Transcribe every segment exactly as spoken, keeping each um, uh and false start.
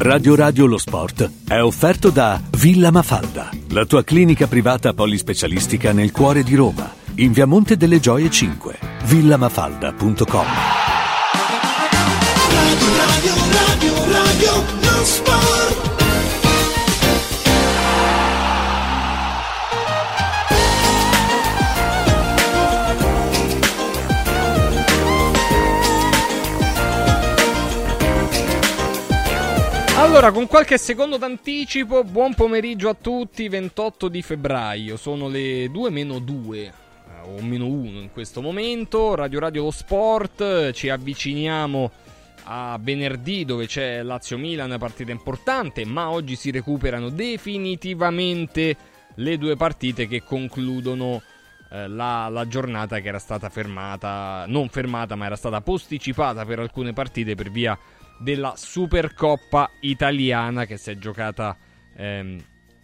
Radio Radio lo Sport è offerto da Villa Mafalda, la tua clinica privata polispecialistica nel cuore di Roma, in via Monte delle Gioie cinque, villa mafalda punto com. Radio Radio Radio Radio lo Sport. Allora, con qualche secondo d'anticipo, buon pomeriggio a tutti, ventotto di febbraio, sono le due meno due, o meno uno in questo momento, Radio Radio lo Sport, ci avviciniamo a venerdì dove c'è Lazio-Milan, partita importante, ma oggi si recuperano definitivamente le due partite che concludono eh, la, la giornata che era stata fermata, non fermata ma era stata posticipata per alcune partite per via della Supercoppa italiana che si è giocata ehm,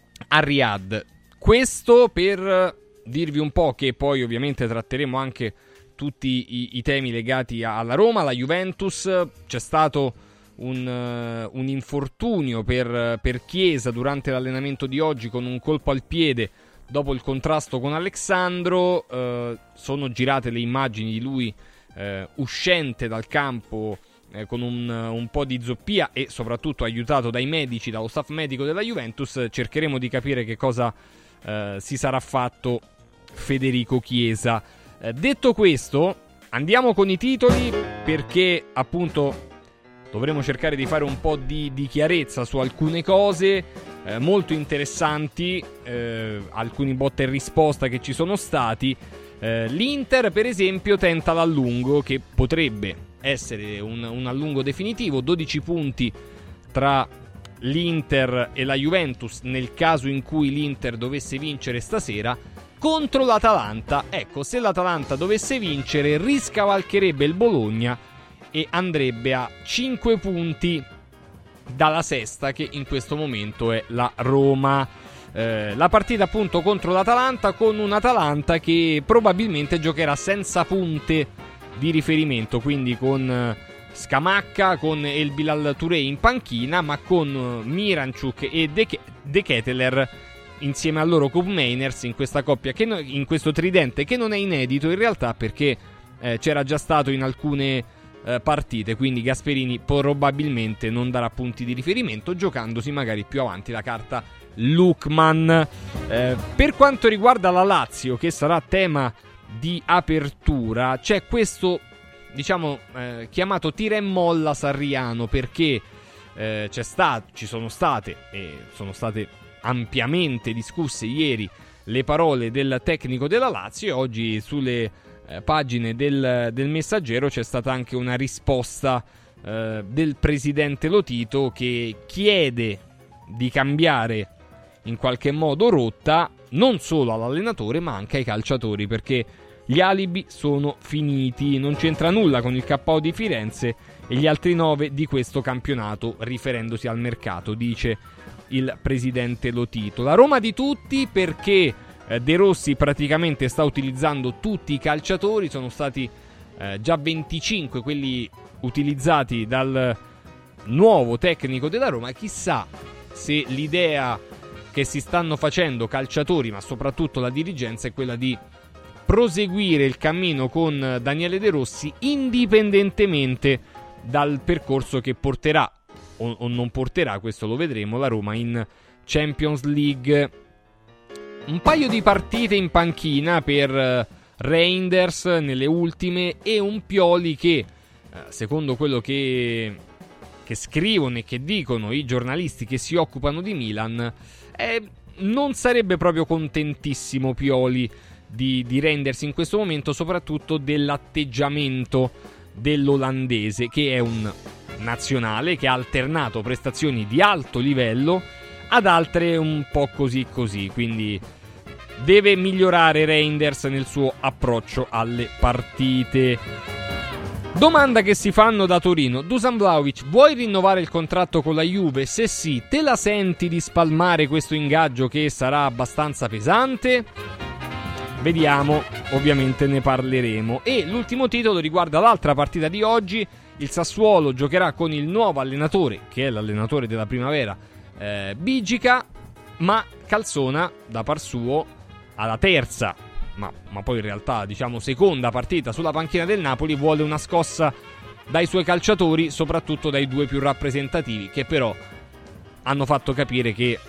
a Riyadh. Questo per dirvi un po' che poi ovviamente tratteremo anche tutti i, i temi legati alla Roma, alla Juventus. C'è stato un, uh, un infortunio per, per Chiesa durante l'allenamento di oggi con un colpo al piede dopo il contrasto con Alexandro. Uh, sono girate le immagini di lui uh, uscente dal campo Eh, con un, un po' di zoppia e soprattutto aiutato dai medici, dallo staff medico della Juventus. Cercheremo di capire che cosa eh, si sarà fatto Federico Chiesa. Eh, detto questo, andiamo con i titoli perché appunto dovremo cercare di fare un po' di, di chiarezza su alcune cose eh, molto interessanti, eh, alcuni botta e risposta che ci sono stati. Eh, L'Inter per esempio tenta l'allungo che potrebbe essere un, un allungo definitivo, dodici punti tra l'Inter e la Juventus nel caso in cui l'Inter dovesse vincere stasera contro l'Atalanta. Ecco, se l'Atalanta dovesse vincere riscavalcherebbe il Bologna e andrebbe a cinque punti dalla sesta, che in questo momento è la Roma. Eh, la partita appunto contro l'Atalanta, con un Atalanta che probabilmente giocherà senza punte di riferimento, quindi con Scamacca, con El Bilal Touré in panchina, ma con Miranchuk e De, Ke- De Ketelaere insieme al loro Koop Meiners in questa coppia, che no- in questo tridente che non è inedito in realtà perché eh, c'era già stato in alcune eh, partite, quindi Gasperini probabilmente non darà punti di riferimento, giocandosi magari più avanti la carta Lookman. Eh, per quanto riguarda la Lazio, che sarà tema di apertura, c'è questo diciamo eh, chiamato tira e molla sarriano, perché eh, c'è stato, ci sono state e sono state ampiamente discusse ieri le parole del tecnico della Lazio e oggi sulle eh, pagine del, del Messaggero c'è stata anche una risposta eh, del presidente Lotito che chiede di cambiare in qualche modo rotta non solo all'allenatore ma anche ai calciatori, perché gli alibi sono finiti, non c'entra nulla con il K O di Firenze e gli altri nove di questo campionato, riferendosi al mercato, dice il presidente Lotito. La Roma di tutti, perché eh, De Rossi praticamente sta utilizzando tutti i calciatori, sono stati eh, già venticinque quelli utilizzati dal nuovo tecnico della Roma. Chissà se l'idea che si stanno facendo calciatori, ma soprattutto la dirigenza, è quella di proseguire il cammino con Daniele De Rossi indipendentemente dal percorso che porterà o, o non porterà, questo lo vedremo, la Roma in Champions League. Un paio di partite in panchina per Reinders nelle ultime e un Pioli che, secondo quello che, che scrivono e che dicono i giornalisti che si occupano di Milan, eh, non sarebbe proprio contentissimo Pioli di, di Reinders in questo momento, soprattutto dell'atteggiamento dell'olandese, che è un nazionale che ha alternato prestazioni di alto livello ad altre un po' così così, quindi deve migliorare Reinders nel suo approccio alle partite. Domanda che si fanno da Torino: Dusan Vlahovic, vuoi rinnovare il contratto con la Juve? Se sì, te la senti di spalmare questo ingaggio che sarà abbastanza pesante? Vediamo, ovviamente ne parleremo. E l'ultimo titolo riguarda l'altra partita di oggi, Il Sassuolo giocherà con il nuovo allenatore, che è l'allenatore della primavera, eh, Bigica, ma Calzona, da par suo, alla terza, ma, ma poi in realtà diciamo seconda partita sulla panchina del Napoli, vuole una scossa dai suoi calciatori, soprattutto dai due più rappresentativi, che però hanno fatto capire che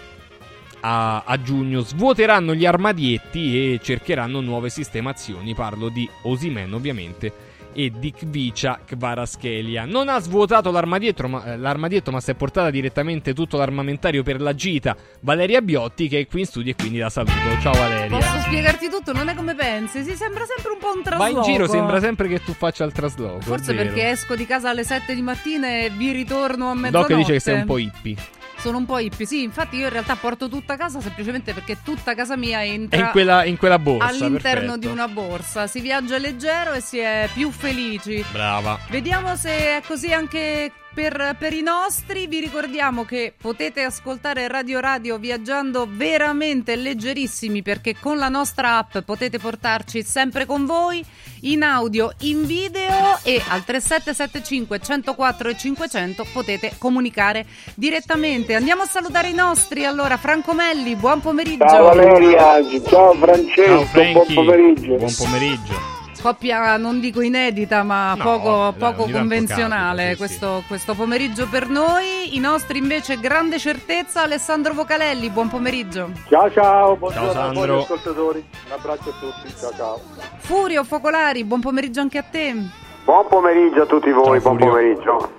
a, a giugno svuoteranno gli armadietti e cercheranno nuove sistemazioni. Parlo di Osimhen ovviamente e di Khvicha Kvaratskhelia. Non ha svuotato l'armadietto ma, l'armadietto, ma si è portata direttamente tutto l'armamentario per la gita Valeria Biotti, che è qui in studio e quindi la saluto. Ciao Valeria. Posso spiegarti tutto? Non è come pensi, si sembra sempre un po' un trasloco. Ma in giro sembra sempre che tu faccia il trasloco. Forse perché esco di casa alle sette di mattina e vi ritorno a mezzanotte. Doc dice che sei un po' hippie. Sono un po' hippie, sì, infatti io in realtà porto tutta casa semplicemente perché tutta casa mia entra in quella, in quella borsa, all'interno perfetto. Di una borsa. Si viaggia leggero e si è più felici. Brava. Vediamo se è così anche per, per i nostri. Vi ricordiamo che potete ascoltare Radio Radio viaggiando veramente leggerissimi, perché con la nostra app potete portarci sempre con voi, in audio, in video, e al tre sette sette cinque uno zero quattro e cinquecento potete comunicare direttamente. Andiamo a salutare i nostri. Allora, Franco Melli, buon pomeriggio. Ciao Valeria, ciao Francesco, ciao buon pomeriggio. Buon pomeriggio. Coppia non dico inedita, ma no, poco, dai, poco ogni tanto convenzionale, capita, sì, questo, sì. questo pomeriggio per noi. I nostri invece grande certezza, Alessandro Vocalelli, buon pomeriggio. Ciao ciao, buongiorno Ciao, a voi Sandro. ascoltatori, un abbraccio a tutti, ciao ciao. Furio Focolari, buon pomeriggio anche a te. Buon pomeriggio a tutti voi, Ciao, buon Furio. pomeriggio.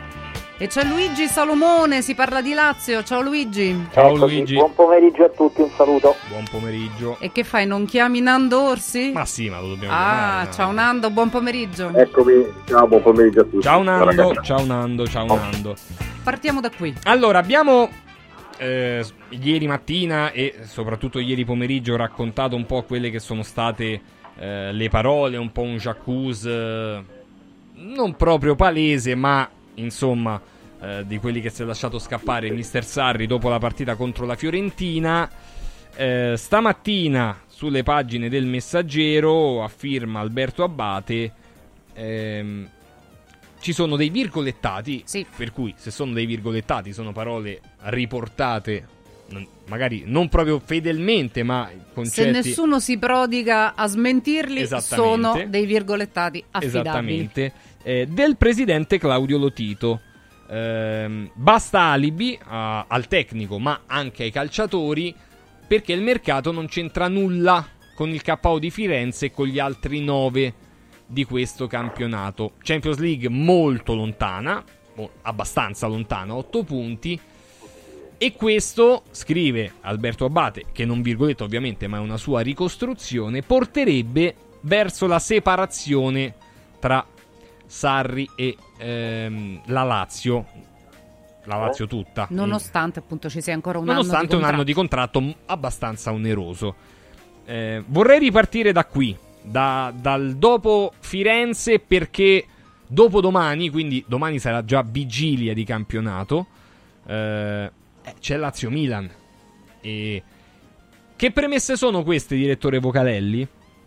E c'è Luigi Salomone, si parla di Lazio. Ciao Luigi. Ciao Eccoci, Luigi. buon pomeriggio a tutti, un saluto. Buon pomeriggio. E che fai, non chiami Nando Orsi? Ma sì, ma lo dobbiamo Ah, chiamare, no? ciao Nando, buon pomeriggio. Eccomi, ciao, buon pomeriggio a tutti. Ciao Nando, Ragazzi. ciao Nando, ciao Nando. Partiamo da qui. Allora, abbiamo eh, ieri mattina e soprattutto ieri pomeriggio raccontato un po' quelle che sono state eh, le parole, un po' un j'accuse eh, non proprio palese, ma insomma eh, di quelli che si è lasciato scappare il mister Sarri dopo la partita contro la Fiorentina. Eh, stamattina sulle pagine del Messaggero, a firma Alberto Abbate, ehm, ci sono dei virgolettati, Sì. per cui se sono dei virgolettati sono parole riportate non- magari non proprio fedelmente, ma concetti. Se nessuno si prodiga a smentirli, Esattamente. sono dei virgolettati affidabili. Esattamente. Eh, del presidente Claudio Lotito. Ehm, basta alibi a- al tecnico, ma anche ai calciatori, perché il mercato non c'entra nulla con il K O di Firenze e con gli altri nove di questo campionato. Champions League molto lontana, o abbastanza lontana, otto punti. E questo, scrive Alberto Abbate, che non virgoletta ovviamente, ma è una sua ricostruzione, porterebbe verso la separazione tra Sarri e ehm, la Lazio. La Lazio tutta. Nonostante appunto ci sia ancora un Nonostante anno di un anno di contratto m- abbastanza oneroso. Eh, vorrei ripartire da qui, da, dal dopo Firenze, perché dopo domani, quindi domani sarà già vigilia di campionato, eh, c'è Lazio-Milan. E che premesse sono queste, direttore Vocalelli?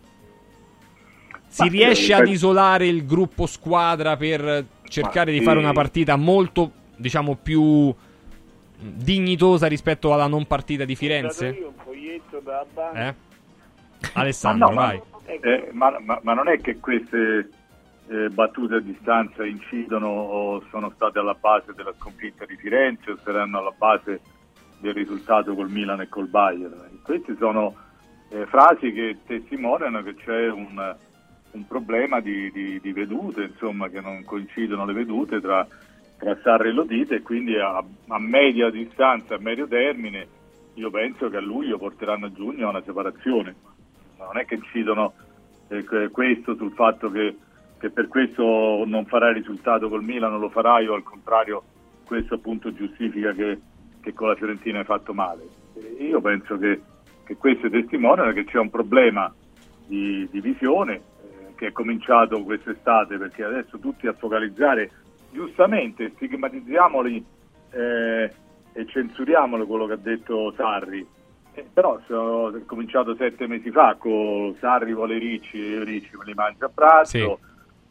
Si Ma, riesce eh, ad per- isolare il gruppo squadra per cercare Ma di fare sì. una partita molto, diciamo, più dignitosa rispetto alla non partita di Firenze? Io un foglietto da banca. Eh? Alessandro, Ma no, ma- vai. Eh, ma, ma- ma non è che queste eh, battute a distanza incidono o sono state alla base della sconfitta di Firenze o saranno alla base del risultato col Milan e col Bayern. Queste sono eh, frasi che testimoniano che c'è un, un problema di, di, di vedute, insomma, che non coincidono le vedute tra, tra Sarri e Lotito, e quindi a, a media distanza, a medio termine, io penso che a luglio porteranno a giugno a una separazione. Non è che incidono eh, questo sul fatto che, che per questo non farai risultato col Milan, non lo farai, o al contrario questo appunto giustifica che, che con la Fiorentina hai fatto male. E io penso che, che questo testimonia che c'è un problema di, di visione eh, che è cominciato quest'estate, perché adesso tutti a focalizzare, giustamente stigmatizziamoli eh, e censuriamolo quello che ha detto Sarri. Eh, però sono è cominciato sette mesi fa con Sarri vuole Ricci e io Ricci me li mangio a braccio, Sì.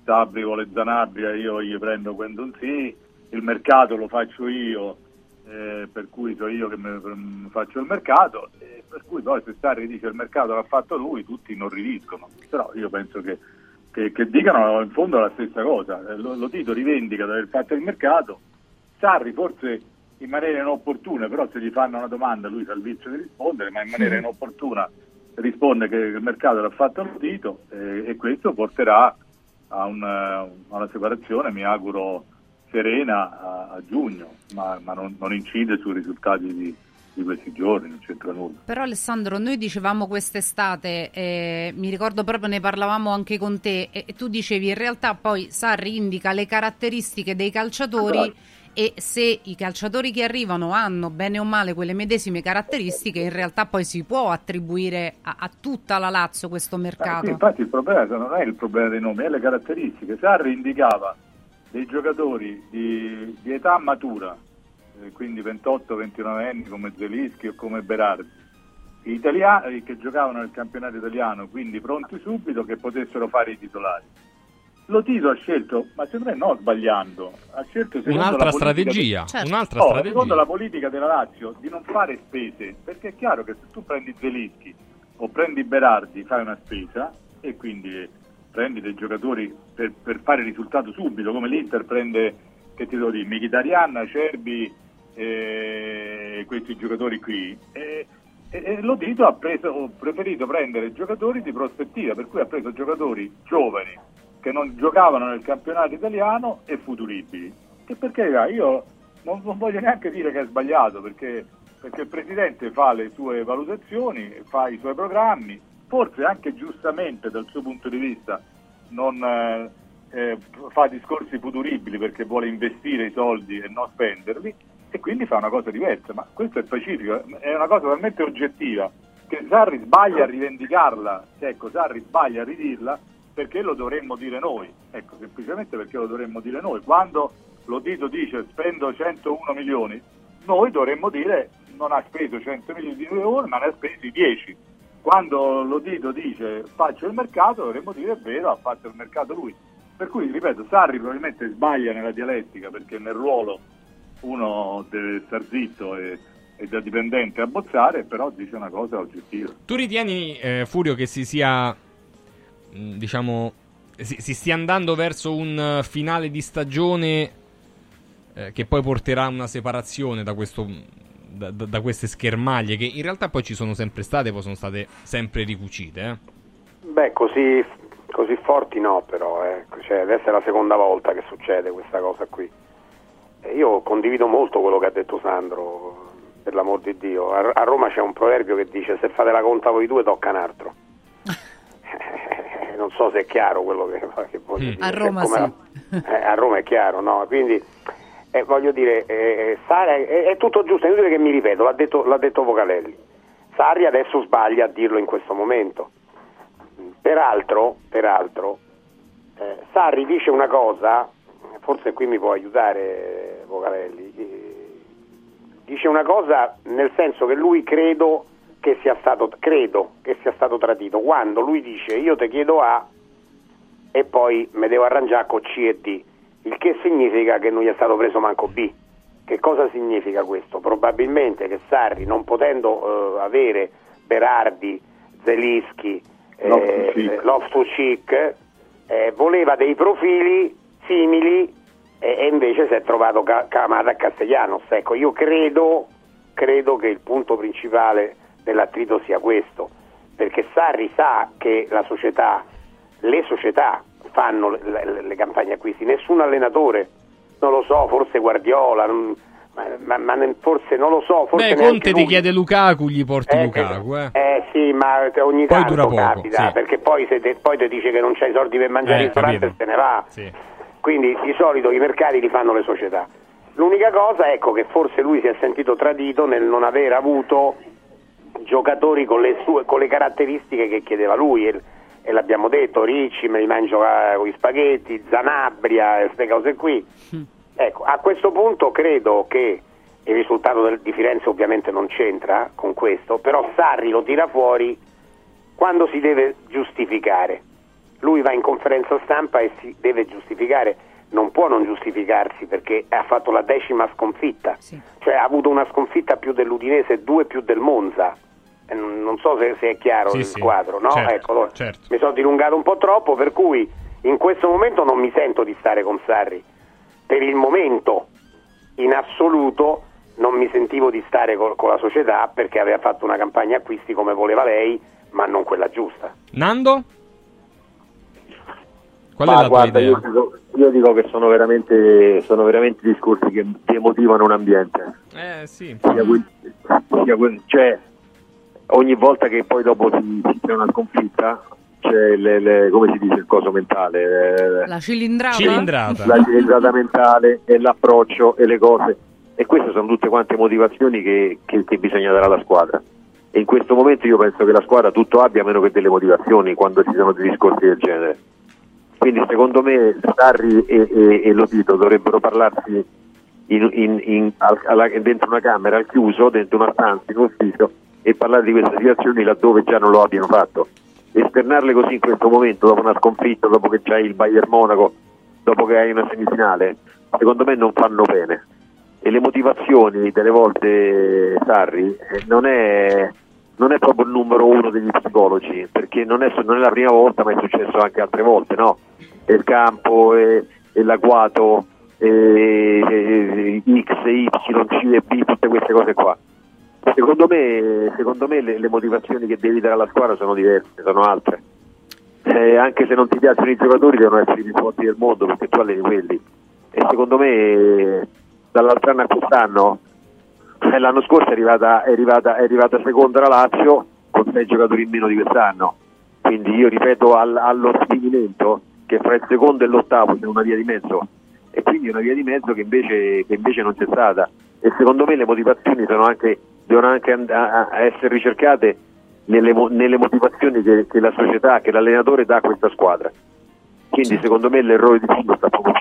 Sabri vuole Zanabria, io gli prendo Guendouzi, il mercato lo faccio io, eh, per cui so io che me, me faccio il mercato, e per cui poi se Sarri dice il mercato l'ha fatto lui, tutti non riviscono. Però io penso che, che, che dicano in fondo la stessa cosa. Lo, lo Tito rivendica di aver fatto il mercato, Sarri forse in maniera inopportuna, però se gli fanno una domanda lui sa il vizio di rispondere, ma in maniera inopportuna risponde che il mercato l'ha fatto lo Tito, eh, e questo porterà a, un, a una separazione, mi auguro serena, a, a giugno, ma, ma non, non incide sui risultati di, di questi giorni, non c'entra nulla. Però Alessandro, noi dicevamo quest'estate, eh, mi ricordo proprio, ne parlavamo anche con te, e, e tu dicevi in realtà poi Sarri indica le caratteristiche dei calciatori, esatto. E se i calciatori che arrivano hanno bene o male quelle medesime caratteristiche, in realtà poi si può attribuire a, a tutta la Lazio questo mercato. Eh, sì, infatti il problema non è il problema dei nomi, è le caratteristiche. Sarri indicava dei giocatori di, di età matura, eh, quindi ventotto ventinove anni come Zelinski o come Berardi, italiani che giocavano nel campionato italiano, quindi pronti subito, che potessero fare i titolari. Lo Tito ha scelto, ma secondo me no sbagliando, ha scelto un'altra la strategia, di... certo. un'altra no, strategia. Secondo la politica della Lazio di non fare spese, perché è chiaro che se tu prendi Zelinski o prendi Berardi fai una spesa e quindi prendi dei giocatori per, per fare risultato subito, come l'Inter prende, che ti devo dire, Mkhitaryan, Acerbi, eh, questi giocatori qui. E, e, e lo Tito ha preso, preferito prendere giocatori di prospettiva, per cui ha preso giocatori giovani che non giocavano nel campionato italiano e futuribili. Che perché io non, non voglio neanche dire che è sbagliato, perché, perché il presidente fa le sue valutazioni, fa i suoi programmi, forse anche giustamente dal suo punto di vista non eh, eh, fa discorsi futuribili perché vuole investire i soldi e non spenderli, e quindi fa una cosa diversa. Ma questo è pacifico, è una cosa talmente oggettiva che Sarri sbaglia a rivendicarla, ecco, Sarri sbaglia a ridirla, perché lo dovremmo dire noi, ecco, semplicemente perché lo dovremmo dire noi. Quando lo Tito dice spendo centouno milioni, noi dovremmo dire non ha speso cento milioni di euro, ma ne ha spesi dieci. Quando lo Tito dice faccio il mercato, dovremmo dire è vero, ha fatto il mercato lui. Per cui, ripeto, Sarri probabilmente sbaglia nella dialettica, perché nel ruolo uno deve star zitto e, e da dipendente a bozzare, però dice una cosa oggettiva. Tu ritieni, eh, Furio, che si sia... diciamo si, si stia andando verso un finale di stagione eh, che poi porterà a una separazione da questo da, da, da queste schermaglie che in realtà poi ci sono sempre state, poi sono state sempre ricucite, eh? Beh, così, così forti no, però eh. Cioè, adesso è la seconda volta che succede questa cosa qui. E io condivido molto quello che ha detto Sandro, per l'amor di Dio. A, a Roma c'è un proverbio che dice se fate la conta voi due tocca un altro. Non so se è chiaro quello che, che voglio dire. A Roma sì. Eh, a Roma è chiaro, no? Quindi eh, voglio dire, eh, Sarri, è, è tutto giusto, è inutile che mi ripeto, l'ha detto, l'ha detto Vocalelli. Sarri adesso sbaglia a dirlo in questo momento. Peraltro, peraltro eh, Sarri dice una cosa, forse qui mi può aiutare Vocalelli, eh, dice una cosa nel senso che lui credo che sia stato credo che sia stato tradito quando lui dice io te chiedo A e poi me devo arrangiare con C e D, il che significa che non gli è stato preso manco B. Che cosa significa questo? Probabilmente che Sarri, non potendo eh, avere Berardi, Zelinski, eh, Loftus-Cheek, eh, voleva dei profili simili eh, e invece si è trovato ca- Camada a Castellanos. Ecco, io credo credo che il punto principale dell'attrito sia questo, perché Sarri sa che la società, le società fanno le, le, le campagne acquisti, nessun allenatore, non lo so, forse Guardiola, non, ma, ma, ma forse non lo so, forse beh, Conte lui. Ti chiede Lukaku, gli porti eh, Lukaku, eh. eh sì, ma ogni poi tanto dura poco, capita, sì. Perché poi se te, poi ti dice che non c'hai soldi per mangiare eh, il ristorante e se ne va, sì. Quindi di solito i mercati li fanno le società. L'unica cosa, ecco, che forse lui si è sentito tradito nel non aver avuto giocatori con le sue con le caratteristiche che chiedeva lui, e, e l'abbiamo detto, Ricci me li mangio con gli spaghetti, Zanabria, queste cose qui. Mm. Ecco, a questo punto credo che il risultato del, di Firenze ovviamente non c'entra con questo, però Sarri lo tira fuori quando si deve giustificare. lui va in conferenza stampa e si deve giustificare, non può non giustificarsi perché ha fatto la decima sconfitta, sì. Cioè ha avuto una sconfitta più dell'Udinese e due più del Monza, e non so se, se è chiaro sì, il sì. quadro, no? Certo, ecco, certo. Mi sono dilungato un po' troppo, per cui in questo momento non mi sento di stare con Sarri, per il momento in assoluto non mi sentivo di stare con, con la società perché aveva fatto una campagna acquisti come voleva lei, ma non quella giusta. Nando? Qual Ma è la guarda, tua idea? Io dico, io dico che sono veramente, sono veramente discorsi che demotivano un ambiente. Eh sì. Sia quel, sia quel, cioè, ogni volta che poi dopo si, si c'è una sconfitta, c'è le, le, come si dice il coso mentale? La cilindrata? cilindrata. La cilindrata mentale e l'approccio e le cose. E queste sono tutte quante motivazioni che, che, che bisogna dare alla squadra. E in questo momento io penso che la squadra tutto abbia meno che delle motivazioni quando ci sono dei discorsi del genere. Quindi secondo me Sarri e, e, e Lotito dovrebbero parlarsi in, in, in, alla, dentro una camera al chiuso, dentro una stanza, in un ufficio, e parlare di queste situazioni laddove già non lo abbiano fatto. Esternarle così in questo momento, dopo una sconfitta, dopo che c'hai il Bayern Monaco, dopo che hai una semifinale, secondo me non fanno bene. E le motivazioni delle volte Sarri eh, non è non è proprio il numero uno degli psicologi, perché non è, non è la prima volta, ma è successo anche altre volte, no? E il campo, e, e l'agguato, e, e, e X, Y, C e B, tutte queste cose qua. Secondo me, secondo me le, le motivazioni che devi dare alla squadra sono diverse, sono altre. Eh, anche se non ti piacciono i giocatori, devono essere i più forti del mondo, perché tu alleni quelli. E secondo me, dall'altro anno a quest'anno, l'anno scorso è arrivata, è arrivata, è arrivata seconda la Lazio con sei giocatori in meno di quest'anno, quindi io ripeto al, allo sfinimento che fra il secondo e l'ottavo c'è una via di mezzo, e quindi una via di mezzo che invece, che invece non c'è stata, e secondo me le motivazioni sono anche, devono anche and- a- a essere ricercate nelle, mo- nelle motivazioni che, che la società, che l'allenatore dà a questa squadra. Quindi secondo me l'errore di fondo sta proprio.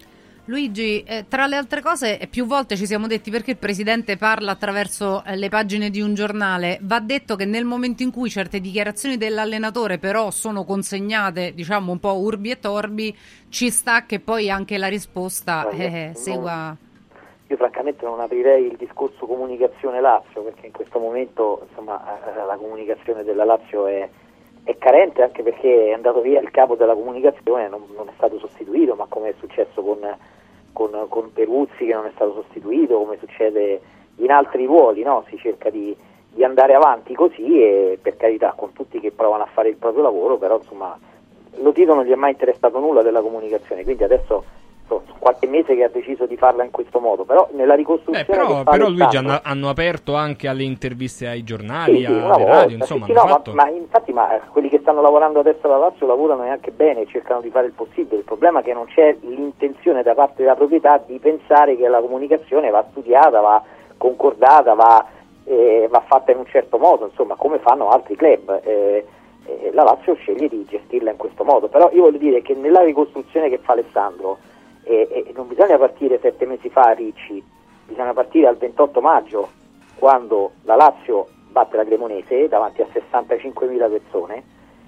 Luigi, eh, tra le altre cose, più volte ci siamo detti perché il presidente parla attraverso eh, le pagine di un giornale. Va detto che nel momento in cui certe dichiarazioni dell'allenatore però sono consegnate, diciamo, un po' urbi e torbi, ci sta che poi anche la risposta eh, no, segua. Io francamente non aprirei il discorso comunicazione Lazio, perché in questo momento insomma la comunicazione della Lazio è, è carente, anche perché è andato via il capo della comunicazione, non, non è stato sostituito, ma come è successo con Con, con Peruzzi che non è stato sostituito, come succede in altri ruoli, no? Si cerca di, di andare avanti così, e per carità con tutti che provano a fare il proprio lavoro, però insomma Lotito non gli è mai interessato nulla della comunicazione, quindi adesso so, qualche mese che ha deciso di farla in questo modo, però nella ricostruzione Beh, però, che però Luigi hanno, hanno, hanno aperto anche alle interviste ai giornali, sì, sì, alle volta, radio, insomma sì, hanno sì, no, fatto... ma, ma infatti ma quelli che stanno lavorando adesso alla Lazio lavorano neanche bene, cercano di fare il possibile. Il problema è che non c'è l'intenzione da parte della proprietà di pensare che la comunicazione va studiata, va concordata, va, eh, va fatta in un certo modo, insomma, come fanno altri club. Eh, eh, la Lazio sceglie di gestirla in questo modo, però io voglio dire che nella ricostruzione che fa Alessandro eh, eh, non bisogna partire sette mesi fa a Ricci, bisogna partire al ventotto maggio, quando la Lazio batte la Cremonese davanti a sessantacinquemila persone,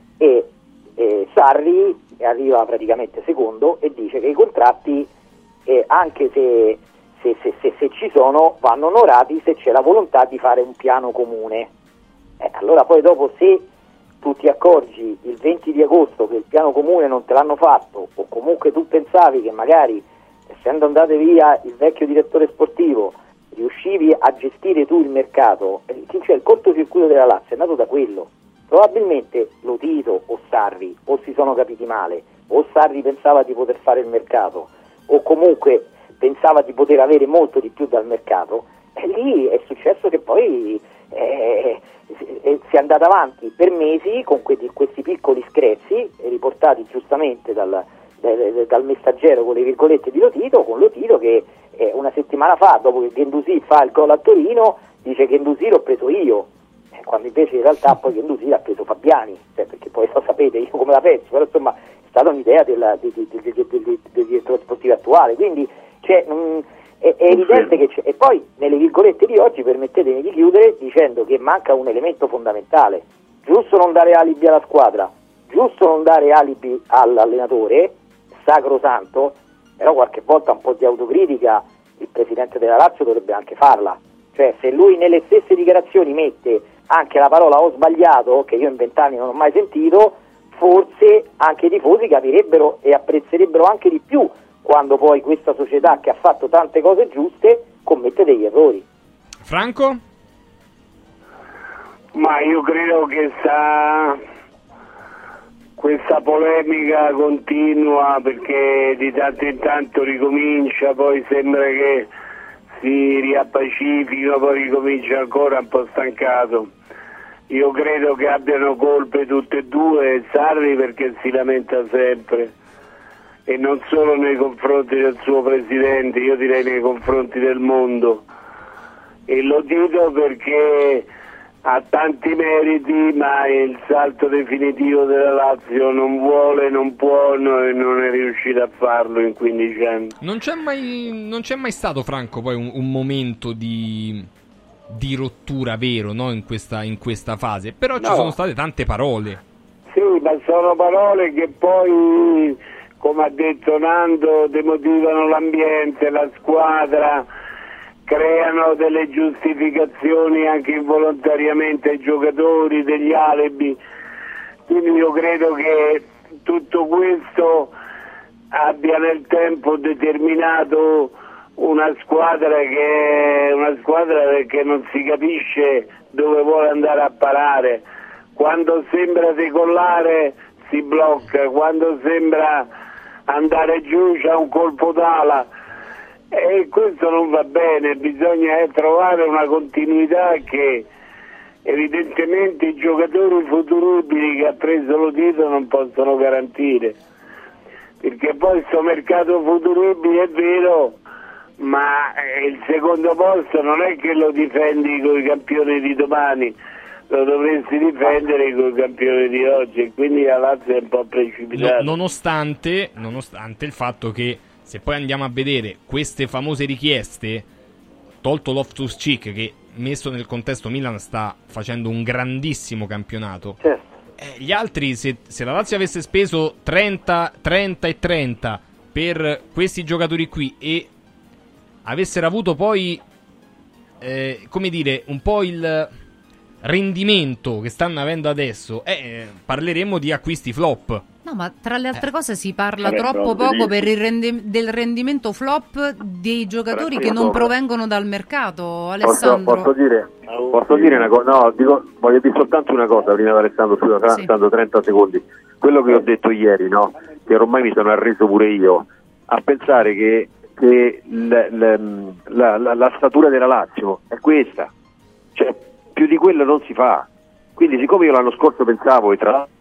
e eh, Sarri arriva praticamente secondo e dice che i contratti eh, anche se, se, se, se, se ci sono vanno onorati se c'è la volontà di fare un piano comune. Eh, allora poi dopo, se tu ti accorgi il venti di agosto che il piano comune non te l'hanno fatto, o comunque tu pensavi che magari essendo andate via il vecchio direttore sportivo riuscivi a gestire tu il mercato, cioè il cortocircuito della Lazio è nato da quello. Probabilmente Lotito o Sarri o si sono capiti male, o Sarri pensava di poter fare il mercato, o comunque pensava di poter avere molto di più dal mercato, e lì è successo che poi eh, si è andata avanti per mesi con que- questi piccoli screzi riportati giustamente dal, dal, dal messaggero con le virgolette di Lotito, con Lotito che eh, una settimana fa, dopo che Guendouzi fa il gol a Torino, dice che Guendouzi l'ho preso io, eh, quando invece in realtà poi Guendouzi l'ha preso Fabiani, cioè, perché poi lo sapete io come la penso, però insomma è stata un'idea della, del, del, del, del, del, del direttore sportivo attuale, quindi cioè, mh, è, è evidente che c'è. E poi nelle virgolette di oggi permettetemi di chiudere dicendo che manca un elemento fondamentale: giusto non dare alibi alla squadra, giusto non dare alibi all'allenatore, sacrosanto, però qualche volta un po' di autocritica il presidente della Lazio dovrebbe anche farla. Cioè, se lui nelle stesse dichiarazioni mette anche la parola ho sbagliato, che io in vent'anni non ho mai sentito, forse anche i tifosi capirebbero e apprezzerebbero anche di più quando poi questa società che ha fatto tante cose giuste commette degli errori. Franco? Ma io credo che sta... questa polemica continua, perché di tanto in tanto ricomincia, poi sembra che si riappacifica, poi ricomincia ancora un po' stancato. Io credo che abbiano colpe tutte e due, Sarri perché si lamenta sempre, e non solo nei confronti del suo presidente, io direi nei confronti del mondo, e lo dico perché ha tanti meriti, ma il salto definitivo della Lazio non vuole, non può, no, e non è riuscito a farlo in quindici anni. Non c'è mai, non c'è mai stato, Franco, poi un, un momento di, di rottura vero, no, in questa, in questa fase, però ci No. sono state tante parole. Sì, ma sono parole che poi, come ha detto Nando, demotivano l'ambiente, la squadra, creano delle giustificazioni anche involontariamente ai giocatori, degli alibi. Quindi io credo che tutto questo abbia nel tempo determinato una squadra che è una squadra che non si capisce dove vuole andare a parare. Quando sembra decollare si blocca, quando sembra andare giù c'è un colpo d'ala. E questo non va bene, bisogna trovare una continuità che evidentemente i giocatori futuribili che ha preso lo titolo non possono garantire, perché poi questo mercato futuribile è vero, ma il secondo posto non è che lo difendi con i campioni di domani, lo dovresti difendere con i campioni di oggi, e quindi la Lazio è un po' precipitata. No, nonostante, nonostante il fatto che, se poi andiamo a vedere queste famose richieste, tolto Loftus-Cheek, che messo nel contesto Milan sta facendo un grandissimo campionato, Certo. eh, gli altri, se, se la Lazio avesse speso trenta, trenta e trenta per questi giocatori qui e avessero avuto poi, eh, come dire, un po' il rendimento che stanno avendo adesso, eh, parleremmo di acquisti flop. No, ma tra le altre cose si parla Eh, troppo però, poco benissimo. per il rendi- del rendimento flop dei giocatori che non provengono dal mercato, Posso, Alessandro. posso dire, posso dire una cosa? No, dico, voglio dire soltanto una cosa prima di Alessandro, scusa, tra- Sì. tanto trenta secondi. Quello che ho detto ieri, no? Che ormai mi sono arreso pure io a pensare che, che l- l- la, la, la statura della Lazio è questa, cioè più di quello non si fa. Quindi, siccome io l'anno scorso pensavo, e tra l'altro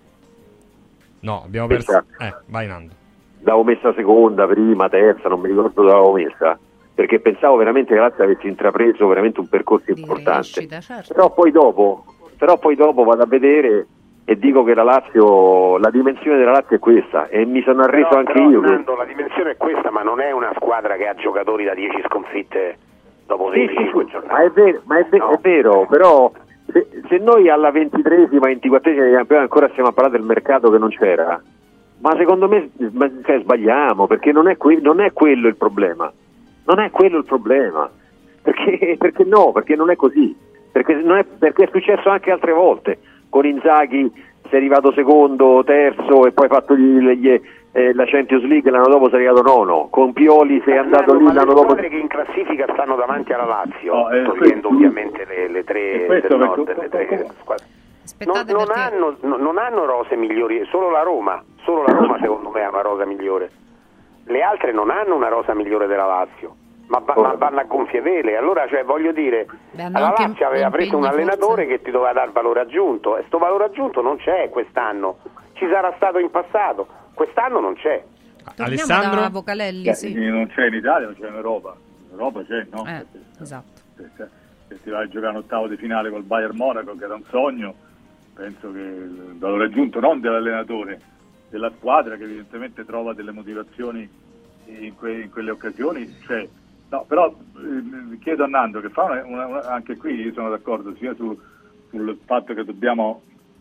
No, abbiamo perso. Eh, vai Nando. l'avevo messa seconda, prima, terza, non mi ricordo dove l'avevo messa, perché pensavo veramente che la Lazio avesse intrapreso veramente un percorso Di importante. crescita, certo. Però poi dopo, però poi dopo vado a vedere e dico che la Lazio, la dimensione della Lazio è questa, e mi sono arreso Però, anche però, io. che- Nando, la dimensione è questa, ma non è una squadra che ha giocatori da dieci sconfitte dopo Sì, sedici sì, sì, giornate. ma è vero, ma è, ve- No. è vero, però se, se noi alla ventitreesima, ventiquattresima di campionato ancora stiamo a parlare del mercato che non c'era, ma secondo me ma- cioè, sbagliamo, perché non è, que- non è quello il problema, non è quello il problema, perché, perché no, perché non è così, perché, non è, perché è successo anche altre volte, con Inzaghi sei arrivato secondo, terzo e poi hai fatto gli, gli, eh, la Champions League, l'anno dopo sei arrivato nono, con Pioli sei andato lì Ma l'anno le dopo. squadre che in classifica stanno davanti alla Lazio, No, eh, togliendo questo- ovviamente le, le tre e questo del perché- nord, le tre squadre. Non, Aspettate non perché hanno, no- non hanno rose migliori, solo la Roma, solo la Roma secondo me ha una rosa migliore. Le altre non hanno una rosa migliore della Lazio, ma, va- ma vanno a gonfie vele. Allora, cioè, voglio dire, Beh, hanno la anche Lazio aveva preso un impegni, allenatore forse. che ti doveva dare valore aggiunto, e sto valore aggiunto non c'è quest'anno. Ci sarà stato in passato, quest'anno non c'è. torniamo Alessandro? da Vocalelli, Che sì. non c'è in Italia, non c'è in Europa. In Europa c'è, no? Eh, esatto. Se, se, se ti vai a giocare un ottavo di finale col Bayern Monaco, che era un sogno, penso che il valore aggiunto non dell'allenatore, della squadra, che evidentemente trova delle motivazioni in, que, in quelle occasioni, cioè, no, però eh, chiedo a Nando che fa una, una, una, anche qui io sono d'accordo sia su, sul fatto che dobbiamo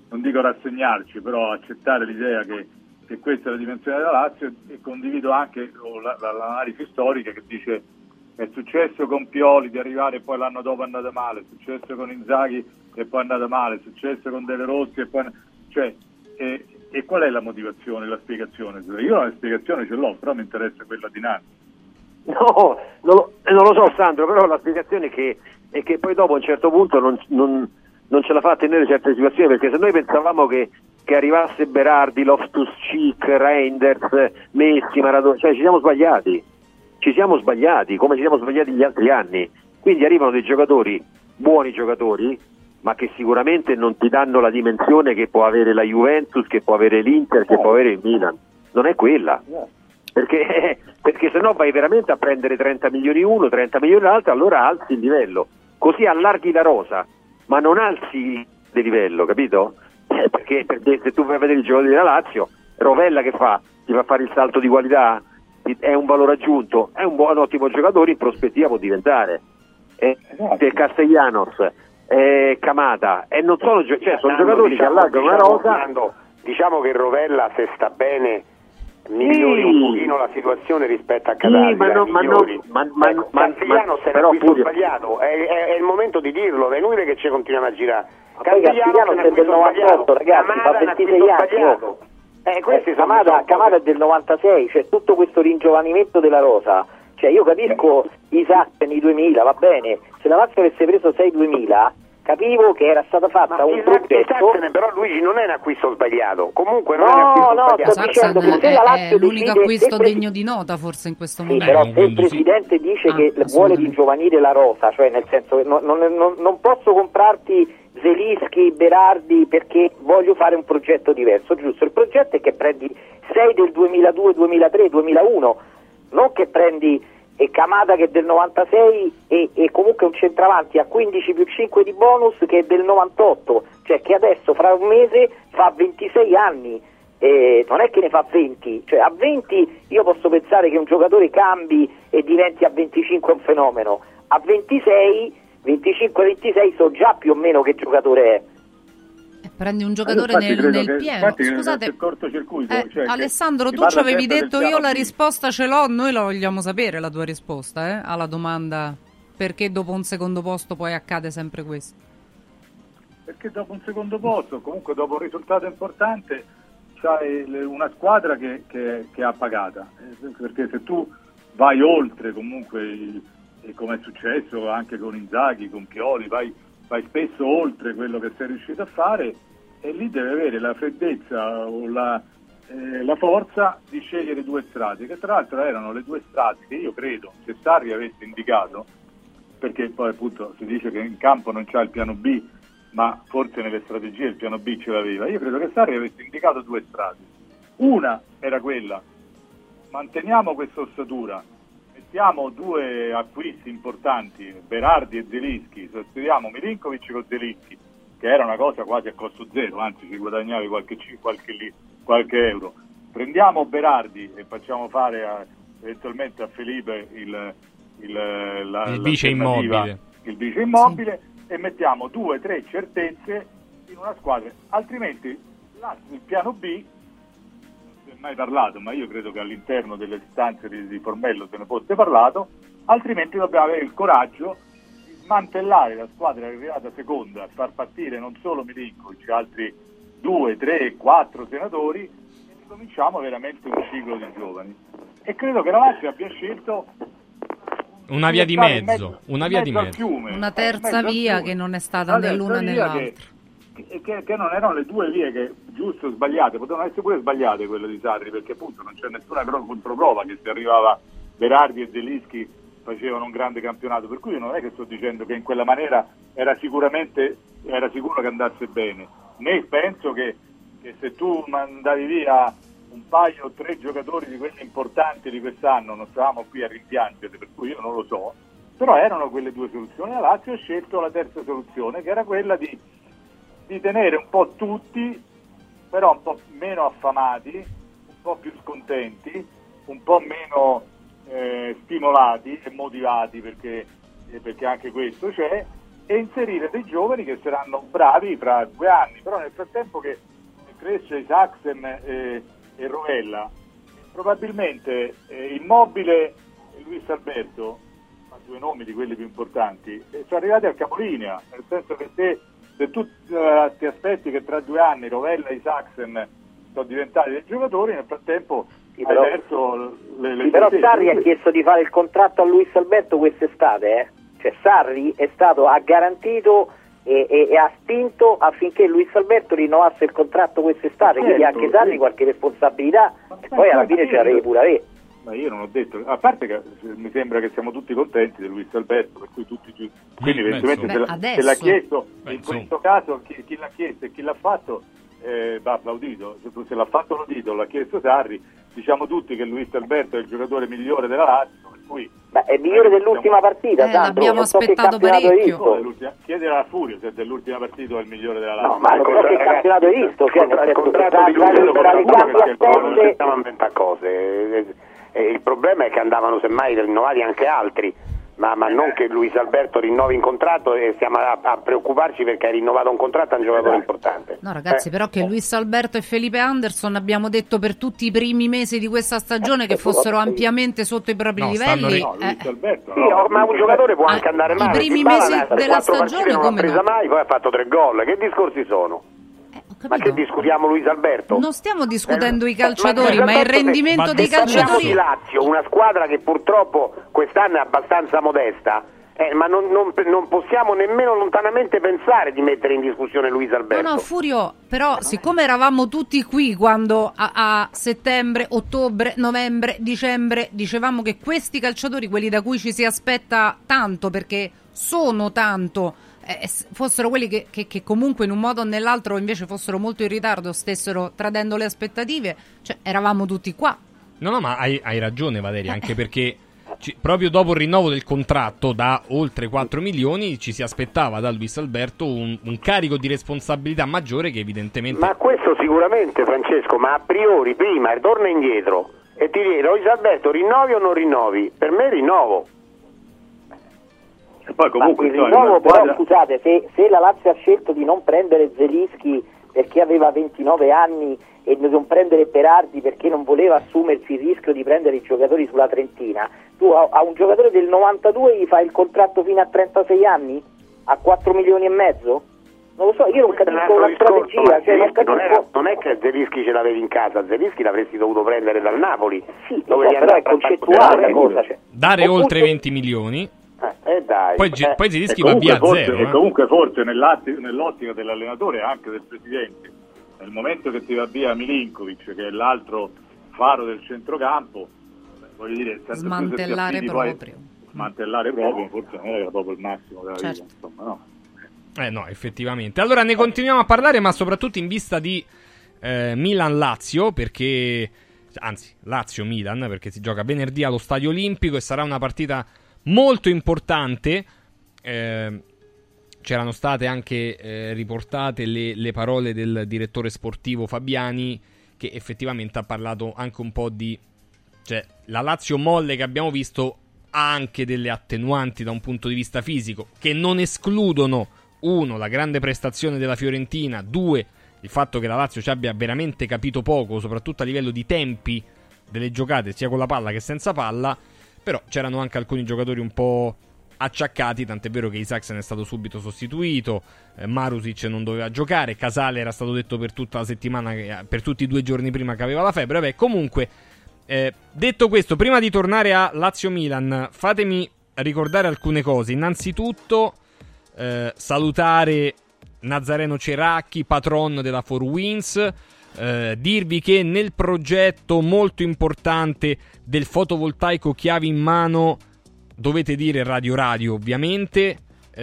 non dico rassegnarci, però accettare l'idea che, che questa è la dimensione della Lazio, e condivido anche la, la, l'analisi storica che dice è successo con Pioli di arrivare e poi l'anno dopo è andata male, è successo con Inzaghi e poi è andata male, è successo con Dele Rossi e poi... Cioè, e, e qual è la motivazione, la spiegazione? Io la spiegazione ce l'ho, però mi interessa quella dinamica. No, non lo, non lo so Sandro, però la spiegazione è che, è che poi dopo a un certo punto non, non, non ce la fa a tenere certe situazioni, perché se noi pensavamo che, che arrivasse Berardi, Loftus-Cheek, Reinders, Messi, Maradona, cioè ci siamo sbagliati, ci siamo sbagliati, come ci siamo sbagliati gli altri anni, quindi arrivano dei giocatori, buoni giocatori, ma che sicuramente non ti danno la dimensione che può avere la Juventus, che può avere l'Inter, che può avere il Milan, non è quella. Perché, perché se no vai veramente a prendere trenta milioni uno, trenta milioni l'altro, allora alzi il livello, così allarghi la rosa, ma non alzi il livello, capito? Eh, perché, perché se tu vai a vedere i giocatori della Lazio, Rovella che fa? Ti fa fare il salto di qualità? È un valore aggiunto? È un buon, ottimo giocatore, in prospettiva può diventare. Eh, eh, Castellanos, eh, Camata, e non sono, cioè, sono giocatori diciamo, che allargano diciamo, la rosa. Diciamo, diciamo che Rovella, se sta bene, migliori un pochino la situazione rispetto a Calabria, sì, ma no, ma no, ma, ma, ecco, ma, Castigliano se però ne ha pure... sbagliato, è, è, è il momento di dirlo, è inutile che ci continuiamo a girare. Castigliano è del novantotto, ragazzi, fa ventisei anni. Eh, questi sono Camada, Camada è del novantasei, cioè tutto questo ringiovanimento della rosa, cioè io capisco Isaac nei duemila, va bene, se la Lazio avesse preso sei duemila capivo che era stata fatta ma un progetto, però Luigi non è un acquisto sbagliato, comunque non no, è un acquisto no, sbagliato. sto dicendo che se la Lazio è l'unico decide, acquisto se degno di nota forse in questo sì, momento. però se il presidente dice ah, che vuole ringiovanire la rosa, cioè nel senso che non, non, non, non posso comprarti Zelinski, Berardi perché voglio fare un progetto diverso, giusto? Il progetto è che prendi sei del duemiladue, duemilatré, duemilauno, non che prendi e Camada che è del novantasei e, e comunque un centravanti a quindici più cinque di bonus che è del novantotto, cioè che adesso fra un mese fa ventisei anni, eh, non è che ne fa venti, cioè a venti io posso pensare che un giocatore cambi e diventi a venticinque un fenomeno, a ventisei, venticinque ventisei so già più o meno che giocatore è. Prendi un giocatore infatti, nel, nel che, pieno. Scusate, il cortocircuito, eh, cioè Alessandro, tu ci avevi detto io la risposta ce l'ho, noi la vogliamo sapere la tua risposta eh, alla domanda perché dopo un secondo posto poi accade sempre questo. Perché dopo un secondo posto, comunque dopo un risultato importante, c'hai una squadra che, che, che è appagata, perché se tu vai oltre comunque, come è successo anche con Inzaghi, con Pioli, vai vai spesso oltre quello che sei riuscito a fare, e lì deve avere la freddezza o la, eh, la forza di scegliere due strade, che tra l'altro erano le due strade che io credo, se Sarri avesse indicato, perché poi appunto si dice che in campo non c'ha il piano B, ma forse nelle strategie il piano B ce l'aveva, io credo che Sarri avesse indicato due strade. Una era quella, manteniamo questa ossatura, mettiamo due acquisti importanti, Berardi e Zelinski, sostituiamo Milinkovic con Zelinski, che era una cosa quasi a costo zero, anzi si guadagnavi qualche, qualche, qualche euro. Prendiamo Berardi e facciamo fare a, eventualmente a Felipe il, il, la, il vice immobile, il vice immobile sì. E mettiamo due, tre certezze in una squadra, altrimenti il piano B mai parlato, ma io credo che all'interno delle stanze di, di Formello se ne fosse parlato, altrimenti dobbiamo avere il coraggio di smantellare la squadra che è arrivata seconda, far partire non solo Milinkovic, altri due, tre, quattro senatori, e cominciamo veramente un ciclo di giovani. E credo che la Lazio abbia scelto una via di mezzo, mezzo una via di mezzo, fiume, una terza via che non è stata né l'una né l'altra. Che, che, che non erano le due vie che giusto o sbagliate, potevano essere pure sbagliate quelle di Sarri, perché appunto non c'è nessuna controprova che se arrivava Berardi e Zelinski facevano un grande campionato, per cui io non è che sto dicendo che in quella maniera era sicuramente era sicuro che andasse bene, né penso che, che se tu mandavi via un paio o tre giocatori di quelli importanti di quest'anno non stavamo qui a rimpiangere, per cui io non lo so, però erano quelle due soluzioni. La Lazio ha scelto la terza soluzione, che era quella di di tenere un po' tutti, però un po' meno affamati, un po' più scontenti, un po' meno eh, stimolati e motivati, perché, eh, perché anche questo c'è, e inserire dei giovani che saranno bravi fra due anni, però nel frattempo che cresce Isaacsen e, e Rovella, probabilmente eh, Immobile e Luis Alberto, ma due nomi di quelli più importanti, eh, sono arrivati al capolinea, nel senso che se, se tu eh, ti aspetti che tra due anni Rovella e Isaacsen sono diventati dei giocatori, nel frattempo sì, però, hai perso le, le sì, però certezze. Sarri ha chiesto di fare il contratto a Luis Alberto quest'estate, eh? Cioè Sarri è stato, ha garantito e, e, e ha spinto affinché Luis Alberto rinnovasse il contratto quest'estate, certo, quindi anche Sarri sì. qualche responsabilità e poi alla fine ce l'avrei pure avere. Ma io non ho detto, a parte che mi sembra che siamo tutti contenti di Luis Alberto, per cui tutti, quindi evidentemente Beh, se, l'ha, adesso. se l'ha chiesto, Beh, in questo caso chi, chi l'ha chiesto e chi l'ha fatto eh, va applaudito, se, se l'ha fatto l'udito, l'ha chiesto Sarri, diciamo tutti che Luis Alberto è il giocatore migliore della Lazio, per cui Beh, è il migliore eh, dell'ultima partita, Eh, tanto, l'abbiamo non so che aspettato campionato hai parecchio. visto. chiedere a Furio se dell'ultima partita è il migliore della Lazio. No, ma non il so contratto, che campionato hai visto, cioè, il nel senso, contratto tra- di tra- Luciano tra le Corabuno, grandi perché non attese- stiamo a inventare cose. E, e il problema è che andavano semmai rinnovati anche altri, ma, ma non che Luis Alberto rinnovi in contratto e stiamo a, a preoccuparci perché ha rinnovato un contratto a un giocatore importante. No ragazzi, Eh. però che Luis Alberto e Felipe Anderson abbiamo detto per tutti i primi mesi di questa stagione che fossero ampiamente sotto i propri No, stanno livelli. ri- No, Luis eh, Alberto, Sì, no, oh, ma un Luis giocatore può Ah, anche andare i male. primi Dybala mesi nelle della quattro partite stagione non l'ha come presa no? mai, poi ha fatto tre gol. Che discorsi sono? eh, ho Ma che capito. discutiamo Luis Alberto? Non stiamo discutendo Eh, i calciatori, ma ma il Luis Alberto rendimento ma dei discutiamo Parliamo calciatori. di Lazio, una squadra che purtroppo quest'anno è abbastanza modesta, eh, ma non, non- non possiamo nemmeno lontanamente pensare di mettere in discussione Luis No, Alberto. no, Furio, però siccome eravamo tutti qui quando a, a settembre, ottobre, novembre, dicembre dicevamo che questi calciatori, quelli da cui ci si aspetta tanto, perché sono tanto, eh, s- fossero quelli che, che- che comunque in un modo o nell'altro invece fossero molto in ritardo, stessero tradendo le aspettative, cioè eravamo tutti qua. No, no, ma hai, hai ragione Valeria, anche perché ci- proprio dopo il rinnovo del contratto da oltre quattro milioni ci si aspettava da Luis Alberto un, un carico di responsabilità maggiore che evidentemente... Ma questo sicuramente, Francesco, ma a priori prima torna indietro e ti dice Luis Alberto rinnovi o non rinnovi? Per me rinnovo. E poi comunque Ma il insomma, rinnovo, una però squadra- scusate, se, se la Lazio ha scelto di non prendere Zelinski perché aveva ventinove anni e di non prendere Berardi perché non voleva assumersi il rischio di prendere i giocatori sulla Trentina, tu a, a un giocatore del novantadue gli fai il contratto fino a trentasei anni? A quattro milioni e mezzo? Non lo so, io non Questo è un capisco altro la discorso, strategia, ma cioè non Zelinski non, era- capisco... non è che Zelinski ce l'avevi in casa, Zelinski l'avresti dovuto prendere dal Napoli. Sì, dove lo gli so, però è andava a far concettuale la partire. cosa. Cioè. Dare Oppure- oltre venti milioni, Eh, eh, dai. poi, Ge- eh. poi e Zelinski va comunque via a forse, zero. e eh. comunque forse nell'atti- nell'ottica dell'allenatore e anche del presidente, nel momento che ti va via Milinkovic, che è l'altro faro del centrocampo, beh, voglio dire, senza più se ti Smantellare affidi poi- proprio. smantellare proprio, forse non era proprio il massimo della Certo. vita, insomma, no. Eh no, effettivamente. Allora ne continuiamo a parlare, ma soprattutto in vista di eh, Milan-Lazio, perché... Anzi, Lazio-Milan, perché si gioca venerdì allo Stadio Olimpico e sarà una partita molto importante. Eh, c'erano state anche eh, riportate le, le parole del direttore sportivo Fabiani, che effettivamente ha parlato anche un po' di... Cioè, la Lazio molle che abbiamo visto ha anche delle attenuanti da un punto di vista fisico, che non escludono, uno, la grande prestazione della Fiorentina, due, il fatto che la Lazio ci abbia veramente capito poco, soprattutto a livello di tempi delle giocate, sia con la palla che senza palla. Però c'erano anche alcuni giocatori un po' acciaccati, tant'è vero che Isaacsen è stato subito sostituito, eh, Marusic non doveva giocare, Casale era stato detto per tutta la settimana, che, per tutti i due giorni prima che aveva la febbre. Vabbè, comunque, eh, detto questo, prima di tornare a Lazio-Milan, fatemi ricordare alcune cose. Innanzitutto eh, salutare Nazareno Ceracchi, patron della Four Winds, eh, dirvi che nel progetto molto importante del fotovoltaico chiavi in mano, dovete dire Radio Radio ovviamente,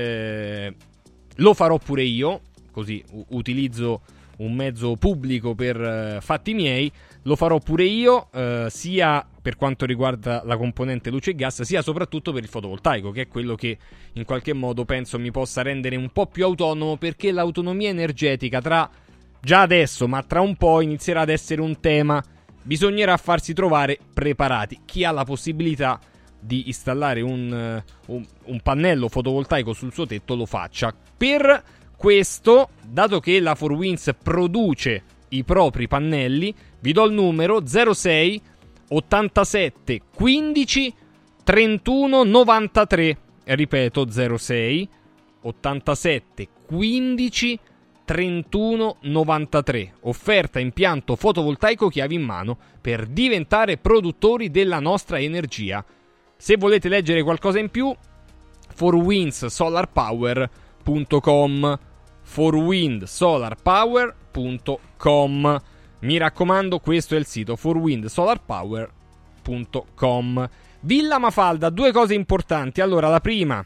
eh, lo farò pure io, così u- utilizzo un mezzo pubblico per eh, fatti miei, lo farò pure io, eh, sia per quanto riguarda la componente luce e gas, sia soprattutto per il fotovoltaico, che è quello che in qualche modo penso mi possa rendere un po' più autonomo, perché l'autonomia energetica tra già adesso, ma tra un po' inizierà ad essere un tema. Bisognerà farsi trovare preparati. Chi ha la possibilità di installare un, un, un pannello fotovoltaico sul suo tetto lo faccia. Per questo, dato che la four winds produce i propri pannelli, vi do il numero zero sei ottantasette quindici trentuno novantatré. Ripeto, zero sei ottantasette quindici trentuno novantatré. Offerta impianto fotovoltaico chiavi in mano per diventare produttori della nostra energia. Se volete leggere qualcosa in più, four winds solar power punto com. four wind solar power punto com. Mi raccomando, questo è il sito, four wind solar power punto com. Villa Mafalda, due cose importanti. Allora, la prima,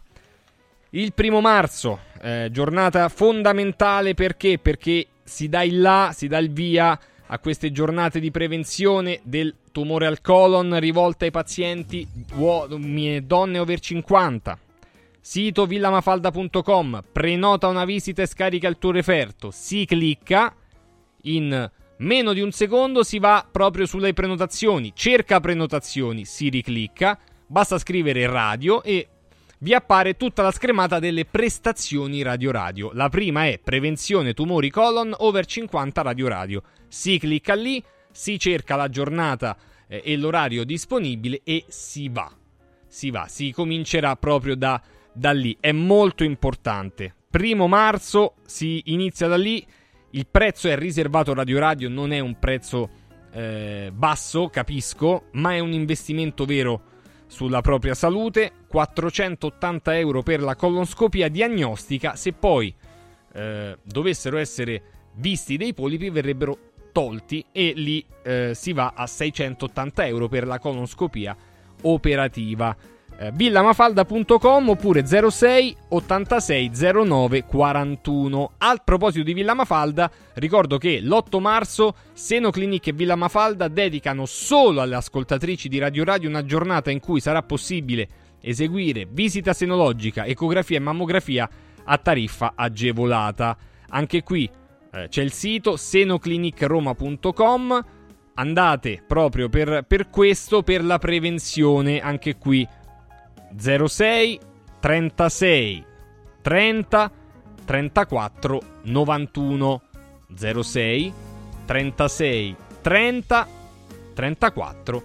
il primo marzo, eh, giornata fondamentale, perché? Perché si dà il là, si dà il via a queste giornate di prevenzione del tumore al colon rivolte ai pazienti uomini e donne over cinquanta. Sito villamafalda punto com, prenota una visita e scarica il tuo referto. Si clicca, in meno di un secondo si va proprio sulle prenotazioni, cerca prenotazioni, si riclicca, basta scrivere radio e vi appare tutta la schermata delle prestazioni Radio Radio. La prima è prevenzione tumori colon over cinquanta Radio Radio. Si clicca lì, si cerca la giornata eh, e l'orario disponibile e si va. Si va, si comincerà proprio da, da lì. È molto importante. Primo marzo si inizia da lì. Il prezzo è riservato a Radio Radio, non è un prezzo eh, basso, capisco, ma è un investimento vero sulla propria salute. Quattrocentottanta euro per la colonscopia diagnostica. Se poi eh, dovessero essere visti dei polipi, verrebbero tolti e lì eh, si va a seicentottanta euro per la colonscopia operativa. eh, villamafalda punto com oppure zero sei ottantasei zero nove quarantuno. A proposito di Villa Mafalda, ricordo che l'otto marzo Seno Clinic e Villa Mafalda dedicano solo alle ascoltatrici di Radio Radio una giornata in cui sarà possibile eseguire visita senologica, ecografia e mammografia a tariffa agevolata. Anche qui eh, c'è il sito senoclinicroma punto com. Andate proprio per, per questo, per la prevenzione. Anche qui zero sei trentasei trenta trentaquattro novantuno. zero sei trentasei trenta trentaquattro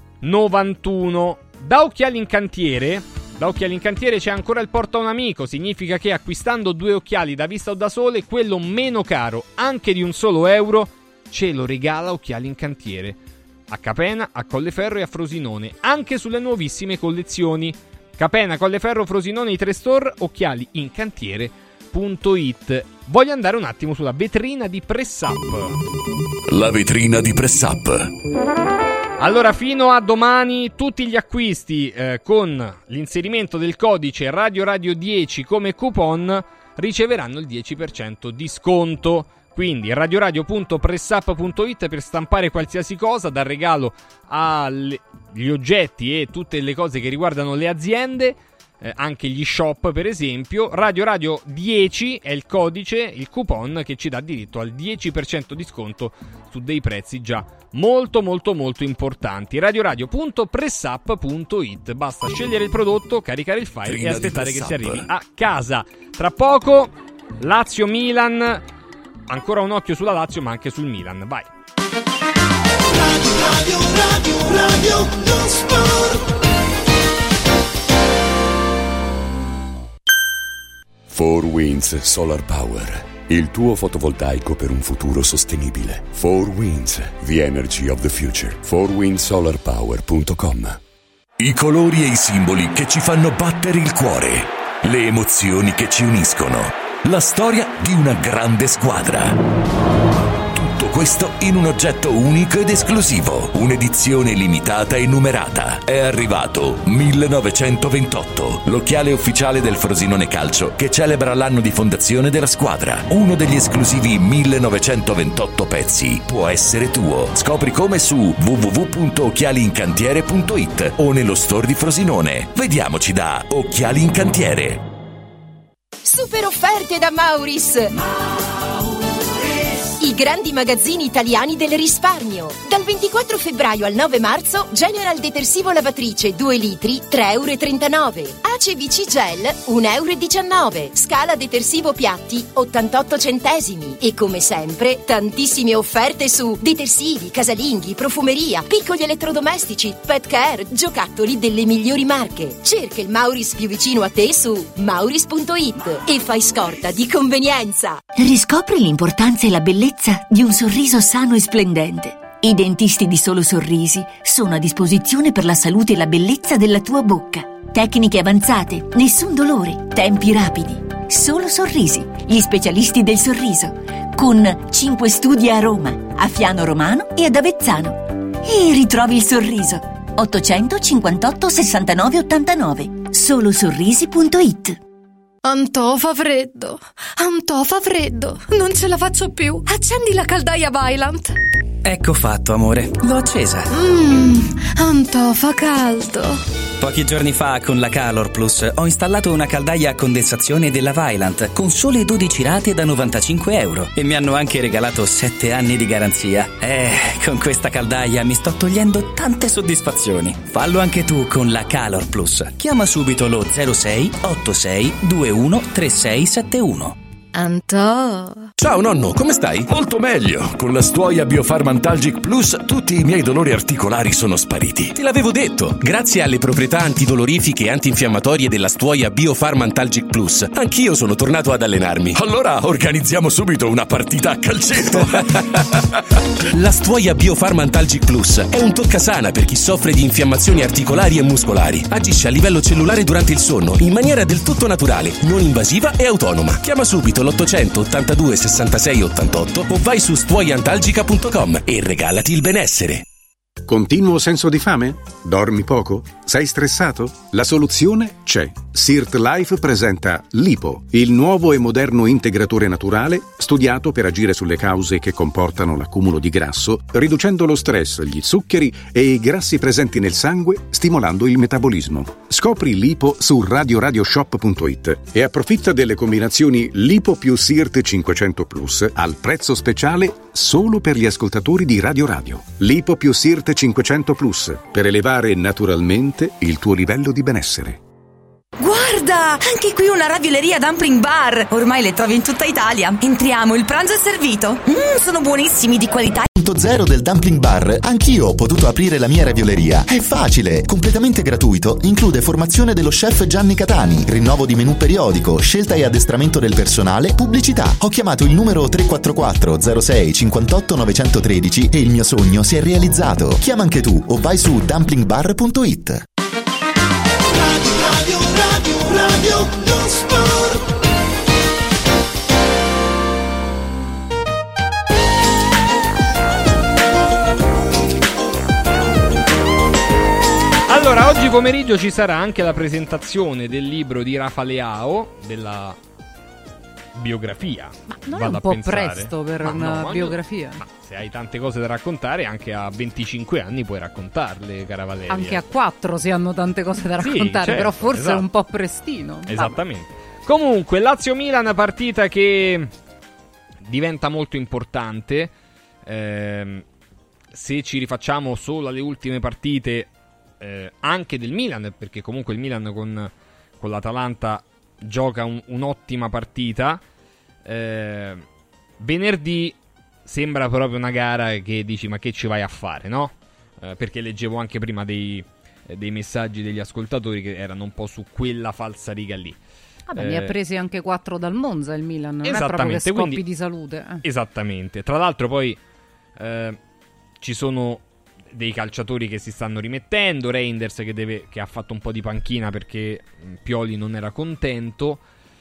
novantuno. Da Occhiali in Cantiere, da Occhiali in Cantiere c'è ancora il porta un amico. Significa che acquistando due occhiali da vista o da sole, quello meno caro, anche di un solo euro, ce lo regala Occhiali in Cantiere. A Capena, a Colleferro e a Frosinone, anche sulle nuovissime collezioni. Capena, Colleferro, Frosinone, i tre store, occhiali in cantiere punto it. Voglio andare un attimo sulla vetrina di Press Up. La vetrina di Press Up. Allora, fino a domani tutti gli acquisti eh, con l'inserimento del codice Radio Radio dieci come coupon riceveranno il dieci per cento di sconto. Quindi radioradio punto pressup punto it per stampare qualsiasi cosa, dal regalo agli oggetti e tutte le cose che riguardano le aziende, eh, anche gli shop per esempio. Radio Radio dieci è il codice, il coupon che ci dà diritto al dieci per cento di sconto su dei prezzi già molto molto molto importanti. radioradio punto pressup punto it. Basta scegliere il prodotto, caricare il file Trina e aspettare che si arrivi a casa. Tra poco Lazio Milan, ancora un occhio sulla Lazio ma anche sul Milan. Vai. Radio, radio, radio, radio, non sport. four winds Solar Power, il tuo fotovoltaico per un futuro sostenibile. four winds, the energy of the future. four wind solar power punto com. I colori e i simboli che ci fanno battere il cuore, le emozioni che ci uniscono, la storia di una grande squadra. Tutto questo in un oggetto unico ed esclusivo, un'edizione limitata e numerata. È arrivato millenovecentoventotto, l'occhiale ufficiale del Frosinone Calcio che celebra l'anno di fondazione della squadra. Uno degli esclusivi millenovecentoventotto pezzi può essere tuo. Scopri come su w w w punto occhiali in cantiere punto it o nello store di Frosinone. Vediamoci da Occhiali in Cantiere. Super offerte da Mauris! Mauris. I grandi magazzini italiani del risparmio. Dal ventiquattro febbraio al nove marzo, General Detersivo Lavatrice due litri tre e trentanove euro. A C B C Gel un euro e diciannove. Scala Detersivo Piatti ottantotto centesimi. E come sempre, tantissime offerte su detersivi, casalinghi, profumeria, piccoli elettrodomestici, pet care, giocattoli delle migliori marche. Cerca il Mauris più vicino a te su mauris punto it e fai scorta di convenienza. Riscopri l'importanza e la bellezza di un sorriso sano e splendente. I dentisti di Solo Sorrisi sono a disposizione per la salute e la bellezza della tua bocca. Tecniche avanzate, nessun dolore, tempi rapidi. Solo Sorrisi, gli specialisti del sorriso, con cinque studi a Roma, a Fiano Romano e ad Avezzano. E ritrovi il sorriso. ottocentocinquantotto sessantanove ottantanove. solo sorrisi punto it. Antò, fa freddo. Antò, fa freddo. Non ce la faccio più. Accendi la caldaia Vaillant. Ecco fatto, amore. L'ho accesa. Mmm, Antò, fa caldo. Pochi giorni fa con la Calor Plus ho installato una caldaia a condensazione della Vaillant con sole dodici rate da novantacinque euro e mi hanno anche regalato sette anni di garanzia. Eh, con questa caldaia mi sto togliendo tante soddisfazioni. Fallo anche tu con la Calor Plus. Chiama subito lo zero sei otto sei due uno tre sei sette uno. Antò. Ciao nonno, come stai? Molto meglio. Con la Stuoia Biofarmantalgic Plus tutti i miei dolori articolari sono spariti. Te l'avevo detto. Grazie alle proprietà antidolorifiche e antinfiammatorie della Stuoia Biofarmantalgic Plus, anch'io sono tornato ad allenarmi. Allora organizziamo subito una partita a calcetto. La Stuoia Biofarmantalgic Plus è un toccasana per chi soffre di infiammazioni articolari e muscolari. Agisce a livello cellulare durante il sonno in maniera del tutto naturale, non invasiva e autonoma. Chiama subito l'ottocento ottantadue sessantasei ottantotto o vai su stuoiantalgica punto com e regalati il benessere. Continuo senso di fame? Dormi poco? Sei stressato? La soluzione c'è. Sirt Life presenta Lipo, il nuovo e moderno integratore naturale studiato per agire sulle cause che comportano l'accumulo di grasso, riducendo lo stress, gli zuccheri e i grassi presenti nel sangue, stimolando il metabolismo. Scopri Lipo su radio radio shop punto it e approfitta delle combinazioni Lipo più Sirt cinquecento Plus al prezzo speciale solo per gli ascoltatori di Radio Radio. Lipo più Sirt cinquecento Plus per elevare naturalmente il tuo livello di benessere. Guarda, anche qui una ravioleria Dumpling Bar. Ormai le trovi in tutta Italia. Entriamo, il pranzo è servito. Mmm, sono buonissimi, di qualità. Punto zero del Dumpling Bar. Anch'io ho potuto aprire la mia ravioleria. È facile, completamente gratuito. Include formazione dello chef Gianni Catani, rinnovo di menù periodico, scelta e addestramento del personale, pubblicità. Ho chiamato il numero tre quattro quattro zero sei cinquantotto novecentotredici e il mio sogno si è realizzato. Chiama anche tu o vai su dumpling bar punto it. Radio, radio, radio, lo sport. Allora, oggi pomeriggio ci sarà anche la presentazione del libro di Rafa Leao, della biografia. Ma non Vado è un a po' pensare. presto per Ma una no, biografia? Ma se hai tante cose da raccontare, anche a venticinque anni puoi raccontarle, cara Valeria. Anche a quattro si hanno tante cose da Sì, raccontare, certo, però forse esatto. è un po' prestino. Esattamente. Comunque, Lazio-Milan, partita che diventa molto importante. Ehm, se ci rifacciamo solo alle ultime partite, eh, anche del Milan, perché comunque il Milan con, con l'Atalanta gioca un, un'ottima partita. Eh, venerdì sembra proprio una gara che dici ma che ci vai a fare, no? Eh, perché leggevo anche prima dei, eh, dei messaggi degli ascoltatori che erano un po' su quella falsariga lì. Vabbè, eh, ne ha presi anche quattro dal Monza il Milan, non è proprio che scoppi quindi, di salute. Eh. Esattamente. Tra l'altro poi eh, ci sono dei calciatori che si stanno rimettendo, Reinders che, deve, che ha fatto un po' di panchina perché Pioli non era contento.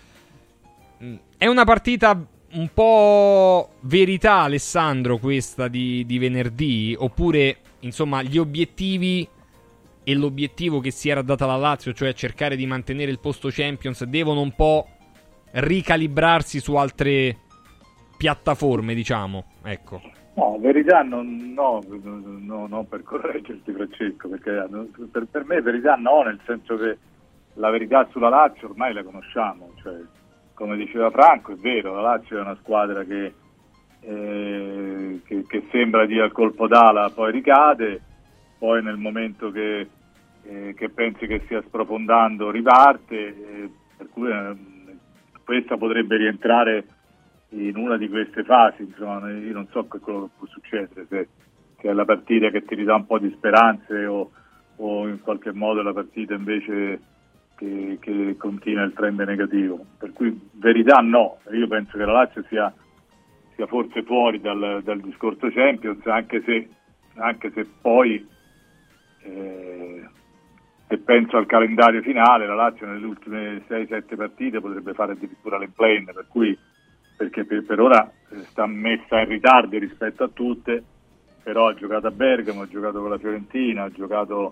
È una partita un po' verità, Alessandro, questa di, di venerdì? Oppure, insomma, gli obiettivi e l'obiettivo che si era data la Lazio, cioè cercare di mantenere il posto Champions, devono un po' ricalibrarsi su altre piattaforme, diciamo, ecco. No, verità non, no, no, no, per correggerti Francesco, perché per, per me verità no, nel senso che la verità sulla Lazio ormai la conosciamo, cioè come diceva Franco, è vero, la Lazio è una squadra che eh, che, che sembra dia il colpo d'ala, poi ricade, poi nel momento che, eh, che pensi che stia sprofondando riparte, eh, per cui eh, questa potrebbe rientrare in una di queste fasi. Insomma, io non so che quello che può succedere, se, se è la partita che ti ridà un po' di speranze o, o in qualche modo la partita invece che, che continua il trend negativo. Per cui verità no, io penso che la Lazio sia, sia forse fuori dal, dal discorso Champions, anche se, anche se poi eh, se penso al calendario finale, la Lazio nelle ultime sei sette partite potrebbe fare addirittura l'in-play, per cui perché per, per ora sta messa in ritardo rispetto a tutte, però ha giocato a Bergamo, ha giocato con la Fiorentina, ha giocato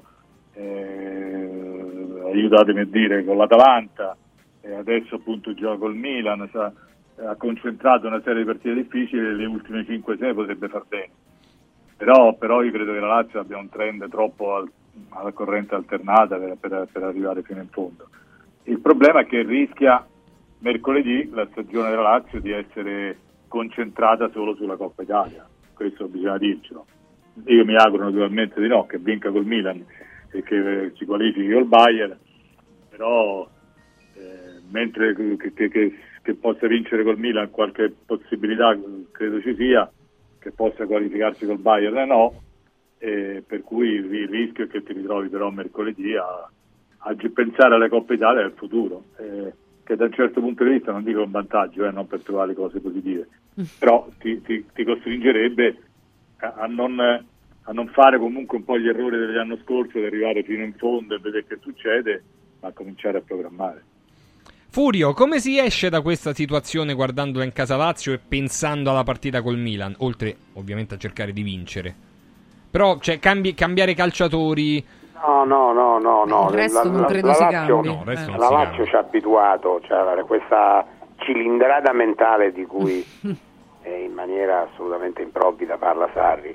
eh, aiutatemi a dire con l'Atalanta, e adesso appunto gioca col Milan, sa, ha concentrato una serie di partite difficili e le ultime cinque sei potrebbe far bene, però, però io credo che la Lazio abbia un trend troppo al, alla corrente alternata per, per, per arrivare fino in fondo. Il problema è che rischia mercoledì la stagione della Lazio di essere concentrata solo sulla Coppa Italia, questo bisogna dircelo. Io mi auguro naturalmente di no, che vinca col Milan e che si qualifichi col Bayern, però eh, mentre che, che, che, che possa vincere col Milan qualche possibilità credo ci sia, che possa qualificarsi col Bayern no, eh, per cui il rischio è che ti ritrovi però mercoledì a, a pensare alle Coppe Italia del futuro, eh, che da un certo punto di vista non dico un vantaggio, eh, non per trovare cose positive, però ti, ti, ti costringerebbe a, a, non, a non fare comunque un po' gli errori dell'anno scorso, di arrivare fino in fondo e vedere che succede, ma cominciare a programmare. Furio, come si esce da questa situazione guardandola in casa Lazio e pensando alla partita col Milan, oltre ovviamente a cercare di vincere? Però cioè, cambi, cambiare calciatori... No, no, no, no, no. Il resto la, non la, credo la si Lazio, cambi. No, il resto non la si Lazio cambia. ci ha abituato, cioè questa cilindrata mentale di cui eh, in maniera assolutamente improvvida parla Sarri,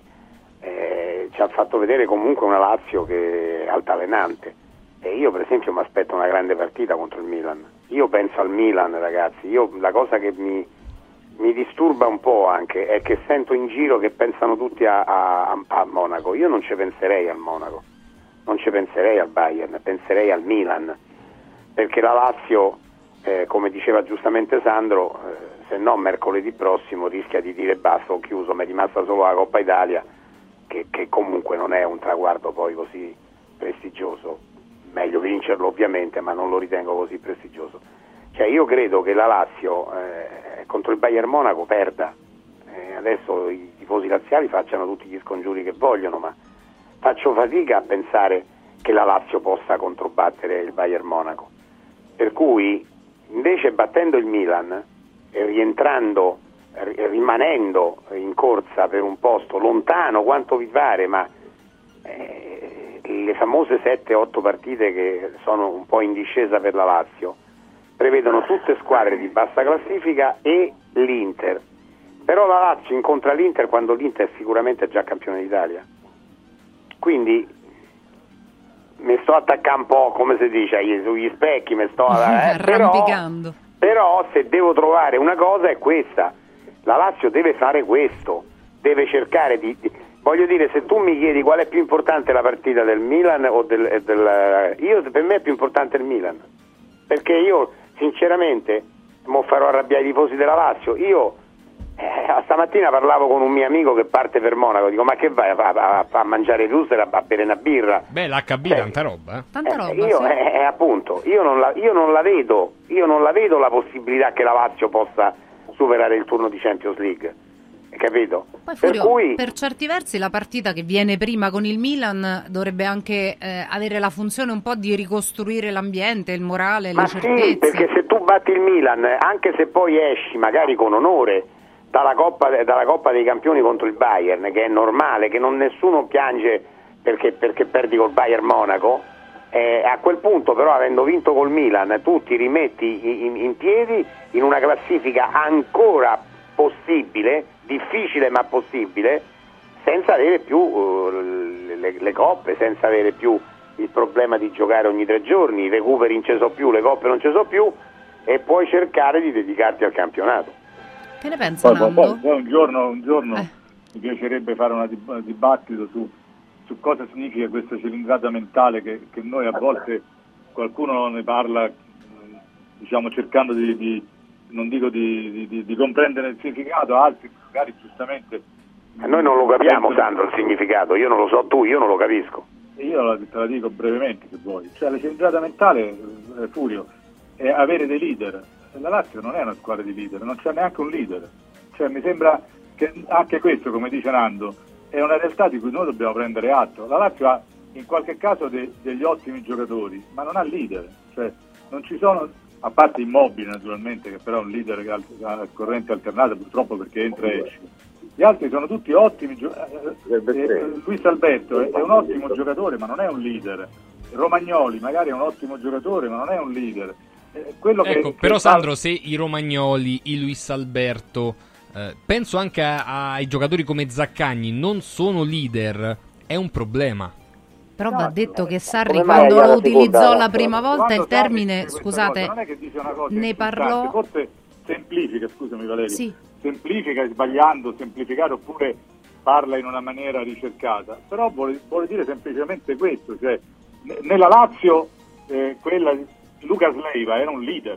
eh, ci ha fatto vedere comunque una Lazio che è altalenante, e io per esempio mi aspetto una grande partita contro il Milan. Io penso al Milan, ragazzi, io la cosa che mi, mi disturba un po' anche è che sento in giro che pensano tutti a, a, a Monaco. Io non ci penserei al Monaco, non ci penserei al Bayern, penserei al Milan, perché la Lazio, eh, come diceva giustamente Sandro, eh, se no mercoledì prossimo rischia di dire basta, ho chiuso, mi è rimasta solo la Coppa Italia, che, che comunque non è un traguardo poi così prestigioso, meglio vincerlo ovviamente, ma non lo ritengo così prestigioso. Cioè io credo che la Lazio eh, contro il Bayern Monaco perda, eh, adesso i tifosi laziali facciano tutti gli scongiuri che vogliono, ma faccio fatica a pensare che la Lazio possa controbattere il Bayern Monaco, per cui invece battendo il Milan e rientrando, rimanendo in corsa per un posto lontano quanto vi pare, ma eh, le famose sette otto partite che sono un po' in discesa per la Lazio prevedono tutte squadre di bassa classifica e l'Inter, però la Lazio incontra l'Inter quando l'Inter sicuramente è già campione d'Italia, quindi mi sto attaccando un po', come si dice, sugli specchi, mi sto eh, arrampicando. Però, però se devo trovare una cosa è questa: la Lazio deve fare questo, deve cercare di, di voglio dire, se tu mi chiedi qual è più importante la partita del Milan o del, del io per me è più importante il Milan, perché io sinceramente mo farò arrabbiare i tifosi della Lazio. Io eh, stamattina parlavo con un mio amico che parte per Monaco, dico ma che vai a, a, a mangiare russe, a, a bere una birra? Beh, l'H B cioè, tanta roba, eh. Tanta roba, eh, io, sì. eh, eh, appunto, io non, la, io non la vedo, io non la vedo la possibilità che la Lazio possa superare il turno di Champions League, capito? Poi Furio, per cui per certi versi la partita che viene prima con il Milan dovrebbe anche eh, avere la funzione un po' di ricostruire l'ambiente, il morale, ma le certezze. sì, perché se tu batti il Milan, anche se poi esci magari con onore dalla Coppa, dalla Coppa dei Campioni contro il Bayern, che è normale, che non nessuno piange perché, perché perdi col Bayern Monaco, eh, a quel punto però avendo vinto col Milan tu ti rimetti in, in piedi in una classifica ancora possibile, difficile ma possibile, senza avere più uh, le, le coppe, senza avere più il problema di giocare ogni tre giorni, i recuperi non ci sono più, le coppe non ci sono più, e puoi cercare di dedicarti al campionato. Che ne pensa poi, Nando? Poi, poi un giorno, un giorno eh. mi piacerebbe fare una dib- un dibattito su, su cosa significa questa cilindrata mentale che, che noi a volte qualcuno ne parla, diciamo cercando di, di non dico di, di, di comprendere il significato, altri magari giustamente. Noi non lo capiamo, Sandro, il significato, io non lo so tu, io non lo capisco. Io la, te la dico brevemente se vuoi, cioè la cilindrata mentale, eh, Furio, è avere dei leader. La Lazio non è una squadra di leader, non c'è neanche un leader, cioè mi sembra che anche questo, come dice Nando, è una realtà di cui noi dobbiamo prendere atto. La Lazio ha in qualche caso de, degli ottimi giocatori, ma non ha leader, cioè non ci sono, a parte Immobile naturalmente, che però è un leader che ha corrente alternata purtroppo perché entra e esce. Gli altri sono tutti ottimi giocatori. Eh, Luis Alberto è, è un ottimo giocatore, ma non è un leader. Romagnoli magari è un ottimo giocatore, ma non è un leader. Eh, quello ecco, che, però che Sandro, se i Romagnoli, i Luis Alberto, eh, penso anche a, ai giocatori come Zaccagni, non sono leader, è un problema. Però va detto che Sarri Come quando mai lo alla utilizzò seconda? la prima volta Quando il termine, Sarri dice questa scusate, cosa, non è che dice una cosa ne insultante, parlò... forse semplifica, scusami Valeria, Sì. semplifica sbagliando, semplificare oppure parla in una maniera ricercata, però vuole, vuole dire semplicemente questo, cioè n- nella Lazio eh, quella Lucas Leiva era un leader,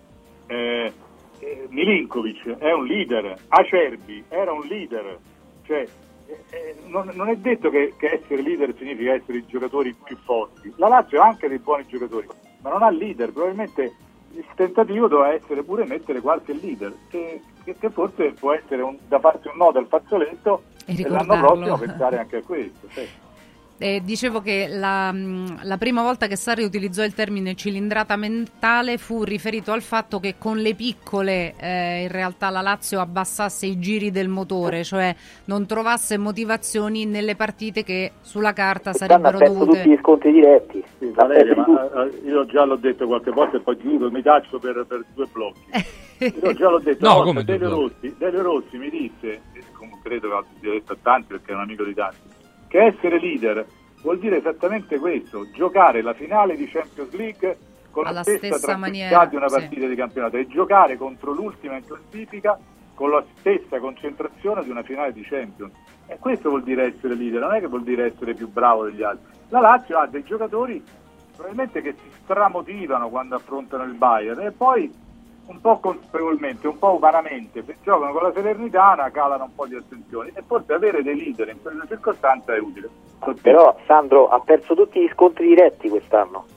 eh, eh, Milinkovic è un leader, Acerbi era un leader, cioè eh, non, non è detto che, che essere leader significa essere i giocatori più forti. La Lazio ha anche dei buoni giocatori, ma non ha leader. Probabilmente il tentativo doveva essere pure mettere qualche leader che, che, che forse può essere un, da farsi un nodo al fazzoletto e, e l'anno prossimo pensare anche a questo. Sì. Eh, dicevo che la, la prima volta che Sarri utilizzò il termine cilindrata mentale fu riferito al fatto che con le piccole eh, in realtà la Lazio abbassasse i giri del motore, cioè non trovasse motivazioni nelle partite che sulla carta sarebbero dovute. Tutti gli scontri diretti. Sì, Valeria, ma io già l'ho detto qualche volta e poi giuro mi taccio per, per due blocchi. Io già l'ho detto, no, no, come Delio Rossi, Delio Rossi mi disse, e come credo che l'abbia detto a tanti perché è un amico di tanti, che essere leader vuol dire esattamente questo, giocare la finale di Champions League con alla la stessa, stessa tranquillità maniera di una sì. partita di campionato e giocare contro l'ultima in classifica con la stessa concentrazione di una finale di Champions. E questo vuol dire essere leader, non è che vuol dire essere più bravo degli altri. La Lazio ha dei giocatori probabilmente che si stramotivano quando affrontano il Bayern e poi un po' consapevolmente, un po' umanamente, se giocano con la Salernitana calano un po' di attenzione e forse avere dei leader in quella circostanza è utile. Però Sandro ha perso tutti gli scontri diretti quest'anno,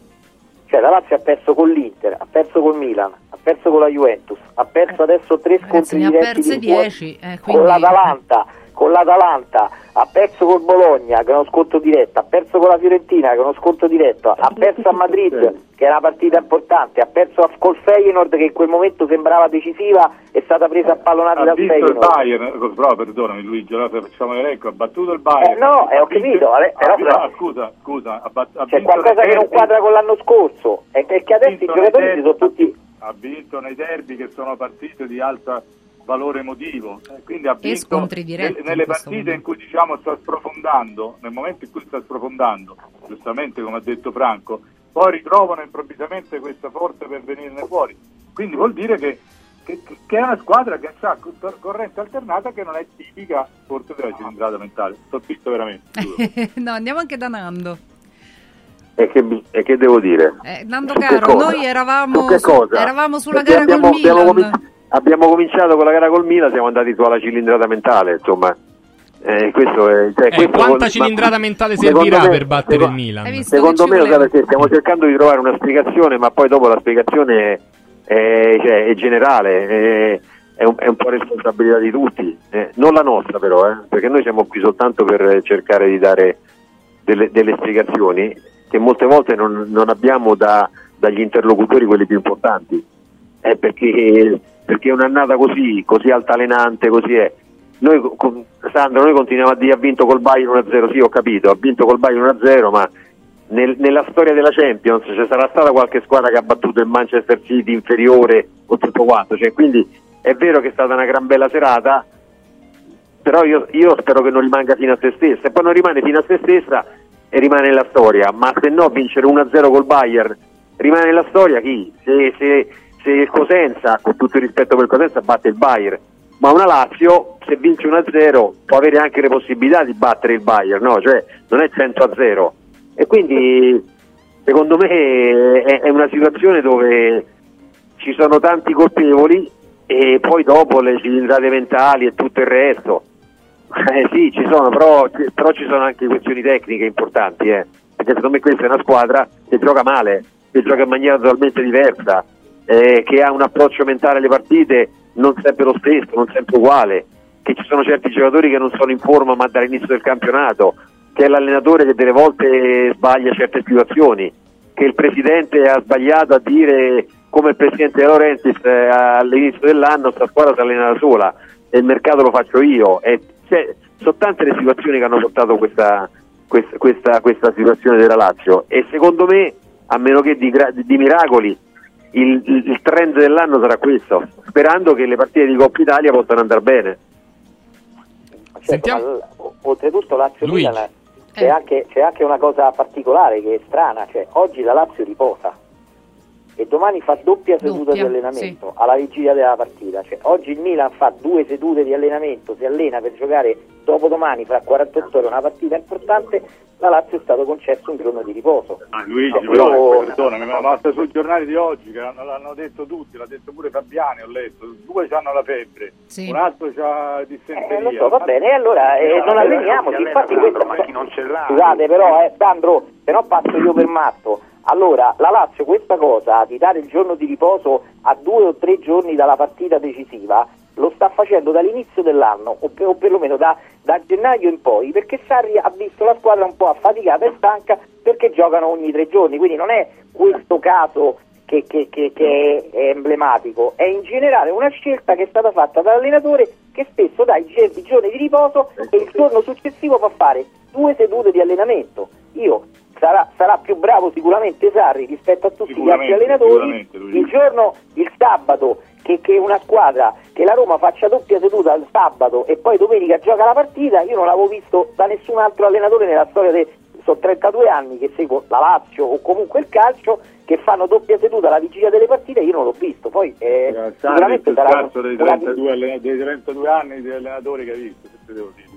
cioè la Lazio ha perso con l'Inter, ha perso col Milan, ha perso con la Juventus, ha perso adesso tre scontri ne ha diretti perse di dieci, eh, con quindi... l'Atalanta, con l'Atalanta, ha perso col Bologna che è uno sconto diretto, ha perso con la Fiorentina che è uno sconto diretto, ha perso a Madrid che è una partita importante, ha perso col Feyenoord che in quel momento sembrava decisiva, è stata presa a pallonate dal Feyenoord. Ha vinto il Bayern, però perdonami Luigi, allora facciamo l'elenco, ha battuto il Bayern. Eh no, eh, ho capito, ha, però, ha, però, scusa, scusa, ha, bat, ha c'è vinto qualcosa che derby, non quadra con l'anno scorso, è che adesso i giocatori si sono tutti... Ha vinto nei derby che sono partite di alta valore emotivo, eh, quindi ha vinto scontri diretti nelle in partite momento. in cui diciamo sta sprofondando, nel momento in cui sta sprofondando, giustamente come ha detto Franco, poi ritrovano improvvisamente questa forza per venirne fuori, quindi vuol dire che, che, che è una squadra che ha corrente alternata che non è tipica forse della cilindrata mentale. Sto zitto veramente. No, andiamo anche da Nando. E che, e che devo dire? Eh, Nando Su caro, noi eravamo, che su, cosa? eravamo sulla Perché gara abbiamo, col Milan. abbiamo, cominci- abbiamo cominciato con la gara col Milan, siamo andati sulla cilindrata mentale, insomma. Eh, questo è, cioè, Eh, questo quanta vuol- cilindrata ma- mentale secondo servirà me- per battere secondo- il Milan? Hai visto Secondo che ci me lo voleva? sai perché stiamo cercando di trovare una spiegazione, ma poi dopo la spiegazione è, è, cioè, è generale, è, è, un, è un po' responsabilità di tutti, eh, non la nostra però, eh, perché noi siamo qui soltanto per cercare di dare delle, delle spiegazioni che molte volte non, non abbiamo da, dagli interlocutori quelli più importanti, eh, perché, perché è un'annata così, così altalenante, così è. Noi, con, Sandro, noi continuiamo a dire ha vinto col Bayern uno a zero, sì ho capito, ha vinto col Bayern uno a zero, ma nel, nella storia della Champions ci sarà stata qualche squadra che ha battuto il Manchester City inferiore o tutto quanto, cioè, quindi è vero che è stata una gran bella serata, però io, io spero che non rimanga fino a se stessa, e poi non rimane fino a se stessa e rimane nella storia, ma se no vincere uno a zero col Bayern rimane nella storia chi? Se, se, se il Cosenza, con tutto il rispetto per il Cosenza, batte il Bayern, ma una Lazio se vince uno a zero può avere anche le possibilità di battere il Bayern, no? Cioè non è cento a zero, e quindi secondo me è, è una situazione dove ci sono tanti colpevoli e poi dopo le cilindrate mentali e tutto il resto. Eh sì, ci sono, però, però ci sono anche questioni tecniche importanti, eh. Perché secondo me questa è una squadra che gioca male, che gioca in maniera totalmente diversa, eh, che ha un approccio mentale alle partite non sempre lo stesso, non sempre uguale, che ci sono certi giocatori che non sono in forma ma dall'inizio del campionato, che è l'allenatore che delle volte sbaglia certe situazioni, che il presidente ha sbagliato a dire, come il presidente De Laurentiis eh, all'inizio dell'anno, sta squadra si allena da sola e il mercato lo faccio io, e cioè, sono tante le situazioni che hanno portato questa, questa, questa, questa situazione della Lazio, e secondo me, a meno che di, di miracoli, il, il trend dell'anno sarà questo, sperando che le partite di Coppa Italia possano andare bene. Certo, ma, oltretutto Lazio Milan c'è, eh. anche, c'è anche una cosa particolare che è strana, cioè oggi la Lazio riposa e domani fa doppia seduta doppia, di allenamento, sì, alla vigilia della partita. Cioè, oggi il Milan fa due sedute di allenamento, si allena per giocare dopodomani fra quarantotto ore una partita importante, la Lazio è stato concesso un giorno di riposo. Ah, Luigi, cioè, però, io... perdonami, ma basta sui giornali di oggi, che l'hanno, l'hanno detto tutti, l'ha detto pure Fabiani, ho letto, due hanno la febbre, sì, un altro c'ha dissenteria. Eh, lo so, va bene, allora eh, non alleniamoci, infatti Sandro, ma chi non ce l'ha? Scusate però, eh, Sandro, se no passo io per matto. Allora, la Lazio questa cosa di dare il giorno di riposo a due o tre giorni dalla partita decisiva lo sta facendo dall'inizio dell'anno, o, per, o perlomeno da, da gennaio in poi, perché Sarri ha visto la squadra un po' affaticata e stanca perché giocano ogni tre giorni, quindi non è questo caso che, che, che, che è emblematico, è in generale una scelta che è stata fatta dall'allenatore che spesso dà i, i giorni di riposo e il giorno successivo fa fare due sedute di allenamento. Io Sarà, sarà più bravo sicuramente Sarri rispetto a tutti gli altri allenatori. Il giorno, il sabato, che, che una squadra, che la Roma faccia doppia seduta il sabato e poi domenica gioca la partita, io non l'avevo visto da nessun altro allenatore nella storia dei sono trentadue anni che seguo la Lazio o comunque il calcio, che fanno doppia seduta alla vigilia delle partite. Io non l'ho visto, poi eh, eh, sicuramente sarà un dei trentadue, una... dei trentadue anni di allenatori che hai visto, se te devo dire.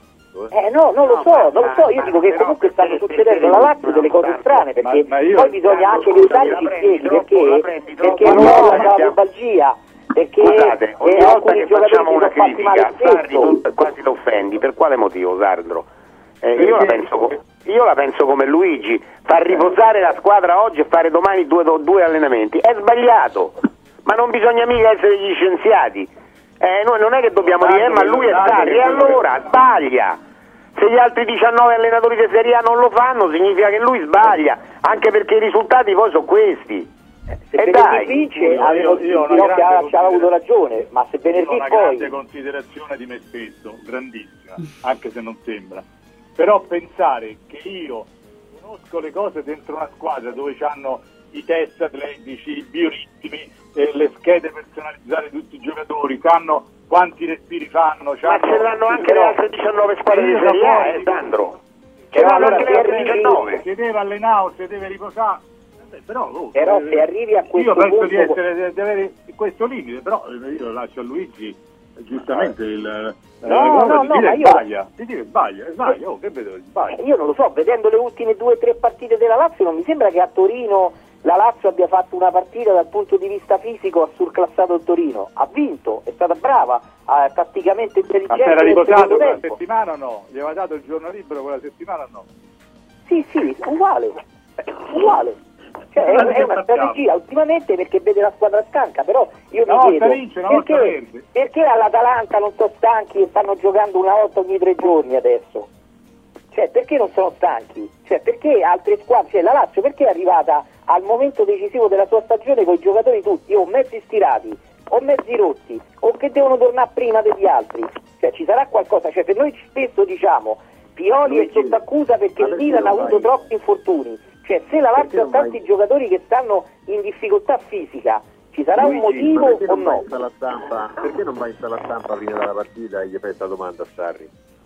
Eh no, non lo so, non lo so, io dico che comunque stanno succedendo alla Lazio delle cose strane, perché ma, ma io, poi bisogna anche che Sarri si spieghi perché, perché non ho la pubalgia, perché scusate, ogni volta che facciamo una critica Sarri quasi lo offendi, per quale motivo, Sandro? Eh, io, la penso, io la penso come Luigi, far riposare la squadra oggi e fare domani due, due allenamenti è sbagliato, ma non bisogna mica essere gli scienziati. Eh, noi non è che dobbiamo dire, eh, ma lui è Sarri, e allora sbaglia. Se gli altri diciannove allenatori di Serie A non lo fanno, significa che lui sbaglia, anche perché i risultati poi sono questi. Eh, se e dai, vince, avevo io, io che ha avuto ragione, ma se venerdì una poi... grande considerazione di me stesso, grandissima, anche se non sembra. Però pensare che io conosco le cose dentro una squadra dove hanno i test atletici, i bioritmi, eh, le schede personalizzate di tutti i giocatori, sanno quanti respiri fanno. Ma ce l'hanno anche le altre diciannove squadre di Serie A, eh, Sandro. Ce l'hanno anche le altre diciannove. Si deve allenare, si deve riposare. Eh, però, oh, però se arrivi a questo io penso punto... di, essere, di avere questo limite, però io lascio a Luigi giustamente il... No, no, no, no, ma io... sbaglia, si dire sbaglia, sbaglia, oh, che vedo, sbaglia. Io non lo so, vedendo le ultime due o tre partite della Lazio non mi sembra che a Torino la Lazio abbia fatto una partita dal punto di vista fisico, ha surclassato il Torino, ha vinto, è stata brava, ha tatticamente intelligente. Ma si era riposato quella settimana o no? Gli aveva dato il giorno libero quella settimana o no? Sì, sì, uguale, uguale. Cioè, è, è una strategia ultimamente perché vede la squadra stanca, però io no, mi chiedo vince, perché, perché all'Atalanta non sono stanchi e stanno giocando una volta ogni tre giorni adesso? Cioè, perché non sono stanchi? Cioè, perché altre squadre, cioè la Lazio perché è arrivata al momento decisivo della sua stagione con i giocatori tutti o mezzi stirati o mezzi rotti o che devono tornare prima degli altri? Cioè, ci sarà qualcosa, cioè per noi spesso diciamo Pioli è sotto accusa perché il Milan ha avuto troppi infortuni. Cioè, se la Lazio ha tanti vai? giocatori che stanno in difficoltà fisica, ci sarà Luigi, un motivo o no? Stampa, perché non vai in sala stampa prima della partita e gli fai questa domanda a Sarri?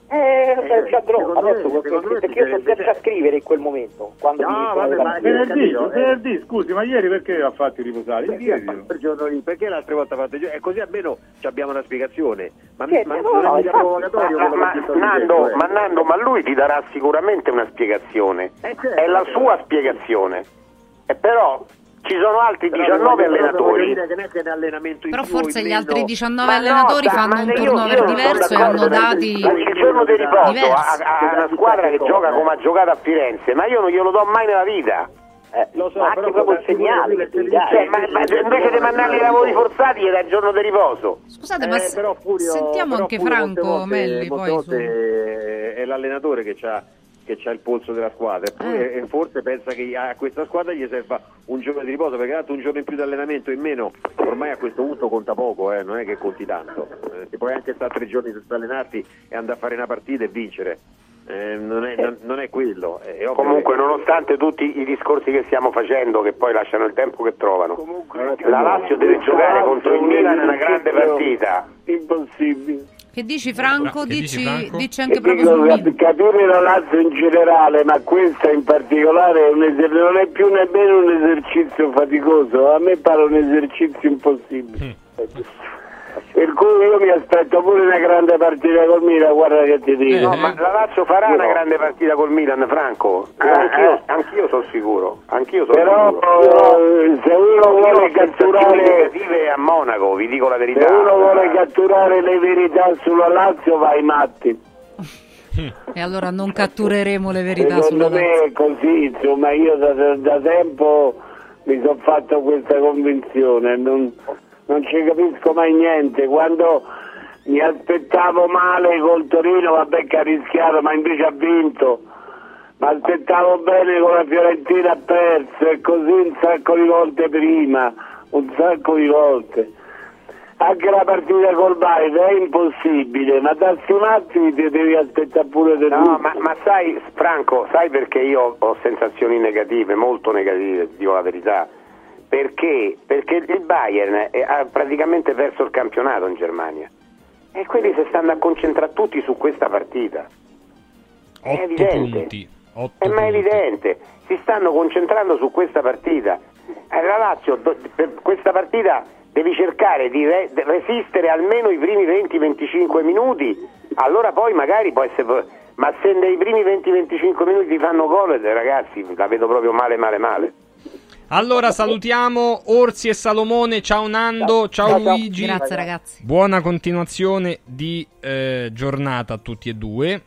Eh, beh, andrò, adesso, me, perché, perché io sto sempre a scrivere in quel momento. Quando no, mi vabbè, ma venerdì, eh. venerdì, scusi, ma ieri perché l'ha fatti riposare? Perché, per giorno lì, perché l'altra volta ha fatto il giorno? E così almeno abbiamo una spiegazione. Ma, Sì, ma no, non no, è mica infatti, provocatorio Ma, quello ma, che sto Nando, dicendo, eh. ma Nando, ma lui ti darà sicuramente una spiegazione. Eh, certo, è la certo. sua spiegazione. E però ci sono altri Però diciannove voglio- però voglio allenatori. dire che non è che ne allenamento in Però più o forse in gli meno. altri diciannove Ma allenatori no, fanno ma un io- turnover io sono diverso e d'accordo, hanno perché dati il giorno di riposo diversi. a, a una squadra che gioca come ha giocato a Firenze, ma io non glielo do mai nella vita. Eh, Lo so, ma però anche proprio il può darsi segnale pure che che ti ti dà. Cioè, ma, ma invece di mandarli ai lavori forzati gli dà il giorno di riposo. Scusate, Eh, ma se- però Furio- sentiamo però anche Furio Franco molte volte- Melli molte poi volte su... è l'allenatore che c'ha che c'ha il polso della squadra e, poi, Eh. e forse pensa che a questa squadra gli serva un giorno di riposo, perché tanto un giorno in più di allenamento in meno ormai a questo punto conta poco, eh, non è che conti tanto, eh, ti puoi anche stare tre giorni senza allenarti e andare a fare una partita e vincere. Eh, non, è, non, non è quello. È ovvio Comunque, che- nonostante tutti i discorsi che stiamo facendo, che poi lasciano il tempo che trovano, Comunque, la Lazio deve giocare contro il Milan una grande partita. Impossibile. Che dici Franco? Che Dici, dici, Franco? dici anche E proprio dico, sul Milan. capire la Lazio in generale, ma questa in particolare è un eser- non è più nemmeno un esercizio faticoso, a me pare un esercizio impossibile. Per cui io mi aspetto pure una grande partita col Milan, guarda che ti dico. No, ma la Lazio farà una grande partita col Milan, Franco. Eh, Anch'io, eh. anch'io sono sicuro. Anch'io sono Però sicuro. eh, se uno Io vuole ho sensazioni catturare negative a Monaco, vi dico la verità. se uno vuole catturare le verità sulla Lazio va ai matti. E allora non cattureremo le verità Secondo sulla me Lazio. è così, insomma, io da, da tempo mi sono fatto questa convinzione, non, non ci capisco mai niente. Quando mi aspettavo male col Torino, vabbè che ha rischiato, ma invece ha vinto. Mi aspettavo bene con la Fiorentina, ha perso, e così un sacco di volte prima, un sacco di volte. Anche la partita col Bayern è impossibile, ma da sti matti ti devi aspettare pure del No, ma, ma sai, Franco, sai perché io ho sensazioni negative, molto negative, dico la verità? Perché? Perché il Bayern è- ha praticamente perso il campionato in Germania e quelli si stanno a concentrare tutti su questa partita. È Otto evidente. punti. Otto È ma punti. evidente, si stanno concentrando su questa partita. Eh, la Lazio do- per questa partita devi cercare di re- de- resistere almeno i primi venti venticinque minuti, allora poi magari può essere. Ma se nei primi venti venticinque minuti ti fanno gol, eh, ragazzi, la vedo proprio male, male, male. Allora salutiamo Orsi e Salomone, ciao Nando, ciao, Ciao, ciao. Luigi. Grazie, ragazzi. Buona continuazione di eh, giornata a tutti e due.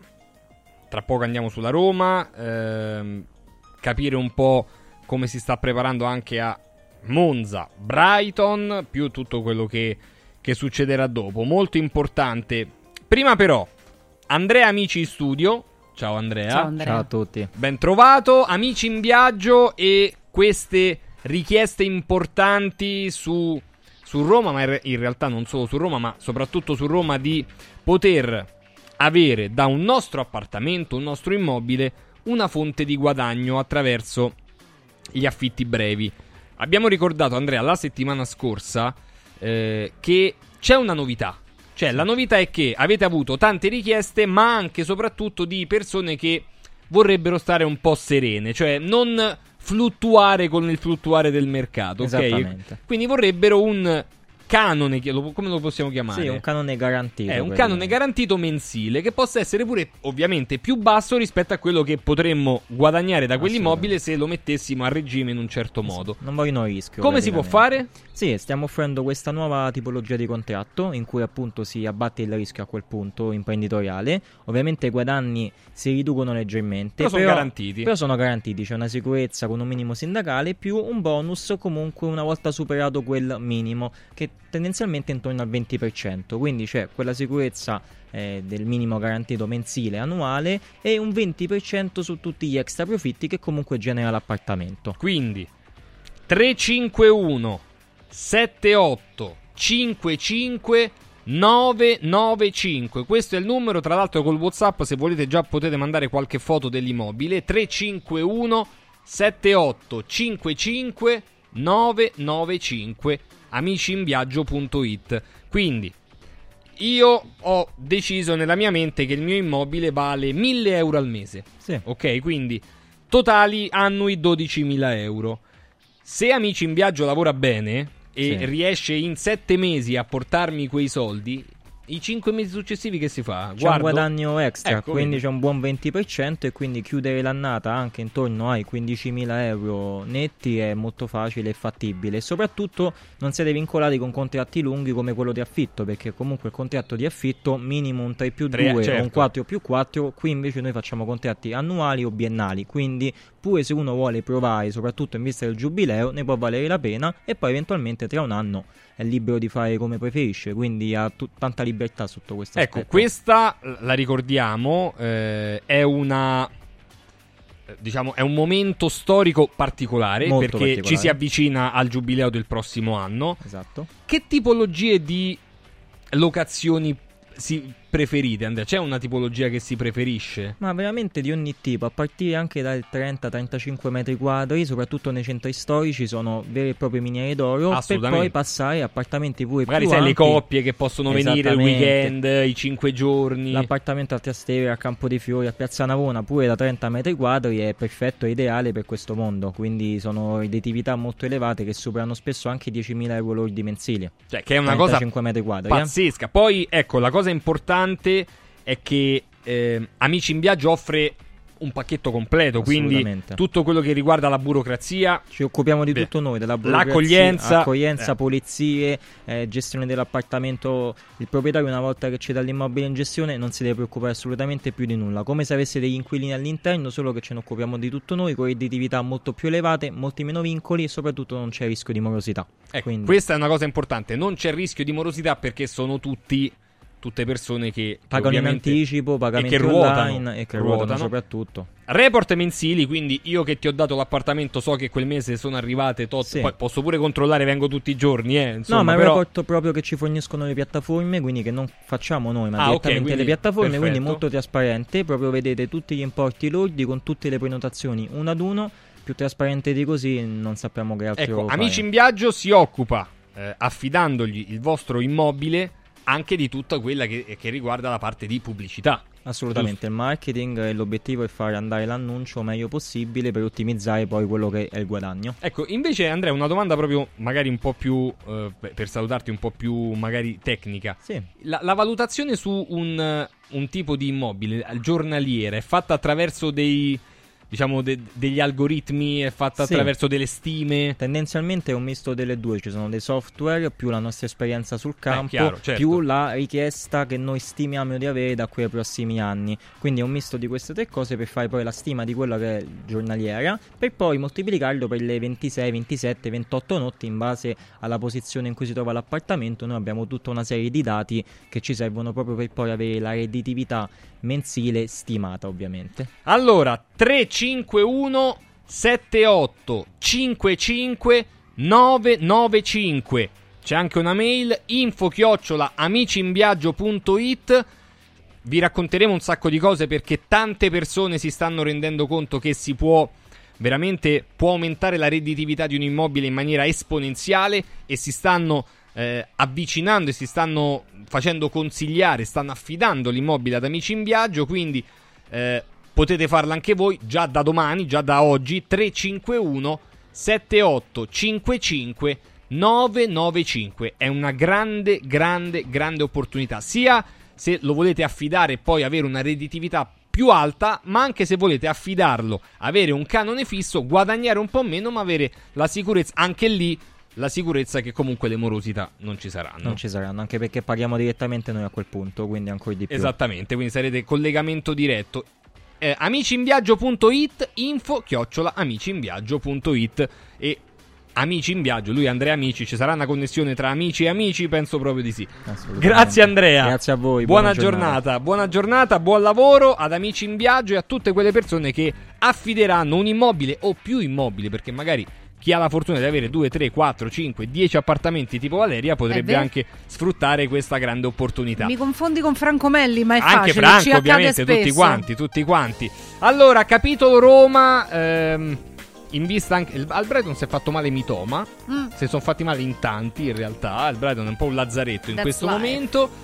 Tra poco andiamo sulla Roma, ehm, capire un po' come si sta preparando anche a Monza, Brighton, più tutto quello che, che succederà dopo. Molto importante. Prima però, Andrea Amici in studio. Ciao Andrea. Ciao, Andrea. Ciao a tutti. Ben trovato. Amici in viaggio e queste richieste importanti su, su Roma, ma in re- in realtà non solo su Roma, ma soprattutto su Roma, di poter avere da un nostro appartamento, un nostro immobile, una fonte di guadagno attraverso gli affitti brevi. Abbiamo ricordato, Andrea, la settimana scorsa eh, che c'è una novità. Cioè, la novità è che avete avuto tante richieste, ma anche e soprattutto di persone che vorrebbero stare un po' serene, cioè non fluttuare con il fluttuare del mercato, ok? Esattamente. Quindi vorrebbero un canone, che lo- come lo possiamo chiamare? Sì, un canone garantito. È un quello. canone garantito mensile che possa essere pure ovviamente più basso rispetto a quello che potremmo guadagnare da quell'immobile se lo mettessimo a regime in un certo modo. Non vogliono rischio. Come si può fare? Sì, stiamo offrendo questa nuova tipologia di contratto in cui appunto si abbatte il rischio a quel punto imprenditoriale. Ovviamente i guadagni si riducono leggermente. Però sono garantiti. Però sono garantiti, c'è una sicurezza con un minimo sindacale più un bonus comunque una volta superato quel minimo che tendenzialmente è intorno al venti per cento. Quindi c'è quella sicurezza eh, del minimo garantito mensile annuale e un venti per cento su tutti gli extra profitti che comunque genera l'appartamento. Quindi tre cinque uno sette otto cinque cinque nove nove cinque. Questo è il numero, tra l'altro col WhatsApp se volete già potete mandare qualche foto dell'immobile. Tre cinque uno sette otto cinque cinque nove nove cinque, amici in viaggio punto it. Quindi io ho deciso nella mia mente che il mio immobile vale mille euro al mese. Sì. Ok, quindi totali annui dodicimila euro. Se Amici in Viaggio lavora bene e Sì. riesce in sette mesi a portarmi quei soldi, i cinque mesi successivi che si fa? C'è Guardo... un guadagno extra, Ecco, quindi vedi. c'è un buon venti per cento e quindi chiudere l'annata anche intorno ai quindicimila euro netti è molto facile e fattibile, e soprattutto non siete vincolati con contratti lunghi come quello di affitto, perché comunque il contratto di affitto minimo un tre più Tre, due certo. o un quattro più quattro, qui invece noi facciamo contratti annuali o biennali, quindi pure se uno vuole provare, soprattutto in vista del giubileo, ne può valere la pena, e poi eventualmente tra un anno è libero di fare come preferisce, quindi ha tu- tanta libertà sotto questo Ecco, aspetto. questa, la ricordiamo, eh, è una... diciamo, è un momento storico particolare, Molto perché particolare. ci si avvicina al giubileo del prossimo anno. Esatto. Che tipologie di locazioni si preferite, Andrea? C'è una tipologia che si preferisce? Ma veramente di ogni tipo, a partire anche dai trenta trentacinque metri quadri, soprattutto nei centri storici, sono veri e propri miniere d'oro, per Assolutamente. poi passare a appartamenti pure Magari più sai le ampi. coppie che possono venire il Esattamente. weekend, i cinque giorni. L'appartamento a Trastevere, a Campo dei Fiori, a Piazza Navona, pure da trenta metri quadri, è perfetto, è ideale per questo mondo. Quindi sono redditività molto elevate che superano spesso anche i diecimila euro lordi mensili. Cioè, che è una cosa trentacinque metri quadri, eh. pazzesca. Poi, ecco, la cosa importante è che eh, Amici in Viaggio offre un pacchetto completo, quindi Assolutamente. tutto quello che riguarda la burocrazia. Ci occupiamo di Beh, tutto noi, della burocrazia, l'accoglienza, accoglienza, eh. pulizie, eh, gestione dell'appartamento. Il proprietario, una volta che ci dà l'immobile in gestione, non si deve preoccupare assolutamente più di nulla, come se avesse degli inquilini all'interno, solo che ce ne occupiamo di tutto noi, con redditività molto più elevate, molti meno vincoli e soprattutto non c'è rischio di morosità. Ecco, Quindi- questa è una cosa importante, non c'è rischio di morosità perché sono tutti tutte persone che che Pagano in ovviamente- anticipo, pagamenti e che ruotano, online e che ruotano soprattutto. Report mensili, quindi io che ti ho dato l'appartamento so che quel mese sono arrivate tot, Sì. poi posso pure controllare, vengo tutti i giorni, eh, insomma, No, ma è un però... rapporto proprio che ci forniscono le piattaforme, quindi che non facciamo noi, ma Ah, ok, direttamente quindi le piattaforme, quindi perfetto. molto trasparente, proprio vedete tutti gli importi lordi con tutte le prenotazioni uno ad uno, più trasparente di così non sappiamo che altro Ecco, fare. Amici in Viaggio si occupa, eh, affidandogli il vostro immobile, anche di tutta quella che, che riguarda la parte di pubblicità. Assolutamente, il marketing, e l'obiettivo è fare andare l'annuncio meglio possibile per ottimizzare poi quello che è il guadagno. Ecco, invece Andrea, una domanda proprio magari un po' più, eh, per salutarti, un po' più magari tecnica. Sì. La, la valutazione su un, eh, un tipo di immobile giornaliera è fatta attraverso dei... diciamo de- degli algoritmi, è fatta Sì. attraverso delle stime. Tendenzialmente è un misto delle due, ci sono dei software più la nostra esperienza sul campo, chiaro, certo. più la richiesta che noi stimiamo di avere da qui ai prossimi anni. Quindi è un misto di queste tre cose per fare poi la stima di quella che è giornaliera, per poi moltiplicarlo per le ventisei, ventisette, ventotto notti in base alla posizione in cui si trova l'appartamento. Noi abbiamo tutta una serie di dati che ci servono proprio per poi avere la redditività mensile stimata, ovviamente. Allora, tre cinque uno sette otto cinque cinque nove nove cinque. C'è anche una mail, info chiocciola amiciinviaggio punto it. Vi racconteremo un sacco di cose perché tante persone si stanno rendendo conto che si può veramente può aumentare la redditività di un immobile in maniera esponenziale e si stanno eh, avvicinando e si stanno facendo consigliare, stanno affidando l'immobile ad Amici in Viaggio, quindi eh, potete farlo anche voi già da domani, già da oggi. Tre cinque uno sette otto cinque cinque nove nove cinque. È una grande, grande, grande opportunità, sia se lo volete affidare e poi avere una redditività più alta, ma anche se volete affidarlo, avere un canone fisso, guadagnare un po' meno, ma avere la sicurezza, anche lì la sicurezza che comunque le morosità non ci saranno. Non ci saranno, anche perché paghiamo direttamente noi a quel punto, quindi ancora di più. Esattamente, quindi sarete collegamento diretto. eh, amiciinviaggio punto it, info chiocciola amiciinviaggio punto it. E Amici in Viaggio, lui Andrea Amici, ci sarà una connessione tra amici e amici? Penso proprio di sì. Grazie Andrea. Grazie a voi. Buona, buona giornata. giornata. buona giornata, buon lavoro ad Amici in Viaggio e a tutte quelle persone che affideranno un immobile o più immobili, perché magari chi ha la fortuna di avere due, tre, quattro, cinque, dieci appartamenti tipo Valeria potrebbe vero. anche sfruttare questa grande opportunità. Mi confondi con Franco Melli, ma è Anche facile, Franco, ci accade ovviamente, spesso. tutti quanti, tutti quanti. Allora, capitolo Roma, ehm, in vista anche il- al Brighton si è fatto male Mitoma, Mm. si sono fatti male in tanti in realtà. Il Brighton è un po' un lazzaretto in That's questo life. momento.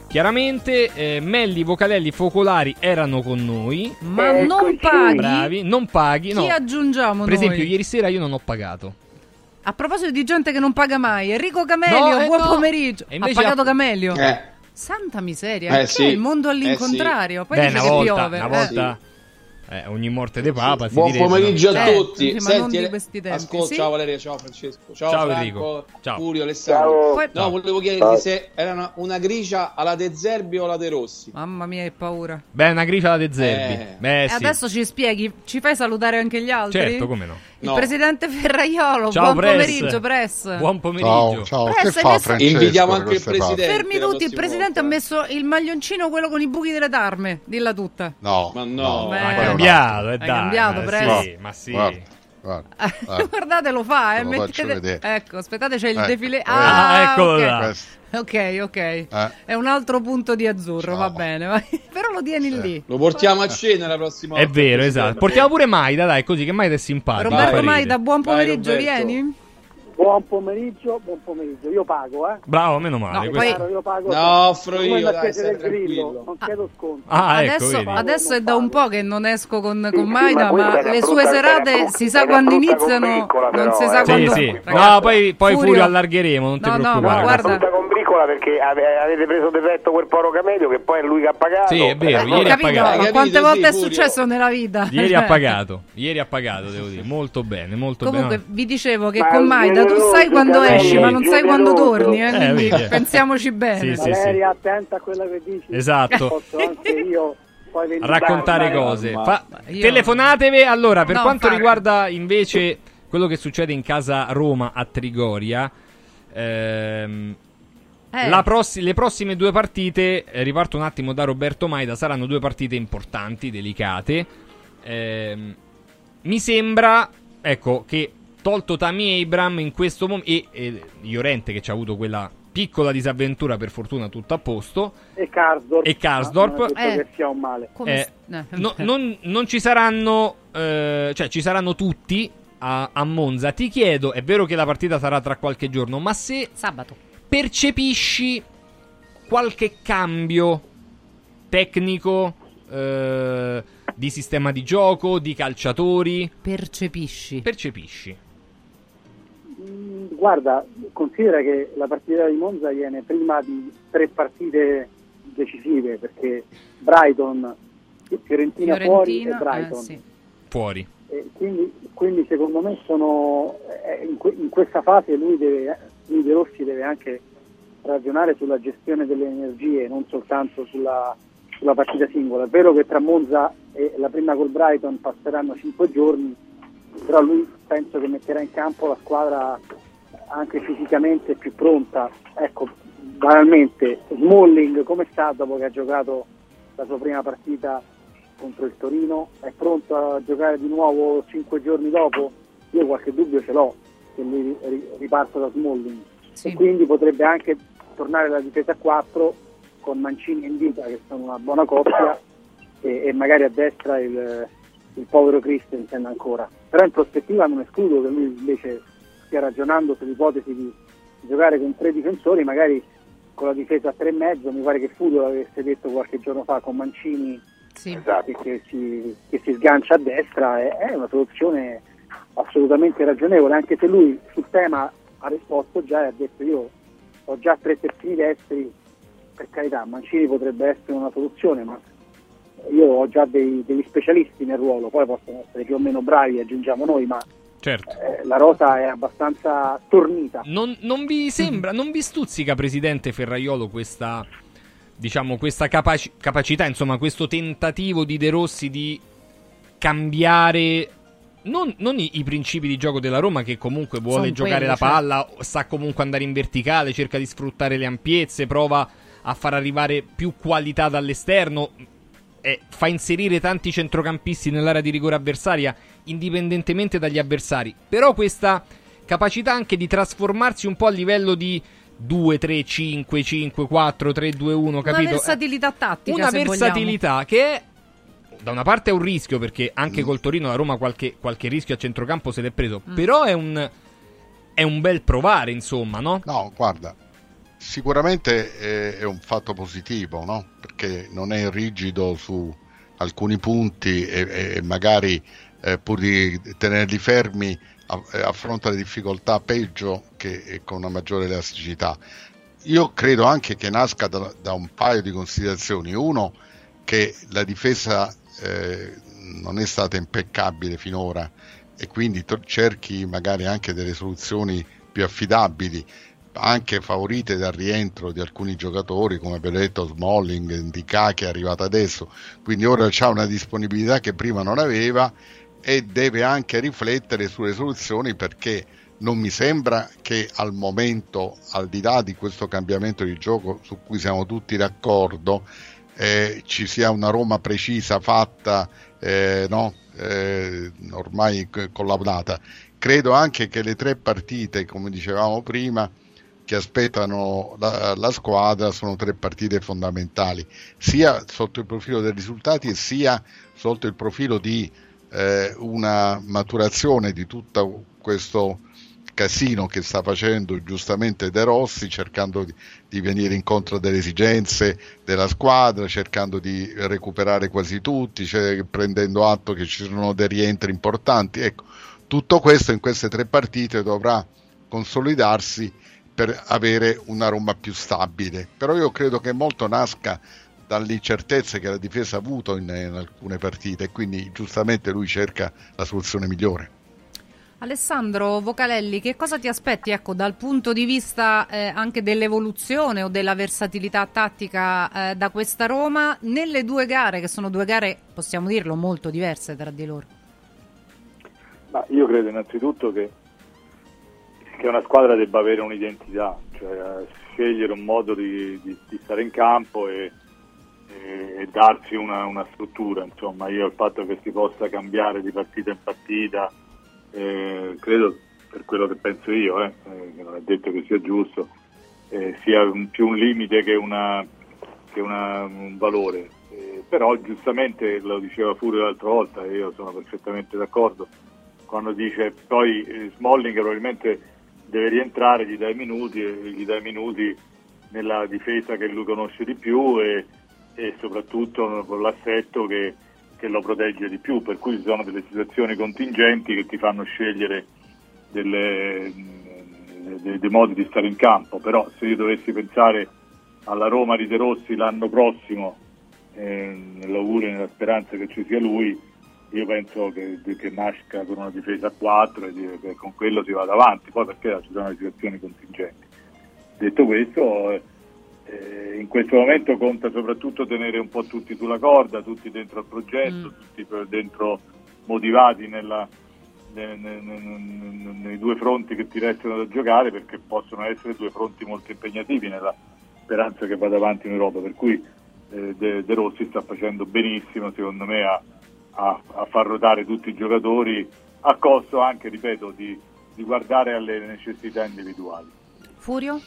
Chiaramente eh, Melli, Vocalelli, Focolari erano con noi. Ma non paghi? Bravi, non paghi. Chi No. aggiungiamo Per noi? esempio, ieri sera io non ho pagato. A proposito di gente che non paga mai, Enrico Camelio, No, eh, buon no. pomeriggio. E Ha invece pagato ha- Camelio? Eh. Santa miseria, Eh, che sì. è il mondo Eh, all'incontrario. sì. Poi Beh, dice una che volta, piove. una eh. volta eh, ogni morte de papa si Buon direbbe, pomeriggio no? a Eh, tutti. sì, ma non Senti, di eh, questi tempi, ascolta, sì? ciao Valeria, ciao Francesco, ciao, Ciao, Franco, Enrico. Ciao. Furio, Alessandro. Ciao. Poi- No, volevo chiederti Ciao. se era una, una grigia alla De Zerbi o alla De Rossi. Mamma mia, che paura. Beh, una gricia da De Zerbi. Eh. Beh, E sì. adesso ci spieghi, ci fai salutare anche gli altri? Certo, come no. Il No. presidente Ferraiolo, Ciao, buon Press. pomeriggio, Press. Buon pomeriggio. Ciao, ciao. Press, Che hai fa messo- Francesco? Invitiamo per anche il queste parti? presidente. Per minuti il la presidente ha messo il maglioncino, quello con i buchi delle tarme. Dilla tutta. No, Ma no. Beh. Ha cambiato, eh, Hai dai. cambiato, ma Press. sì, ma sì. Guarda, guarda, guarda. Guardate, lo fa, eh. Te lo faccio mettete- vedere. Ecco, aspettate, c'è il Ecco, defilé. vedi? Ah, Ah, eccolo ok. là. Questo. Ok, ok. Eh. È un altro punto di azzurro, va bene. va- Però lo tieni lì. Lo portiamo a cena la prossima È volta. vero, esatto. Portiamo pure Maida, dai, così che Maida è simpatico. Roberto fa ridere. Maida, buon Vai, pomeriggio, Roberto. vieni. Buon pomeriggio, buon pomeriggio. Io pago, eh. Bravo, meno male. No, questo- poi- Io pago. No, offro Come io, il dai, marchese stai del Grillo, tranquillo. non chiedo sconto. Ah, ecco, adesso, vedi. adesso è da un po' che non esco con, con sì, Maida, ma questa ma è una le brutta- sue è una serate brutta- si è sa una quando brutta iniziano, combriccola, non però, si sa eh. quando. Sì, sì. Ragazzi, No, poi, poi Furio- Furio allargheremo, non ti No, no, preoccupare. ma guarda- Brutta combriccola perché ave- avete preso defetto quel poro Camelio che poi è lui che ha pagato. Sì, è vero, Eh, ieri Ho ha capito, pagato. ma Hai quante capito, volte sì, è Furio. successo nella vita? Ieri ha Cioè, pagato, ieri ha pagato, devo dire, molto bene, molto Comunque bene. vi dicevo che Ma con è Maida tu generoso, sai quando Camello, esci, ma non sai quando generoso. torni, eh, Eh, quindi vedi. pensiamoci bene. Sì, sì, Valeria, attenta a quello che dici. Esatto. Posso anche io poi vendicare. Raccontare cose. ma- Fa- io- Telefonatevi. Allora, per No, quanto infatti. riguarda invece quello che succede in casa Roma a Trigoria, ehm, Eh, la prossi- le prossime due partite, eh, riparto un attimo da Roberto Maida, saranno due partite importanti, delicate. Ehm, mi sembra, ecco, che tolto Tammy Abraham in questo momento e, e Llorente che ci ha avuto quella piccola disavventura, per fortuna tutto a posto, E Karsdorp. e Karsdorp, Non ho detto Eh. che sia un male. come eh, s- eh, no- non, non ci saranno, eh, cioè ci saranno tutti a, a Monza. Ti chiedo, è vero che la partita sarà tra qualche giorno, ma se sabato. percepisci qualche cambio tecnico, eh, di sistema di gioco, di calciatori, Percepisci. percepisci? Mm, Guarda, considera che la partita di Monza viene prima di tre partite decisive perché Brighton, Fiorentina, fuori e Fiorentina, Brighton. eh, sì. Fuori. E quindi, quindi secondo me sono eh, in, que- in questa fase lui deve lui De Rossi deve anche ragionare sulla gestione delle energie, non soltanto sulla, sulla partita singola. È vero che tra Monza e la prima col Brighton passeranno cinque giorni, però lui penso che metterà in campo la squadra anche fisicamente più pronta. Ecco, banalmente Smalling come sta dopo che ha giocato la sua prima partita contro il Torino? È pronto a giocare di nuovo cinque giorni dopo? Io qualche dubbio ce l'ho che lui ri- riparta da Smalling. Sì. E quindi potrebbe anche tornare alla difesa a quattro con Mancini e Indita che sono una buona coppia e, e magari a destra il, il povero Christensen ancora. Però in prospettiva non escludo che lui invece stia ragionando sull'ipotesi di giocare con tre difensori, magari con la difesa a tre e mezzo. Mi pare che Fudo l'avesse detto qualche giorno fa, con Mancini Sì. che, si, che si sgancia a destra. È, è una soluzione assolutamente ragionevole, anche se lui sul tema ha risposto già e ha detto: io ho già tre terzini destri, per carità Mancini potrebbe essere una soluzione, ma io ho già dei, degli specialisti nel ruolo, poi possono essere più o meno bravi, aggiungiamo noi, ma Certo. eh, la rosa è abbastanza stornita. Non, non vi sembra, non vi stuzzica, presidente Ferraiolo, questa, diciamo, questa capaci- capacità, insomma, questo tentativo di De Rossi di cambiare non, non i, i principi di gioco della Roma, che comunque vuole Sono giocare quelli, la cioè. palla, sa comunque andare in verticale, cerca di sfruttare le ampiezze, prova a far arrivare più qualità dall'esterno, eh, fa inserire tanti centrocampisti nell'area di rigore avversaria, indipendentemente dagli avversari. Però questa capacità anche di trasformarsi un po' a livello di due tre cinque cinque quattro tre due uno, capito? Una versatilità tattica, Una se versatilità che è, da una parte è un rischio, perché anche col Torino la Roma qualche, qualche rischio a centrocampo se l'è preso, Mm. però è un, è un bel provare, insomma, no? No, guarda, sicuramente è, è un fatto positivo, no? Perché non è rigido su alcuni punti e, e magari eh, pur di tenerli fermi affronta le difficoltà peggio che con una maggiore elasticità. Io credo anche che nasca da, da un paio di considerazioni. Uno, che la difesa eh, non è stata impeccabile finora e quindi to- cerchi magari anche delle soluzioni più affidabili, anche favorite dal rientro di alcuni giocatori come abbiamo detto Smalling, Ndicà che è arrivato adesso, quindi ora c'ha una disponibilità che prima non aveva e deve anche riflettere sulle soluzioni, perché non mi sembra che al momento, al di là di questo cambiamento di gioco su cui siamo tutti d'accordo, eh, ci sia una Roma precisa fatta, eh, no? eh, ormai collaudata. Credo anche che le tre partite, come dicevamo prima, che aspettano la, la squadra sono tre partite fondamentali, sia sotto il profilo dei risultati e sia sotto il profilo di eh, una maturazione di tutto questo casino che sta facendo giustamente De Rossi, cercando di, di venire incontro delle esigenze della squadra, cercando di recuperare quasi tutti, cioè, prendendo atto che ci sono dei rientri importanti. Ecco, tutto questo in queste tre partite dovrà consolidarsi per avere una Roma più stabile, però io credo che molto nasca dalle incertezze che la difesa ha avuto in, in alcune partite e quindi giustamente lui cerca la soluzione migliore. Alessandro Vocalelli, che cosa ti aspetti, ecco, dal punto di vista eh, anche dell'evoluzione o della versatilità tattica eh, da questa Roma nelle due gare, che sono due gare, possiamo dirlo, molto diverse tra di loro? Ma io credo innanzitutto che, che una squadra debba avere un'identità, cioè scegliere un modo di, di, di stare in campo e, e, e darsi una, una struttura. Insomma, io il fatto che si possa cambiare di partita in partita, Eh, credo, per quello che penso io, eh, che non è detto che sia giusto, eh, sia un, più un limite che, una, che una, un valore, eh, però giustamente lo diceva Furio l'altra volta e io sono perfettamente d'accordo quando dice poi eh, Smalling probabilmente deve rientrare, gli dai minuti e gli dai minuti nella difesa che lui conosce di più e, e soprattutto con l'assetto che che lo protegge di più, per cui ci sono delle situazioni contingenti che ti fanno scegliere delle, dei, dei modi di stare in campo. Però se io dovessi pensare alla Roma di De Rossi l'anno prossimo, eh, nell'augurio e nella speranza che ci sia lui, io penso che, che nasca con una difesa a quattro e che con quello si vada avanti, poi perché ci sono le situazioni contingenti. Detto questo, eh, Eh, in questo momento conta soprattutto tenere un po' tutti sulla corda, tutti dentro al progetto, mm. tutti dentro motivati nella, nei, nei, nei, nei due fronti che ti restano da giocare, perché possono essere due fronti molto impegnativi nella speranza che vada avanti in Europa, per cui eh, De, De Rossi sta facendo benissimo secondo me a, a, a far ruotare tutti i giocatori a costo anche, ripeto, di, di guardare alle necessità individuali. Furio?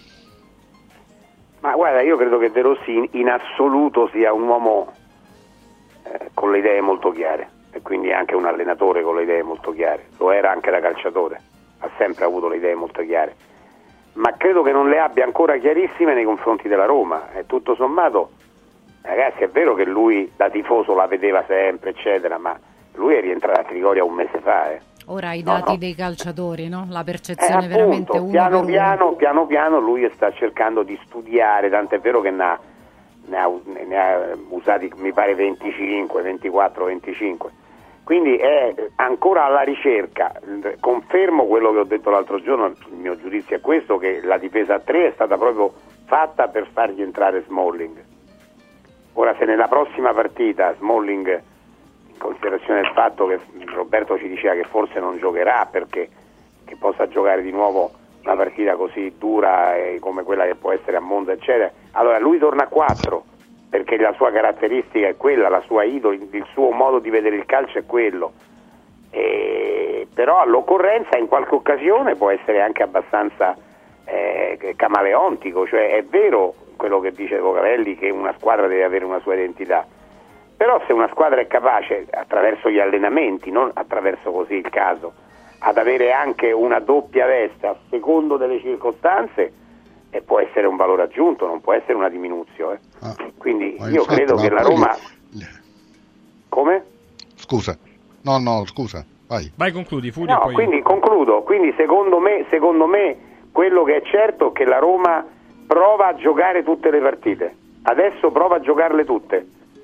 Ma guarda, io credo che De Rossi in, in assoluto sia un uomo eh, con le idee molto chiare e quindi anche un allenatore con le idee molto chiare. Lo era anche da calciatore, ha sempre avuto le idee molto chiare, ma credo che non le abbia ancora chiarissime nei confronti della Roma. E tutto sommato, ragazzi, è vero che lui da tifoso la vedeva sempre, eccetera, ma lui è rientrato a Trigoria un mese fa, eh. Ora i No, dati no. dei calciatori, no? La Eh, percezione appunto, veramente uno piano per piano, uno. piano piano lui sta cercando di studiare, tant'è vero che ne ha, ne ha, ne ha usati mi pare venticinque, ventiquattro, venticinque, quindi è ancora alla ricerca. Confermo quello che ho detto l'altro giorno, il mio giudizio è questo, che la difesa a tre è stata proprio fatta per fargli entrare Smalling. Ora, se nella prossima partita Smalling, in considerazione del fatto che Roberto ci diceva che forse non giocherà perché che possa giocare di nuovo una partita così dura eh, come quella che può essere a Monza, eccetera, allora lui torna a quattro, perché la sua caratteristica è quella, la sua idolo, il suo modo di vedere il calcio è quello, e, però all'occorrenza in qualche occasione può essere anche abbastanza eh, camaleontico, cioè è vero quello che dice Vocalelli che una squadra deve avere una sua identità, però se una squadra è capace attraverso gli allenamenti, non attraverso così il caso, ad avere anche una doppia veste a secondo delle circostanze, e può essere un valore aggiunto, non può essere una diminuzione. Ah, Quindi io infatti, credo che la poi... Roma... Come? Scusa, no, no, scusa, vai. Vai, concludi, Furio. No, poi... quindi concludo. Quindi secondo me, secondo me quello che è certo è che la Roma prova a giocare tutte le partite. Adesso prova a giocarle tutte.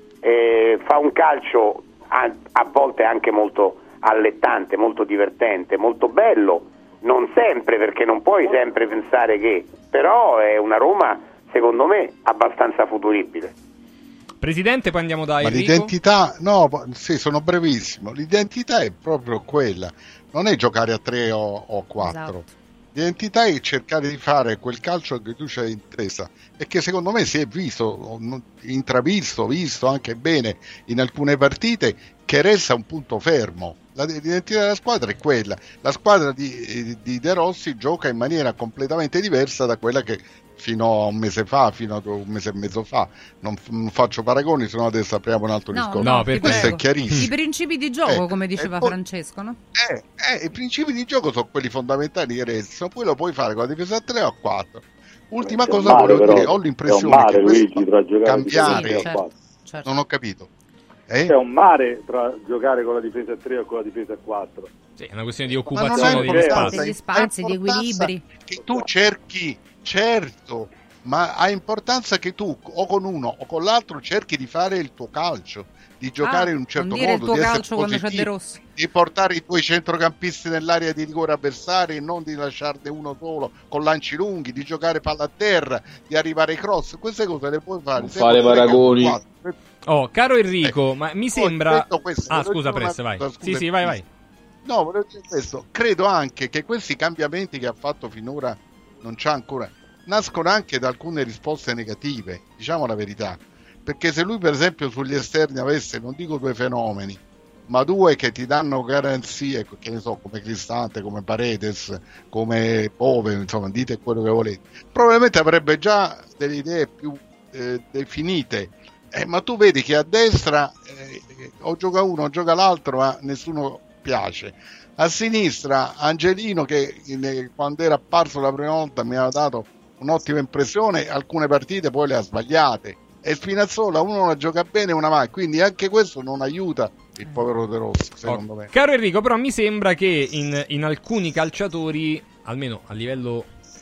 E fa un calcio a, a volte anche molto allettante, molto divertente, molto bello. Non sempre, perché non puoi sempre pensare che, però è una Roma, secondo me, abbastanza futuribile. Presidente, poi andiamo da Ma Enrico. l'identità, no, sì, sono brevissimo. L'identità è proprio quella, non è giocare a tre o, o quattro. Esatto. L'identità è cercare di fare quel calcio che tu c'hai in testa e che secondo me si è visto, intravisto, visto anche bene in alcune partite, che resta un punto fermo. L'identità della squadra è quella. La squadra di, di De Rossi gioca in maniera completamente diversa da quella che fino a un mese fa, fino a un mese e mezzo fa, non, non faccio paragoni, se no adesso apriamo un altro No, discorso. no, Questo prego. è chiarissimo. I principi di gioco, Eh, come diceva e poi- Francesco, no? Eh, eh, i principi di gioco sono quelli fondamentali che restano, poi lo puoi fare con la difesa a tre o a quattro. Ultima È un cosa mare, volevo però, dire, ho è un l'impressione mare, che questo Luigi, tra giocare cambiare, di difesa a quattro. certo. non ho capito. Eh? C'è un mare tra giocare con la difesa a tre o con la difesa a quattro. Sì, è una questione di Ma non occupazione è degli importanza, spazi. Degli spazi, ha di importanza equilibri. che tu cerchi, certo, ma ha importanza che tu o con uno o con l'altro cerchi di fare il tuo calcio, di giocare Ah, in un certo non dire modo, il tuo di essere calcio quando c'è positivo, De Rossi. di portare i tuoi centrocampisti nell'area di rigore avversaria e non di lasciarne uno solo con lanci lunghi, di giocare palla a terra, di arrivare ai cross. Queste cose le puoi fare. Non Se fare non è che paragoni. un quattro. Oh, caro Enrico, ma mi Poi, sembra... detto questo, Ah, volevo scusa, dire una Press, vai. cosa, Sì, scusa, sì, vai, vai. No, volevo dire questo. Credo anche che questi cambiamenti che ha fatto finora non c'ha ancora, nascono anche da alcune risposte negative, diciamo la verità. Perché se lui, per esempio, sugli esterni avesse, non dico due fenomeni, ma due che ti danno garanzie, che ne so, come Cristante, come Paredes, come Bove, insomma, dite quello che volete, probabilmente avrebbe già delle idee più eh, definite. Eh, ma tu vedi che a destra eh, o gioca uno o gioca l'altro, ma nessuno piace. A sinistra Angelino, che eh, quando era apparso la prima volta mi aveva dato un'ottima impressione, alcune partite poi le ha sbagliate. E Spinazzola uno la gioca bene e una mai, quindi anche questo non aiuta il povero De Rossi, secondo Oh, me. Caro Enrico, però mi sembra che in, in alcuni calciatori, almeno a livello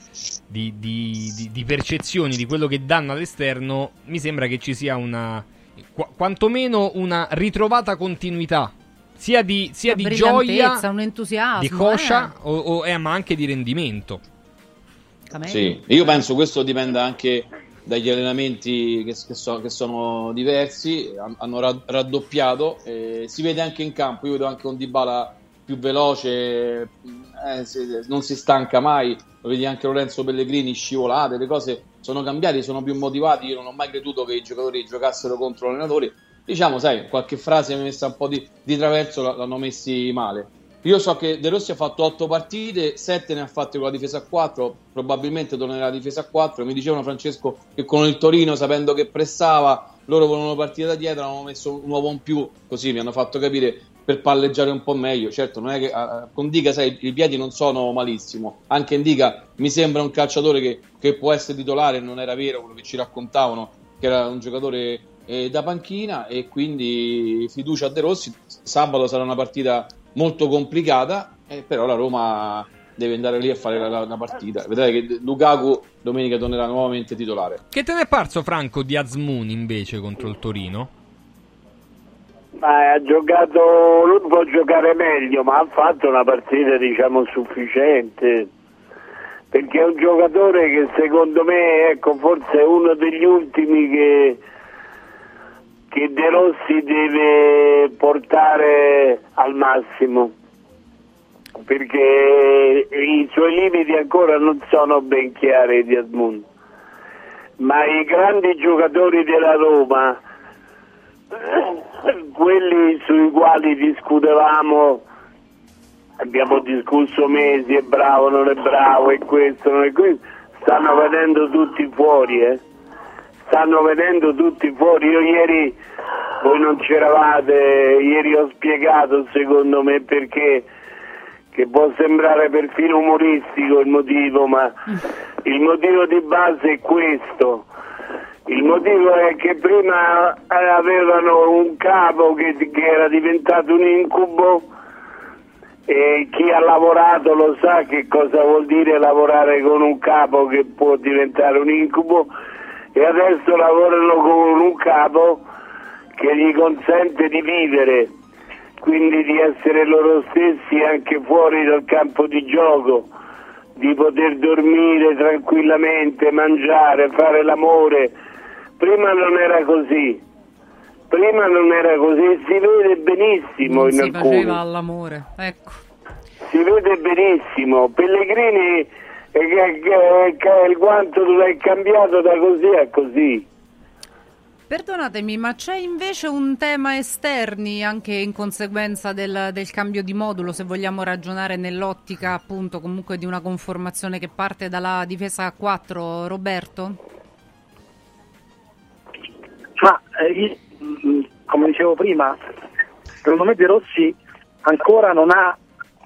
di, di, di, di percezioni di quello che danno all'esterno, mi sembra che ci sia una, qu- quantomeno una ritrovata continuità, sia di, sia Una di gioia, brillantezza, un entusiasmo, di coscia, eh. o, o, eh, ma anche di rendimento. Sì, io penso questo dipenda anche dagli allenamenti che, che, so, che sono diversi, hanno ra- raddoppiato, eh, si vede anche in campo. Io vedo anche un Dybala più veloce, eh, si, non si stanca mai, lo vedi anche Lorenzo Pellegrini, scivolate, le cose sono cambiate, sono più motivati. Io non ho mai creduto che i giocatori giocassero contro l'allenatore, diciamo, sai, qualche frase messa un po' di, di traverso l'hanno messi male. Io so che De Rossi ha fatto otto partite, sette ne ha fatte con la difesa a quattro, probabilmente tornerà la difesa a quattro. Mi dicevano, Francesco, che con il Torino, sapendo che pressava, loro volevano partire da dietro, hanno messo un uomo in più, così mi hanno fatto capire, per palleggiare un po' meglio. Certo, non è che uh, con Dica, sai, i piedi non sono malissimo, anche in Dica mi sembra un calciatore che, che può essere titolare, non era vero quello che ci raccontavano, che era un giocatore eh, da panchina, e quindi fiducia a De Rossi. Sabato sarà una partita molto complicata, eh, però la Roma deve andare lì a fare la, la, la partita. Vedrai che Lukaku domenica tornerà nuovamente titolare. Che te ne è parso, Franco, di Azmoun invece contro il Torino? Ma ha giocato, lui può giocare meglio, ma ha fatto una partita, diciamo, sufficiente, perché è un giocatore che secondo me, ecco, forse è uno degli ultimi che che De Rossi deve portare al massimo, perché i suoi limiti ancora non sono ben chiari di Azmoun. Ma i grandi giocatori della Roma, quelli sui quali discutevamo, abbiamo discusso mesi, è bravo, non è bravo, è questo, non è questo, stanno venendo tutti fuori, eh. Stanno venendo tutti fuori. Io ieri, voi non c'eravate, ieri ho spiegato, secondo me, perché, che può sembrare perfino umoristico il motivo, ma il motivo di base è questo. Il motivo è che prima avevano un capo che, che era diventato un incubo, e chi ha lavorato lo sa che cosa vuol dire lavorare con un capo che può diventare un incubo, e adesso lavorano con un capo che gli consente di vivere, quindi di essere loro stessi anche fuori dal campo di gioco, di poter dormire tranquillamente, mangiare, fare l'amore. Prima non era così, prima non era così, si vede benissimo non in si alcuni. faceva all'amore, ecco. Si vede benissimo. Pellegrini, eh, che, che, che il guanto è cambiato da così a così. Perdonatemi, ma c'è invece un tema esterni anche in conseguenza del, del cambio di modulo, se vogliamo ragionare nell'ottica appunto comunque di una conformazione che parte dalla difesa a quattro, Roberto? Ma eh, io, come dicevo prima, secondo me De Rossi ancora non ha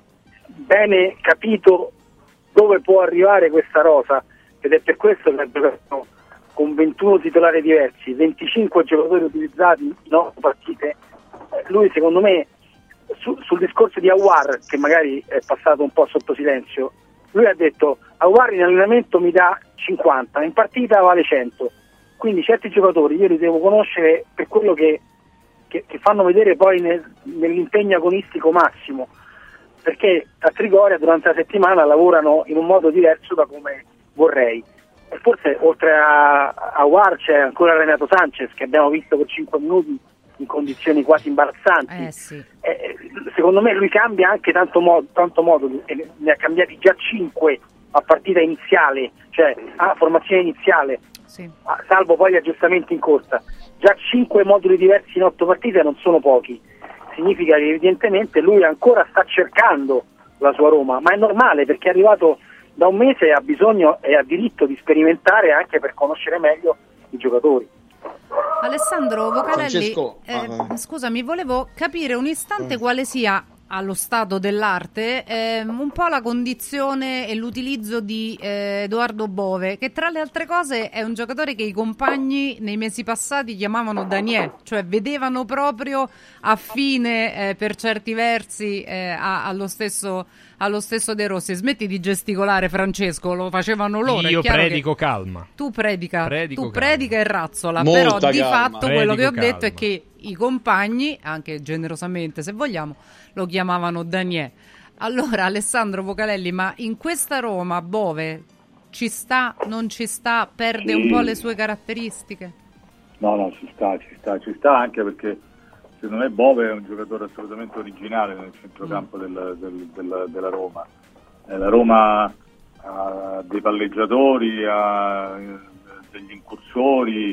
bene capito dove può arrivare questa rosa, ed è per questo che ha giocato con ventuno titolari diversi, venticinque giocatori utilizzati in otto partite. Lui secondo me su, sul discorso di Aouar, che magari è passato un po' sotto silenzio, lui ha detto Aouar in allenamento mi dà cinquanta, in partita vale cento. Quindi certi giocatori io li devo conoscere per quello che, che, che fanno vedere poi nel, nell'impegno agonistico massimo, perché a Trigoria durante la settimana lavorano in un modo diverso da come vorrei. E forse oltre a, a War c'è ancora Renato Sanchez, che abbiamo visto per cinque minuti in condizioni quasi imbarazzanti. Eh sì. Eh, secondo me lui cambia anche tanto, mo- tanto modo, e ne ha cambiati già cinque a partita iniziale, cioè a formazione iniziale. Sì. Salvo poi gli aggiustamenti in corsa. Già cinque moduli diversi in otto partite non sono pochi, significa che evidentemente lui ancora sta cercando la sua Roma, ma è normale perché è arrivato da un mese e ha bisogno e ha diritto di sperimentare anche per conoscere meglio i giocatori. Alessandro Vocalelli, Francesco, eh, ah, scusami, volevo capire un istante quale sia allo stato dell'arte eh, un po' la condizione e l'utilizzo di eh, Edoardo Bove, che tra le altre cose è un giocatore che i compagni nei mesi passati chiamavano Daniel, cioè vedevano proprio affine eh, per certi versi eh, a, allo stesso allo stesso De Rossi. Smetti di gesticolare, Francesco, lo facevano loro. Io è chiaro predico che calma. tu predica Predico tu calma. predica e razzola, Molta però di calma. fatto Predico quello che ho calma. detto è che i compagni, anche generosamente se vogliamo, lo chiamavano Daniel. Allora Alessandro Vocalelli, ma in questa Roma Bove ci sta, non ci sta, perde Sì. un po' le sue caratteristiche? No, no, ci sta, ci sta, ci sta anche perché secondo me Bove è un giocatore assolutamente originale nel centrocampo Mm. del, del, del, della Roma. Eh, la Roma ha dei palleggiatori, ha eh, degli incursori,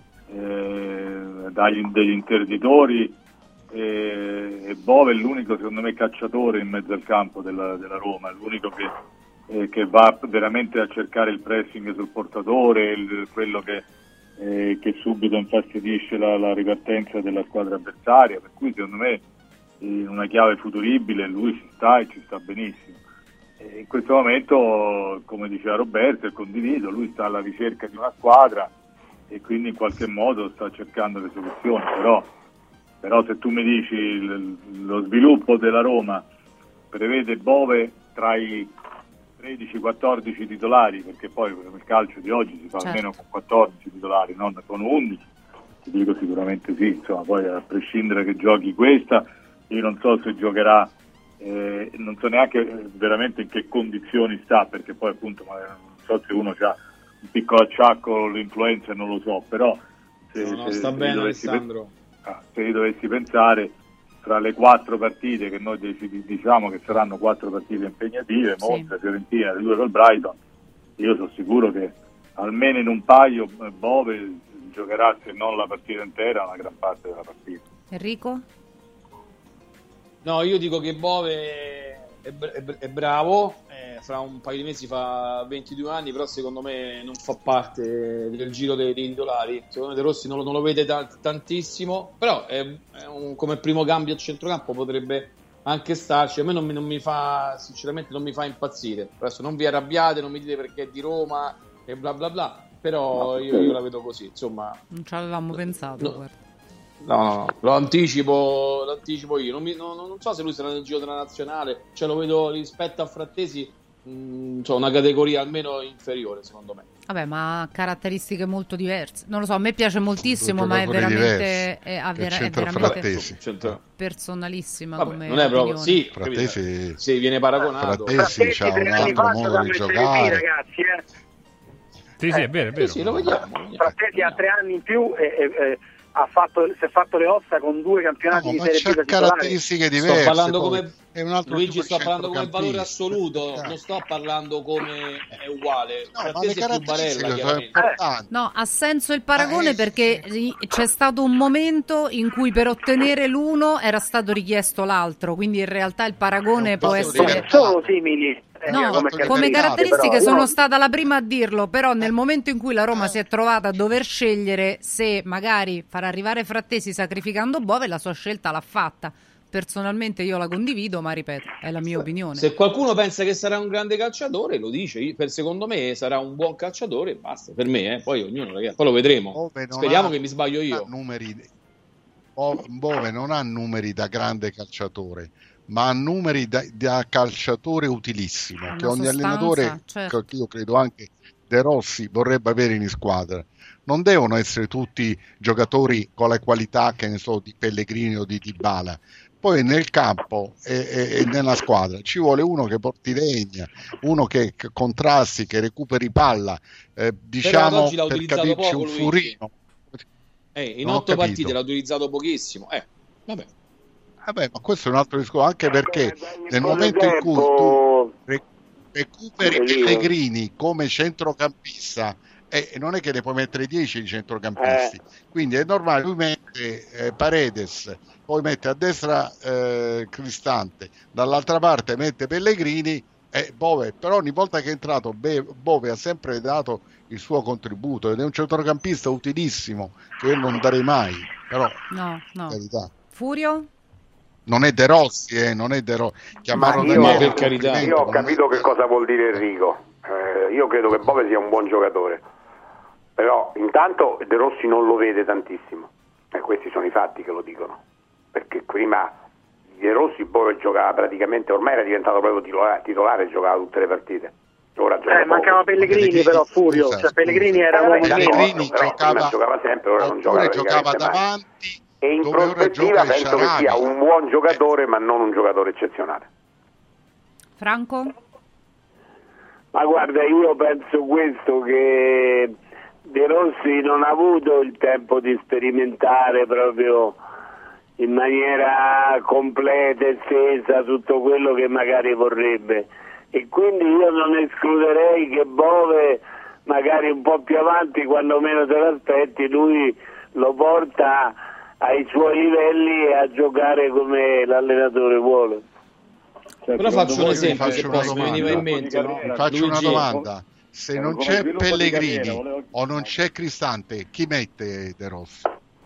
eh, dagli, degli interditori, eh, e Bove è l'unico secondo me cacciatore in mezzo al campo della, della Roma, è l'unico che, eh, che va veramente a cercare il pressing sul portatore, il, quello che Eh, che subito infastidisce la, la ripartenza della squadra avversaria, per cui secondo me in una chiave futuribile lui ci sta e ci sta benissimo. E in questo momento, come diceva Roberto, e condivido, lui sta alla ricerca di una squadra e quindi in qualche modo sta cercando le soluzioni, però, però se tu mi dici il, lo sviluppo della Roma prevede Bove tra i tredici quattordici titolari, perché poi nel calcio di oggi si fa Certo. almeno con quattordici titolari, non con undici, ti dico sicuramente sì, insomma, poi a prescindere che giochi questa, io non so se giocherà, eh, non so neanche veramente in che condizioni sta, perché poi appunto magari non so se uno ha un piccolo acciacco, l'influenza, non lo so, però se, no, no, se, sta se bene dovessi Alessandro. pe- ah, se io dovessi pensare tra le quattro partite che noi dec- diciamo che saranno quattro partite impegnative, Sì. Monza, Fiorentina, le due col Brighton, io sono sicuro che almeno in un paio eh, Bove giocherà, se non la partita intera, una gran parte della partita. Enrico? No, io dico che Bove è, bra- è bra- è bravo, eh, fra un paio di mesi fa ventidue anni, però secondo me non fa parte del giro dei, dei titolari. Secondo me De Rossi non lo, non lo vede ta- tantissimo, però è, è un, come primo cambio a centrocampo potrebbe anche starci, a me non mi, non mi fa, sinceramente non mi fa impazzire. Adesso non vi arrabbiate, non mi dite perché è di Roma e bla bla bla, però io, io la vedo così, insomma. Non ci avevamo pensato, no. guarda. No, no, no, lo anticipo, lo anticipo io. Non, mi, no, non so se lui sarà nel giro della nazionale, cioè lo vedo rispetto a Frattesi, mh, cioè una categoria almeno inferiore, secondo me. Vabbè, ma ha caratteristiche molto diverse. Non lo so, a me piace moltissimo, ma è veramente, è, è, vera- è veramente personalissima. Vabbè, come non è proprio, opinione. sì, Frattesi, sì, viene paragonato. Frattesi c'ha un altro modo di giocare. Ragazzi, eh. Sì, sì, è vero, è vero. Sì, sì, lo vediamo. Frattesi ha tre anni in più e, e, e ha fatto, si è fatto le ossa con due campionati no, di ma Serie c'ha B da caratteristiche titolare. diverse. Sto parlando poi come è un altro Luigi, sto parlando come valore centrocampista. assoluto, non sto parlando come è uguale. No, ma le Frattesi è più caratteristiche Barella, sono chiaramente. importanti. No, ha senso il paragone perché c'è stato un momento in cui per ottenere l'uno era stato richiesto l'altro, quindi in realtà il paragone può essere... Sono simili. No, come, come caratteristiche però, sono io... stata la prima a dirlo, però nel momento in cui la Roma si è trovata a dover scegliere se magari far arrivare Frattesi sacrificando Bove, la sua scelta l'ha fatta. Personalmente io la condivido, ma ripeto, è la mia opinione. Se qualcuno pensa che sarà un grande calciatore, lo dice. Io, per secondo me sarà un buon calciatore, basta, per me, eh. Poi ognuno, ragazzi, poi lo vedremo. Speriamo che mi sbaglio io. Numeri, Bove non ha numeri da grande calciatore, ma ha numeri da, da calciatore utilissimo, Una che ogni sostanza, allenatore, certo. io credo anche De Rossi, vorrebbe avere in squadra. Non devono essere tutti giocatori con la qualità, che ne so, di Pellegrini o di Dybala. Poi nel campo e, e, e nella squadra ci vuole uno che porti legna, uno che, che contrasti, che recuperi palla, eh, diciamo per capirci un furino. Eh, in otto partite l'ha utilizzato pochissimo. Eh, vabbè. Vabbè, ma questo è un altro discorso, anche perché nel momento in cui tu recuperi Pellegrini come centrocampista, e non è che ne puoi mettere dieci di centrocampisti, eh. quindi è normale, lui mette eh, Paredes, poi mette a destra eh, Cristante, dall'altra parte mette Pellegrini e Bove, però ogni volta che è entrato Be- Bove ha sempre dato il suo contributo ed è un centrocampista utilissimo che io non darei mai, però no, no. Carità. Furio? Non è De Rossi, eh, non è De Rossi. Ma io, per carità. Io ho capito che cosa vuol dire Enrico. Eh, io credo che Bove sia un buon giocatore, però intanto De Rossi non lo vede tantissimo e questi sono i fatti che lo dicono, perché prima De Rossi Bove giocava praticamente, ormai era diventato proprio titolare, titolare giocava tutte le partite. Ora eh, mancava Pellegrini, Pellegrini però Furio, scusa, cioè, Pellegrini scusa. era uomo Pellegrini giocava, giocava sempre, ora non gioca giocava davanti mai. E in prospettiva penso che sia un buon giocatore, ma non un giocatore eccezionale. Franco? Ma guarda, io penso questo, che De Rossi non ha avuto il tempo di sperimentare proprio in maniera completa e estesa tutto quello che magari vorrebbe, e quindi io non escluderei che Bove magari un po' più avanti, quando meno te l'aspetti, lui lo porta ai suoi livelli e a giocare come l'allenatore vuole. Cioè, però faccio un esempio, faccio una domanda, veniva in mente, no? faccio Luigi, una domanda. Se non c'è Pellegrini carriera, volevo... o non c'è Cristante, chi mette De Rossi?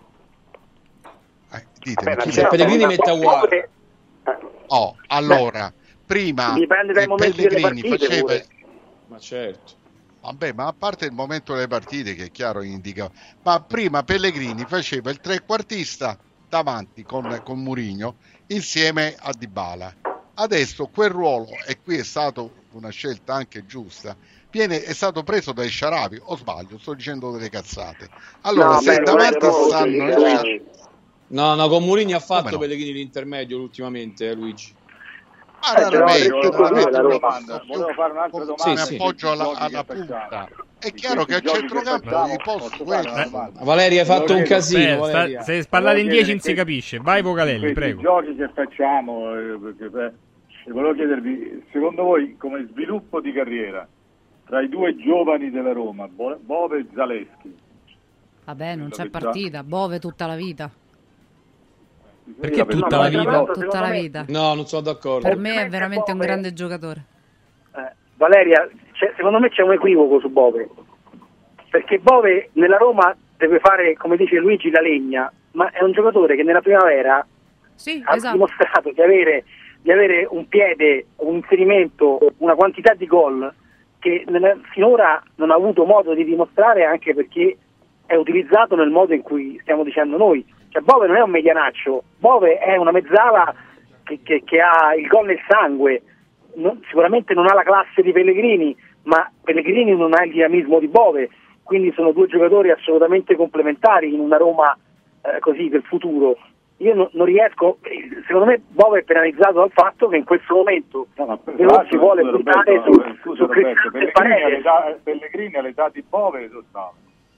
Eh, ditemi, Beh, chi se mette? Pellegrini mette uguale. Oh, allora, prima dipende dai momenti Pellegrini delle partite, faceva... pure. Ma certo. Vabbè, ma a parte il momento delle partite, che è chiaro indica, ma prima Pellegrini faceva il trequartista davanti con, con Mourinho insieme a Dybala. Adesso quel ruolo, e qui è stata una scelta anche giusta, viene, è stato preso dai Sharawi, o sbaglio, sto dicendo delle cazzate. Allora, no, se beh, davanti Rossi, stanno... No, no, con Mourinho ha fatto no? Pellegrini l'intermedio ultimamente, eh, Luigi. Ah, raramente, volevo fare un'altra domanda. Sì, mi appoggio alla, alla punta. È chiaro che a centrocampo i posti Valeria, hai fatto un casino. Sta, se parlate in dieci non si capisce. Vai Vocalelli, prego. I giochi che facciamo, eh, perché, eh, volevo chiedervi, secondo voi come sviluppo di carriera tra i due giovani della Roma, Bove e Zaleschi? Vabbè, non c'è partita, Bove tutta la vita. Perché tutta la vita? Tutta la vita. No, non sono d'accordo. Per me è veramente un grande giocatore. Eh, Valeria, secondo me c'è un equivoco su Bove, perché Bove nella Roma deve fare, come dice Luigi, la legna, ma è un giocatore che nella primavera sì, ha esatto. dimostrato di avere di avere un piede, un inserimento, una quantità di gol che nel, finora non ha avuto modo di dimostrare, anche perché è utilizzato nel modo in cui stiamo dicendo noi. Cioè Bove non è un medianaccio, Bove è una mezzala che, che, che ha il gol nel sangue. Non, sicuramente non ha la classe di Pellegrini, ma Pellegrini non ha il dinamismo di Bove, quindi sono due giocatori assolutamente complementari in una Roma eh, così del futuro. Io no, non riesco, secondo me Bove è penalizzato dal fatto che in questo momento no, non si vuole puntare su, su, su Pellegrini, all'età, Pellegrini all'età di Bove dove stava?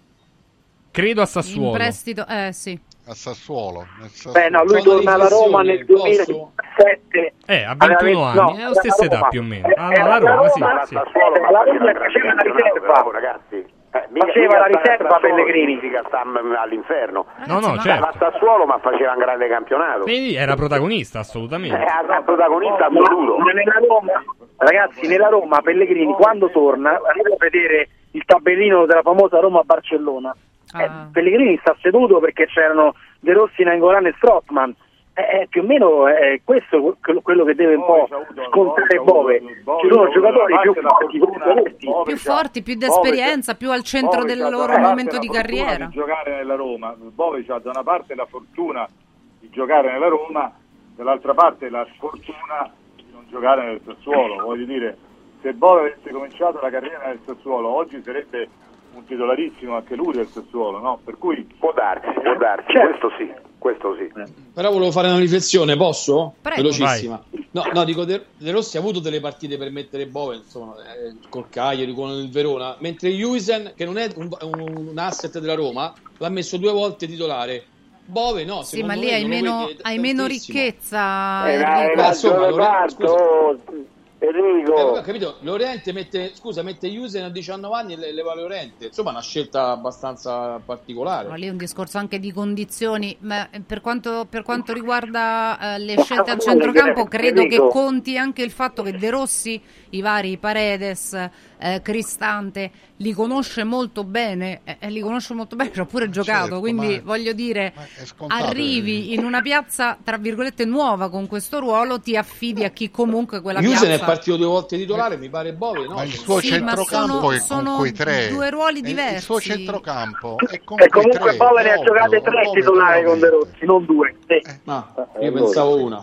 Credo a Sassuolo. In prestito, eh sì. A Sassuolo. Sassuolo. Beh no, lui torna alla Roma nel duemiladiciassette. Eh, a ventuno anni, no, è la stessa età Roma. più o meno. Eh, alla Roma, Roma, sì, la sì. Sassuolo, la Roma faceva la riserva, ragazzi. Eh, faceva la riserva Pellegrini. Sta all'inferno. No, no, certo. La Sassuolo, ma faceva un grande campionato. Quindi era protagonista, assolutamente. Era protagonista assoluto. Nella Roma, ragazzi, nella Roma Pellegrini quando torna, andate a vedere il tabellino della famosa Roma-Barcellona. Ah. Eh, Pellegrini sta seduto perché c'erano De Rossi, Nainggolan e Strootman. Eh, eh, più o meno è questo quello che deve un po' scontare Bove. Ci sono giocatori più forti, più forti, più di esperienza, più al centro del loro momento di carriera. Di giocare nella Roma, Bove ha da una parte la fortuna di giocare nella Roma, dall'altra parte la sfortuna di non giocare nel Sassuolo. Voglio dire, se Bove avesse cominciato la carriera nel Sassuolo, oggi sarebbe un titolarissimo anche lui del Sassuolo, no? Per cui può darsi, può darsi, certo. questo sì, questo sì. Però volevo fare una riflessione, posso? Prego. Velocissima. No, no, dico, De, De Rossi ha avuto delle partite per mettere Bove, insomma, eh, col Cagliari, con il Verona, mentre Juisen, che non è un, un asset della Roma, l'ha messo due volte titolare. Bove no, sì, ma lì hai meno, hai meno ricchezza. Eh, Enrico. Ma insomma, Lorenzo, Enrico. Eh, ho capito, Llorente mette, scusa, mette Jusen a diciannove anni e le, leva Llorente. Insomma, una scelta abbastanza particolare. Ma lì è un discorso anche di condizioni. Ma per quanto, per quanto riguarda eh, le scelte al centrocampo, credo che conti anche il fatto che De Rossi, i vari Paredes, eh, Cristante, li conosce molto bene. Eh, li conosce molto bene, ci ha pure giocato. Certo, quindi ma, voglio dire, scontato, arrivi in una piazza tra virgolette nuova con questo ruolo, ti affidi a chi comunque quella Jusen piazza. è partito due volte titolare, mi pare Bove, no? Ma il suo Sì, centrocampo sono, è sono con quei tre. due ruoli Eh, diversi. Il suo centrocampo è con E quei comunque tre. Bove ne ha ovvio, giocate tre ovvio, titolari con De ovviamente. Rossi, non due. Sì. Ah, io pensavo una.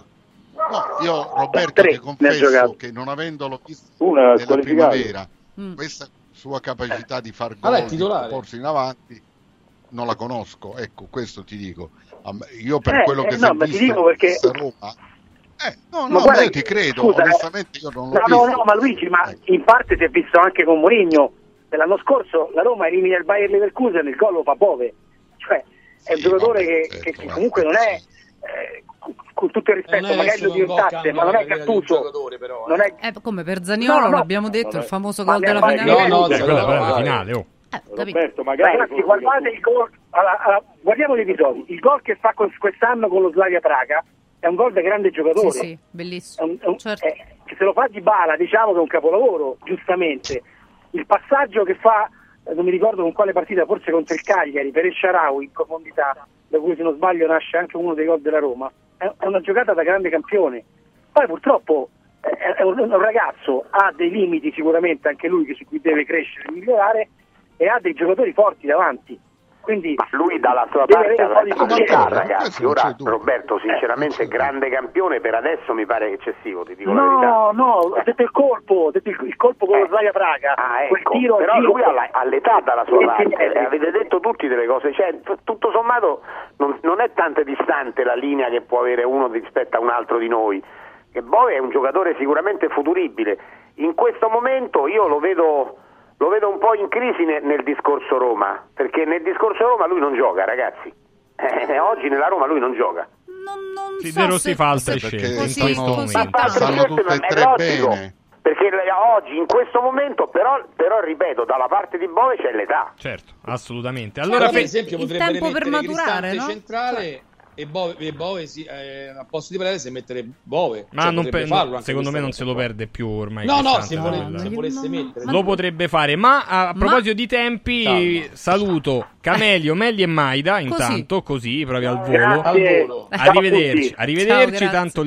No, io Roberto Tre ti ne ha confesso giocate. che non avendolo visto Una nella squalificata. primavera, Mm. questa sua capacità di far Allora è gol, di titolare. porsi in avanti, non la conosco. Ecco, questo ti dico. A me- Io per Eh, quello eh, che no, si è ma ti visto dico perché- questa Roma, eh, no, Ma no, guarda io che- ti credo, scusa, eh, onestamente io non l'ho No, visto. no, no, ma Luigi, ma in parte si è visto anche con Mourinho. L'anno scorso la Roma elimina il Bayer Leverkusen, il gol lo fa Bove. Cioè, è un Sì, giocatore vabbè, che, certo, che- che vabbè, comunque non è, sì. eh, con tutto il rispetto, Non è magari lo solo un gol diventasse, ma non è cambia la carriera di un Gattuso. giocatore, però, eh. Non è... Eh, come per Zaniolo, No, no, l'abbiamo detto, no, il famoso ma gol ne della ha fatti finale. No, no, due. Eh, quella però è la vai. finale, oh. Eh, capito. Roberto, magari Ragazzi, guardate il gol. Allora, allora, guardiamo gli episodi. Il gol che fa con- quest'anno con lo Slavia Praga è un gol da grande giocatore. Sì, sì, bellissimo. È un- è un- Certo. è- che se lo fa Dybala, diciamo che è un capolavoro, giustamente. Il passaggio che fa, eh, non mi ricordo con quale partita, forse contro il Cagliari, per El Shaarawy in profondità, da cui se non sbaglio nasce anche uno dei gol della Roma, è, è una giocata da grande campione. Poi purtroppo eh, è un, un ragazzo, ha dei limiti sicuramente anche lui, che su cui deve crescere e migliorare, e ha dei giocatori forti davanti. Quindi Ma lui dalla sua deve parte avere un po' di avrà pazienza. qualità, ragazzi. Questo non Ora c'è dubbio. Roberto, sinceramente, Eh, non c'è grande campione per adesso mi pare eccessivo, ti dico la verità. No, no, ho detto il colpo, ho detto il, il colpo con lo Slavia Praga. Ah, Quel ecco, tiro, però tiro- lui ha la- ha l'età dalla sua Sì, parte, sì, e avete detto tutti delle cose, cioè t- tutto sommato non, non è tanto distante la linea che può avere uno rispetto a un altro di noi, che Bove è un giocatore sicuramente futuribile. In questo momento io lo vedo, lo vedo un po' in crisi nel, nel discorso Roma, perché nel discorso Roma lui non gioca, ragazzi. Eh, oggi nella Roma lui non gioca. Non, non Sì, so De Rossi se- fa altre Perché scelte in così- questo stanno, così momento. tanto. stanno tutte e È tre logico, bene. perché oggi in questo momento però, però ripeto, dalla parte di Bove c'è l'età. Certo, assolutamente. Allora, Allora, per fe- esempio, il potrebbe tempo per rimettere maturare, Cristante no? centrale e Bove, e Bove sì, eh, a posto di Paredes e mettere Bove. ma Cioè, non potrebbe pe- farlo no, anche secondo me questa non se cosa lo qua. perde più ormai. No, no, Cristante se, da vuole- quella- se volesse no, no. mettere. Ma- Lo potrebbe fare, ma a, a proposito di tempi, Calma. saluto Camelio, Melli e Maida. Intanto, così, proprio al volo. Grazie. Al volo. Ciao a Arrivederci, tutti. arrivederci. Ciao, grazie. Tanto le,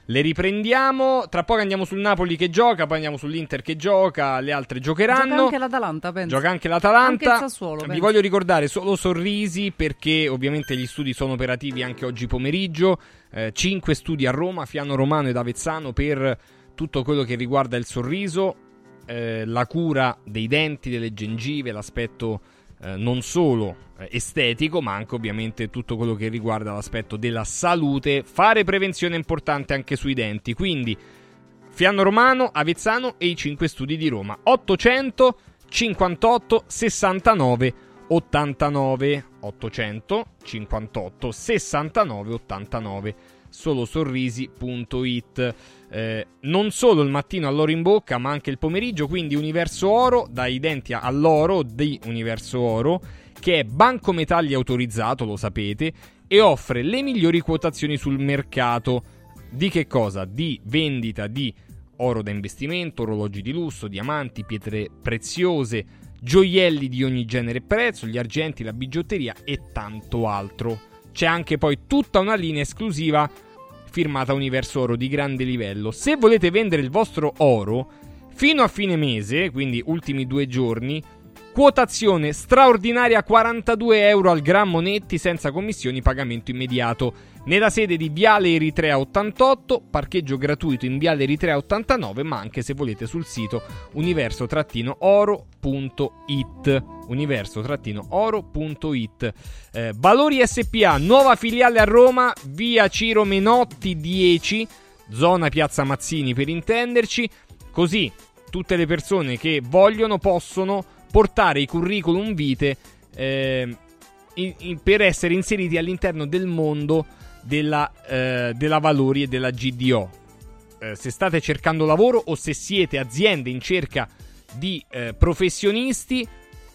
le riprendiamo. Tra poco andiamo sul Napoli che gioca, poi andiamo sull'Inter che gioca, le altre giocheranno. Gioca anche l'Atalanta, penso. Gioca anche l'Atalanta. Anche il Sassuolo, Vi penso. voglio ricordare solo sorrisi, perché ovviamente gli studi sono operativi anche oggi pomeriggio. Eh, cinque studi a Roma, Fiano Romano ed Avezzano, per tutto quello che riguarda il sorriso, eh, la cura dei denti, delle gengive, l'aspetto eh, non solo eh, estetico, ma anche ovviamente tutto quello che riguarda l'aspetto della salute. Fare prevenzione è importante anche sui denti, quindi Fiano Romano, Avezzano e i cinque studi di Roma. Ottocento cinquantotto sessantanove ottantanove ottocento cinquantotto sessantanove ottantanove, solo sorrisi punto it. Eh, non solo il mattino all'oro in bocca, ma anche il pomeriggio, quindi Universo Oro, dai denti all'oro di Universo Oro, che è banco metalli autorizzato, lo sapete, e offre le migliori quotazioni sul mercato. Di che cosa? Di vendita di oro da investimento, orologi di lusso, diamanti, pietre preziose, gioielli di ogni genere e prezzo, gli argenti, la bigiotteria e tanto altro. C'è anche poi tutta una linea esclusiva firmata Universo Oro di grande livello. Se volete vendere il vostro oro, fino a fine mese, quindi ultimi due giorni, quotazione straordinaria, quarantadue euro al grammo netti, senza commissioni, pagamento immediato. Nella sede di Viale Eritrea ottantotto, parcheggio gratuito in Viale Eritrea ottantanove, ma anche se volete sul sito universo oro punto it. universo oro punto it. Eh, Valori S P A, nuova filiale a Roma, via Ciro Menotti dieci, zona Piazza Mazzini per intenderci. Così tutte le persone che vogliono possono portare i curriculum vitae eh, in, in, per essere inseriti all'interno del mondo della, eh, della Valori e della G D O. Eh, se state cercando lavoro o se siete aziende in cerca di eh, professionisti,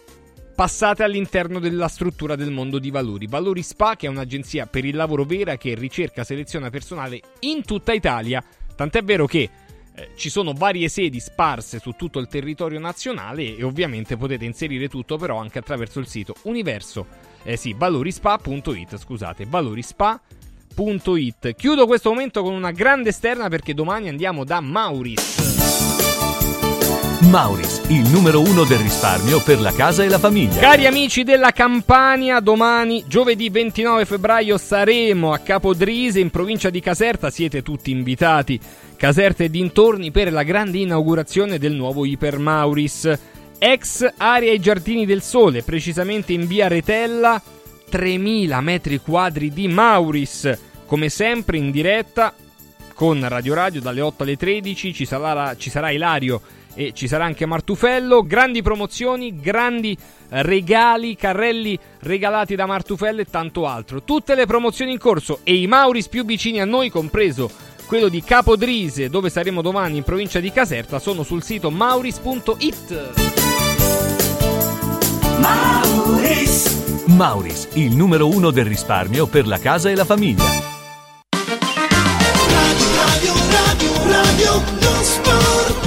passate all'interno della struttura del mondo di Valori. Valori S P A, che è un'agenzia per il lavoro vera, che ricerca, seleziona personale in tutta Italia, tant'è vero che eh, ci sono varie sedi sparse su tutto il territorio nazionale, e ovviamente potete inserire tutto però anche attraverso il sito universo eh sì, valorispa punto it, scusate, valorispa punto it. Chiudo questo momento con una grande esterna, perché domani andiamo da Mauris. Mauris, il numero uno del risparmio per la casa e la famiglia. Cari amici della Campania, domani, giovedì ventinove febbraio, saremo a Capodrise, in provincia di Caserta. Siete tutti invitati, Caserta e dintorni, per la grande inaugurazione del nuovo Iper Mauris, ex area ai Giardini del Sole, precisamente in via Retella. Tremila metri quadri di Mauris, come sempre in diretta con Radio Radio dalle otto alle tredici. Ci sarà, ci sarà Ilario e ci sarà anche Martufello. Grandi promozioni, grandi regali, carrelli regalati da Martufello e tanto altro. Tutte le promozioni in corso e i Mauris più vicini a noi, compreso quello di Capodrise, dove saremo domani in provincia di Caserta, sono sul sito mauris punto it. Mauris. Mauris, il numero uno del risparmio per la casa e la famiglia. Radio, radio, radio, lo sport.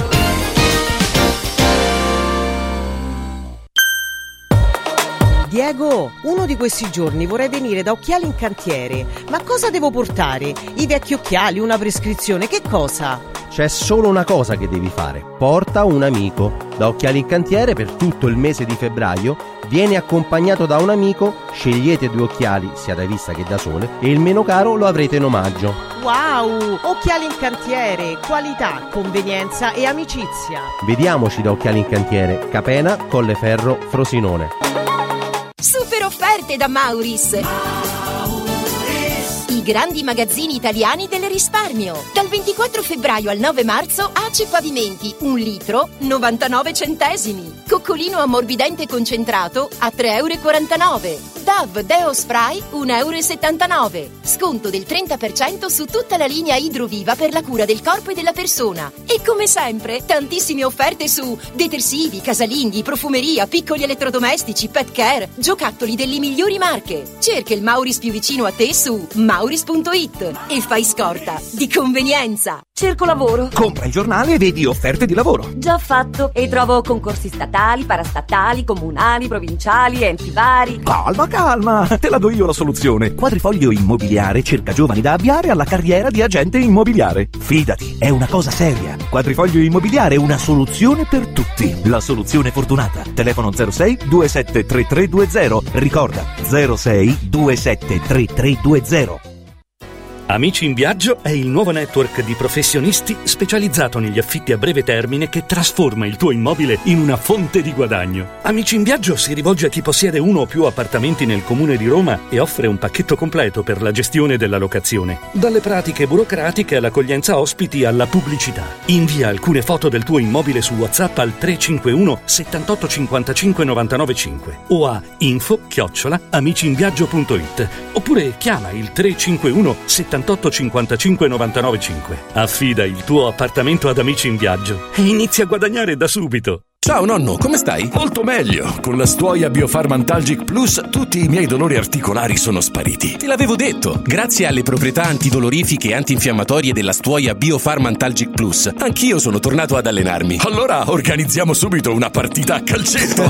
Diego, uno di questi giorni vorrei venire da Occhiali in Cantiere. Ma cosa devo portare? I vecchi occhiali, una prescrizione, che cosa? C'è solo una cosa che devi fare: porta un amico. Da Occhiali in Cantiere per tutto il mese di febbraio vieni accompagnato da un amico, scegliete due occhiali sia da vista che da sole e il meno caro lo avrete in omaggio. Wow! Occhiali in Cantiere, qualità, convenienza e amicizia. Vediamoci da Occhiali in Cantiere, Capena, Colleferro, Frosinone. Super offerte da Mauris. Mauris. I grandi magazzini italiani del risparmio. Dal ventiquattro febbraio al nove marzo, Ace Pavimenti, un litro, novantanove centesimi. Coccolino ammorbidente concentrato a tre e quarantanove euro. Dove Deo Spray un euro e settantanove. Sconto del trenta per cento su tutta la linea Idroviva per la cura del corpo e della persona. E come sempre, tantissime offerte su detersivi, casalinghi, profumeria, piccoli elettrodomestici, pet care, giocattoli delle migliori marche. Cerca il Mauris più vicino a te su mauris punto it e fai scorta di convenienza. Cerco lavoro. Compra il giornale e vedi offerte di lavoro. Già fatto. E trovo concorsi statali, parastatali, comunali, provinciali, enti vari. Calma, calma, te la do io la soluzione. Quadrifoglio Immobiliare cerca giovani da avviare alla carriera di agente immobiliare. Fidati, è una cosa seria. Quadrifoglio Immobiliare è una soluzione per tutti. La soluzione fortunata. Telefono zero sei due sette tre tre due zero. Ricorda, zero sei due sette tre tre due zero. Amici in Viaggio è il nuovo network di professionisti specializzato negli affitti a breve termine che trasforma il tuo immobile in una fonte di guadagno. Amici in Viaggio si rivolge a chi possiede uno o più appartamenti nel comune di Roma e offre un pacchetto completo per la gestione della locazione. Dalle pratiche burocratiche all'accoglienza ospiti alla pubblicità. Invia alcune foto del tuo immobile su WhatsApp al tre cinque uno settantotto cinquantacinque novantanove cinque o a info chiocciola amiciinviaggio punto it oppure chiama il tre cinque uno settantotto cinquantacinque novantanove cinque. Affida il tuo appartamento ad Amici in Viaggio e inizia a guadagnare da subito. Ciao nonno, come stai? Molto meglio. Con la Stuoia Biofarm Plus tutti i miei dolori articolari sono spariti. Te l'avevo detto. Grazie alle proprietà antidolorifiche e antinfiammatorie della Stuoia Biofarm Plus, anch'io sono tornato ad allenarmi. Allora organizziamo subito una partita a calcetto.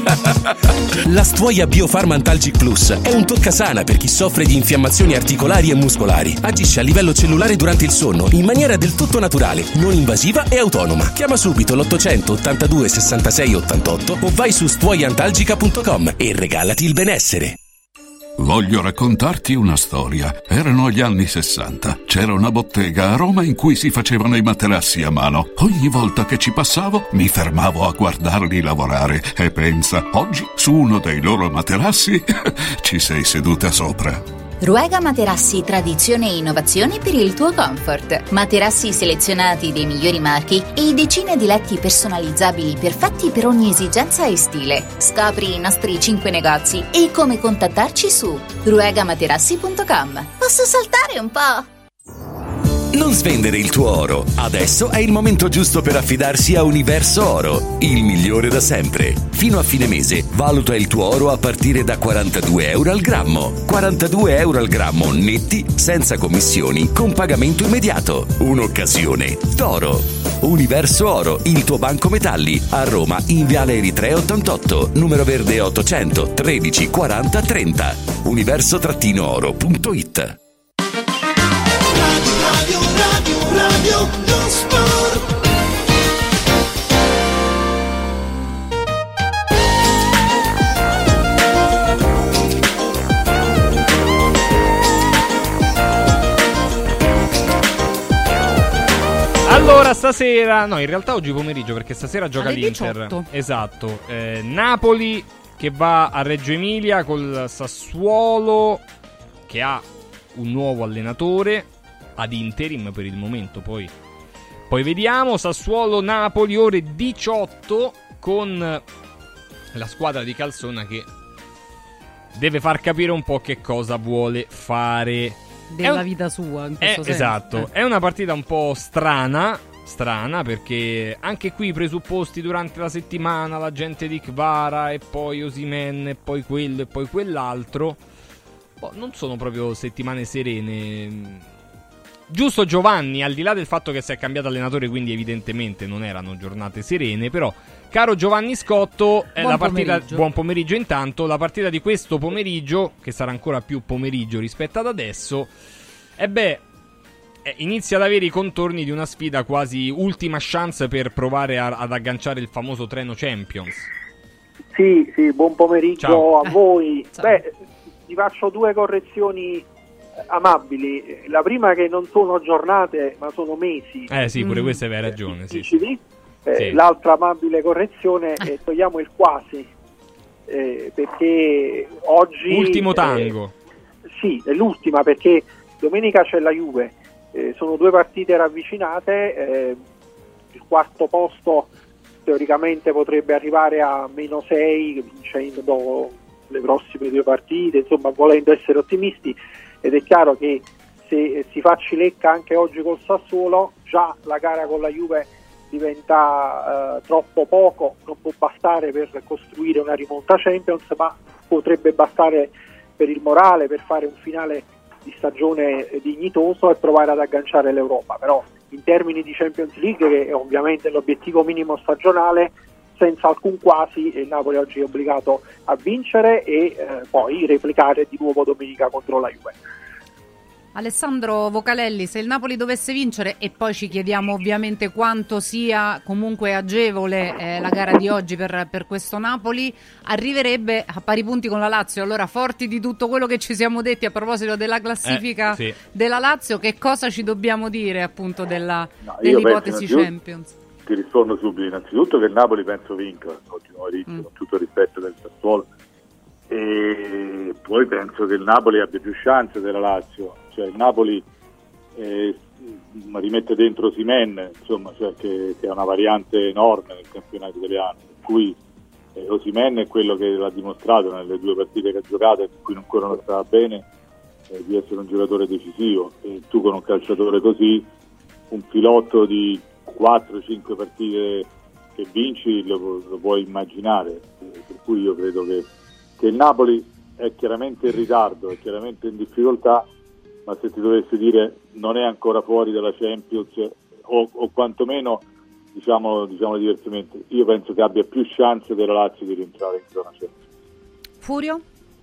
La Stuoia Biofarm Plus è un toccasana per chi soffre di infiammazioni articolari e muscolari. Agisce a livello cellulare durante il sonno in maniera del tutto naturale, non invasiva e autonoma. Chiama subito l'ottocento ottantadue sessantasei ottantotto o vai su stuoiantalgica punto com e regalati il benessere. Voglio raccontarti una storia. Erano gli anni sessanta. C'era una bottega a Roma in cui si facevano i materassi a mano. Ogni volta che ci passavo mi fermavo a guardarli lavorare e pensa, oggi su uno dei loro materassi ci sei seduta sopra. Ruega Materassi, tradizione e innovazione per il tuo comfort. Materassi selezionati dei migliori marchi e decine di letti personalizzabili perfetti per ogni esigenza e stile. Scopri i nostri cinque negozi e come contattarci su ruega materassi punto com. Posso saltare un po'? Non svendere il tuo oro. Adesso è il momento giusto per affidarsi a Universo Oro, il migliore da sempre. Fino a fine mese valuta il tuo oro a partire da quarantadue euro al grammo. quarantadue euro al grammo netti, senza commissioni, con pagamento immediato. Un'occasione d'oro. Universo Oro, il tuo banco metalli, a Roma in Viale Eritrea ottantotto, numero verde ottocento tredici quaranta trenta. universo oro punto it. Radio, radio, radio, lo sport. Allora stasera, no in realtà oggi pomeriggio perché stasera gioca alle l'Inter. diciotto. Esatto, eh, Napoli che va a Reggio Emilia col Sassuolo che ha un nuovo allenatore ad interim per il momento, poi, poi vediamo. Sassuolo-Napoli ore diciotto con la squadra di Calzona che deve far capire un po' che cosa vuole fare della un... vita sua in è, questo senso. Esatto, eh. è una partita un po' strana strana perché anche qui i presupposti durante la settimana, la gente di Kvara e poi Osimhen e poi quello e poi quell'altro, boh, non sono proprio settimane serene. Giusto Giovanni, al di là del fatto che si è cambiato allenatore, quindi evidentemente non erano giornate serene, però caro Giovanni Scotto, eh, buon la partita, pomeriggio. buon pomeriggio intanto, la partita di questo pomeriggio, che sarà ancora più pomeriggio rispetto ad adesso, e beh, eh, inizia ad avere i contorni di una sfida quasi ultima chance per provare a, ad agganciare il famoso treno Champions. Sì, sì, buon pomeriggio Ciao. a voi. Ciao. Beh, ti faccio due correzioni amabili. La prima che non sono giornate ma sono mesi. Eh sì, pure Mm. questa aveva ragione, sì. Difficili. Eh, Sì. L'altra amabile correzione è togliamo il quasi, eh, perché oggi Ultimo tango. eh, sì, è l'ultima perché domenica c'è la Juve, eh, sono due partite ravvicinate, eh, il quarto posto teoricamente potrebbe arrivare a meno sei vincendo le prossime due partite, insomma volendo essere ottimisti, ed è chiaro che se si fa cilecca anche oggi col Sassuolo già la gara con la Juve diventa eh, troppo poco, non può bastare per costruire una rimonta Champions, ma potrebbe bastare per il morale, per fare un finale di stagione dignitoso e provare ad agganciare l'Europa. Però in termini di Champions League, che è ovviamente l'obiettivo minimo stagionale, senza alcun quasi il Napoli oggi è obbligato a vincere e eh, poi replicare di nuovo domenica contro la Juve. Alessandro Vocalelli, se il Napoli dovesse vincere, e poi ci chiediamo ovviamente quanto sia comunque agevole eh, la gara di oggi per, per questo Napoli, arriverebbe a pari punti con la Lazio. Allora, forti di tutto quello che ci siamo detti a proposito della classifica eh, sì. della Lazio, che cosa ci dobbiamo dire appunto della, no, dell'ipotesi Champions? Ti rispondo subito. Innanzitutto che il Napoli penso vinca oggi pomeriggio, mm. con tutto il rispetto del Sassuolo, e poi penso che il Napoli abbia più chance della Lazio. Cioè il Napoli eh, rimette dentro Osimhen, insomma, cioè che, che è una variante enorme nel campionato italiano, per cui eh, Osimhen è quello che l'ha dimostrato nelle due partite che ha giocato, in cui ancora non stava bene, eh, di essere un giocatore decisivo, e tu con un calciatore così, un filotto di quattro cinque partite che vinci lo, lo puoi immaginare, eh, per cui io credo che, che il Napoli è chiaramente in ritardo, è chiaramente in difficoltà, ma se ti dovessi dire non è ancora fuori dalla Champions, o, o quantomeno diciamo, diciamo diversamente, io penso che abbia più chance della Lazio di rientrare in zona Champions. Furio?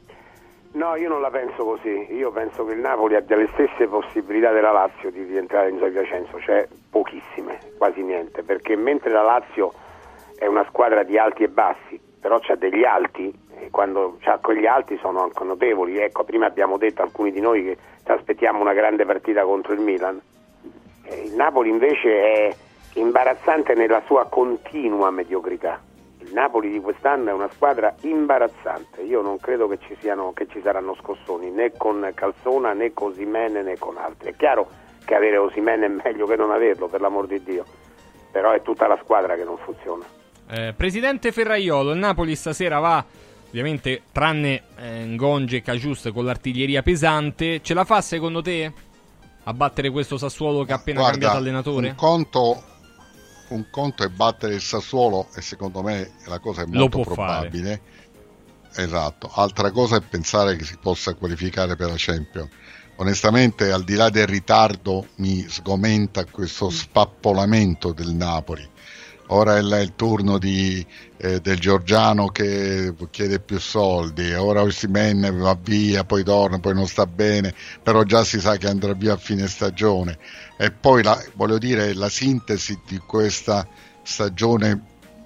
No, io non la penso così. Io penso che il Napoli abbia le stesse possibilità della Lazio di rientrare in zona Champions, cioè pochissime, quasi niente, perché mentre la Lazio è una squadra di alti e bassi, però c'ha degli alti, e quando c'ha quegli alti sono anche notevoli. Ecco, prima abbiamo detto alcuni di noi che ci aspettiamo una grande partita contro il Milan. Eh, il Napoli invece è imbarazzante nella sua continua mediocrità. Il Napoli di quest'anno è una squadra imbarazzante. Io non credo che ci siano, che ci saranno scossoni né con Calzona né con Osimhen né con altri. È chiaro che avere Osimhen è meglio che non averlo, per l'amor di Dio, però è tutta la squadra che non funziona. Eh, Presidente Ferraiolo, il Napoli stasera va, ovviamente tranne eh, Ngonge e Cajust, con l'artiglieria pesante. Ce la fa secondo te a battere questo Sassuolo che ha appena Guarda, cambiato allenatore? Un conto, un conto è battere il Sassuolo, e secondo me la cosa è molto probabile. Fare. Esatto. Altra cosa è pensare che si possa qualificare per la Champions. Onestamente, al di là del ritardo, mi sgomenta questo spappolamento del Napoli. Ora è il turno di, eh, del Giorgiano che chiede più soldi, ora Osimhen va via, poi torna, poi non sta bene, però già si sa che andrà via a fine stagione. E poi la, voglio dire, la sintesi di questa stagione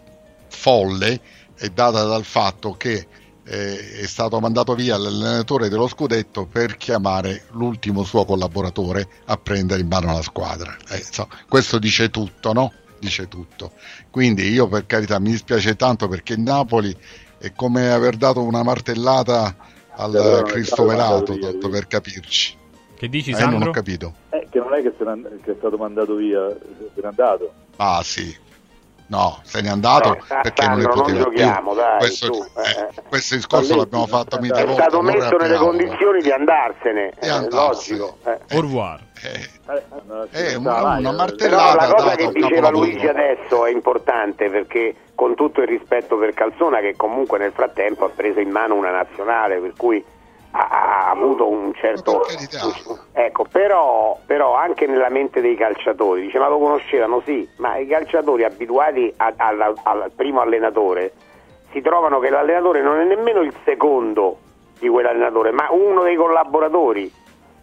folle è data dal fatto che eh, è stato mandato via l'allenatore dello scudetto per chiamare l'ultimo suo collaboratore a prendere in mano la squadra. Eh, so, questo dice tutto, no? dice tutto. Quindi io, per carità, mi dispiace tanto, perché il Napoli è come aver dato una martellata al eh, Cristo velato, tanto per capirci. Che dici, eh, Sandro? non ho capito. Eh, che non è che, se ne, che è stato mandato via, se n'è andato. Ah sì, no, se n'è andato eh, perché Sandro, non ne poteva non giochiamo, più. Dai, questo, tu, eh, eh, questo discorso l'abbiamo fatto mille volte. È stato messo nelle condizioni di andarsene, di è andarsene. logico. Eh. Au revoir. Eh, eh, eh, una, una martellata. Però la cosa che diceva capolavoro. Luigi adesso è importante, perché con tutto il rispetto per Calzona, che comunque nel frattempo ha preso in mano una nazionale, per cui ha, ha avuto un certo un, ecco, però, però anche nella mente dei calciatori, dice, ma lo conoscevano? Sì, ma i calciatori abituati a, a, a, al primo allenatore si trovano che l'allenatore non è nemmeno il secondo di quell'allenatore, ma uno dei collaboratori.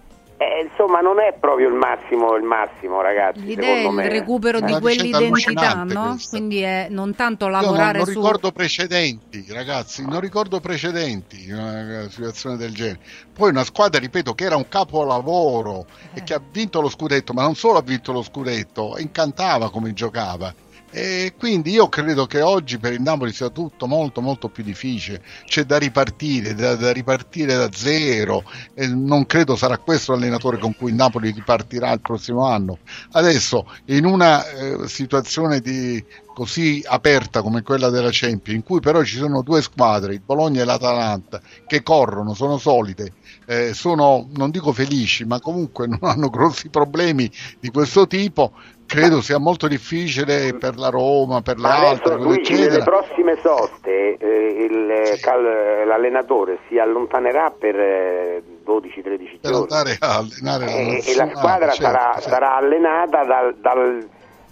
Eh, insomma, non è proprio il massimo il massimo, ragazzi. L'idea è il me. recupero è di quell'identità, no? Questa. Quindi è non tanto Io lavorare non, non su... ricordo precedenti, ragazzi, non ricordo precedenti in una situazione del genere. Poi una squadra, ripeto, che era un capolavoro eh. e che ha vinto lo scudetto, ma non solo ha vinto lo scudetto, incantava come giocava. E quindi io credo che oggi per il Napoli sia tutto molto molto più difficile, c'è da ripartire, da, da ripartire da zero, e non credo sarà questo l'allenatore con cui il Napoli ripartirà il prossimo anno. Adesso, in una eh, situazione di così aperta come quella della Champions, in cui però ci sono due squadre, il Bologna e l'Atalanta, che corrono, sono solide, eh, sono, non dico felici, ma comunque non hanno grossi problemi di questo tipo, credo sia molto difficile per la Roma, per le ma altre, adesso, Luigi, eccetera. nelle prossime soste eh, il, sì. cal, l'allenatore si allontanerà per eh, dodici tredici per giorni andare a allenare e, la e la squadra certo, sarà, certo. sarà allenata dal, dal,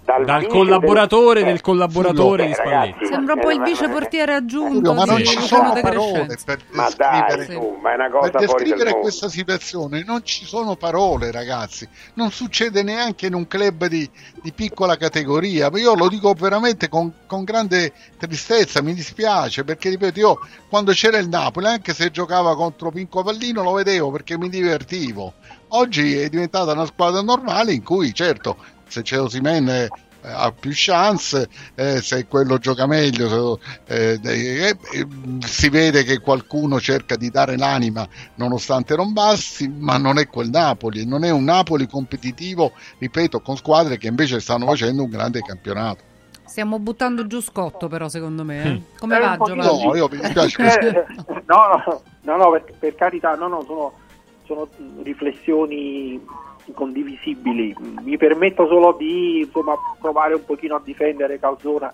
dal, dal collaboratore del, del collaboratore di Spalletti. Ragazzi, sembra un po' il viceportiere aggiunto. Ma non sì, ci sono De parole Crescenzo. per ma descrivere, dai, tu, ma è una cosa per fuori del descrivere mondo. questa situazione. Non ci sono parole, ragazzi. Non succede neanche in un club di, di piccola categoria. Io lo dico veramente con, con grande tristezza, mi dispiace, perché ripeto, io quando c'era il Napoli, anche se giocava contro Pinco Pallino, lo vedevo perché mi divertivo. Oggi è diventata una squadra normale in cui, certo, se c'è Osimhen eh, ha più chance, eh, se quello gioca meglio, eh, eh, eh, si vede che qualcuno cerca di dare l'anima nonostante non basti, ma non è quel Napoli, non è un Napoli competitivo, ripeto, con squadre che invece stanno facendo un grande campionato. Stiamo buttando giù Scotto, però, secondo me. Eh? Mm. Come Eh, va, Giovanni? No, io mi dispiace. Eh, no, no, no, no, per, per carità, no, no, sono, sono riflessioni condivisibili. Mi permetto solo di, insomma, provare un pochino a difendere Calzona,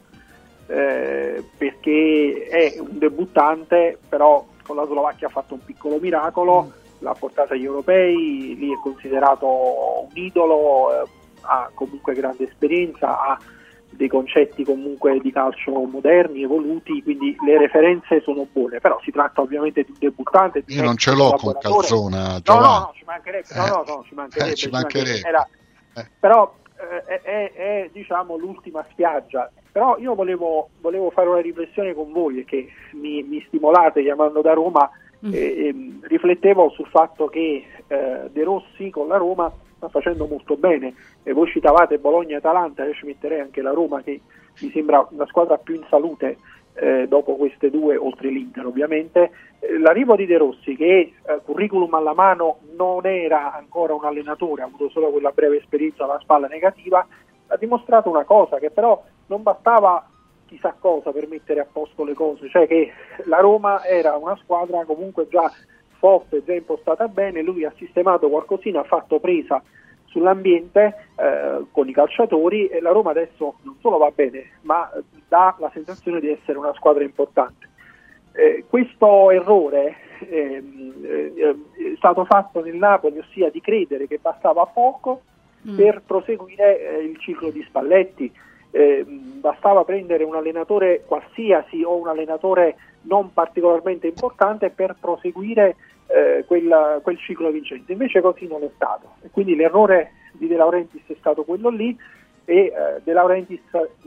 eh, perché è un debuttante, però con la Slovacchia ha fatto un piccolo miracolo, mm. l'ha portata agli europei, lì è considerato un idolo, eh, ha comunque grande esperienza, ha dei concetti comunque di calcio moderni, evoluti, quindi le referenze sono buone, però si tratta ovviamente di un debuttante. Di Io non ce l'ho con Calzona, no, no, no, ci mancherebbe, no, no, no, ci mancherebbe, eh, ci mancherebbe. Ci mancherebbe. Era, eh. Però eh, è, è, è diciamo l'ultima spiaggia. Però io volevo, volevo fare una riflessione con voi, perché mi, mi stimolate chiamando da Roma, mm. e, e riflettevo sul fatto che eh, De Rossi con la Roma sta facendo molto bene, e voi citavate Bologna e Atalanta, io ci metterei anche la Roma, che mi sembra una squadra più in salute eh, dopo queste due, oltre l'Inter ovviamente. Eh, l'arrivo di De Rossi, che eh, curriculum alla mano non era ancora un allenatore, ha avuto solo quella breve esperienza alla spalla negativa, ha dimostrato una cosa, che però non bastava chissà cosa per mettere a posto le cose, cioè che la Roma era una squadra comunque già forte, già impostata bene, lui ha sistemato qualcosina, ha fatto presa sull'ambiente eh, con i calciatori, e la Roma adesso non solo va bene, ma dà la sensazione di essere una squadra importante. Eh, questo errore eh, eh, è stato fatto nel Napoli, ossia di credere che bastava poco mm. per proseguire eh, il ciclo di Spalletti. Eh, bastava prendere un allenatore qualsiasi o un allenatore non particolarmente importante per proseguire eh, quella, quel ciclo vincente. Invece così non è stato, e quindi l'errore di De Laurentiis è stato quello lì, e eh, De Laurentiis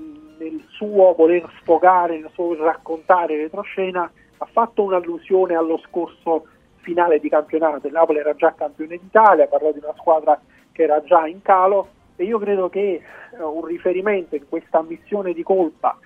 nel suo voler sfogare, nel suo raccontare retroscena, ha fatto un'allusione allo scorso finale di campionato. Il Napoli era già campione d'Italia, parlò di una squadra che era già in calo, e io credo che uh, un riferimento in questa ammissione di colpa,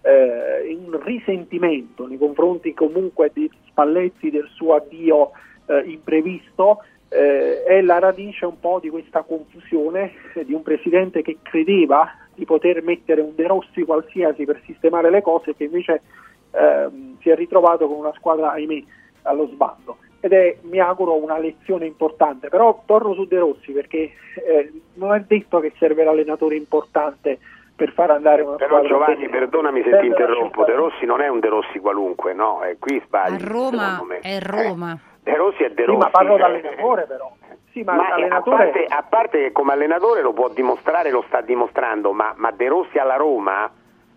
eh, in un risentimento nei confronti comunque di Spalletti, del suo addio eh, imprevisto, eh, è la radice un po' di questa confusione eh, di un presidente che credeva di poter mettere un De Rossi qualsiasi per sistemare le cose, che invece eh, si è ritrovato con una squadra, ahimè, allo sbando. Ed è, mi auguro, una lezione importante. Però torno su De Rossi, perché eh, non è detto che serve l'allenatore importante per far andare una Però squadra. Giovanni, bene. perdonami se serve ti interrompo, la De Rossi non è un De Rossi qualunque, no, eh, qui sbagli. A Roma è Roma. Eh, De Rossi è De Sì, Rossi. ma parlo eh. d'allenatore, però. Sì, ma, ma allenatore... a, parte, a parte che come allenatore lo può dimostrare, lo sta dimostrando, ma, ma De Rossi alla Roma,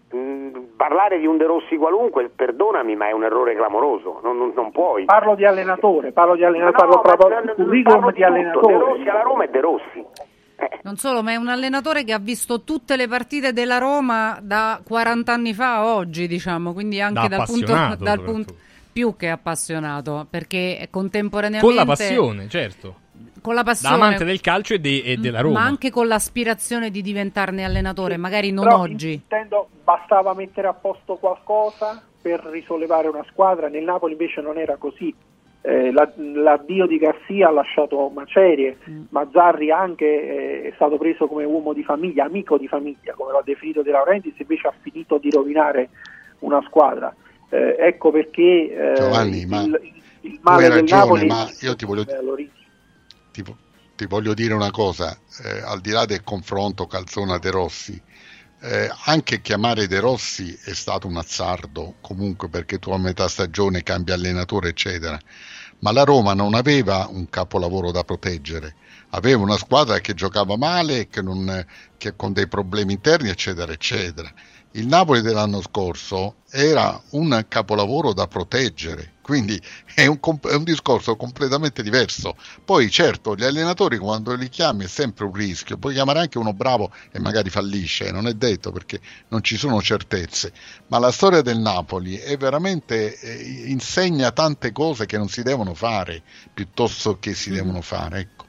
mh, parlare di un De Rossi qualunque, perdonami, ma è un errore clamoroso, non, non, non puoi. Parlo di allenatore, parlo di allenatore, No, parlo proprio ma- del curriculum di, di allenatore. De Rossi alla Roma è De Rossi. Non solo, ma è un allenatore che ha visto tutte le partite della Roma da quaranta anni fa a oggi, diciamo, quindi anche Da dal punto, appassionato, dal punto più che appassionato, perché contemporaneamente con la passione, certo, con la passione, da amante del calcio e, de- e della Roma, ma anche con l'aspirazione di diventarne allenatore, Sì, magari non però, oggi. Intendo, bastava mettere a posto qualcosa per risollevare una squadra. Nel Napoli invece non era così. Eh, la, l'addio di Garcia ha lasciato macerie, mm. Mazzarri anche eh, è stato preso come uomo di famiglia, amico di famiglia, come l'ha definito De Laurentiis, invece ha finito di rovinare una squadra. Eh, ecco perché eh, Giovanni, il, ma il, il male tu hai del ragione, Napoli, ma io ti voglio, eh, ti, ti voglio dire una cosa, eh, al di là del confronto Calzona-De Rossi, Eh, anche chiamare De Rossi è stato un azzardo, comunque, perché tu a metà stagione cambi allenatore eccetera, ma la Roma non aveva un capolavoro da proteggere, aveva una squadra che giocava male, che, non, che con dei problemi interni, eccetera, eccetera. Il Napoli dell'anno scorso era un capolavoro da proteggere, quindi è un, è un discorso completamente diverso. Poi certo, gli allenatori quando li chiami è sempre un rischio, puoi chiamare anche uno bravo e magari fallisce, non è detto perché non ci sono certezze, ma la storia del Napoli è veramente, eh, insegna tante cose che non si devono fare piuttosto che si mm. devono fare, ecco.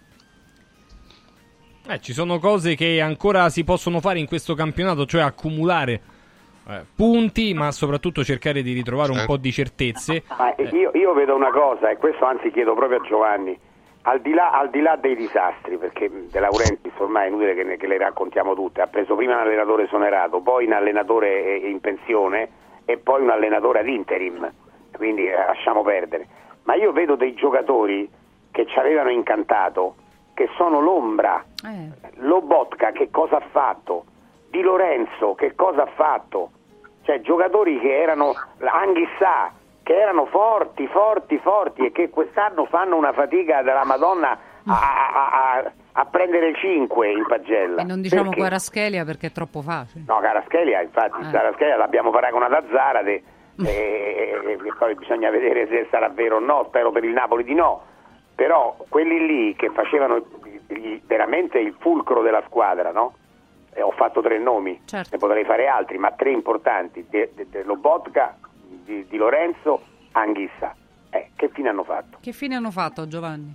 Eh, ci sono cose che ancora si possono fare in questo campionato, cioè accumulare eh, punti, ma soprattutto cercare di ritrovare un po' di certezze. Ma io, io vedo una cosa, e questo anzi chiedo proprio a Giovanni, al di là, al di là dei disastri, perché De Laurentiis ormai è inutile che, ne, che le raccontiamo tutte, ha preso prima un allenatore esonerato, poi un allenatore in pensione e poi un allenatore ad interim, quindi eh, lasciamo perdere. Ma io vedo dei giocatori che ci avevano incantato, che sono l'ombra. eh. Lobotka che cosa ha fatto? Di Lorenzo che cosa ha fatto? Cioè giocatori che erano, Anghissà, che erano forti, forti, forti e che quest'anno fanno una fatica della Madonna a, a, a, a prendere cinque in pagella. E non diciamo perché? Kvaratskhelia perché è troppo facile. No, Kvaratskhelia, infatti, eh. Kvaratskhelia l'abbiamo paragonato a Zarate e, e, e poi bisogna vedere se sarà vero o no, spero per il Napoli di no. Però quelli lì che facevano veramente il fulcro della squadra, no? E ho fatto tre nomi, certo. Ne potrei fare altri, ma tre importanti, de, de, de Lobotka, di, di Lorenzo, Anghissa. Eh, che fine hanno fatto? Che fine hanno fatto, Giovanni?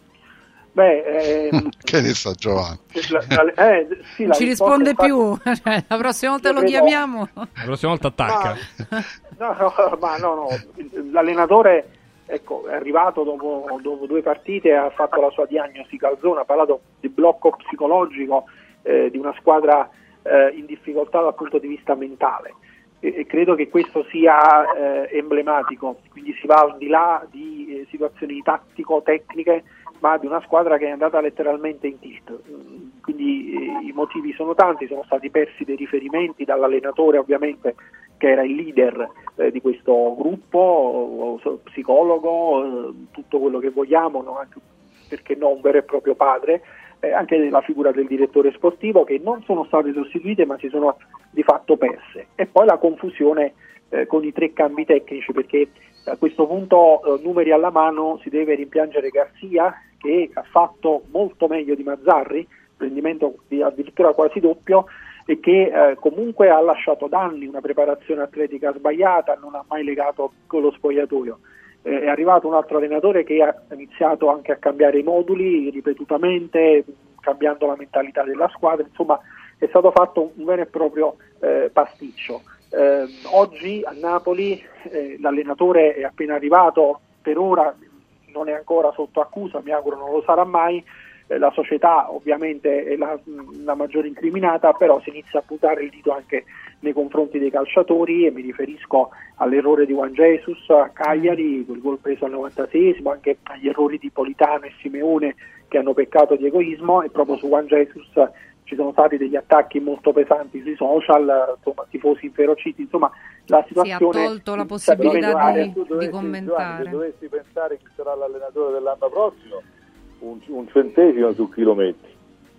Beh, ehm, che ne sa Giovanni? La, la, eh, sì, non ci risponde più, cioè, la prossima volta lo chiamiamo. La prossima volta attacca. Ma, no, no, ma no, no, l'allenatore... Ecco, è arrivato dopo, dopo due partite, ha fatto la sua diagnosi Calzona, ha parlato di blocco psicologico eh, di una squadra eh, in difficoltà dal punto di vista mentale e, e credo che questo sia eh, emblematico, quindi si va al di là di eh, situazioni tattico-tecniche, ma di una squadra che è andata letteralmente in tilt. Quindi eh, i motivi sono tanti, sono stati persi dei riferimenti dall'allenatore ovviamente, che era il leader eh, di questo gruppo, o, o, psicologo, eh, tutto quello che vogliamo, no? Anche, perché no, un vero e proprio padre, eh, anche la figura del direttore sportivo, che non sono state sostituite ma si sono di fatto perse. E poi la confusione eh, con i tre cambi tecnici, perché a questo punto, eh, numeri alla mano, si deve rimpiangere Garzia, che ha fatto molto meglio di Mazzarri, rendimento di addirittura quasi doppio, e che eh, comunque ha lasciato da anni una preparazione atletica sbagliata, non ha mai legato con lo spogliatoio. Eh, è arrivato un altro allenatore che ha iniziato anche a cambiare i moduli ripetutamente, cambiando la mentalità della squadra, insomma è stato fatto un vero e proprio eh, pasticcio. Eh, oggi a Napoli eh, l'allenatore è appena arrivato, per ora non è ancora sotto accusa, mi auguro non lo sarà mai. La società ovviamente è la, la maggiore incriminata, però si inizia a puntare il dito anche nei confronti dei calciatori, e mi riferisco all'errore di Juan Jesus a Cagliari, quel gol preso al novantaseiesimo, anche agli errori di Politano e Simeone che hanno peccato di egoismo, e proprio su Juan Jesus ci sono stati degli attacchi molto pesanti sui social, insomma, tifosi inferociti, insomma la situazione... Si è tolto la possibilità di, dovessi, di commentare. Giovanni, se dovessi pensare chi sarà l'allenatore dell'anno prossimo, Un, un centesimo su chilometri.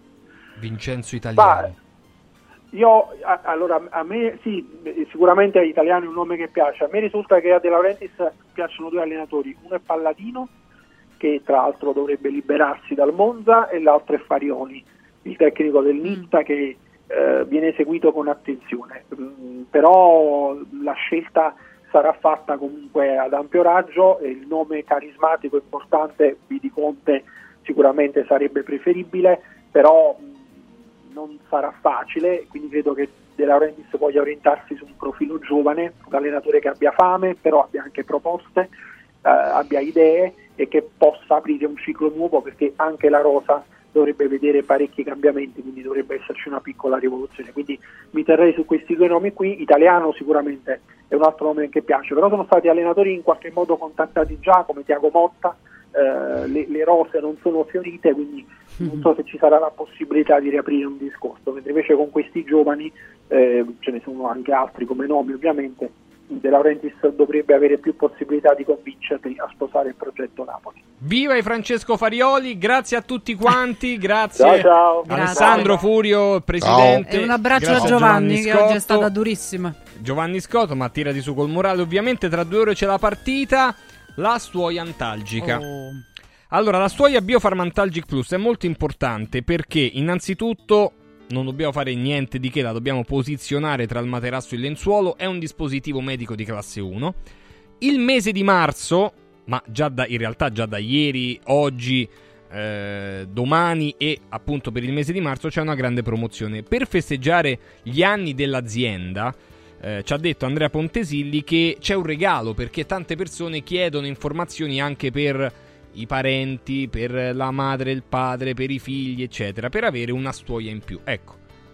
Vincenzo Italiano. Ma io a, allora a me sì, sicuramente agli italiani è un nome che piace. A me risulta che a De Laurentiis piacciono due allenatori, uno è Palladino, che tra l'altro dovrebbe liberarsi dal Monza, e l'altro è Farioli, il tecnico del Nizza, che eh, viene seguito con attenzione. Mm, però la scelta sarà fatta comunque ad ampio raggio, e il nome carismatico importante Vidi Conte sicuramente sarebbe preferibile, però mh, non sarà facile, quindi credo che De Laurentiis voglia orientarsi su un profilo giovane, un allenatore che abbia fame, però abbia anche proposte, eh, abbia idee, e che possa aprire un ciclo nuovo, perché anche la rosa dovrebbe vedere parecchi cambiamenti, quindi dovrebbe esserci una piccola rivoluzione. Quindi mi terrei su questi due nomi qui. Italiano sicuramente è un altro nome che piace, però sono stati allenatori in qualche modo contattati già, come Tiago Motta, eh, le, le rose non sono fiorite, quindi non so se ci sarà la possibilità di riaprire un discorso, mentre invece con questi giovani, eh, ce ne sono anche altri come nomi ovviamente, De Laurentiis dovrebbe avere più possibilità di convincerli a sposare il progetto Napoli. Viva Francesco Farioli, grazie a tutti quanti, grazie ciao, ciao. Alessandro Grazie. Furio, presidente. E un abbraccio Grazie a Giovanni, che oggi è Scotto. stata durissima. Giovanni Scotto, ma tirati su col morale. Ovviamente tra due ore c'è la partita, la stuoia antalgica. Oh. Allora, la stuoia Biofarmantalgic Plus è molto importante perché innanzitutto non dobbiamo fare niente di che, la dobbiamo posizionare tra il materasso e il lenzuolo, è un dispositivo medico di classe uno. Il mese di marzo, ma già da, in realtà già da ieri, oggi, eh, domani e appunto per il mese di marzo c'è una grande promozione. Per festeggiare gli anni dell'azienda, eh, ci ha detto Andrea Pontesilli che c'è un regalo, perché tante persone chiedono informazioni anche per i parenti, per la madre, il padre, per i figli, eccetera, per avere una stuoia in più. Ecco,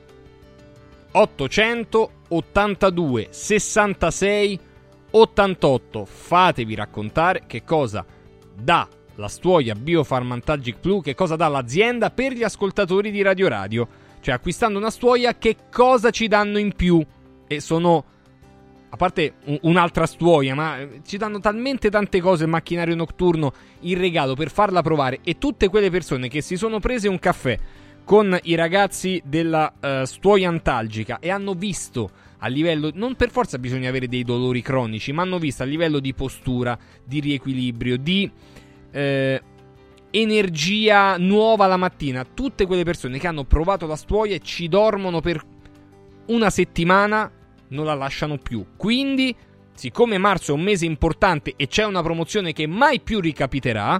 ottocentottantadue sessantasei ottantotto, fatevi raccontare che cosa dà la stuoia Biofarmantalgic Plus, che cosa dà l'azienda per gli ascoltatori di Radio Radio. Cioè, acquistando una stuoia, che cosa ci danno in più? E sono, a parte un'altra stuoia, ma ci danno talmente tante cose, il macchinario notturno, il regalo per farla provare. E tutte quelle persone che si sono prese un caffè con i ragazzi della uh, stuoia antalgica e hanno visto a livello, non per forza bisogna avere dei dolori cronici, ma hanno visto a livello di postura, di riequilibrio, di eh, energia nuova la mattina, tutte quelle persone che hanno provato la stuoia e ci dormono per una settimana non la lasciano più. Quindi, siccome marzo è un mese importante e c'è una promozione che mai più ricapiterà,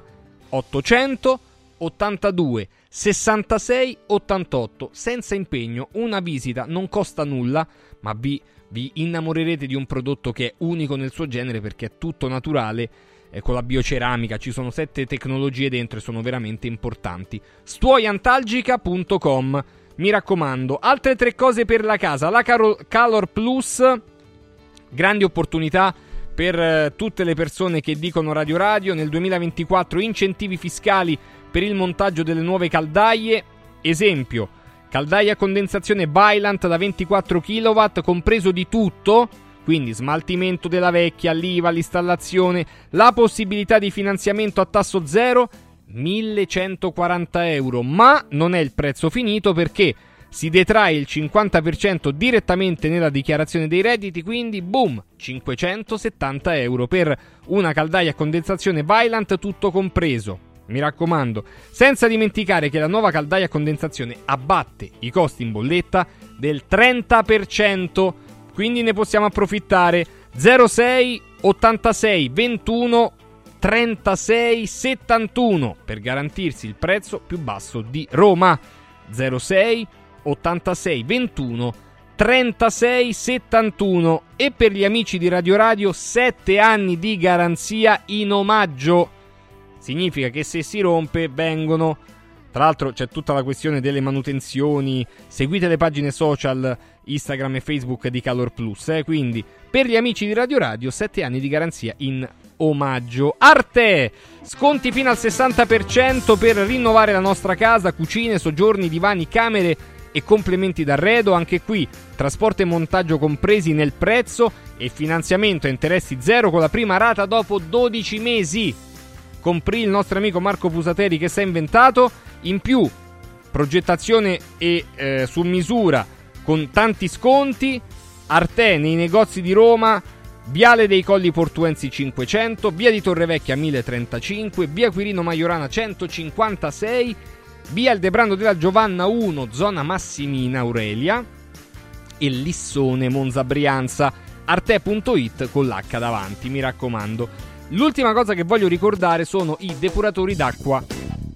ottocentottantadue sessantasei ottantotto, senza impegno, una visita, non costa nulla, ma vi, vi innamorerete di un prodotto che è unico nel suo genere perché è tutto naturale, eh, con la bioceramica, ci sono sette tecnologie dentro e sono veramente importanti. stuoiantalgica punto com. Mi raccomando, altre tre cose per la casa. La Caro- Calor Plus, grandi opportunità per eh, tutte le persone che dicono Radio Radio. Nel duemilaventiquattro incentivi fiscali per il montaggio delle nuove caldaie. Esempio, caldaia a condensazione Vaillant da ventiquattro chilowatt, compreso di tutto, quindi smaltimento della vecchia, l'I V A, l'installazione, la possibilità di finanziamento a tasso zero, millecentoquaranta euro, ma non è il prezzo finito perché si detrae il cinquanta per cento direttamente nella dichiarazione dei redditi, quindi boom, cinquecentosettanta euro per una caldaia a condensazione Vaillant tutto compreso. Mi raccomando, senza dimenticare che la nuova caldaia a condensazione abbatte i costi in bolletta del trenta per cento, quindi ne possiamo approfittare. zero sei ottantasei ventuno trentasei settantuno per garantirsi il prezzo più basso di Roma. zero sei ottantasei ventuno trentasei settantuno. E per gli amici di Radio Radio sette anni di garanzia in omaggio. Significa che se si rompe vengono. Tra l'altro c'è tutta la questione delle manutenzioni. Seguite le pagine social Instagram e Facebook di Calor Plus, eh? Quindi per gli amici di Radio Radio sette anni di garanzia in omaggio. Arte, sconti fino al sessanta per cento per rinnovare la nostra casa, cucine, soggiorni, divani, camere e complementi d'arredo. Anche qui trasporto e montaggio compresi nel prezzo e finanziamento a interessi zero con la prima rata dopo dodici mesi. Compri il nostro amico Marco Pusateri che si è inventato. In più progettazione e eh, su misura con tanti sconti. Arte nei negozi di Roma, Viale dei Colli Portuensi cinquecento, Via di Torrevecchia mille trentacinque, Via Quirino Maiorana centocinquantasei, Via Aldebrando della Giovanna uno, zona Massimina Aurelia, e Lissone Monza Brianza. Arte punto it con l'H davanti, mi raccomando. L'ultima cosa che voglio ricordare sono i depuratori d'acqua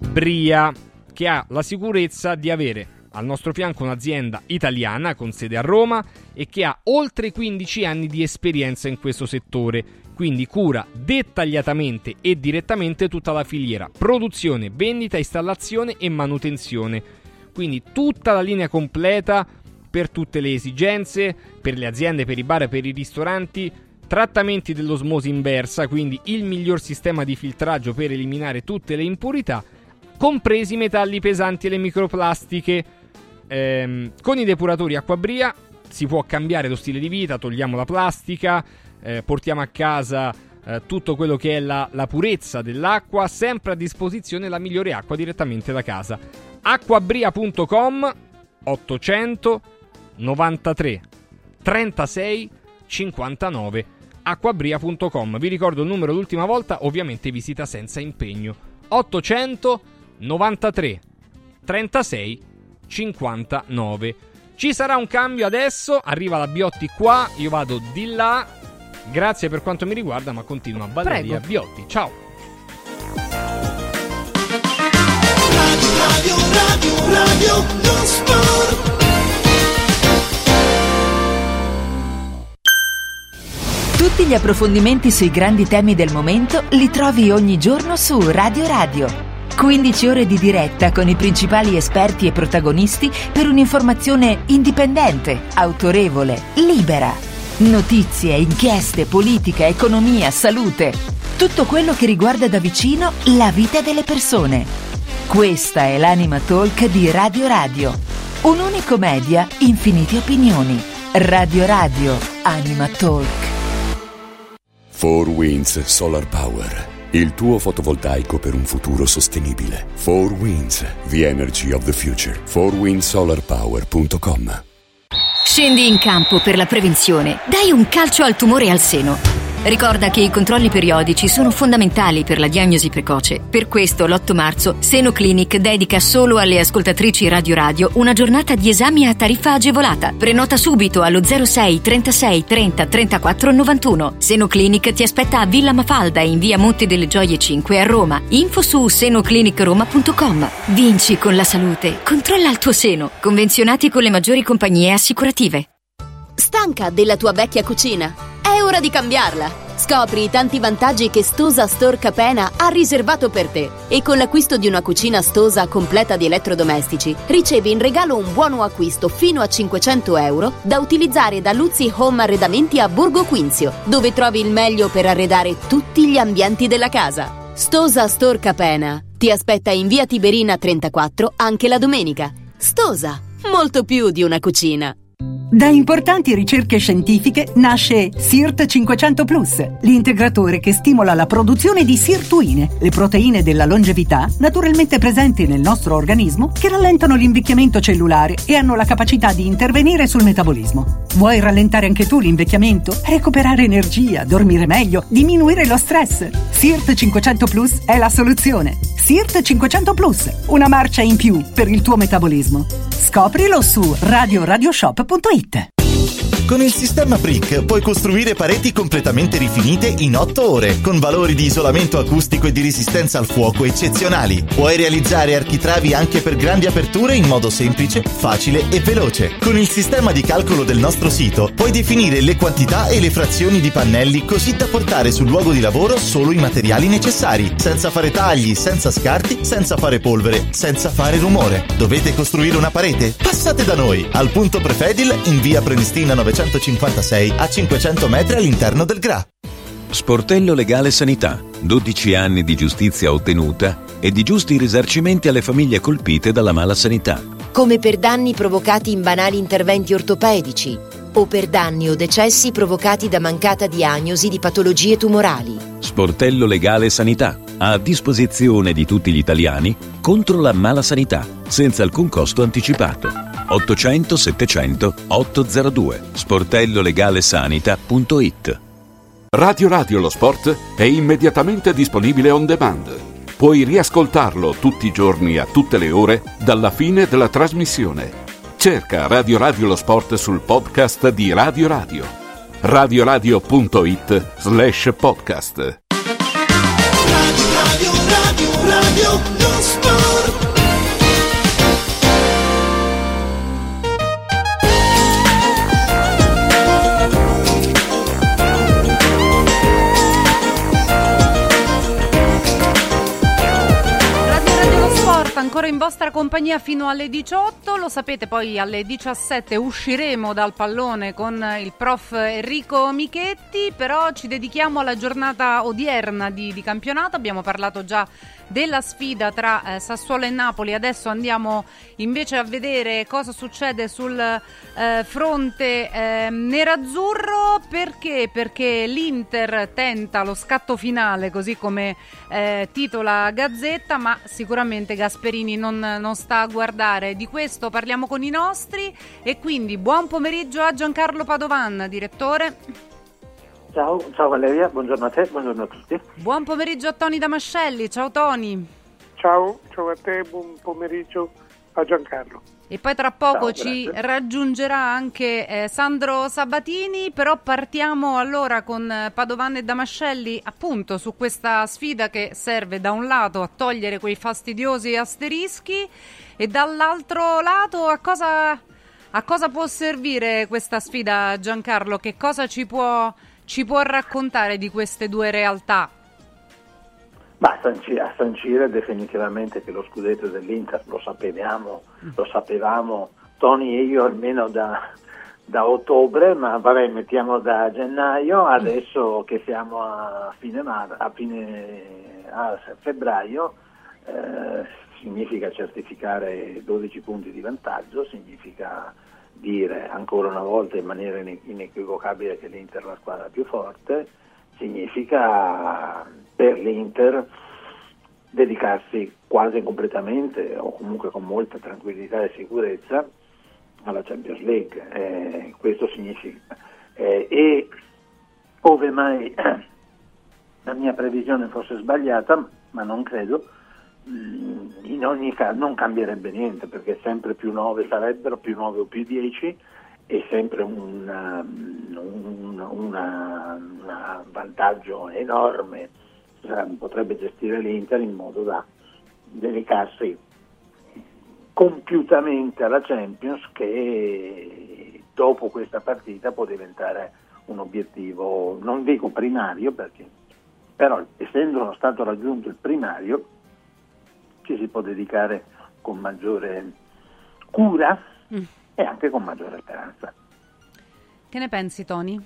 Bria, che ha la sicurezza di avere al nostro fianco un'azienda italiana con sede a Roma e che ha oltre quindici anni di esperienza in questo settore, quindi cura dettagliatamente e direttamente tutta la filiera: produzione, vendita, installazione e manutenzione. Quindi tutta la linea completa per tutte le esigenze, per le aziende, per i bar e per i ristoranti. Trattamenti dell'osmosi inversa, quindi il miglior sistema di filtraggio per eliminare tutte le impurità, compresi i metalli pesanti e le microplastiche. Ehm, con i depuratori Acquabria si può cambiare lo stile di vita, togliamo la plastica, eh, portiamo a casa eh, tutto quello che è la, la purezza dell'acqua, sempre a disposizione la migliore acqua direttamente da casa. acquabria punto com ottocento novantatré trentasei cinquantanove acquabria punto com. Vi ricordo il numero l'ultima volta, ovviamente visita senza impegno. ottocento novantatré trentasei cinquantanove. Ci sarà un cambio adesso, arriva la Biotti qua, io vado di là. Grazie per quanto mi riguarda, ma continua Valeria Prego. Biotti. Ciao. Radio, radio, radio, radio, non sport. Tutti gli approfondimenti sui grandi temi del momento li trovi ogni giorno su Radio Radio. quindici ore di diretta con i principali esperti e protagonisti per un'informazione indipendente, autorevole, libera. Notizie, inchieste, politica, economia, salute. Tutto quello che riguarda da vicino la vita delle persone. Questa è l'Anima Talk di Radio Radio. Un unico media, infinite opinioni. Radio Radio, Anima Talk. four Winds Solar Power. Il tuo fotovoltaico per un futuro sostenibile. four Winds, the energy of the future. four wind solar power punto com. Scendi in campo per la prevenzione. Dai un calcio al tumore al seno. Ricorda che i controlli periodici sono fondamentali per la diagnosi precoce. Per questo l'otto marzo Seno Clinic dedica solo alle ascoltatrici Radio Radio una giornata di esami a tariffa agevolata. Prenota subito allo zero sei trentasei trenta trentaquattro novantuno. Seno Clinic ti aspetta a Villa Mafalda in via Monte delle Gioie cinque a Roma. Info su seno clinic roma punto com. Vinci con la salute. Controlla il tuo seno. Convenzionati con le maggiori compagnie assicurative. Stanca della tua vecchia cucina? È ora di cambiarla! Scopri i tanti vantaggi che Stosa Store Capena ha riservato per te. E con l'acquisto di una cucina Stosa completa di elettrodomestici, ricevi in regalo un buono acquisto fino a cinquecento euro da utilizzare da Luzzi Home Arredamenti a Borgo Quinzio, dove trovi il meglio per arredare tutti gli ambienti della casa. Stosa Store Capena ti aspetta in via Tiberina trentaquattro anche la domenica. Stosa, molto più di una cucina. Da importanti ricerche scientifiche nasce SIRT cinquecento plus, l'integratore che stimola la produzione di sirtuine, le proteine della longevità naturalmente presenti nel nostro organismo che rallentano l'invecchiamento cellulare e hanno la capacità di intervenire sul metabolismo. Vuoi rallentare anche tu l'invecchiamento? Recuperare energia, dormire meglio, diminuire lo stress? SIRT cinquecento plus è la soluzione. SIRT cinquecento plus, una marcia in più per il tuo metabolismo. Scoprilo su radio radioshop punto it. Con il sistema Brick puoi costruire pareti completamente rifinite in otto ore, con valori di isolamento acustico e di resistenza al fuoco eccezionali. Puoi realizzare architravi anche per grandi aperture in modo semplice, facile e veloce. Con il sistema di calcolo del nostro sito puoi definire le quantità e le frazioni di pannelli così da portare sul luogo di lavoro solo i materiali necessari, senza fare tagli, senza scarti, senza fare polvere, senza fare rumore. Dovete costruire una parete? Passate da noi, al punto Prefedil in via Prenestina novecentocinquantasei a cinquecento metri all'interno del Gra. Sportello Legale Sanità. dodici anni di giustizia ottenuta e di giusti risarcimenti alle famiglie colpite dalla mala sanità. Come per danni provocati in banali interventi ortopedici o per danni o decessi provocati da mancata diagnosi di patologie tumorali. Sportello Legale Sanità. A disposizione di tutti gli italiani contro la mala sanità, senza alcun costo anticipato. ottocento settecento ottocentodue. sportello legale sanita punto it. Radio Radio Lo Sport è immediatamente disponibile on demand. Puoi riascoltarlo tutti i giorni a tutte le ore dalla fine della trasmissione. Cerca Radio Radio Lo Sport sul podcast di Radio Radio. radioradio punto it slash podcast. Radio Radio Radio Radio Lo Sport. Ancora in vostra compagnia fino alle diciotto, lo sapete, poi alle diciassette usciremo dal pallone con il prof Enrico Michetti, però ci dedichiamo alla giornata odierna di, di campionato. Abbiamo parlato già della sfida tra eh, Sassuolo e Napoli, adesso andiamo invece a vedere cosa succede sul eh, fronte eh, nerazzurro. Perché? Perché l'Inter tenta lo scatto finale, così come eh, titola Gazzetta, ma sicuramente Gasperini non, non sta a guardare. Di questo parliamo con i nostri e quindi buon pomeriggio a Giancarlo Padovan, direttore. Ciao, ciao Valeria, buongiorno a te, buongiorno a tutti. Buon pomeriggio a Toni Damascelli, ciao Toni. Ciao, ciao a te, buon pomeriggio a Giancarlo. E poi tra poco Ciao, ci grazie. raggiungerà anche eh, Sandro Sabatini, però partiamo allora con eh, Padovan e Damascelli appunto su questa sfida che serve da un lato a togliere quei fastidiosi asterischi e dall'altro lato a cosa, a cosa può servire questa sfida, Giancarlo? Che cosa ci può... ci può raccontare di queste due realtà? Ma a sancire, a sancire definitivamente che lo scudetto dell'Inter lo sapevamo, lo sapevamo Tony e io almeno da, da ottobre, ma vabbè, mettiamo da gennaio, adesso che siamo a fine, mar- a fine a febbraio, eh, significa certificare dodici punti di vantaggio, significa dire ancora una volta in maniera inequivocabile che l'Inter è la squadra più forte, significa per l'Inter dedicarsi quasi completamente o comunque con molta tranquillità e sicurezza alla Champions League. Eh, questo significa eh, e ove mai la mia previsione fosse sbagliata, ma non credo, in ogni caso non cambierebbe niente, perché sempre più nove sarebbero, più nove o più dieci, è sempre un, un, una, una vantaggio enorme. Potrebbe gestire l'Inter in modo da dedicarsi compiutamente alla Champions, che dopo questa partita può diventare un obiettivo, non dico primario, perché però essendo stato raggiunto il primario ci si può dedicare con maggiore cura mm. e anche con maggiore speranza. Che ne pensi, Tony?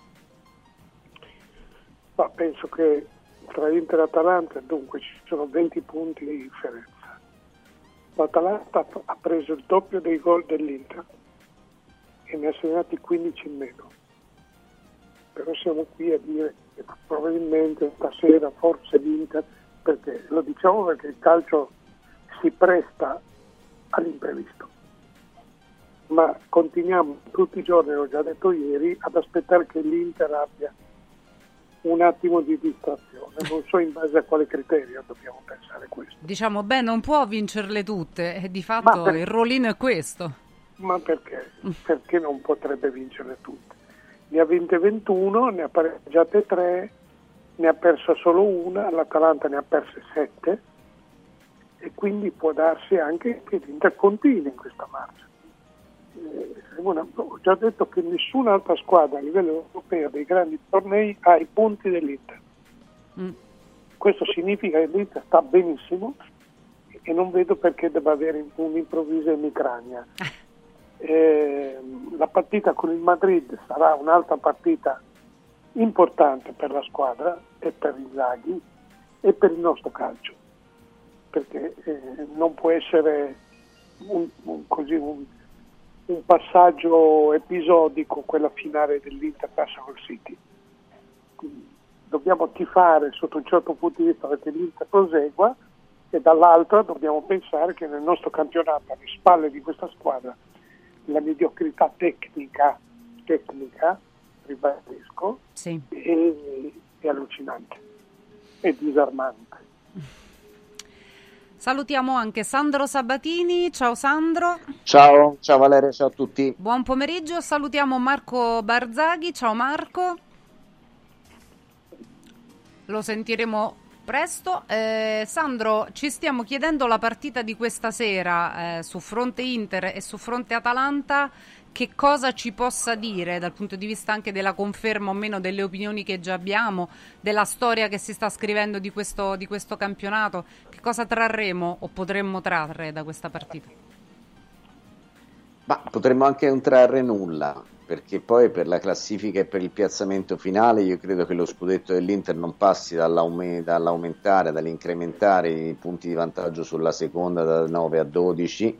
Ma penso che tra Inter e Atalanta dunque ci sono venti punti di differenza. L'Atalanta ha preso il doppio dei gol dell'Inter e ne ha segnati quindici in meno. Però siamo qui a dire che probabilmente stasera forse l'Inter, perché lo diciamo perché il calcio si presta all'imprevisto, ma continuiamo tutti i giorni, l'ho già detto ieri, ad aspettare che l'Inter abbia un attimo di distrazione. Non so in base a quale criterio dobbiamo pensare questo. Diciamo, beh, non può vincerle tutte, e di fatto per... il ruolino è questo. Ma perché? Perché non potrebbe vincerle tutte? Ne ha vinte ventuno, ne ha pareggiate tre, ne ha persa solo una, l'Atalanta ne ha perse sette, e quindi può darsi anche che l'Inter continui in questa marcia. Eh, una, ho già detto che nessun'altra squadra a livello europeo dei grandi tornei ha i punti dell'Inter. Mm. Questo significa che l'Inter sta benissimo e non vedo perché debba avere un'improvvisa emicrania. Eh, la partita con il Madrid sarà un'altra partita importante per la squadra e per Inzaghi e per il nostro calcio, perché eh, non può essere un, un, così un, un passaggio episodico quella finale dell'Inter persa col City. Quindi dobbiamo tifare sotto un certo punto di vista perché l'Inter prosegua, e dall'altra dobbiamo pensare che nel nostro campionato, alle spalle di questa squadra, la mediocrità tecnica tecnica ribadisco, sì. è, è allucinante, è disarmante. Salutiamo anche Sandro Sabatini. Ciao Sandro. Ciao, ciao Valeria, ciao a tutti. Buon pomeriggio, salutiamo Marco Barzaghi. Ciao Marco. Lo sentiremo presto. Eh, Sandro, ci stiamo chiedendo la partita di questa sera eh, su fronte Inter e su fronte Atalanta. che cosa ci possa dire dal punto di vista anche della conferma o meno delle opinioni che già abbiamo, della storia che si sta scrivendo di questo, di questo campionato? Che cosa trarremo o potremmo trarre da questa partita? Ma potremmo anche non trarre nulla, perché poi per la classifica e per il piazzamento finale io credo che lo scudetto dell'Inter non passi dall'aume- dall'aumentare, dall'incrementare i punti di vantaggio sulla seconda da nove a dodici,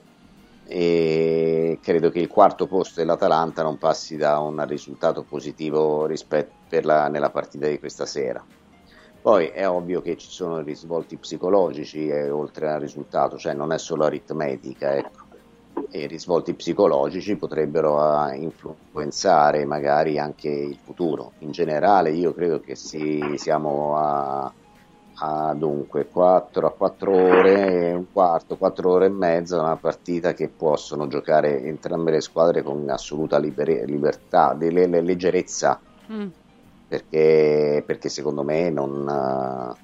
e credo che il quarto posto dell'Atalanta non passi da un risultato positivo rispetto per la, nella partita di questa sera. Poi è ovvio che ci sono risvolti psicologici eh, oltre al risultato, cioè non è solo aritmetica, ecco. E i risvolti psicologici potrebbero uh, influenzare magari anche il futuro. In generale io credo che si, siamo a, a dunque quattro a quattro ore, un quarto, quattro ore e mezza, una partita che possono giocare entrambe le squadre con assoluta liber- libertà, delle, le, leggerezza, mm. perché, perché secondo me non... Uh,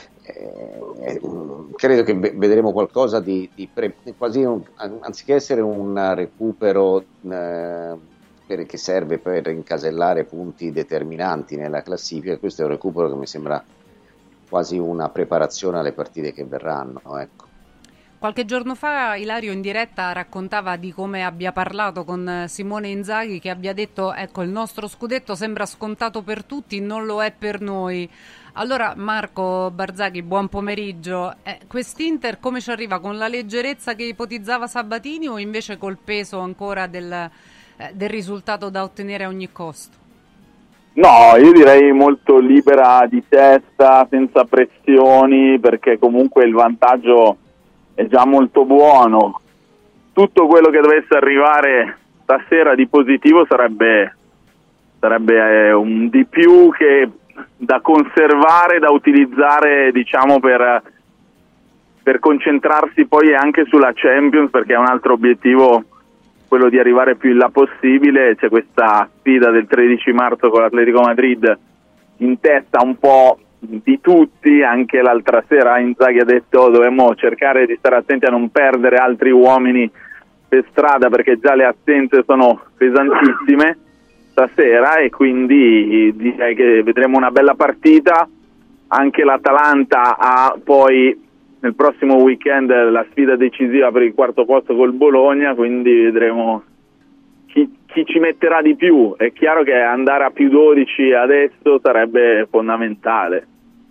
Eh, credo che vedremo qualcosa di, di pre, quasi un, anziché essere un recupero eh, per, che serve per incasellare punti determinanti nella classifica, questo è un recupero che mi sembra quasi una preparazione alle partite che verranno, ecco. Qualche giorno fa Ilario in diretta raccontava di come abbia parlato con Simone Inzaghi, che abbia detto ecco il nostro scudetto sembra scontato per tutti, non lo è per noi. Allora Marco Barzaghi, buon pomeriggio. Eh, quest'Inter come ci arriva? Con la leggerezza che ipotizzava Sabatini o invece col peso ancora del, eh, del risultato da ottenere a ogni costo? No, io direi molto libera di testa, senza pressioni, perché comunque il vantaggio è già molto buono. Tutto quello che dovesse arrivare stasera di positivo sarebbe, sarebbe eh, un di più che da conservare, da utilizzare, diciamo, per, per concentrarsi poi anche sulla Champions, perché è un altro obiettivo quello di arrivare più in là possibile. C'è questa sfida del tredici marzo con l'Atletico Madrid in testa un po' di tutti. Anche l'altra sera Inzaghi ha detto oh, dovremmo cercare di stare attenti a non perdere altri uomini per strada, perché già le assenze sono pesantissime stasera, e quindi direi che vedremo una bella partita. Anche l'Atalanta ha poi nel prossimo weekend la sfida decisiva per il quarto posto col Bologna, quindi vedremo chi, chi ci metterà di più. È chiaro che andare a più dodici adesso sarebbe fondamentale.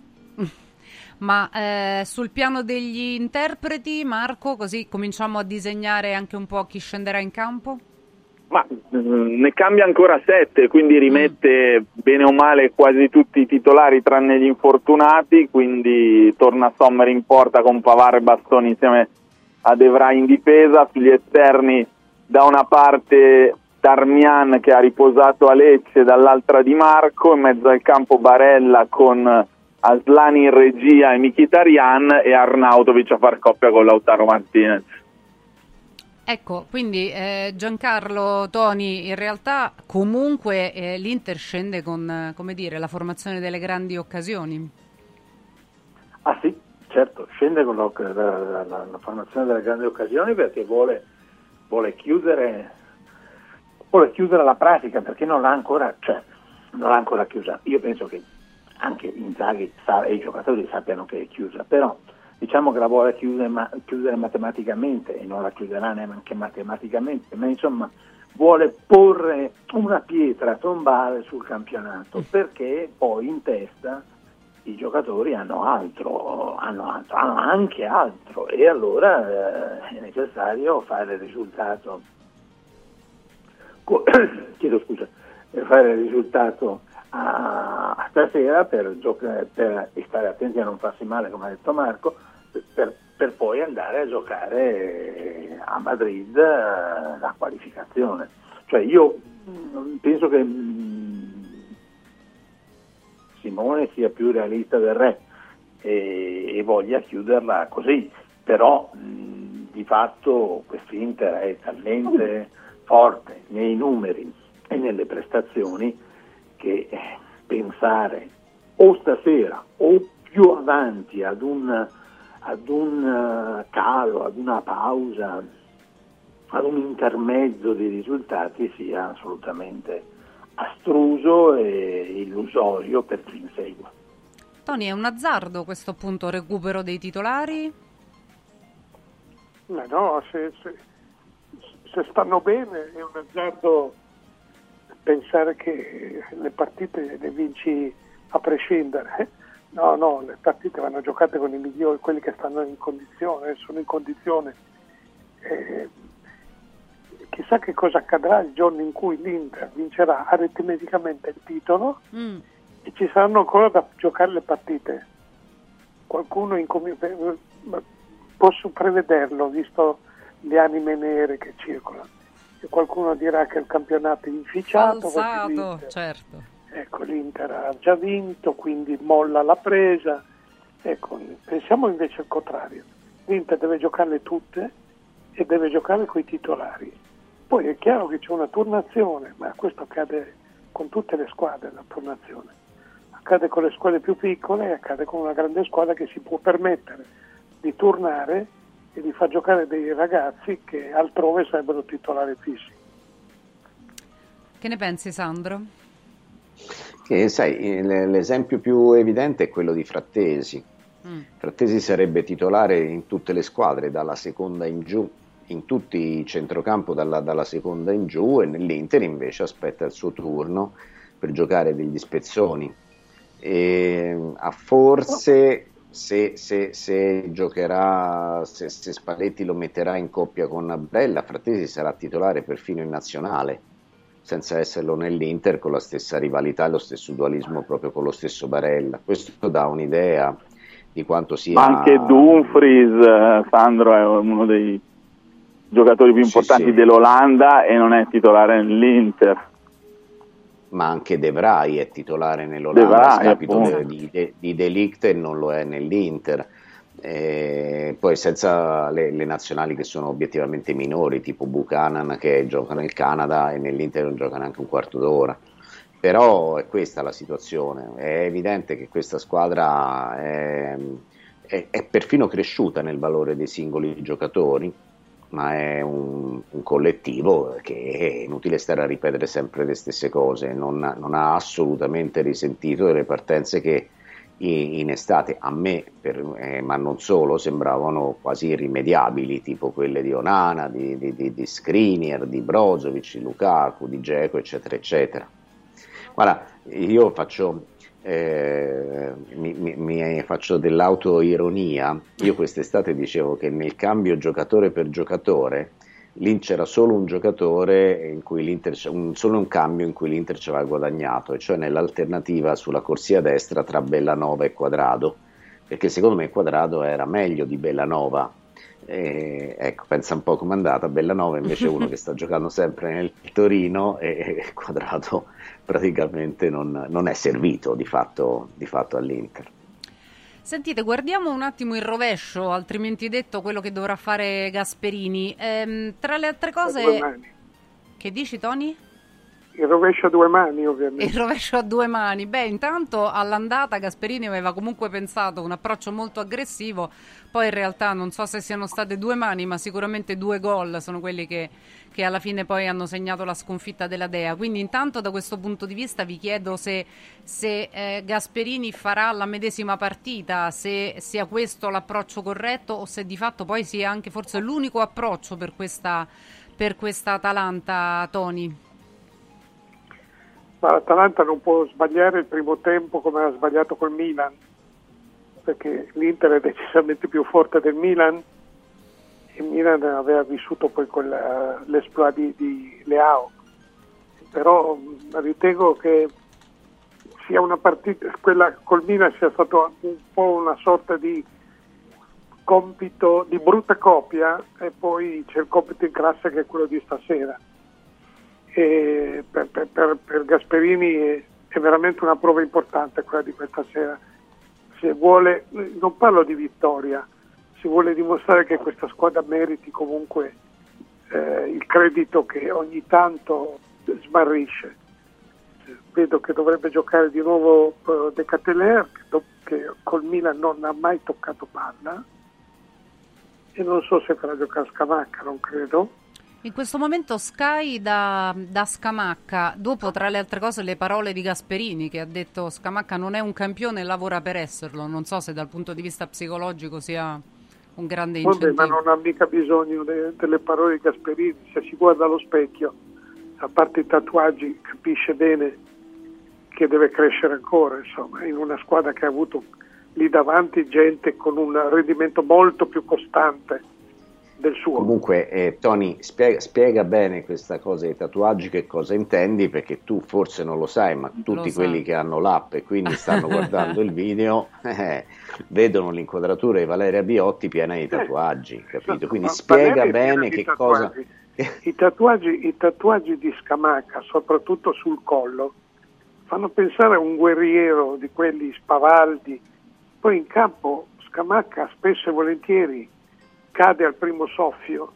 Ma eh, sul piano degli interpreti, Marco, così cominciamo a disegnare anche un po' chi scenderà in campo? Ma mh, ne cambia ancora sette, quindi rimette mm. bene o male quasi tutti i titolari tranne gli infortunati, quindi torna Sommer in porta con Pavard e Bastoni insieme a De Vrij in difesa. Sugli esterni da una parte Darmian che ha riposato a Lecce, dall'altra Di Marco, in mezzo al campo Barella con Aslani in regia e Mkhitaryan, e Arnautovic a far coppia con Lautaro Martinez. Ecco, quindi eh, Giancarlo, Toni, in realtà comunque eh, l'Inter scende con, eh, come dire, la formazione delle grandi occasioni. Ah sì, certo, scende con la, la, la, la formazione delle grandi occasioni perché vuole, vuole chiudere vuole chiudere la pratica, perché non l'ha ancora, cioè, non l'ha ancora chiusa. Io penso che anche Inzaghi sa, e i giocatori sappiano che è chiusa, però diciamo che la vuole chiudere, ma, chiudere matematicamente, e non la chiuderà neanche matematicamente, ma insomma vuole porre una pietra tombale sul campionato, perché poi in testa i giocatori hanno altro, hanno, altro, hanno anche altro, e allora eh, è necessario fare il risultato, chiedo scusa, fare il risultato a stasera per giocare, per stare attenti a non farsi male, come ha detto Marco, per, per poi andare a giocare a Madrid la qualificazione. Cioè io penso che Simone sia più realista del re e, e voglia chiuderla così, però mh, di fatto quest'Inter è talmente forte nei numeri e nelle prestazioni che pensare o stasera o più avanti ad un, ad un calo, ad una pausa ad un intermezzo di risultati sia assolutamente astruso e illusorio per chi insegue. Tony, è un azzardo questo appunto recupero dei titolari? Ma no, se, se, se stanno bene è un azzardo pensare che le partite le vinci a prescindere. No, no, le partite vanno giocate con i migliori, quelli che stanno in condizione, sono in condizione. Eh, chissà che cosa accadrà il giorno in cui l'Inter vincerà aritmeticamente il titolo mm. e ci saranno ancora da giocare le partite. Qualcuno incom- posso prevederlo, visto le anime nere che circolano. E qualcuno dirà che il campionato è inficiato. Falsato, certo. Ecco, l'Inter ha già vinto, quindi molla la presa. Ecco, pensiamo invece al contrario. L'Inter deve giocarle tutte e deve giocare coi titolari. Poi è chiaro che c'è una turnazione, ma questo accade con tutte le squadre, la turnazione. Accade con le squadre più piccole e accade con una grande squadra che si può permettere di turnare e di far giocare dei ragazzi che altrove sarebbero titolari fissi. Che ne pensi, Sandro? Che sai, l'esempio più evidente è quello di Frattesi. Mm. Frattesi sarebbe titolare in tutte le squadre, dalla seconda in giù, in tutti i centrocampo dalla, dalla seconda in giù, e nell'Inter invece aspetta il suo turno per giocare degli spezzoni. E, a forse se, se, se giocherà, se, se Spalletti lo metterà in coppia con Barella, Frattesi sarà titolare perfino in nazionale, senza esserlo nell'Inter, con la stessa rivalità e lo stesso dualismo proprio con lo stesso Barella. Questo dà un'idea di quanto sia... Ma anche Dumfries, Sandro, è uno dei giocatori più importanti sì, sì. dell'Olanda e non è titolare nell'Inter. Ma anche De Vrij è titolare nell'Olanda a scapito de, di, de, di De Ligt e non lo è nell'Inter. E poi senza le, le nazionali che sono obiettivamente minori, tipo Buchanan che gioca nel Canada e nell'Inter non gioca neanche un quarto d'ora. Però è questa la situazione, è evidente che questa squadra è, è, è perfino cresciuta nel valore dei singoli giocatori, ma è un, un collettivo che è inutile stare a ripetere sempre le stesse cose, non, non ha assolutamente risentito delle partenze che in estate a me, per, eh, ma non solo, sembravano quasi irrimediabili, tipo quelle di Onana, di, di, di, di Skriniar, di Brozovic, di Lukaku, di Dzeko, eccetera, eccetera. Guarda, io faccio, eh, mi, mi, mi faccio dell'autoironia. Io quest'estate dicevo che nel cambio giocatore per giocatore l'Inter c'era solo un giocatore in cui l'Inter un, solo un cambio in cui l'Inter ci aveva guadagnato, e cioè nell'alternativa sulla corsia destra tra Bellanova e Quadrado, perché secondo me Quadrado era meglio di Bellanova. E, ecco, pensa un po' com'è andata. Bellanova invece è uno che sta giocando sempre nel Torino, e, e Quadrado praticamente non, non è servito di fatto, di fatto all'Inter. Sentite, guardiamo un attimo il rovescio, altrimenti detto, quello che dovrà fare Gasperini. Ehm, tra le altre cose... Che dici, Tony? Il rovescio a due mani, ovviamente. Il rovescio a due mani. Beh, intanto all'andata Gasperini aveva comunque pensato un approccio molto aggressivo, poi in realtà non so se siano state due mani, ma sicuramente due gol sono quelli che, che alla fine poi hanno segnato la sconfitta della Dea. Quindi intanto da questo punto di vista vi chiedo se, se eh, Gasperini farà la medesima partita, se sia questo l'approccio corretto o se di fatto poi sia anche forse l'unico approccio per questa, per questa Atalanta, Tony. Ma l'Atalanta non può sbagliare il primo tempo come ha sbagliato col Milan, perché l'Inter è decisamente più forte del Milan, e il Milan aveva vissuto poi quella, l'esploit di, di Leao. Però ritengo che sia una partita, quella col Milan sia stato un po' una sorta di compito di brutta copia, e poi c'è il compito in classe che è quello di stasera. E per, per, per, per Gasperini è, è veramente una prova importante quella di questa sera. Se vuole, non parlo di vittoria, si vuole dimostrare che questa squadra meriti comunque eh, il credito che ogni tanto smarrisce. Vedo che dovrebbe giocare di nuovo uh, De Ketelaere, che, che col Milan non ha mai toccato palla, e non so se farà giocare Scamacca, non credo. In questo momento Sky da, da Scamacca, dopo tra le altre cose le parole di Gasperini che ha detto Scamacca non è un campione e lavora per esserlo, non so se dal punto di vista psicologico sia un grande incentivo. Vabbè, ma non ha mica bisogno de- delle parole di Gasperini, se si guarda allo specchio, a parte i tatuaggi, capisce bene che deve crescere ancora, insomma, in una squadra che ha avuto lì davanti gente con un rendimento molto più costante del suo. Comunque eh, Tony spiega, spiega bene questa cosa dei tatuaggi, che cosa intendi, perché tu forse non lo sai, ma tutti quelli che hanno l'app e quindi stanno guardando il video eh, vedono l'inquadratura di Valeria Biotti piena di tatuaggi, capito? Quindi Ma spiega Valeria è piena bene di che tatuaggi. cosa I tatuaggi, i tatuaggi di Scamacca, soprattutto sul collo, fanno pensare a un guerriero di quelli spavaldi. Poi in campo Scamacca spesso e volentieri cade al primo soffio,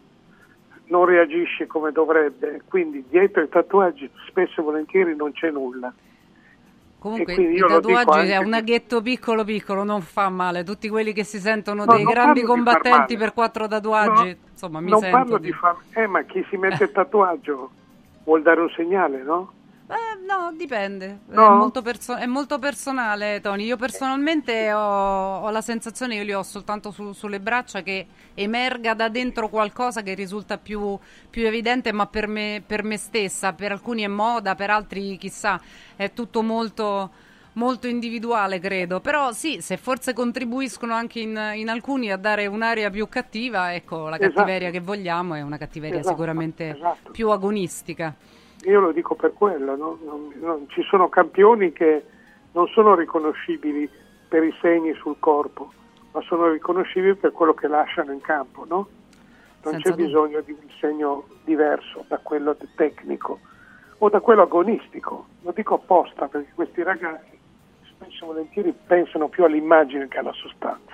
non reagisce come dovrebbe, quindi dietro i tatuaggi spesso e volentieri non c'è nulla. Comunque E i io lo dico tatuaggi è anche un che- aghetto piccolo piccolo, non fa male. Tutti quelli che si sentono No, dei non grandi parlo di far combattenti male. per quattro tatuaggi, No, insomma mi non sento parlo di... di far... Eh, ma chi si mette il tatuaggio vuol dare un segnale, no? Eh, no, dipende, No? È, molto perso- è molto personale, Tony. Io personalmente ho, ho la sensazione, io li ho soltanto su- sulle braccia, che emerga da dentro qualcosa che risulta più, più evidente, ma per me, per me stessa, per alcuni è moda, per altri chissà, è tutto molto, molto individuale, credo. Però sì, se forse contribuiscono anche in, in alcuni a dare un'aria più cattiva, ecco, la Esatto. cattiveria che vogliamo è una cattiveria Esatto, sicuramente esatto. più agonistica. Io lo dico per quello, no? Non- non- ci sono campioni che non sono riconoscibili per i segni sul corpo, ma sono riconoscibili per quello che lasciano in campo, no? Non Senza c'è dubbio. bisogno di un segno diverso da quello de- tecnico o da quello agonistico. Lo dico apposta perché questi ragazzi spesso e volentieri pensano più all'immagine che alla sostanza.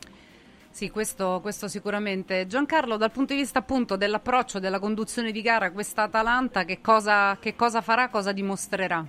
Sì, questo, questo sicuramente. Giancarlo, dal punto di vista appunto dell'approccio, della conduzione di gara, questa Atalanta che cosa, che cosa farà, cosa dimostrerà?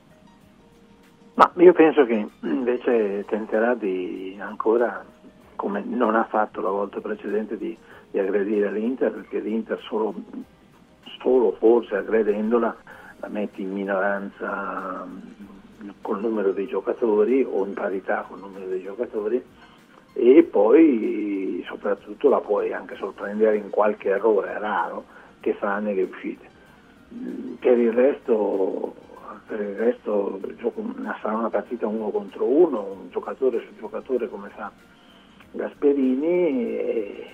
Ma io penso che invece tenterà di ancora, come non ha fatto la volta precedente, di, di aggredire l'Inter, perché l'Inter solo, solo forse aggredendola la metti in minoranza mh, col numero dei giocatori o in parità col numero dei giocatori, e poi soprattutto la puoi anche sorprendere in qualche errore raro che fa nelle uscite. Mm, Per il resto, per il resto gioco- sarà una partita uno contro uno, un giocatore su giocatore come fa Gasperini, e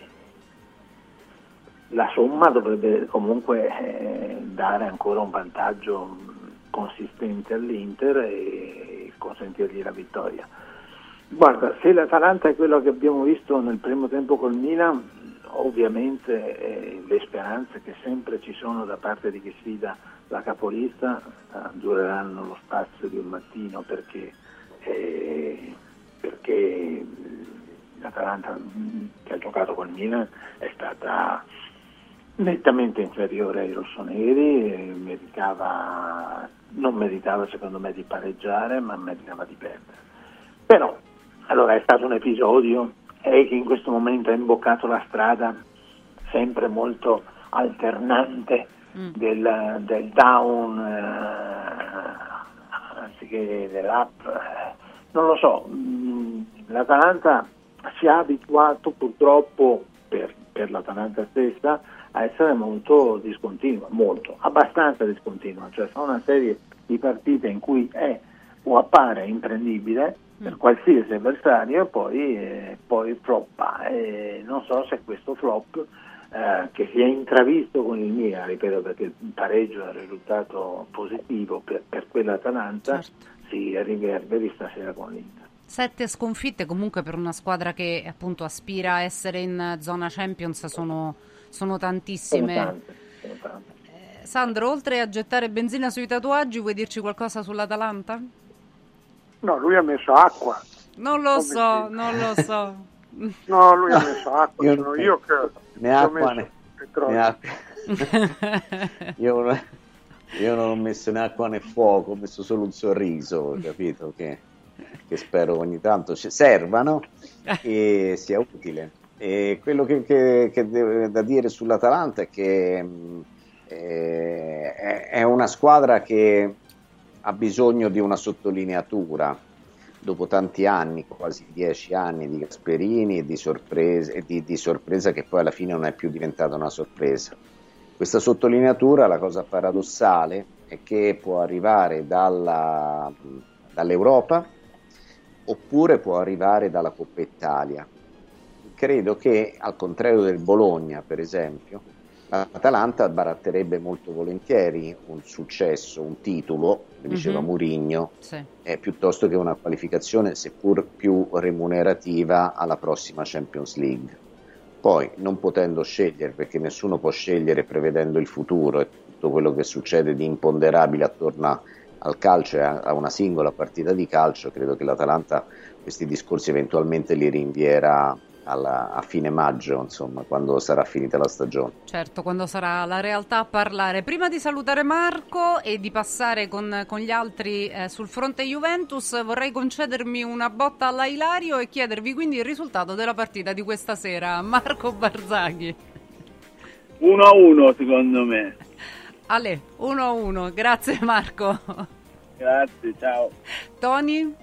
la somma dovrebbe comunque eh, dare ancora un vantaggio mh, consistente all'Inter e consentirgli la vittoria. Guarda, se l'Atalanta è quello che abbiamo visto nel primo tempo col Milan, ovviamente eh, le speranze che sempre ci sono da parte di chi sfida la capolista eh, dureranno lo spazio di un mattino, perché, eh, perché l'Atalanta mh, che ha giocato col Milan è stata nettamente inferiore ai rossoneri, e meritava, non meritava secondo me di pareggiare, ma meritava di perdere. Però allora è stato un episodio eh, che in questo momento ha imboccato la strada sempre molto alternante mm. del, del down eh, anziché dell'up. Non lo so, mh, l'Atalanta si è abituato purtroppo per, per l'Atalanta stessa a essere molto discontinua, molto, abbastanza discontinua, cioè fa una serie di partite in cui è o appare imprendibile per qualsiasi avversario e poi, eh, poi floppa, e non so se questo flop eh, che si è intravisto con il Milan, ripeto, perché il pareggio è un risultato positivo per, per quell'Atalanta, certo, si riverberi stasera con l'Inter. Sette sconfitte comunque per una squadra che appunto aspira a essere in zona Champions sono, sono tantissime. Sono tante, sono tante. Eh, Sandro, oltre a gettare benzina sui tatuaggi, vuoi dirci qualcosa sull'Atalanta? No, lui ha messo acqua. Non lo so, non lo so. No, lui ha messo acqua, Io- sono io che né ho acqua messo né, petrolio. né acqua. io, non- io non ho messo né acqua né fuoco, ho messo solo un sorriso, capito? Che, che spero ogni tanto ci servano e sia utile. E quello che, che, che deve da dire sull'Atalanta è che eh, è, è una squadra che ha bisogno di una sottolineatura dopo tanti anni, quasi dieci anni di Gasperini e di, sorprese, di, di sorpresa che poi alla fine non è più diventata una sorpresa. Questa sottolineatura, la cosa paradossale è che può arrivare dalla, dall'Europa oppure può arrivare dalla Coppa Italia. Credo che, al contrario del Bologna, per esempio, l'Atalanta baratterebbe molto volentieri un successo, un titolo, come diceva mm-hmm. Mourinho, sì. eh, piuttosto che una qualificazione, seppur più remunerativa, alla prossima Champions League. Poi, non potendo scegliere, perché nessuno può scegliere prevedendo il futuro e tutto quello che succede di imponderabile attorno al calcio e a una singola partita di calcio, credo che l'Atalanta questi discorsi eventualmente li rinvierà alla, a fine maggio, insomma, quando sarà finita la stagione. Certo, quando sarà la realtà a parlare. Prima di salutare Marco e di passare con, con gli altri eh, sul fronte Juventus, vorrei concedermi una botta alla Ilario e chiedervi quindi il risultato della partita di questa sera. Marco Barzaghi. uno a uno secondo me. Ale, uno a uno, grazie Marco. Grazie, ciao. Tony?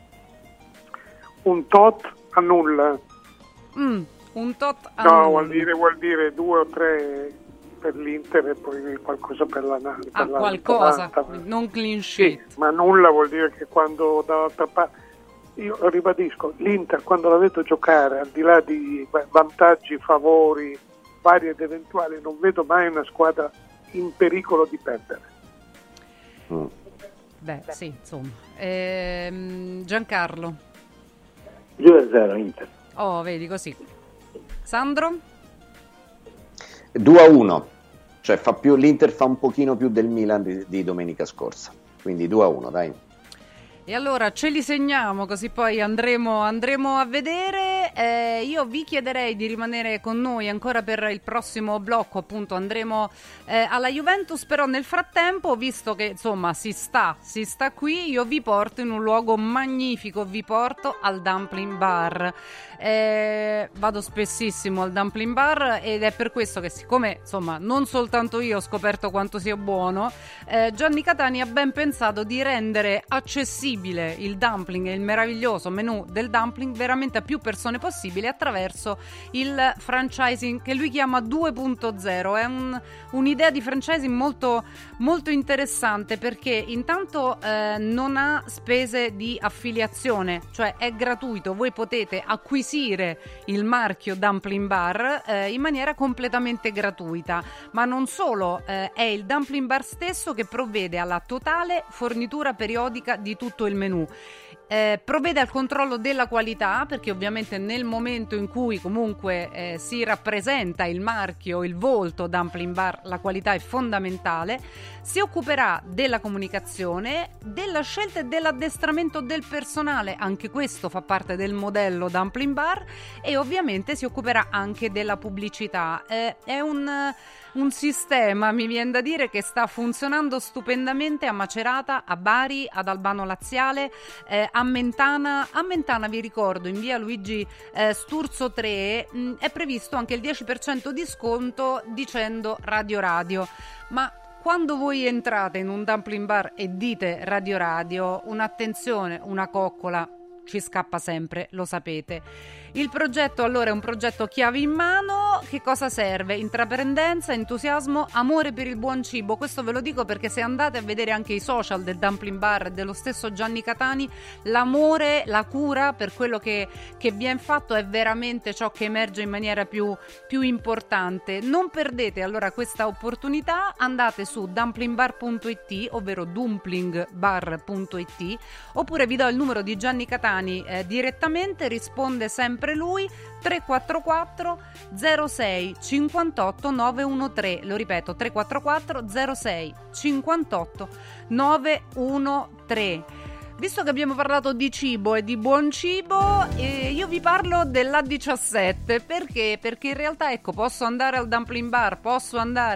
Un tot a nulla. Mm, un tot a no, nulla. vuol dire, vuol dire due o tre per l'Inter e poi qualcosa per la per Ah, la, qualcosa, per non clean sheet. Sì, ma nulla vuol dire che quando dall'altra parte, io ribadisco, l'Inter quando la vedo giocare, al di là di vantaggi, favori, vari ed eventuali, non vedo mai una squadra in pericolo di perdere. Mm. Beh, sì, insomma. Ehm, Giancarlo? due a zero Inter. Oh, vedi, così. Sandro? due a uno, cioè fa più, l'Inter fa un pochino più del Milan di, di domenica scorsa, quindi due a uno, dai. E allora ce li segniamo, così poi andremo, andremo a vedere. Eh, io vi chiederei di rimanere con noi ancora per il prossimo blocco, appunto andremo eh, alla Juventus, però nel frattempo, visto che insomma si sta, si sta qui, io vi porto in un luogo magnifico, vi porto al Dumpling Bar. Eh, vado spessissimo al Dumpling Bar ed è per questo che, siccome insomma non soltanto io ho scoperto quanto sia buono, eh, Gianni Catani ha ben pensato di rendere accessibile il dumpling e il meraviglioso menù del dumpling veramente a più persone possibile attraverso il franchising che lui chiama due punto zero. È un, un'idea di franchising molto, molto interessante, perché intanto eh, non ha spese di affiliazione, cioè è gratuito, voi potete acquisire il marchio Dumpling Bar eh, in maniera completamente gratuita, ma non solo, eh, è il Dumpling Bar stesso che provvede alla totale fornitura periodica di tutto il menù. Eh, provvede al controllo della qualità, perché ovviamente nel momento in cui comunque eh, si rappresenta il marchio, il volto Dumpling Bar, la qualità è fondamentale. Si occuperà della comunicazione, della scelta e dell'addestramento del personale, anche questo fa parte del modello Dumpling Bar, e ovviamente si occuperà anche della pubblicità. Eh, è un, un sistema, mi viene da dire, che sta funzionando stupendamente a Macerata, a Bari, ad Albano Laziale, eh, a Mentana. A Mentana, vi ricordo, in via Luigi eh, Sturzo tre mh, è previsto anche il dieci per cento di sconto dicendo Radio Radio, ma quando voi entrate in un dumpling bar e dite Radio Radio, un'attenzione, una coccola ci scappa sempre, lo sapete. Il progetto allora è un progetto chiave in mano. Che cosa serve? Intraprendenza, entusiasmo, amore per il buon cibo. Questo ve lo dico perché se andate a vedere anche i social del Dumpling Bar e dello stesso Gianni Catani, l'amore, la cura per quello che, che viene fatto è veramente ciò che emerge in maniera più, più importante. Non perdete allora questa opportunità, andate su dumplingbar punto it, ovvero dumplingbar punto it, oppure vi do il numero di Gianni Catani eh, direttamente, risponde sempre lui, tre quattro quattro zero sei cinquantotto nove uno tre, lo ripeto, tre quattro quattro zero sei cinquantotto nove uno tre. Visto che abbiamo parlato di cibo e di buon cibo, eh, io vi parlo dell'A diciassette, perché? Perché in realtà, ecco, posso andare al Dumpling Bar, posso andare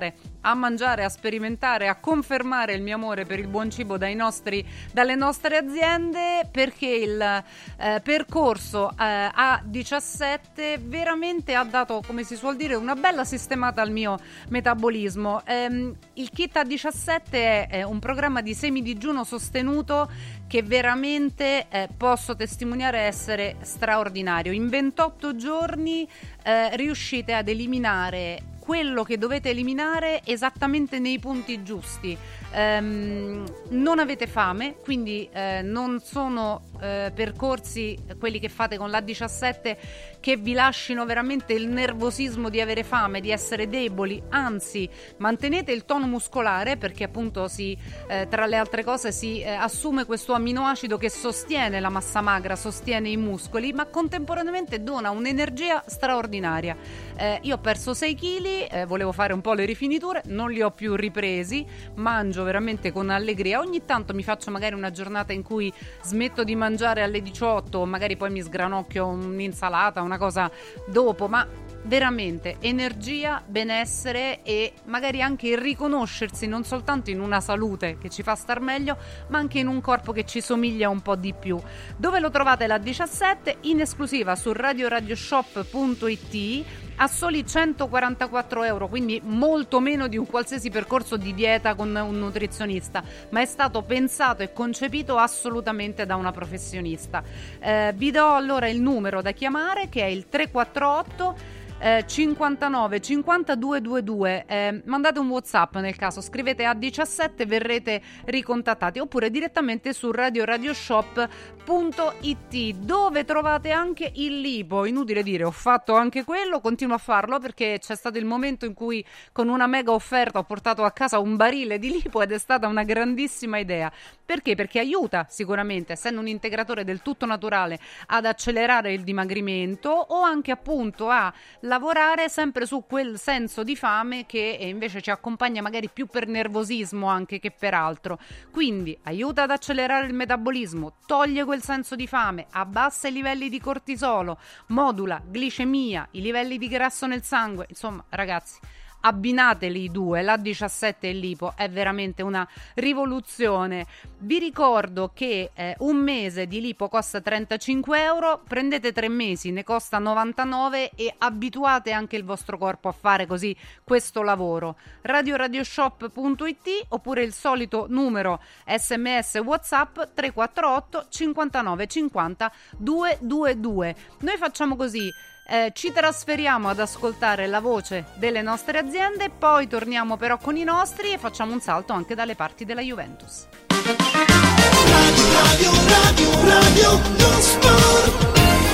a mangiare, a sperimentare, a confermare il mio amore per il buon cibo dai nostri, dalle nostre aziende, perché il eh, percorso eh, A diciassette veramente ha dato, come si suol dire, una bella sistemata al mio metabolismo. Ehm, il Kit A diciassette è, è un programma di semidigiuno sostenuto che veramente eh, posso testimoniare essere straordinario. In ventotto giorni eh, riuscite ad eliminare quello che dovete eliminare esattamente nei punti giusti. Um, non avete fame, quindi eh, non sono eh, percorsi, quelli che fate con l'A diciassette, che vi lasciano veramente il nervosismo di avere fame, di essere deboli, anzi mantenete il tono muscolare, perché appunto si, eh, tra le altre cose si eh, assume questo aminoacido che sostiene la massa magra, sostiene i muscoli, ma contemporaneamente dona un'energia straordinaria. Eh, io ho perso sei chili, eh, volevo fare un po' le rifiniture, non li ho più ripresi, mangio veramente con allegria. Ogni tanto mi faccio magari una giornata in cui smetto di mangiare alle diciotto, magari poi mi sgranocchio un'insalata, una cosa dopo, ma veramente energia, benessere e magari anche il riconoscersi non soltanto in una salute che ci fa star meglio, ma anche in un corpo che ci somiglia un po' di più. Dove lo trovate l'A diciassette? In esclusiva su radio radio shop punto it a soli centoquarantaquattro euro, quindi molto meno di un qualsiasi percorso di dieta con un nutrizionista, ma è stato pensato e concepito assolutamente da una professionista. Eh, vi do allora il numero da chiamare, che è il tre quattro otto Eh, cinquantanove cinquantadue ventidue. Eh, mandate un WhatsApp nel caso, scrivete A diciassette, verrete ricontattati, oppure direttamente su radio radio shop punto it, dove trovate anche il lipo. Inutile dire, ho fatto anche quello, continuo a farlo perché c'è stato il momento in cui con una mega offerta ho portato a casa un barile di lipo ed è stata una grandissima idea. Perché? Perché aiuta sicuramente, essendo un integratore del tutto naturale, ad accelerare il dimagrimento, o anche appunto a lavorare sempre su quel senso di fame che invece ci accompagna magari più per nervosismo anche che per altro. Quindi aiuta ad accelerare il metabolismo, toglie quel senso di fame, abbassa i livelli di cortisolo, modula glicemia, i livelli di grasso nel sangue. Insomma, ragazzi, abbinateli i due, l'A diciassette e il lipo, è veramente una rivoluzione. Vi ricordo che eh, un mese di lipo costa trentacinque euro, prendete tre mesi, ne costa novantanove, e abituate anche il vostro corpo a fare così questo lavoro. radio radio shop punto it oppure il solito numero sms WhatsApp tre quattro otto cinquantanove cinquanta duecentoventidue. Noi facciamo così. Eh, ci trasferiamo ad ascoltare la voce delle nostre aziende, poi torniamo però con i nostri e facciamo un salto anche dalle parti della Juventus. Radio, radio, radio, non sport.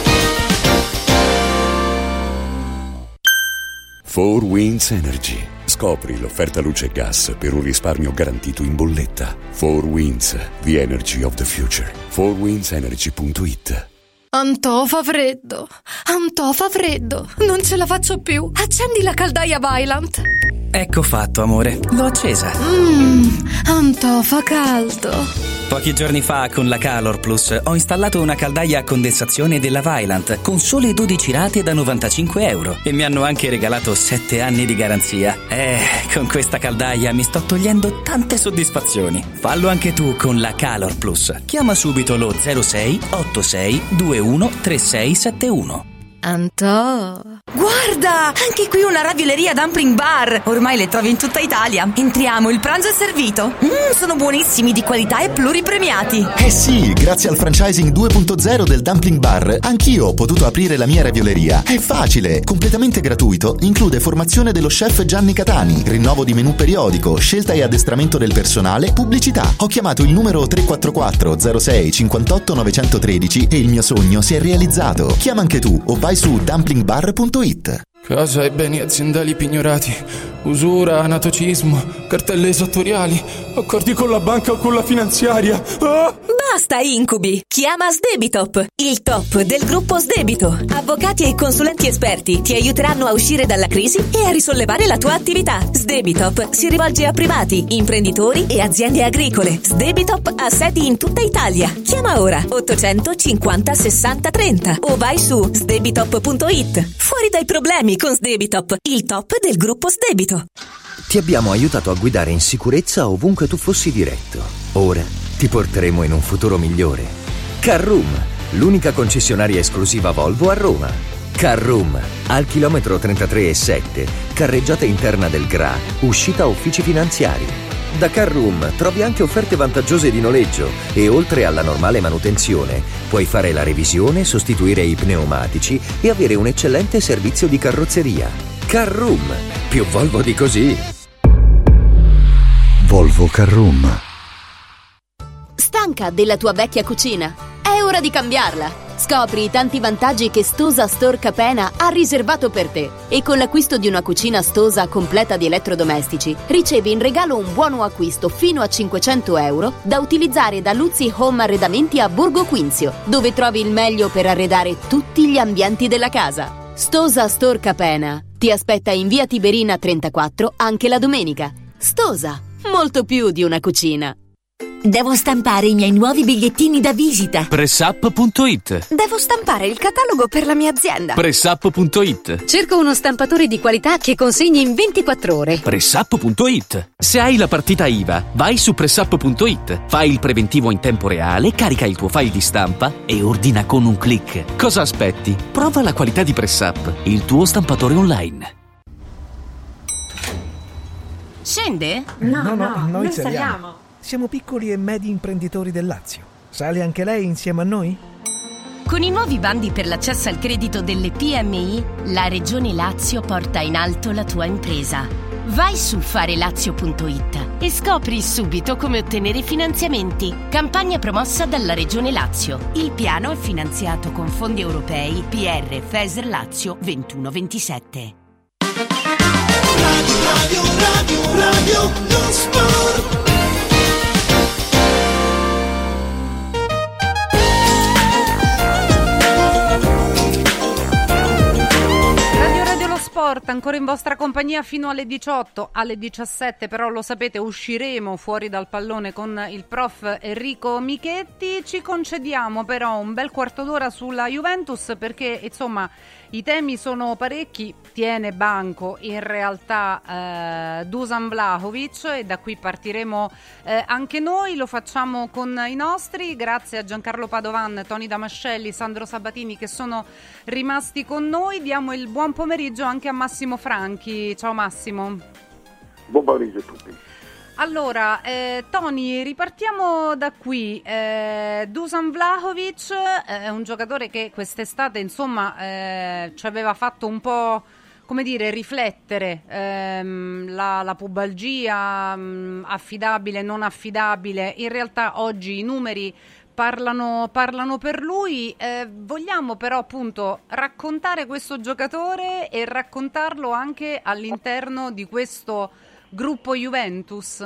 four Winds Energy. Scopri l'offerta luce e gas per un risparmio garantito in bolletta. four Winds, the energy of the future. four winds energy punto it. Antò fa freddo, Antò fa freddo, non ce la faccio più. Accendi la caldaia Vaillant. Ecco fatto, amore, l'ho accesa. Mmm, Antò fa caldo. Pochi giorni fa con la Calor Plus ho installato una caldaia a condensazione della Vaillant con sole dodici rate da novantacinque euro e mi hanno anche regalato sette anni di garanzia. Eh, con questa caldaia mi sto togliendo tante soddisfazioni. Fallo anche tu con la Calor Plus. Chiama subito lo zero sei otto sei due uno tre sei sette uno. Antò, guarda, anche qui una ravioleria dumpling bar. Ormai le trovi in tutta Italia. Entriamo, il pranzo è servito. Mmm, sono buonissimi, di qualità e pluripremiati. Eh sì, grazie al franchising due punto zero del dumpling bar, anch'io ho potuto aprire la mia ravioleria. È facile, completamente gratuito, include formazione dello chef Gianni Catani, rinnovo di menù periodico, scelta e addestramento del personale, pubblicità. Ho chiamato il numero tre quattro quattro zero sei cinquantotto novecentotredici e il mio sogno si è realizzato. Chiama anche tu o vai su dumpling bar punto it. Casa e beni aziendali pignorati, usura, anatocismo, cartelle esattoriali, accordi con la banca o con la finanziaria. Ah! Basta incubi! Chiama Sdebitop, il top del gruppo Sdebito. Avvocati e consulenti esperti ti aiuteranno a uscire dalla crisi e a risollevare la tua attività. Sdebitop si rivolge a privati, imprenditori e aziende agricole. Sdebitop ha sedi in tutta Italia. Chiama ora ottocentocinquanta sessanta trenta o vai su sdebitop punto it. Fuori dai problemi con Sdebitop, il top del gruppo Sdebito. Ti abbiamo aiutato a guidare in sicurezza ovunque tu fossi diretto. Ora ti porteremo in un futuro migliore. Carroom, l'unica concessionaria esclusiva Volvo a Roma. Carroom, al chilometro trentatré e sette, carreggiata interna del G R A, uscita uffici finanziari. Da Carroom trovi anche offerte vantaggiose di noleggio e oltre alla normale manutenzione puoi fare la revisione, sostituire i pneumatici e avere un eccellente servizio di carrozzeria. Carroom, più Volvo di così. Volvo Carroom. Stanca della tua vecchia cucina? È ora di cambiarla! Scopri i tanti vantaggi che Stosa Store Capena ha riservato per te. E con l'acquisto di una cucina Stosa completa di elettrodomestici, ricevi in regalo un buono acquisto fino a cinquecento euro da utilizzare da Luzzi Home Arredamenti a Borgo Quinzio, dove trovi il meglio per arredare tutti gli ambienti della casa. Stosa Store Capena ti aspetta in via Tiberina trentaquattro anche la domenica. Stosa, molto più di una cucina. Devo stampare i miei nuovi bigliettini da visita. Pressup punto it. Devo stampare il catalogo per la mia azienda. Pressup punto it. Cerco uno stampatore di qualità che consegni in ventiquattro ore. Pressup punto it. Se hai la partita I V A, vai su Pressup punto it. Fai il preventivo in tempo reale, carica il tuo file di stampa e ordina con un click. Cosa aspetti? Prova la qualità di Pressup, il tuo stampatore online. Scende? No, no, no noi non saliamo. saliamo. Siamo piccoli e medi imprenditori del Lazio. Sale anche lei insieme a noi? Con i nuovi bandi per l'accesso al credito delle P M I, la Regione Lazio porta in alto la tua impresa. Vai su farelazio punto it e scopri subito come ottenere finanziamenti. Campagna promossa dalla Regione Lazio. Il piano è finanziato con fondi europei P R FESR Lazio ventuno ventisette. Radio, radio, radio, radio, lo sport. Sport, ancora in vostra compagnia fino alle diciotto, alle diciassette però lo sapete usciremo fuori dal pallone con il prof Enrico Michetti. Ci concediamo però un bel quarto d'ora sulla Juventus perché insomma i temi sono parecchi, tiene banco in realtà eh, Dusan Vlahovic e da qui partiremo eh, anche noi, lo facciamo con i nostri, grazie a Giancarlo Padovan, Tony Damascelli, Sandro Sabatini che sono rimasti con noi. Diamo il buon pomeriggio anche a Massimo Franchi. Ciao Massimo. Buon pomeriggio a tutti. Allora, eh, Tony, ripartiamo da qui. Eh, Dusan Vlahovic è un giocatore che quest'estate, insomma, eh, ci aveva fatto un po', come dire, riflettere ehm, la, la pubalgia, mh, affidabile, non affidabile. In realtà oggi i numeri parlano, parlano per lui. Eh, vogliamo però appunto raccontare questo giocatore e raccontarlo anche all'interno di questo gruppo Juventus.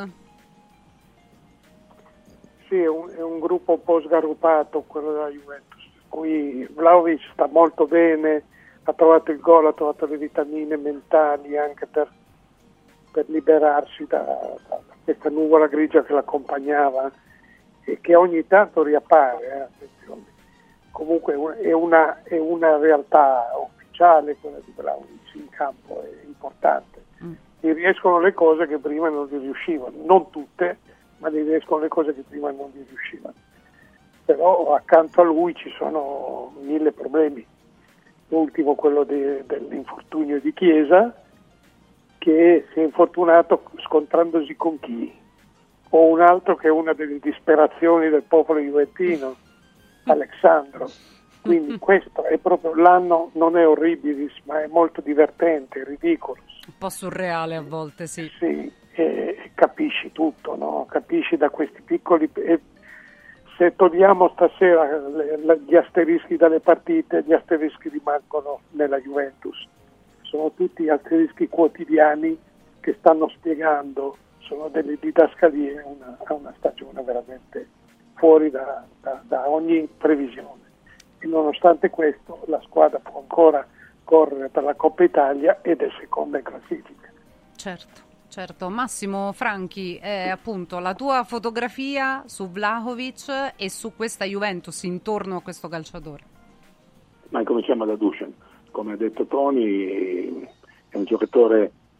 Sì, è un, è un gruppo un po' sgarrupato quello della Juventus, per cui Vlahovic sta molto bene, ha trovato il gol, ha trovato le vitamine mentali anche per, per liberarsi da, da questa nuvola grigia che l'accompagnava e che ogni tanto riappare, eh, attenzione. Comunque è una, è una realtà ufficiale quella di Vlahovic in campo, è importante. Mm. Gli riescono le cose che prima non gli riuscivano, non tutte, ma gli riescono le cose che prima non gli riuscivano. Però accanto a lui ci sono mille problemi. L'ultimo quello de, dell'infortunio di Chiesa, che si è infortunato scontrandosi con chi? O un altro che è una delle disperazioni del popolo juventino, Alexandro. Quindi questo è proprio l'anno, non è orribilis, ma è molto divertente, ridicolo. Un po' surreale a volte, sì. Sì, e capisci tutto, no? Capisci da questi piccoli... E se togliamo stasera le, le, gli asterischi dalle partite, gli asterischi rimangono nella Juventus. Sono tutti asterischi quotidiani che stanno spiegando, sono delle didascalie una, a una stagione veramente fuori da, da, da ogni previsione. E nonostante questo la squadra può ancora correre per la Coppa Italia ed è seconda in classifica. Certo, certo. Massimo Franchi, è appunto la tua fotografia su Vlahovic e su questa Juventus intorno a questo calciatore. Ma cominciamo da Dusan. Come ha detto Tony, è un giocatore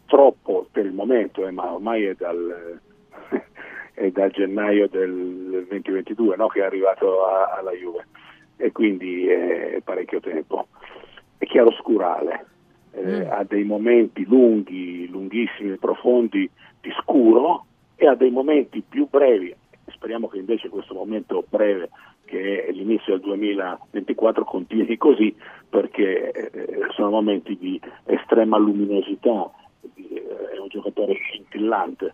troppo per il momento, eh, ma ormai è dal, è dal gennaio del duemilaventidue, no, che è arrivato a, alla Juve, e quindi è parecchio tempo. È chiaroscurale, eh, mm. ha dei momenti lunghi, lunghissimi, profondi di scuro, e ha dei momenti più brevi. Speriamo che invece questo momento breve, che è l'inizio del duemilaventiquattro, continui così, perché eh, sono momenti di estrema luminosità. È un giocatore scintillante.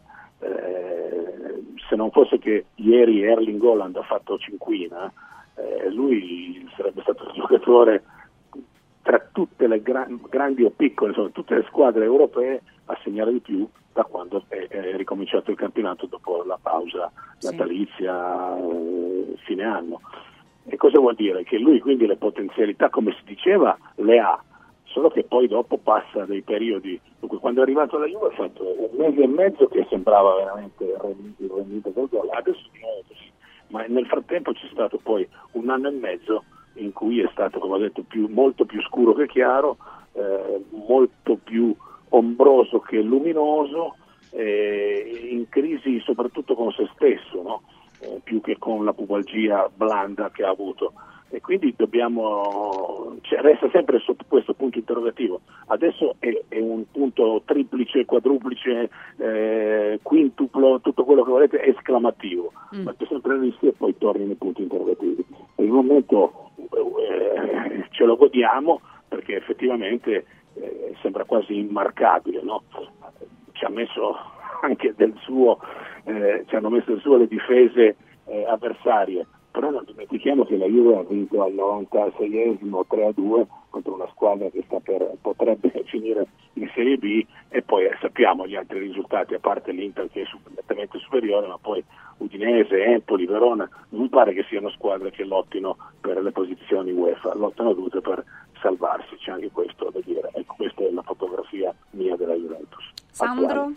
Eh, se non fosse che ieri Erling Haaland ha fatto cinquina, eh, lui sarebbe stato il giocatore tra tutte le gran, grandi o piccole, insomma, tutte le squadre europee a segnare di più da quando è, è ricominciato il campionato dopo la pausa natalizia, eh, fine anno. E cosa vuol dire? Che lui quindi le potenzialità, come si diceva, le ha, solo che poi dopo passa dei periodi. Dunque, quando è arrivato alla Juve ha fatto un mese e mezzo che sembrava veramente il rendito del gol, adesso di nuovo così, ma nel frattempo c'è stato poi un anno e mezzo in cui è stato, come ho detto, più, molto più scuro che chiaro, eh, molto più ombroso che luminoso, eh, in crisi soprattutto con se stesso, no? eh, più che con la pubalgia blanda che ha avuto. E quindi dobbiamo, cioè, resta sempre sotto questo punto interrogativo. Adesso è, è un punto triplice, quadruplice, eh, quintuplo, tutto quello che volete, esclamativo, mm. ma c'è sempre il rischio e poi torni nei punti interrogativi. Per il momento eh, ce lo godiamo, perché effettivamente eh, sembra quasi immarcabile, no? Ci ha messo anche del suo, eh, ci hanno messo del suo le difese eh, avversarie. Però non dimentichiamo che la Juve ha vinto al novantaseiesimo tre a due contro una squadra che sta per, potrebbe finire in Serie B, e poi eh, sappiamo gli altri risultati, a parte l'Inter che è nettamente superiore, ma poi Udinese, Empoli, Verona, non mi pare che siano squadre che lottino per le posizioni UEFA, lottano tutte per salvarsi, c'è anche questo da dire. Ecco, questa è la fotografia mia della Juventus. Sandro? Attuale.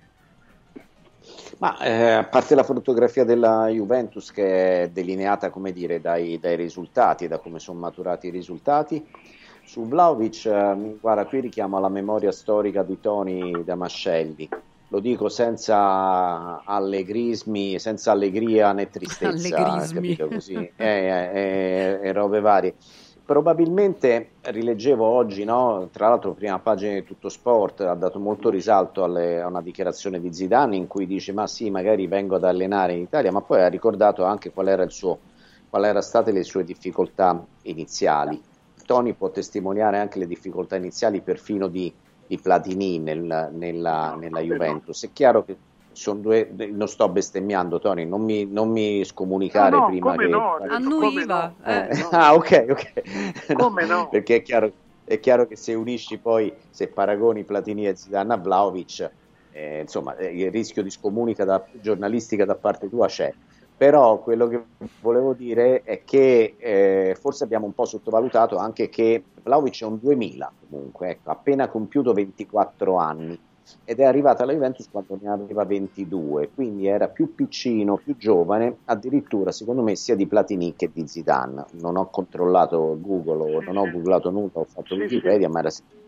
Ma eh, a parte la fotografia della Juventus, che è delineata, come dire, dai, dai risultati, da come sono maturati i risultati, su Vlahovic, eh, guarda, qui richiamo alla memoria storica di Tony Damascelli. Lo dico senza allegrismi, senza allegria né tristezza, capito, così, e eh, eh, eh, robe varie. Probabilmente rileggevo oggi, no? Tra l'altro prima pagina di Tutto Sport ha dato molto risalto alle, a una dichiarazione di Zidane in cui dice ma sì, magari vengo ad allenare in Italia, ma poi ha ricordato anche qual era il suo, qual erano state le sue difficoltà iniziali. Tony può testimoniare anche le difficoltà iniziali perfino di, di Platini nel, nella, nella Juventus. È chiaro che sono due, non sto bestemmiando, Tony, non mi, non mi scomunicare no, no, prima come che no, annuiva no, eh. no. Ah, ok, ok. Come no? Perché è chiaro, è chiaro che se unisci poi, se paragoni Platini e Zidane a Vlahovic, eh, insomma, eh, il rischio di scomunica da, giornalistica da parte tua c'è. Però quello che volevo dire è che eh, forse abbiamo un po' sottovalutato anche che Vlahovic è un duemila comunque, ecco, appena compiuto ventiquattro anni, ed è arrivata alla Juventus quando ne aveva ventidue, quindi era più piccino, più giovane, addirittura secondo me sia di Platini che di Zidane. Non ho controllato Google, o non ho googlato nulla, ho fatto Wikipedia, ma era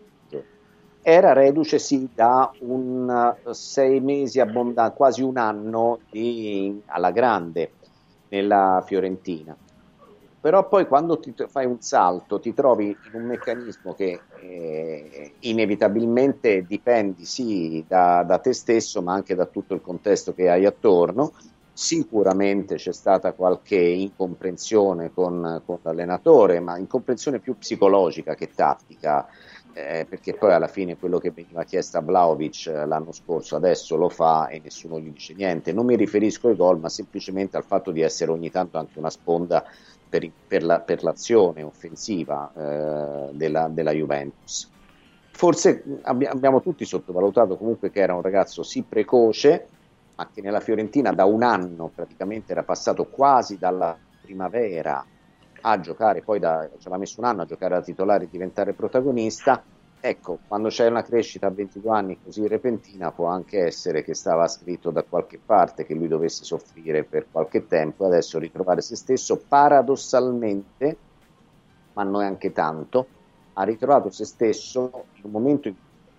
era reduce sì da un sei mesi abbondanti, quasi un anno di, alla grande nella Fiorentina. Però poi quando ti fai un salto ti trovi in un meccanismo che eh, inevitabilmente dipendi sì da, da te stesso, ma anche da tutto il contesto che hai attorno. Sicuramente c'è stata qualche incomprensione con, con l'allenatore, ma incomprensione più psicologica che tattica, eh, perché poi alla fine quello che veniva chiesto a Vlahovic l'anno scorso adesso lo fa e nessuno gli dice niente. Non mi riferisco ai gol, ma semplicemente al fatto di essere ogni tanto anche una sponda Per, per, la, per l'azione offensiva eh, della, della Juventus. Forse abbi- abbiamo tutti sottovalutato comunque che era un ragazzo sì precoce, ma che nella Fiorentina da un anno praticamente era passato quasi dalla primavera a giocare, poi da, ci aveva messo un anno a giocare da titolare e diventare protagonista. Ecco, quando c'è una crescita a ventidue anni così repentina, può anche essere che stava scritto da qualche parte che lui dovesse soffrire per qualche tempo e adesso ritrovare se stesso. Paradossalmente, ma non è anche tanto, ha ritrovato se stesso in un momento in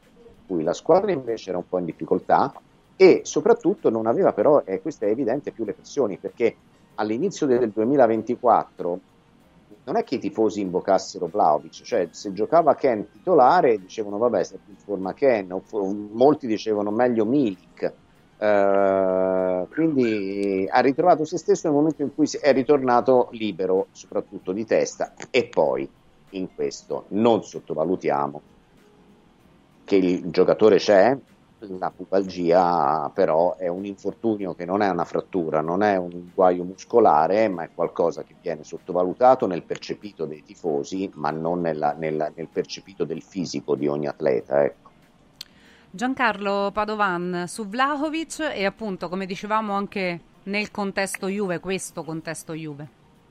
cui la squadra invece era un po' in difficoltà e soprattutto non aveva però, e questo è evidente, più le pressioni, perché all'inizio del duemilaventiquattro non è che i tifosi invocassero Vlahovic, cioè se giocava Ken titolare dicevano vabbè, se più in forma Ken, o molti dicevano meglio Milik, uh, quindi ha ritrovato se stesso nel momento in cui è ritornato libero, soprattutto di testa. E poi in questo non sottovalutiamo che il giocatore c'è, la pubalgia però è un infortunio che non è una frattura, non è un guaio muscolare, ma è qualcosa che viene sottovalutato nel percepito dei tifosi, ma non nella, nella, nel percepito del fisico di ogni atleta, ecco. Giancarlo Padovan, su Vlahovic e appunto, come dicevamo, anche nel contesto Juve, questo contesto Juve.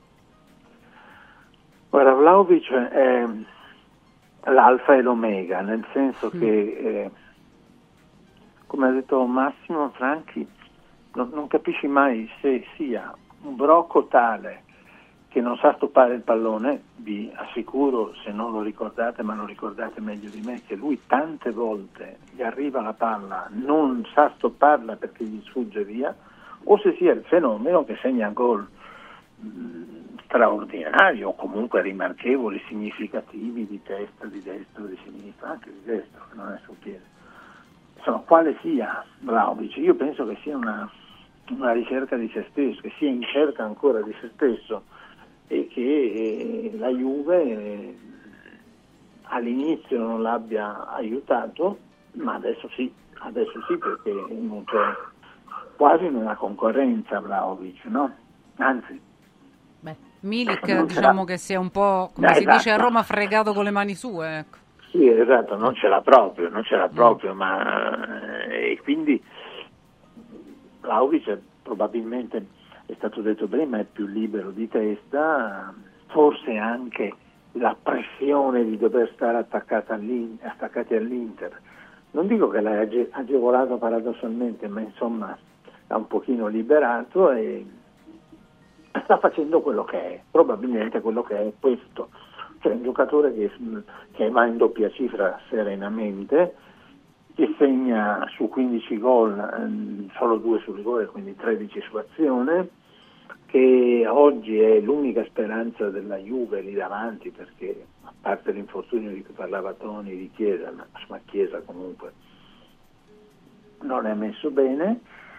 Guarda, Vlahovic è l'alfa e l'omega, nel senso mm. che eh, come ha detto Massimo Franchi, non, non capisci mai se sia un brocco tale che non sa stoppare il pallone. Vi assicuro, se non lo ricordate, ma lo ricordate meglio di me, che lui tante volte gli arriva la palla, non sa stopparla perché gli sfugge via, o se sia il fenomeno che segna gol mh, straordinario, o comunque rimarchevoli, significativi di testa, di destra, di sinistra, anche di destra, che non è sul piede. Insomma, quale sia Vlahovic, io penso che sia una, una ricerca di se stesso, che sia in cerca ancora di se stesso, e che eh, la Juve eh, all'inizio non l'abbia aiutato, ma adesso sì, adesso sì, perché non c'è quasi una concorrenza Vlahovic, no? Anzi, Beh, Milik diciamo che sia un po', come Dai, si esatto. dice a Roma, fregato con le mani sue, ecco. Sì, esatto, non ce l'ha proprio, non ce l'ha proprio, ma eh, e quindi Vlahovic probabilmente, è stato detto prima, è più libero di testa, forse anche la pressione di dover stare attaccata all'in- attaccati all'Inter. Non dico che l'ha age- agevolato paradossalmente, ma insomma l'ha un pochino liberato e sta facendo quello che è, probabilmente quello che è questo. Cioè un giocatore che, che va in doppia cifra serenamente, che segna su quindici gol ehm, solo due su rigore, quindi tredici su azione, che oggi è l'unica speranza della Juve lì davanti, perché a parte l'infortunio di cui parlava Toni di Chiesa, ma, ma Chiesa comunque non è messo bene,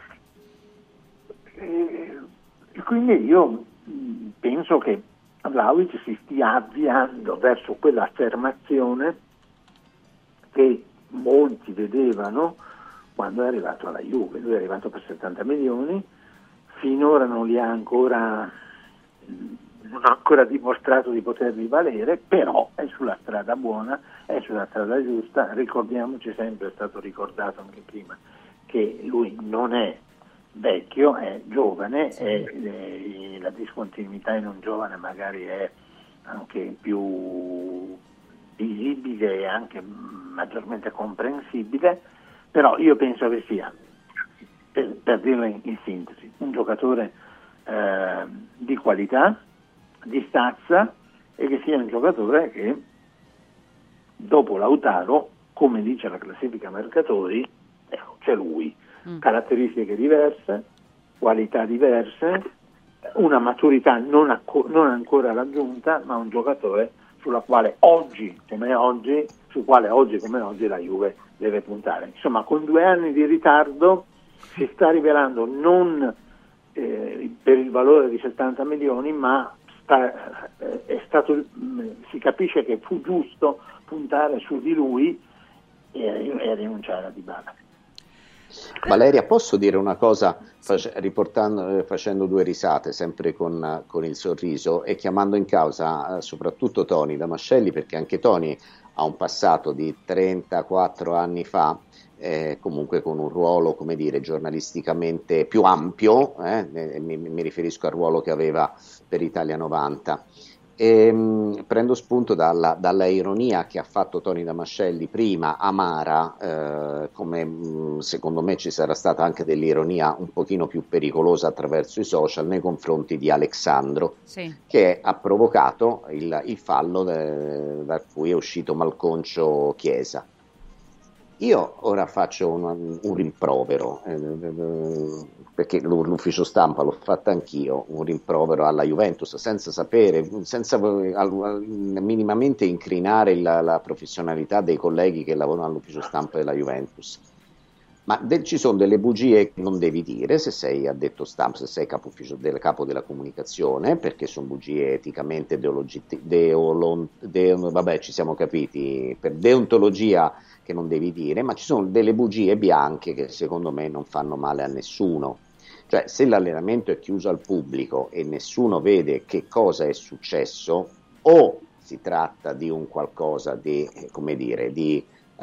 e, e quindi io mh, penso che Vlahovic si stia avviando verso quell'affermazione che molti vedevano quando è arrivato alla Juve. Lui è arrivato per settanta milioni, finora non li ha ancora non ha ancora dimostrato di poterli valere, però è sulla strada buona, è sulla strada giusta. Ricordiamoci, sempre è stato ricordato anche prima, che lui non è vecchio, è giovane, sì. e, e la discontinuità in un giovane magari è anche più visibile e anche maggiormente comprensibile, però io penso che sia, per, per dirlo in, in sintesi, un giocatore eh, di qualità, di stazza, e che sia un giocatore che dopo Lautaro, come dice la classifica mercatori, ecco, c'è lui, mm. caratteristiche diverse, qualità diverse, una maturità non, acco- non ancora raggiunta, ma un giocatore sulla quale oggi come oggi, su quale oggi come oggi la Juve deve puntare. Insomma, con due anni di ritardo si sta rivelando non eh, per il valore di settanta milioni, ma sta, eh, è stato, si capisce che fu giusto puntare su di lui e, e rinunciare a Dybala. Valeria, posso dire una cosa, face, riportando, eh, facendo due risate, sempre con, con il sorriso, e chiamando in causa eh, soprattutto Toni Damascelli, perché anche Toni ha un passato di trentaquattro anni fa, eh, comunque con un ruolo, come dire, giornalisticamente più ampio, eh, mi, mi riferisco al ruolo che aveva per Italia novanta. E, mh, prendo spunto dalla, dalla ironia che ha fatto Toni Damascelli prima, amara, eh, come mh, secondo me ci sarà stata anche dell'ironia un pochino più pericolosa attraverso i social nei confronti di Alexandro, sì. che ha provocato il, il fallo de, da cui è uscito malconcio Chiesa. Io ora faccio un, un rimprovero, eh, perché l'ufficio stampa l'ho fatta anch'io, un rimprovero alla Juventus senza sapere, senza minimamente incrinare la, la professionalità dei colleghi che lavorano all'ufficio stampa della Juventus. Ma de- ci sono delle bugie che non devi dire se sei addetto stampa, se sei capo, ufficio del, capo della comunicazione, perché sono bugie eticamente, deologi- deolo- de- vabbè ci siamo capiti, per deontologia che non devi dire, ma ci sono delle bugie bianche che secondo me non fanno male a nessuno. Cioè, se l'allenamento è chiuso al pubblico e nessuno vede che cosa è successo, o si tratta di un qualcosa di, come dire, di...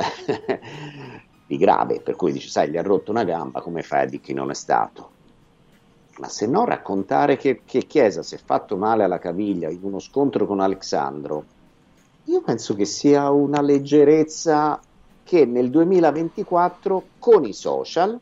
di grave, per cui dici, sai, gli ha rotto una gamba, come fai a dire che non è stato? Ma se no raccontare che, che Chiesa si è fatto male alla caviglia in uno scontro con Alexandro, io penso che sia una leggerezza che nel duemilaventiquattro con i social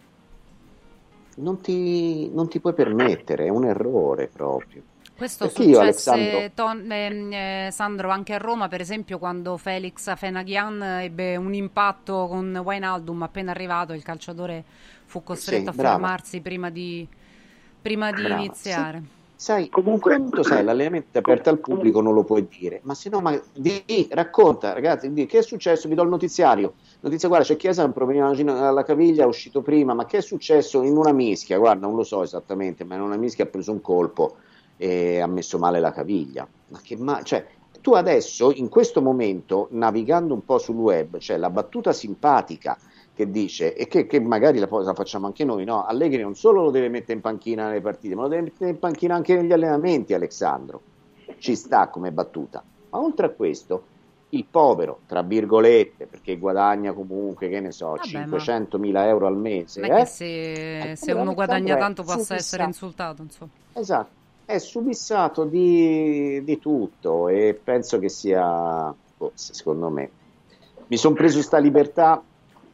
non ti, non ti puoi permettere, è un errore proprio. Questo Perché successe, io, Alexandro... Ton, ehm, eh, Sandro, anche a Roma, per esempio, quando Felix Afenaghian ebbe un impatto con Wijnaldum appena arrivato, il calciatore fu costretto Sì, a brava. fermarsi prima di, prima di Brava. iniziare. Sì. Sai, comunque, quando sai, l'allenamento è aperto al pubblico non lo puoi dire, ma se no, ma di, racconta, ragazzi, di, che è successo? Vi do il notiziario. Notizia, guarda, c'è Chiesa, un problema alla caviglia, è uscito prima, ma che è successo in una mischia? Guarda, non lo so esattamente, ma in una mischia ha preso un colpo e ha messo male la caviglia. Ma che ma- cioè, tu adesso, in questo momento, navigando un po' sul web, c'è la battuta simpatica che dice, e che, che magari la, la facciamo anche noi, no? Allegri non solo lo deve mettere in panchina nelle partite, ma lo deve mettere in panchina anche negli allenamenti, Alexandro. Ci sta come battuta. Ma oltre a questo, il povero, tra virgolette, perché guadagna comunque, che ne so, Vabbè, cinquecentomila euro al mese. Non è eh? che se, se uno guadagna tanto possa subissato. essere insultato, insomma. Esatto, è subissato di, di tutto e penso che sia, oh, secondo me, mi sono preso sta libertà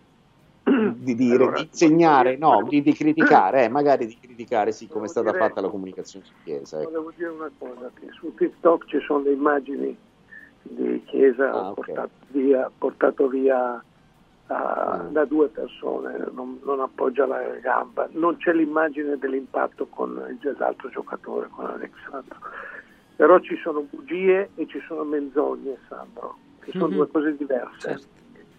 di dire, allora, di insegnare, no, volevo, di, di criticare, eh, magari di criticare, sì, come è stata dire, fatta la comunicazione su Chiesa. Ecco. Volevo dire una cosa, che su TikTok ci sono le immagini di Chiesa ah, portato okay. via, portato via uh, ah. da due persone, non, non appoggia la gamba, non c'è l'immagine dell'impatto con l'altro giocatore, con Alexandro, però ci sono bugie e ci sono menzogne, Sandro, che sono mm-hmm. due cose diverse. Certo.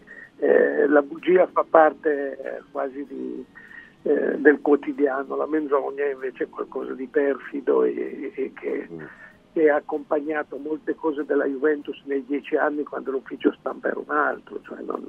Eh, la bugia fa parte eh, quasi di, eh, del quotidiano, la menzogna invece è qualcosa di perfido e, e che, mm. che ha accompagnato molte cose della Juventus nei dieci anni quando l'ufficio stampa era un altro, cioè non,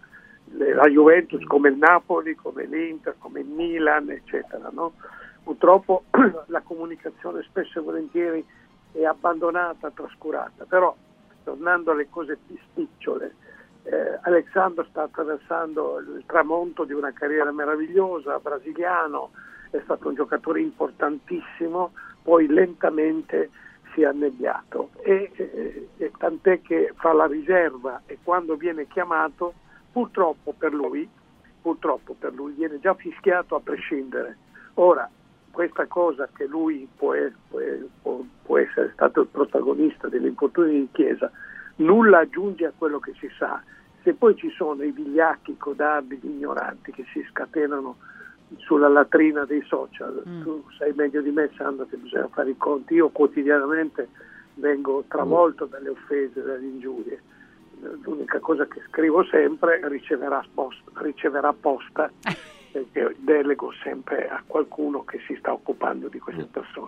eh, la Juventus come il Napoli, come l'Inter, come il Milan, eccetera, no? Purtroppo la comunicazione spesso e volentieri è abbandonata, trascurata, però tornando alle cose più spicciole, Eh, Alexandro sta attraversando il tramonto di una carriera meravigliosa, brasiliano, è stato un giocatore importantissimo, poi lentamente si è annebbiato e, e, e tant'è che fa la riserva e quando viene chiamato, purtroppo per lui, purtroppo per lui viene già fischiato a prescindere. Ora, questa cosa che lui può, può, può essere stato il protagonista dell'infortunio di Chiesa nulla aggiunge a quello che si sa. Se poi ci sono i vigliacchi, i codardi, gli ignoranti che si scatenano sulla latrina dei social, mm. tu sai meglio di me, Sandro, che bisogna fare i conti. Io quotidianamente vengo travolto dalle offese, dalle ingiurie. L'unica cosa che scrivo sempre riceverà posta, riceverà posta perché delego sempre a qualcuno che si sta occupando di queste persone.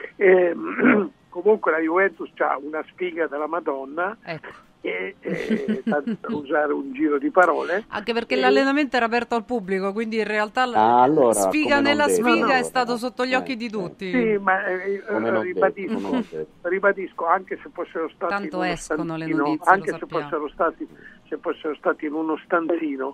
E, comunque la Juventus ha una sfiga della Madonna, ecco. e, e tanto per usare un giro di parole, anche perché e... l'allenamento era aperto al pubblico, quindi in realtà ah, allora, sfiga nella sfiga no, no, è stato no, sotto gli occhi eh, di tutti. Sì, ma eh, ribadisco, ribadisco, anche se fossero stati tanto in escono le notizie, anche se fossero stati se fossero stati in uno stanzino,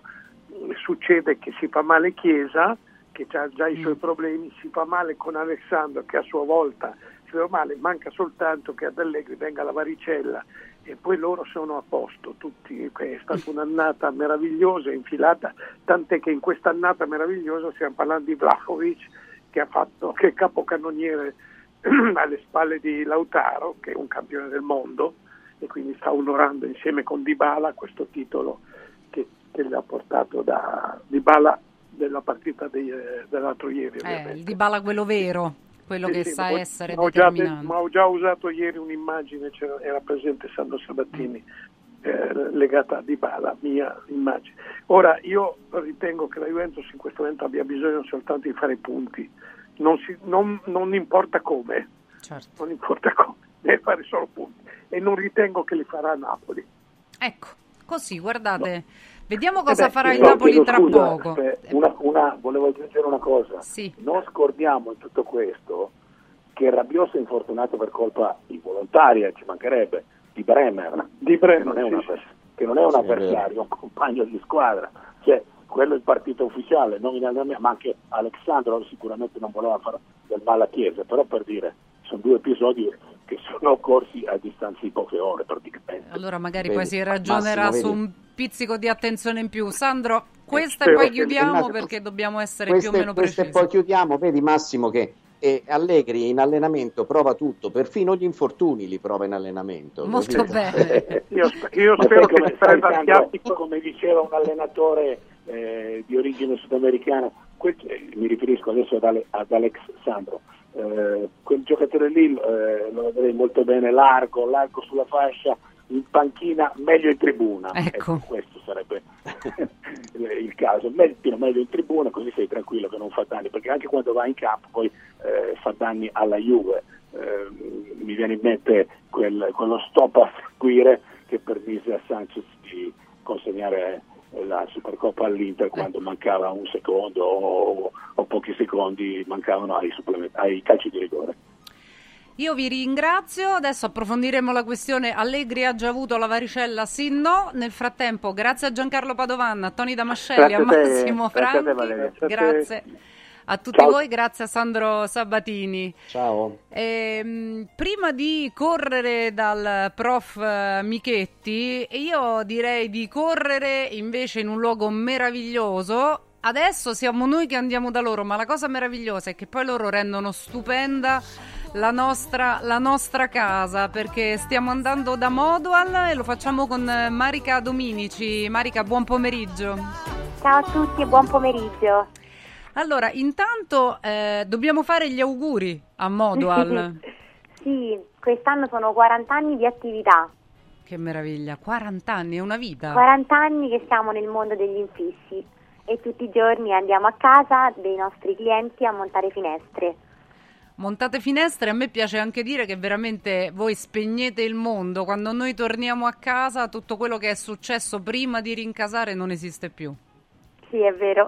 succede che si fa male Chiesa, che ha già i suoi problemi, si fa male con Alessandro, che a sua volta si fa male, manca soltanto che ad Allegri venga la varicella e poi loro sono a posto tutti. È stata un'annata meravigliosa, infilata, tant'è che in questa annata meravigliosa stiamo parlando di Vlahovic, che ha fatto, che è capocannoniere alle spalle di Lautaro, che è un campione del mondo, e quindi sta onorando insieme con Dybala questo titolo che che gli ha portato da Dybala della partita di, eh, dell'altro ieri. Eh, il Dybala quello vero, quello Sì, che sì, sa ma essere ma ho già de- determinante. ma ho già usato ieri un'immagine, c'era, era presente Sandro Sabatini, eh, legata a Dybala, mia immagine. Ora, io ritengo che la Juventus in questo momento abbia bisogno soltanto di fare punti, non, si, non, non importa come, certo. non importa come, deve fare solo punti, e non ritengo che li farà Napoli. Ecco, così, guardate, no. Vediamo cosa Eh beh, farà il no, Napoli chiedo tra scusa, poco. eh, Una, una, volevo aggiungere una cosa. Sì. Non scordiamo in tutto questo che Rabiot è infortunato per colpa involontaria, ci mancherebbe, di Bremer, di Bremer che non è, sì, una, sì. che non è un Sì, avversario, è un compagno di squadra. Cioè, quello è il partito ufficiale, non in allenamento, ma anche Alexandro sicuramente non voleva fare del male a Chiesa, però per dire, sono due episodi che sono occorsi a distanza di poche ore praticamente. Allora magari Vedi, poi si ragionerà Massimo, su vedi? un pizzico di attenzione in più. Sandro, questa Eh, e poi perché- chiudiamo eh, perché dobbiamo essere Queste, più o meno queste precisi. poi chiudiamo, vedi Massimo che eh, Allegri in allenamento prova tutto, perfino gli infortuni li prova in allenamento. Molto capito? bene. Io, io Ma spero poi che come, si prenda sai, il Sandro, piattico. come diceva un allenatore eh, di origine sudamericana, quel- eh, mi riferisco adesso ad, Ale- ad Alex Sandro, eh, quel giocatore lì eh, lo vedrei molto bene, largo, largo sulla fascia, in panchina, meglio in tribuna. Ecco. Questo sarebbe il caso, meglio, meglio in tribuna, così sei tranquillo che non fa danni, perché anche quando va in campo poi eh, fa danni alla Juve. Eh, mi viene in mente quel, quello stop a seguire che permise a Sanchez di consegnare la Supercoppa all'Inter quando mancava un secondo o, o pochi secondi mancavano ai, supplement- ai calci di rigore. Io vi ringrazio, adesso approfondiremo la questione. Allegri ha già avuto la varicella, sì no. Nel frattempo grazie a Giancarlo Padovan, a Tony Damascelli, Grazie a a te, Massimo grazie a te, Franchi, Valeria. grazie a tutti Ciao. voi, grazie a Sandro Sabatini. Ciao. Ehm, prima di correre dal prof Michetti, io direi di correre invece in un luogo meraviglioso. Adesso siamo noi che andiamo da loro, ma la cosa meravigliosa è che poi loro rendono stupenda la nostra, la nostra casa, perché stiamo andando da Modoal e lo facciamo con Marica Dominici. Marica, buon pomeriggio. Ciao a tutti e buon pomeriggio. Allora, intanto eh, dobbiamo fare gli auguri a Modoal. Sì, quest'anno sono quaranta anni di attività. Che meraviglia, quaranta anni, è una vita. quaranta anni che siamo nel mondo degli infissi e tutti i giorni andiamo a casa dei nostri clienti a montare finestre. Montate finestre, a me piace anche dire che veramente voi spegnete il mondo. Quando noi torniamo a casa, tutto quello che è successo prima di rincasare non esiste più. Sì, è vero.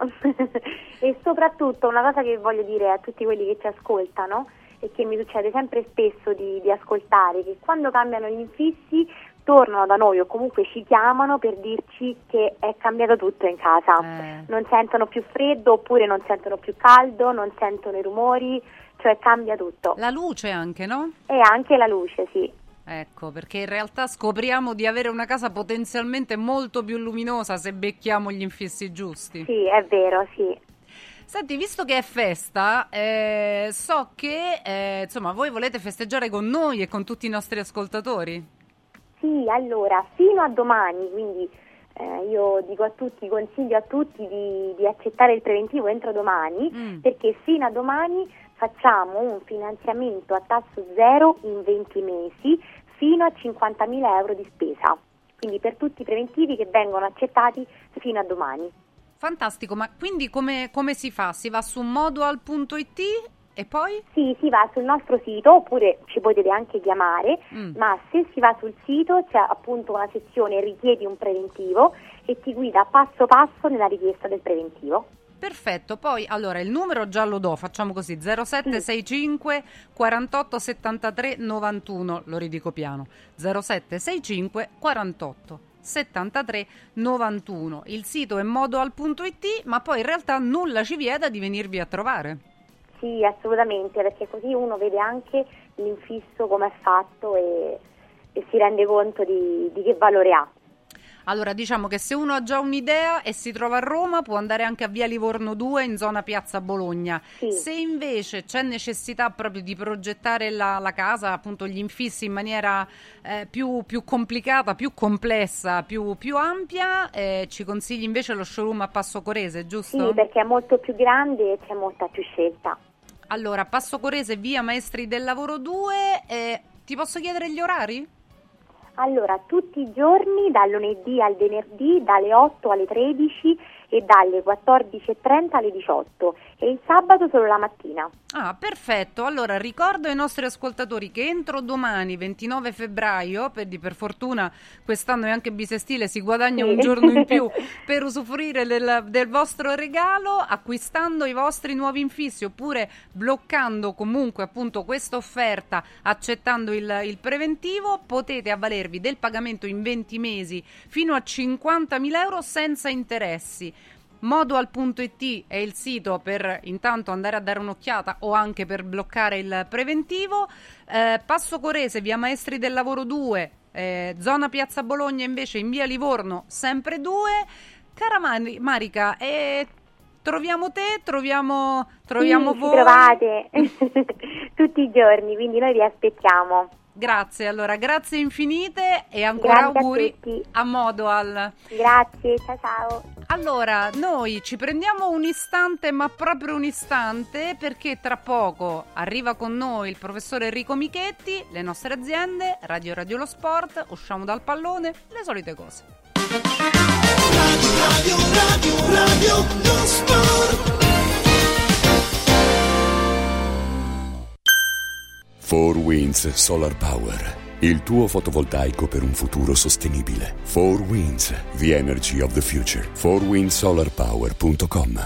E soprattutto una cosa che voglio dire a tutti quelli che ci ascoltano e che mi succede sempre spesso di, di ascoltare, che quando cambiano gli infissi tornano da noi o comunque ci chiamano per dirci che è cambiato tutto in casa. Eh. Non sentono più freddo oppure non sentono più caldo, non sentono i rumori, cioè cambia tutto. La luce anche, no? E anche la luce, sì. Ecco, perché in realtà scopriamo di avere una casa potenzialmente molto più luminosa se becchiamo gli infissi giusti. Sì, è vero, sì. Senti, visto che è festa, eh, so che eh, insomma voi volete festeggiare con noi e con tutti i nostri ascoltatori. Sì, allora, fino a domani, quindi eh, io dico a tutti, consiglio a tutti di, di accettare il preventivo entro domani, Mm. perché fino a domani facciamo un finanziamento a tasso zero in venti mesi fino a cinquantamila euro di spesa, quindi per tutti i preventivi che vengono accettati fino a domani. Fantastico, ma quindi come, come si fa? Si va su modual punto it e poi? Sì, si va sul nostro sito oppure ci potete anche chiamare, Mm. ma se si va sul sito c'è appunto una sezione richiedi un preventivo e ti guida passo passo nella richiesta del preventivo. Perfetto, poi allora il numero già lo do, facciamo così, zero sette sei cinque quarantotto settantatré novantuno, lo ridico piano, zero sette sei cinque quarantotto settantatré novantuno. Il sito è modual punto it, ma poi in realtà nulla ci vieta di venirvi a trovare. Sì, assolutamente, perché così uno vede anche l'infisso come è fatto e, e si rende conto di, di che valore ha. Allora, diciamo che se uno ha già un'idea e si trova a Roma, può andare anche a Via Livorno due in zona Piazza Bologna. Sì. Se invece c'è necessità proprio di progettare la, la casa, appunto gli infissi in maniera eh, più, più complicata, più complessa, più, più ampia, eh, ci consigli invece lo showroom a Passo Corese, giusto? Sì, perché è molto più grande e c'è molta più scelta. Allora, Passo Corese, via Maestri del Lavoro due, eh, ti posso chiedere gli orari? Allora, tutti i giorni, dal lunedì al venerdì, dalle otto alle tredici e dalle quattordici e trenta alle diciotto, e il sabato solo la mattina. Ah, perfetto. Allora, ricordo ai nostri ascoltatori che entro domani, ventinove febbraio, per, di, per fortuna quest'anno è anche bisestile, si guadagna Sì. un giorno in più per usufruire del, del vostro regalo, acquistando i vostri nuovi infissi oppure bloccando comunque appunto questa offerta, accettando il, il preventivo, potete avvalervi del pagamento in venti mesi fino a cinquantamila euro senza interessi. Modoal punto it è il sito per intanto andare a dare un'occhiata o anche per bloccare il preventivo. eh, Passo Corese, via Maestri del Lavoro due, eh, zona Piazza Bologna invece in via Livorno sempre due. Cara Mari- Marica, eh, troviamo te, troviamo, troviamo sì, voi. Ci trovate tutti i giorni, quindi noi vi aspettiamo. Grazie, allora, grazie infinite e ancora Grazie auguri a tutti. a Modoal. Grazie, ciao ciao. Allora, noi ci prendiamo un istante, ma proprio un istante, perché tra poco arriva con noi il professor Enrico Michetti, le nostre aziende, Radio Radio Lo Sport, usciamo dal pallone, le solite cose. Radio, radio, radio, radio Lo Sport. four Winds Solar Power, il tuo fotovoltaico per un futuro sostenibile. four Winds, the energy of the future. four wind solar power punto com.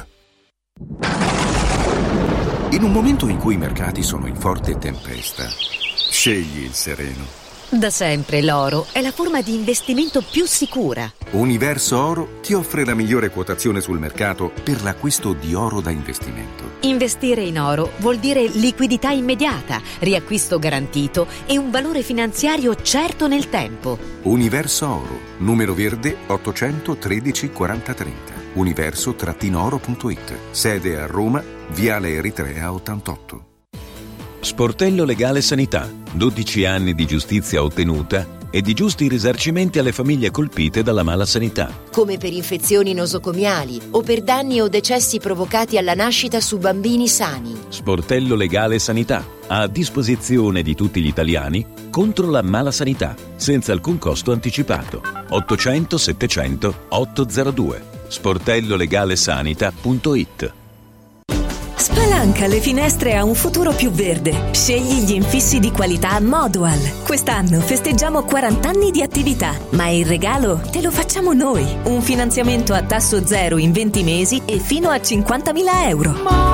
In un momento in cui i mercati sono in forte tempesta, scegli il sereno. Da sempre l'oro è la forma di investimento più sicura. Universo Oro ti offre la migliore quotazione sul mercato per l'acquisto di oro da investimento. Investire in oro vuol dire liquidità immediata, riacquisto garantito e un valore finanziario certo nel tempo. Universo Oro, numero verde ottocento tredici quaranta trenta. universo oro punto it. Sede a Roma, Viale Eritrea ottantotto. Sportello Legale Sanità. dodici anni di giustizia ottenuta e di giusti risarcimenti alle famiglie colpite dalla mala sanità. Come per infezioni nosocomiali o per danni o decessi provocati alla nascita su bambini sani. Sportello Legale Sanità. A disposizione di tutti gli italiani contro la mala sanità, senza alcun costo anticipato. ottocento settecento ottocentodue. sportello legale sanità punto it. Spalanca le finestre a un futuro più verde. Scegli gli infissi di qualità Modoal. Quest'anno festeggiamo quaranta anni di attività, ma il regalo te lo facciamo noi. Un finanziamento a tasso zero in venti mesi e fino a cinquantamila euro.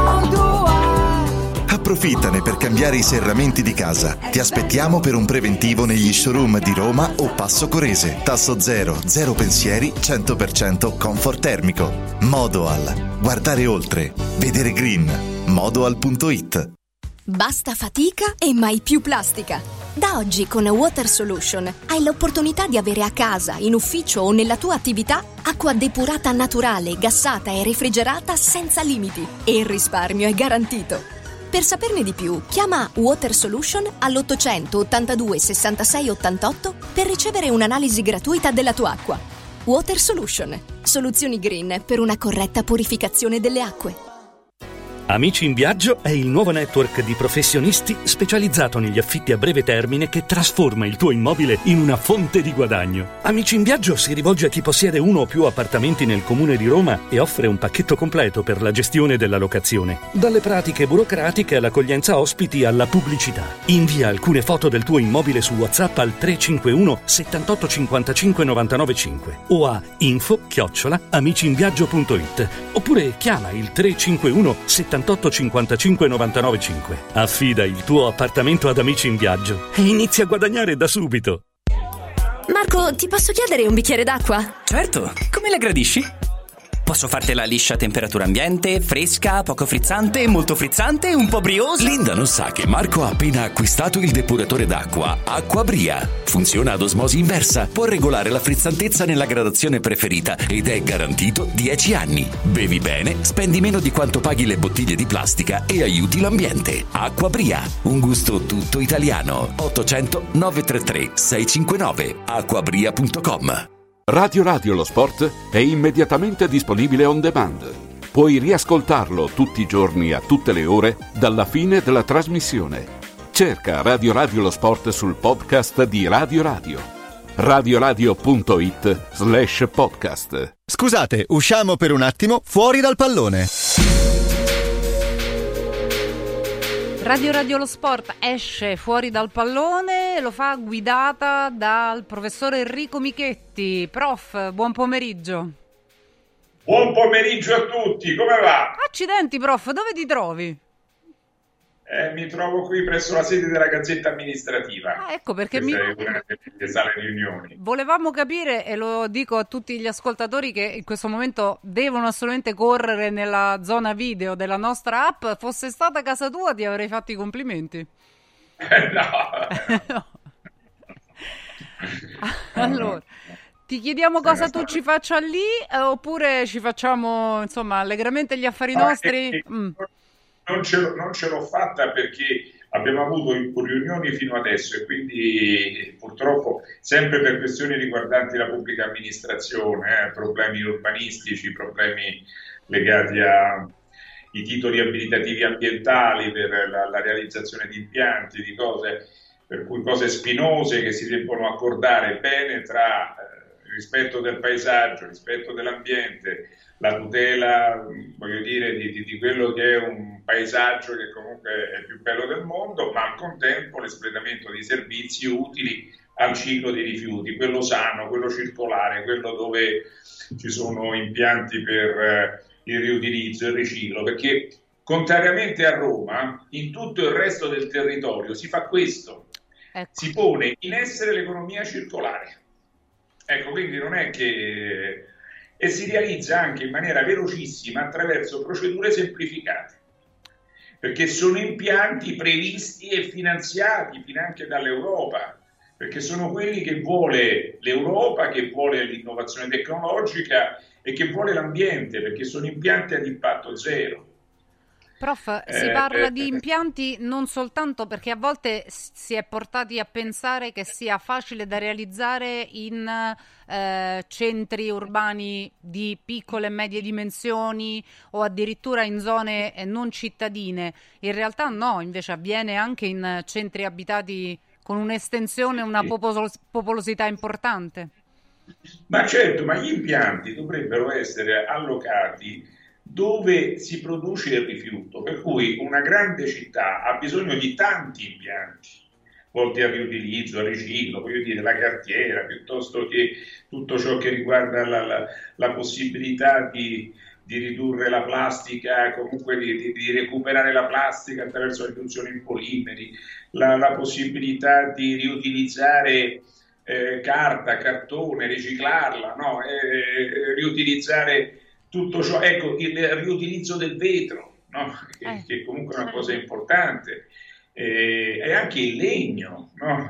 Approfittane per cambiare i serramenti di casa. Ti aspettiamo per un preventivo negli showroom di Roma o Passo Corese. Tasso zero, zero pensieri, cento per cento comfort termico. Modoal. Guardare oltre. Vedere green. Modoal punto it. Basta fatica e mai più plastica. Da oggi con Water Solution hai l'opportunità di avere a casa, in ufficio o nella tua attività acqua depurata naturale, gassata e refrigerata senza limiti. E il risparmio è garantito. Per saperne di più, chiama Water Solution all'ottocento ottantadue sessantasei ottantotto per ricevere un'analisi gratuita della tua acqua. Water Solution, soluzioni green per una corretta purificazione delle acque. Amici in Viaggio è il nuovo network di professionisti specializzato negli affitti a breve termine che trasforma il tuo immobile in una fonte di guadagno. Amici in Viaggio si rivolge a chi possiede uno o più appartamenti nel comune di Roma e offre un pacchetto completo per la gestione della locazione. Dalle pratiche burocratiche all'accoglienza ospiti alla pubblicità. Invia alcune foto del tuo immobile su WhatsApp al tre cinque uno settantotto cinquantacinque novantanove cinque o a info chiocciola amicinviaggio punto it oppure chiama il tre cinque uno settantotto cinquantacinque novantanove cinque. Affida il tuo appartamento ad Amici in Viaggio e inizia a guadagnare da subito. Marco, ti posso chiedere un bicchiere d'acqua? Certo, come la gradisci? Posso fartela liscia a temperatura ambiente, fresca, poco frizzante, molto frizzante, un po' briosa? Linda non sa che Marco ha appena acquistato il depuratore d'acqua Acquabria. Funziona ad osmosi inversa, può regolare la frizzantezza nella gradazione preferita ed è garantito dieci anni. Bevi bene, spendi meno di quanto paghi le bottiglie di plastica e aiuti l'ambiente. Acquabria, un gusto tutto italiano. ottocento nove tre tre sei cinque nove acquabria punto com. Radio Radio lo Sport è immediatamente disponibile on demand. Puoi riascoltarlo tutti i giorni a tutte le ore dalla fine della trasmissione. Cerca Radio Radio lo Sport sul podcast di Radio Radio. radioradio.it slash podcast. Scusate, usciamo per un attimo fuori dal pallone. Radio Radio lo Sport esce fuori dal pallone, lo fa guidata dal professore Enrico Michetti. Prof, buon pomeriggio. Buon pomeriggio a tutti, come va? Accidenti prof, dove ti trovi? Eh, mi trovo qui presso la sede della Gazzetta Amministrativa. Ah, ecco perché mi... è una delle sale riunioni. Volevamo capire, e lo dico a tutti gli ascoltatori che in questo momento devono assolutamente correre nella zona video della nostra app, fosse stata casa tua ti avrei fatto i complimenti. Eh, no. No. Allora, ti chiediamo cosa tu ci faccia lì eh, oppure ci facciamo insomma allegramente gli affari no, nostri? Eh, mm. non, ce l'ho, non ce l'ho fatta perché abbiamo avuto riunioni fino adesso e quindi purtroppo sempre per questioni riguardanti la pubblica amministrazione, eh, problemi urbanistici, problemi legati a i titoli abilitativi ambientali per la, la realizzazione di impianti, di cose, per cui cose spinose che si debbono accordare bene tra eh, il rispetto del paesaggio, il rispetto dell'ambiente, la tutela, voglio dire, di, di, di quello che è un paesaggio che comunque è il più bello del mondo, ma al contempo l'espletamento di servizi utili al ciclo dei rifiuti, quello sano, quello circolare, quello dove ci sono impianti per eh, il riutilizzo e il riciclo, perché contrariamente a Roma, in tutto il resto del territorio si fa questo, ecco. Si pone in essere l'economia circolare. Ecco, quindi non è che... e si realizza anche in maniera velocissima attraverso procedure semplificate, perché sono impianti previsti e finanziati finanche dall'Europa, perché sono quelli che vuole l'Europa, che vuole l'innovazione tecnologica e che vuole l'ambiente, perché sono impianti ad impatto zero. Prof, si Eh, parla eh, di impianti non soltanto perché a volte s- si è portati a pensare che sia facile da realizzare in eh, centri urbani di piccole e medie dimensioni o addirittura in zone eh, non cittadine. In realtà no, invece avviene anche in centri abitati con un'estensione, una popolos- popolosità importante. Ma certo, ma gli impianti dovrebbero essere allocati dove si produce il rifiuto, per cui una grande città ha bisogno di tanti impianti volti al riutilizzo, al riciclo, voglio dire la cartiera, piuttosto che tutto ciò che riguarda la, la, la possibilità di, di ridurre la plastica, comunque di, di, di recuperare la plastica attraverso la riduzione in polimeri, la, la possibilità di riutilizzare eh, carta, cartone, riciclarla, no? eh, riutilizzare tutto ciò, ecco, il riutilizzo del vetro, no? che, eh. che comunque è una cosa importante, eh, e anche il legno, no?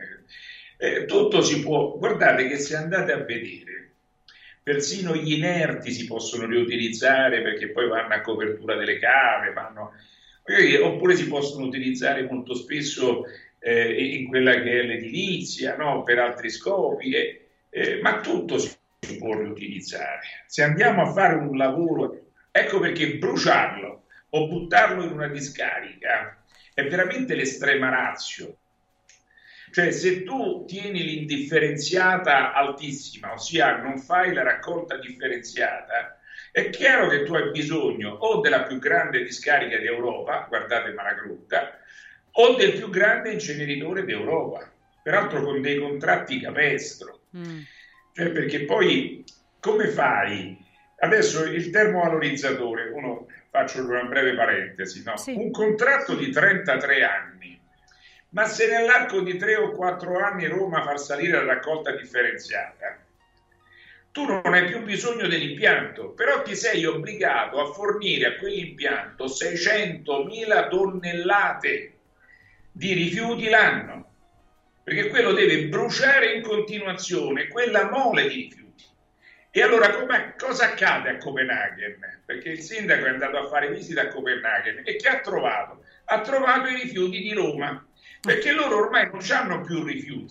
eh, eh, tutto si può, guardate che se andate a vedere, persino gli inerti si possono riutilizzare perché poi vanno a copertura delle cave, vanno, oppure si possono utilizzare molto spesso eh, in quella che è l'edilizia, no? Per altri scopi, eh, eh, ma tutto si si può riutilizzare. Se andiamo a fare un lavoro, ecco perché bruciarlo o buttarlo in una discarica è veramente l'estrema ratio. Cioè, se tu tieni l'indifferenziata altissima, ossia non fai la raccolta differenziata, è chiaro che tu hai bisogno o della più grande discarica d'Europa, guardate Malagrotta, o del più grande inceneritore d'Europa, peraltro con dei contratti capestro. Mm. Cioè, perché poi come fai? Adesso il termovalorizzatore, uno, faccio una breve parentesi, no? Sì. Un contratto di trentatré anni, ma se nell'arco di tre o quattro anni Roma fa salire la raccolta differenziata, tu non hai più bisogno dell'impianto, però ti sei obbligato a fornire a quell'impianto seicentomila tonnellate di rifiuti l'anno, perché quello deve bruciare in continuazione quella mole di rifiuti. E allora come, cosa accade a Copenaghen? Perché il sindaco è andato a fare visita a Copenaghen e che ha trovato? Ha trovato i rifiuti di Roma, perché loro ormai non hanno più rifiuti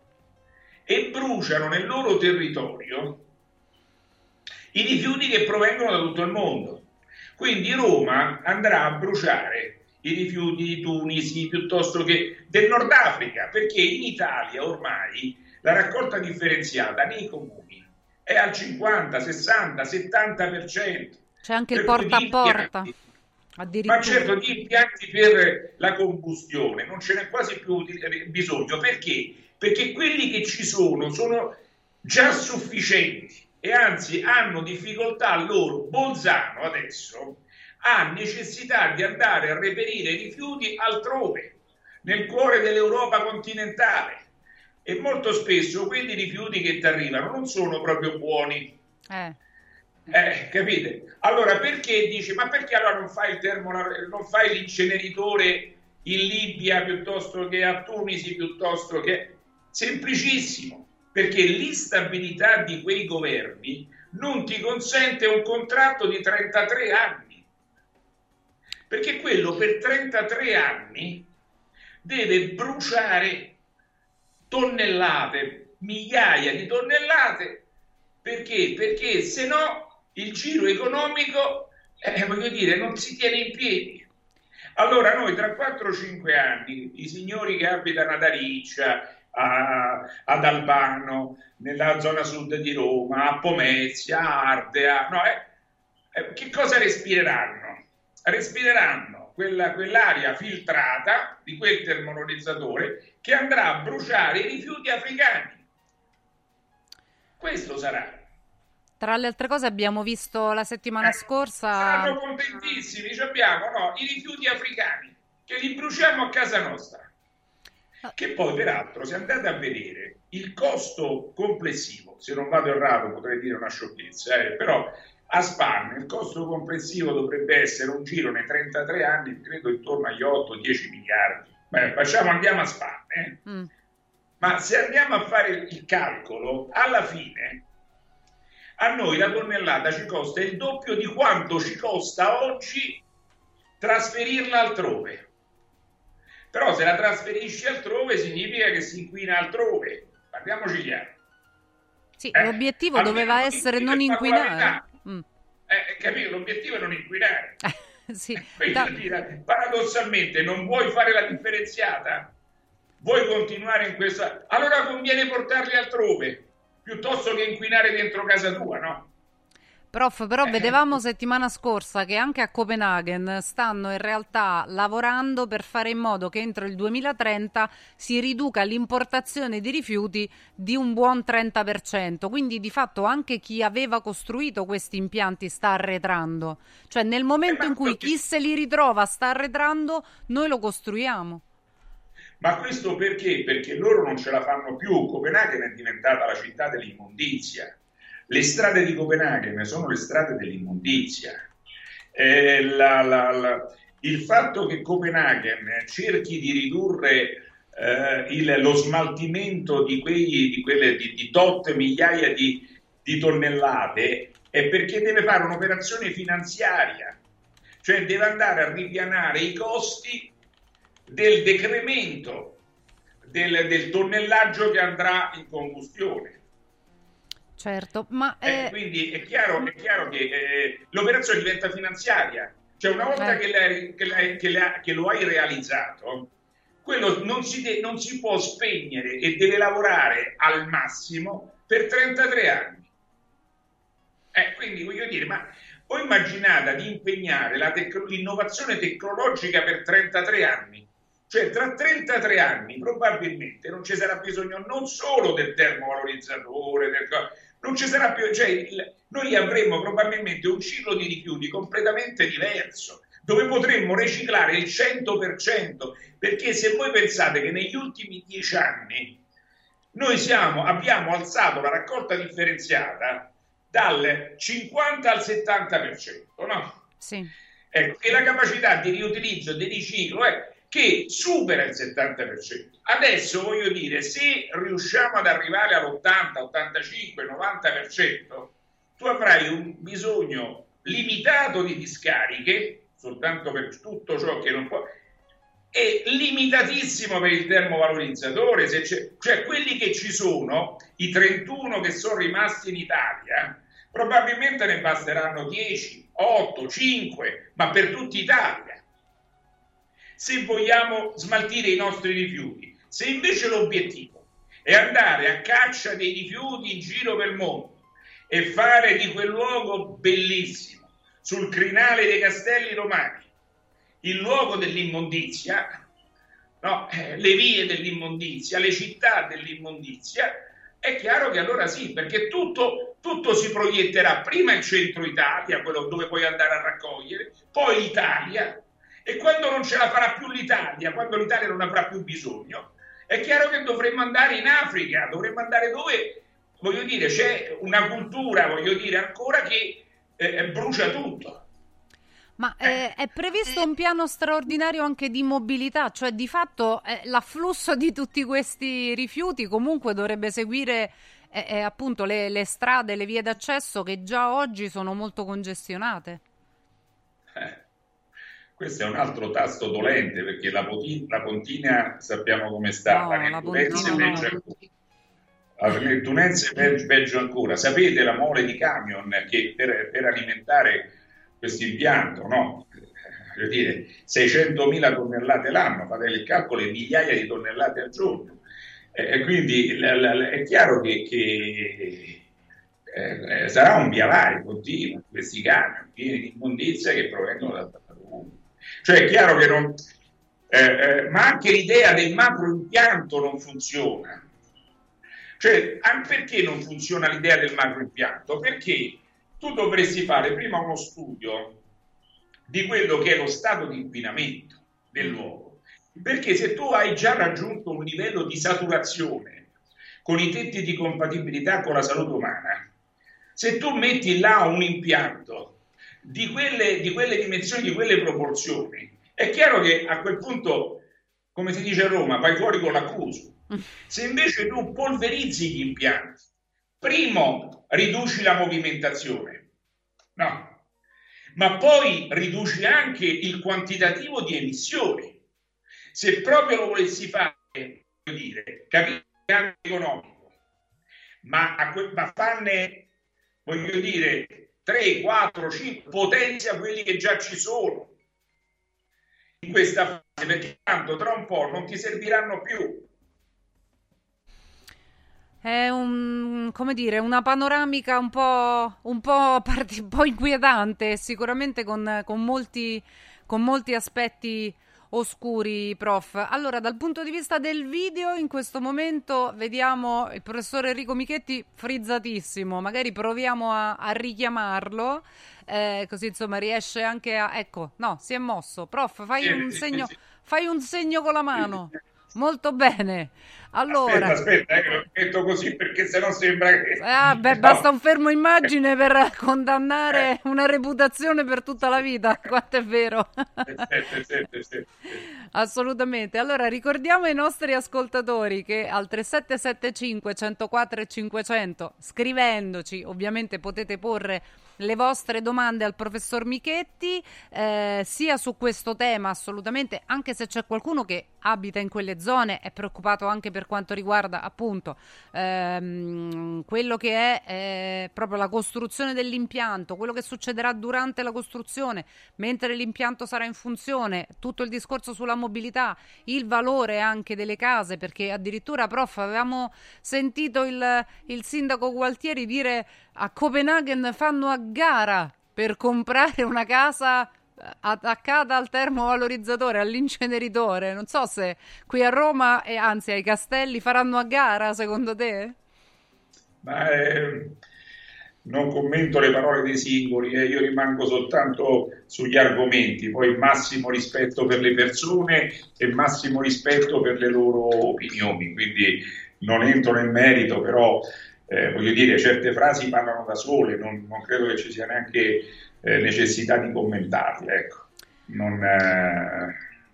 e bruciano nel loro territorio i rifiuti che provengono da tutto il mondo. Quindi Roma andrà a bruciare i rifiuti di Tunisi piuttosto che del Nord Africa, perché in Italia ormai la raccolta differenziata nei comuni è al cinquanta, sessanta, settanta per cento. C'è anche il porta a porta. Ma certo, di impianti per la combustione non ce n'è quasi più bisogno. Perché? Perché quelli che ci sono sono già sufficienti e anzi hanno difficoltà loro. Bolzano adesso ha necessità di andare a reperire rifiuti altrove, nel cuore dell'Europa continentale, e molto spesso quelli rifiuti che ti arrivano non sono proprio buoni. Eh. Eh, capite? Allora perché dici, ma perché allora non fai il termo, non fai l'inceneritore in Libia piuttosto che a Tunisi, piuttosto che... Semplicissimo, perché l'instabilità di quei governi non ti consente un contratto di trentatré anni, perché quello per trentatré anni deve bruciare tonnellate, migliaia di tonnellate. Perché? Perché se no il giro economico, eh, voglio dire, non si tiene in piedi. Allora noi tra quattro cinque anni, i signori che abitano ad Ariccia, a, ad Albano, nella zona sud di Roma, a Pomezia, a Ardea, no, eh, eh, che cosa respireranno? Respireranno quella, quell'aria filtrata di quel termovalorizzatore che andrà a bruciare i rifiuti africani. Questo sarà. Tra le altre cose abbiamo visto la settimana eh, scorsa... Saranno contentissimi, ci abbiamo no, i rifiuti africani, che li bruciamo a casa nostra. Che poi peraltro, se andate a vedere il costo complessivo, se non vado errato potrei dire una sciocchezza, eh, però a spanne il costo complessivo dovrebbe essere un giro nei trentatré anni, credo intorno agli otto dieci miliardi. Beh, facciamo, andiamo a spanne. Eh. Mm. Ma se andiamo a fare il calcolo, alla fine... A noi la tonnellata ci costa il doppio di quanto ci costa oggi trasferirla altrove. Però se la trasferisci altrove significa che si inquina altrove. Parliamoci chiaro. Sì, eh, l'obiettivo doveva essere non inquinare. Mm. Eh, capito? L'obiettivo è non inquinare. Sì. Da... dire, paradossalmente non vuoi fare la differenziata? Vuoi continuare in questa... Allora conviene portarli altrove, piuttosto che inquinare dentro casa tua, no? Prof, però vedevamo settimana scorsa che anche a Copenaghen stanno in realtà lavorando per fare in modo che entro il duemilatrenta si riduca l'importazione di rifiuti di un buon trenta per cento, quindi di fatto anche chi aveva costruito questi impianti sta arretrando, cioè nel momento in cui chi se li ritrova sta arretrando, noi lo costruiamo. Ma questo perché? Perché loro non ce la fanno più. Copenaghen è diventata la città dell'immondizia. Le strade di Copenaghen sono le strade dell'immondizia. Eh, la, la, la, il fatto che Copenaghen cerchi di ridurre eh, il, lo smaltimento di, quei, di quelle di, di tot migliaia di, di tonnellate è perché deve fare un'operazione finanziaria, cioè deve andare a ripianare i costi del decremento del, del tonnellaggio che andrà in combustione. Certo, ma eh, eh... quindi è chiaro, è chiaro che eh, l'operazione diventa finanziaria, cioè una volta eh. che, l'hai, che, l'hai, che, l'hai, che lo hai realizzato, quello non si, de- non si può spegnere e deve lavorare al massimo per trentatré anni. Eh, quindi voglio dire, ma voi immaginate di impegnare la tec- l'innovazione tecnologica per trentatré anni? Cioè tra trentatré anni probabilmente non ci sarà bisogno non solo del termovalorizzatore, del... non ci sarà più, cioè il... noi avremo probabilmente un ciclo di rifiuti completamente diverso, dove potremmo riciclare il cento per cento, perché se voi pensate che negli ultimi dieci anni noi siamo, abbiamo alzato la raccolta differenziata dal cinquanta al settanta per cento, no? Sì. Ecco, e la capacità di riutilizzo e di riciclo è che supera il settanta per cento. Adesso voglio dire, se riusciamo ad arrivare all'ottanta, ottantacinque, novanta per cento, tu avrai un bisogno limitato di discariche, soltanto per tutto ciò che non può, e limitatissimo per il termovalorizzatore. Se c'è, cioè quelli che ci sono, i trentuno che sono rimasti in Italia, probabilmente ne basteranno dieci, otto, cinque, ma per tutta Italia, se vogliamo smaltire i nostri rifiuti. Se invece l'obiettivo è andare a caccia dei rifiuti in giro per il mondo e fare di quel luogo bellissimo sul crinale dei Castelli Romani il luogo dell'immondizia, no? eh, le vie dell'immondizia, le città dell'immondizia, è chiaro che allora sì, perché tutto, tutto si proietterà prima in centro Italia, quello dove puoi andare a raccogliere, poi l'Italia, e quando non ce la farà più l'Italia, quando l'Italia non avrà più bisogno, è chiaro che dovremmo andare in Africa, dovremmo andare dove, voglio dire, c'è una cultura, voglio dire, ancora che eh, brucia tutto. Ma eh, è previsto un piano straordinario anche di mobilità, cioè di fatto eh, l'afflusso di tutti questi rifiuti comunque dovrebbe seguire eh, eh, appunto le, le strade, le vie d'accesso che già oggi sono molto congestionate. Eh, questo è un altro tasto dolente, perché la, Poti- la Pontina sappiamo come sta, no, la Nettunense no. peggio ancora. La Nettunense peggio, peggio ancora. Sapete la mole di camion che per, per alimentare questo impianto, no? Voglio dire, seicentomila tonnellate l'anno, fate il calcolo, migliaia di tonnellate al giorno. E quindi la, la, è chiaro che, che eh, sarà un via vai continuo, questi camion pieni di immondizia che provengono dal Tartarugno. Cioè è chiaro che non... Eh, eh, ma anche l'idea del macro impianto non funziona. Cioè, perché non funziona l'idea del macro impianto? Perché tu dovresti fare prima uno studio di quello che è lo stato di inquinamento del luogo, perché se tu hai già raggiunto un livello di saturazione con i tetti di compatibilità con la salute umana, se tu metti là un impianto di quelle, di quelle dimensioni, di quelle proporzioni, è chiaro che a quel punto, come si dice a Roma, vai fuori con l'accuso. Se invece tu polverizzi gli impianti, primo, riduci la movimentazione, no, ma poi riduci anche il quantitativo di emissioni. Se proprio lo volessi fare, voglio dire, capire anche economico, ma, a que- ma farne, voglio dire, tre, quattro, cinque, potenzia quelli che già ci sono in questa fase, perché tanto tra un po' non ti serviranno più. È un, come dire, una panoramica un po', un po', parti, un po' inquietante, sicuramente con, con, molti, con molti aspetti oscuri, prof. Allora, dal punto di vista del video, in questo momento vediamo il professor Enrico Michetti frizzatissimo, magari proviamo a, a richiamarlo, eh, così insomma riesce anche a... Ecco, no, si è mosso. Prof, fai sì, un sì, segno, sì. fai un segno con la mano. Molto bene. Allora, aspetta, aspetta, eh, lo metto così perché sennò sembra che... Ah, beh, no. Basta un fermo immagine per condannare eh. una reputazione per tutta la vita, quanto è vero. Sette, sette, sette. Assolutamente. Allora, ricordiamo ai nostri ascoltatori che al tre sette sette cinque, uno zero quattro e cinquecento, scrivendoci, ovviamente potete porre le vostre domande al professor Michetti, eh, sia su questo tema assolutamente, anche se c'è qualcuno che abita in quelle zone, è preoccupato anche per quanto riguarda appunto ehm, quello che è eh, proprio la costruzione dell'impianto, quello che succederà durante la costruzione, mentre l'impianto sarà in funzione, tutto il discorso sulla mobilità, il valore anche delle case, perché addirittura, prof, avevamo sentito il, il sindaco Gualtieri dire a Copenaghen fanno a gara per comprare una casa attaccata al termovalorizzatore, all'inceneritore. Non so se qui a Roma e anzi ai Castelli faranno a gara, secondo te? Ma eh, non commento le parole dei singoli, eh, io rimango soltanto sugli argomenti, poi massimo rispetto per le persone e massimo rispetto per le loro opinioni, quindi non entro nel merito, però eh, voglio dire, certe frasi parlano da sole, non, non credo che ci sia neanche eh, necessità di commentarle, ecco. Non, eh,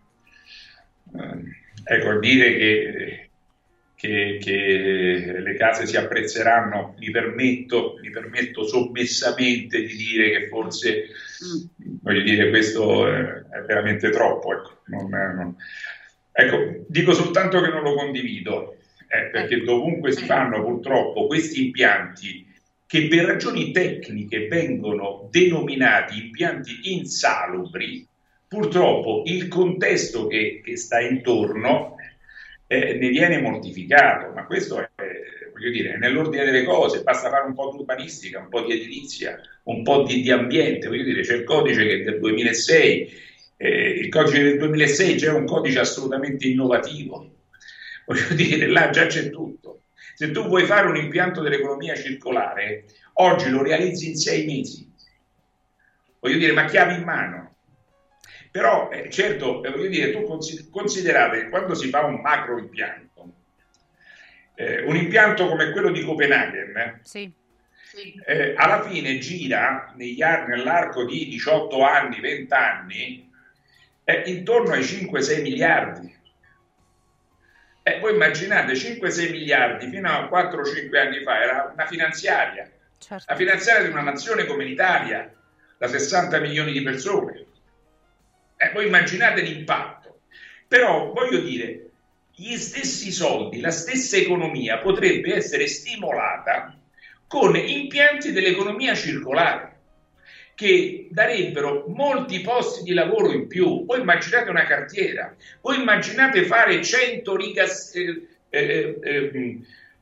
eh, ecco, dire che, che, che le case si apprezzeranno, mi permetto, mi permetto sommessamente di dire che forse, mm. voglio dire, questo è veramente troppo, ecco. Non, non, ecco, dico soltanto che non lo condivido, eh, perché dovunque si fanno purtroppo questi impianti che per ragioni tecniche vengono denominati impianti insalubri, purtroppo il contesto che, che sta intorno eh, ne viene mortificato, ma questo è, voglio dire, è nell'ordine delle cose, basta fare un po' di urbanistica, un po' di edilizia, un po' di, di ambiente, voglio dire, c'è il codice che è del duemilasei, eh, il codice del duemilasei già è un codice assolutamente innovativo, voglio dire, là già c'è tutto. Se tu vuoi fare un impianto dell'economia circolare, oggi lo realizzi in sei mesi, voglio dire, ma chiavi in mano. Però, eh, certo, eh, voglio dire, tu consider- considerate che quando si fa un macro impianto, eh, un impianto come quello di Copenaghen, eh, sì. eh, alla fine gira negli anni, nell'arco di diciotto anni, venti anni, eh, intorno ai cinque sei miliardi. Eh, voi immaginate, cinque sei miliardi fino a quattro cinque anni fa era una finanziaria, certo. La finanziaria di una nazione come l'Italia, da sessanta milioni di persone. Eh, voi immaginate l'impatto. Però voglio dire, gli stessi soldi, la stessa economia potrebbe essere stimolata con impianti dell'economia circolare che darebbero molti posti di lavoro in più. Voi immaginate una cartiera, voi immaginate fare cento rigas, eh, eh, eh,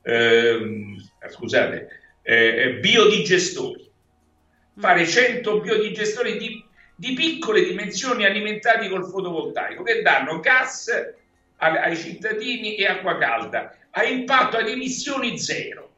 eh, scusate, eh, biodigestori, fare cento biodigestori di, di piccole dimensioni alimentati col fotovoltaico che danno gas a, ai cittadini e acqua calda, a impatto ad emissioni zero.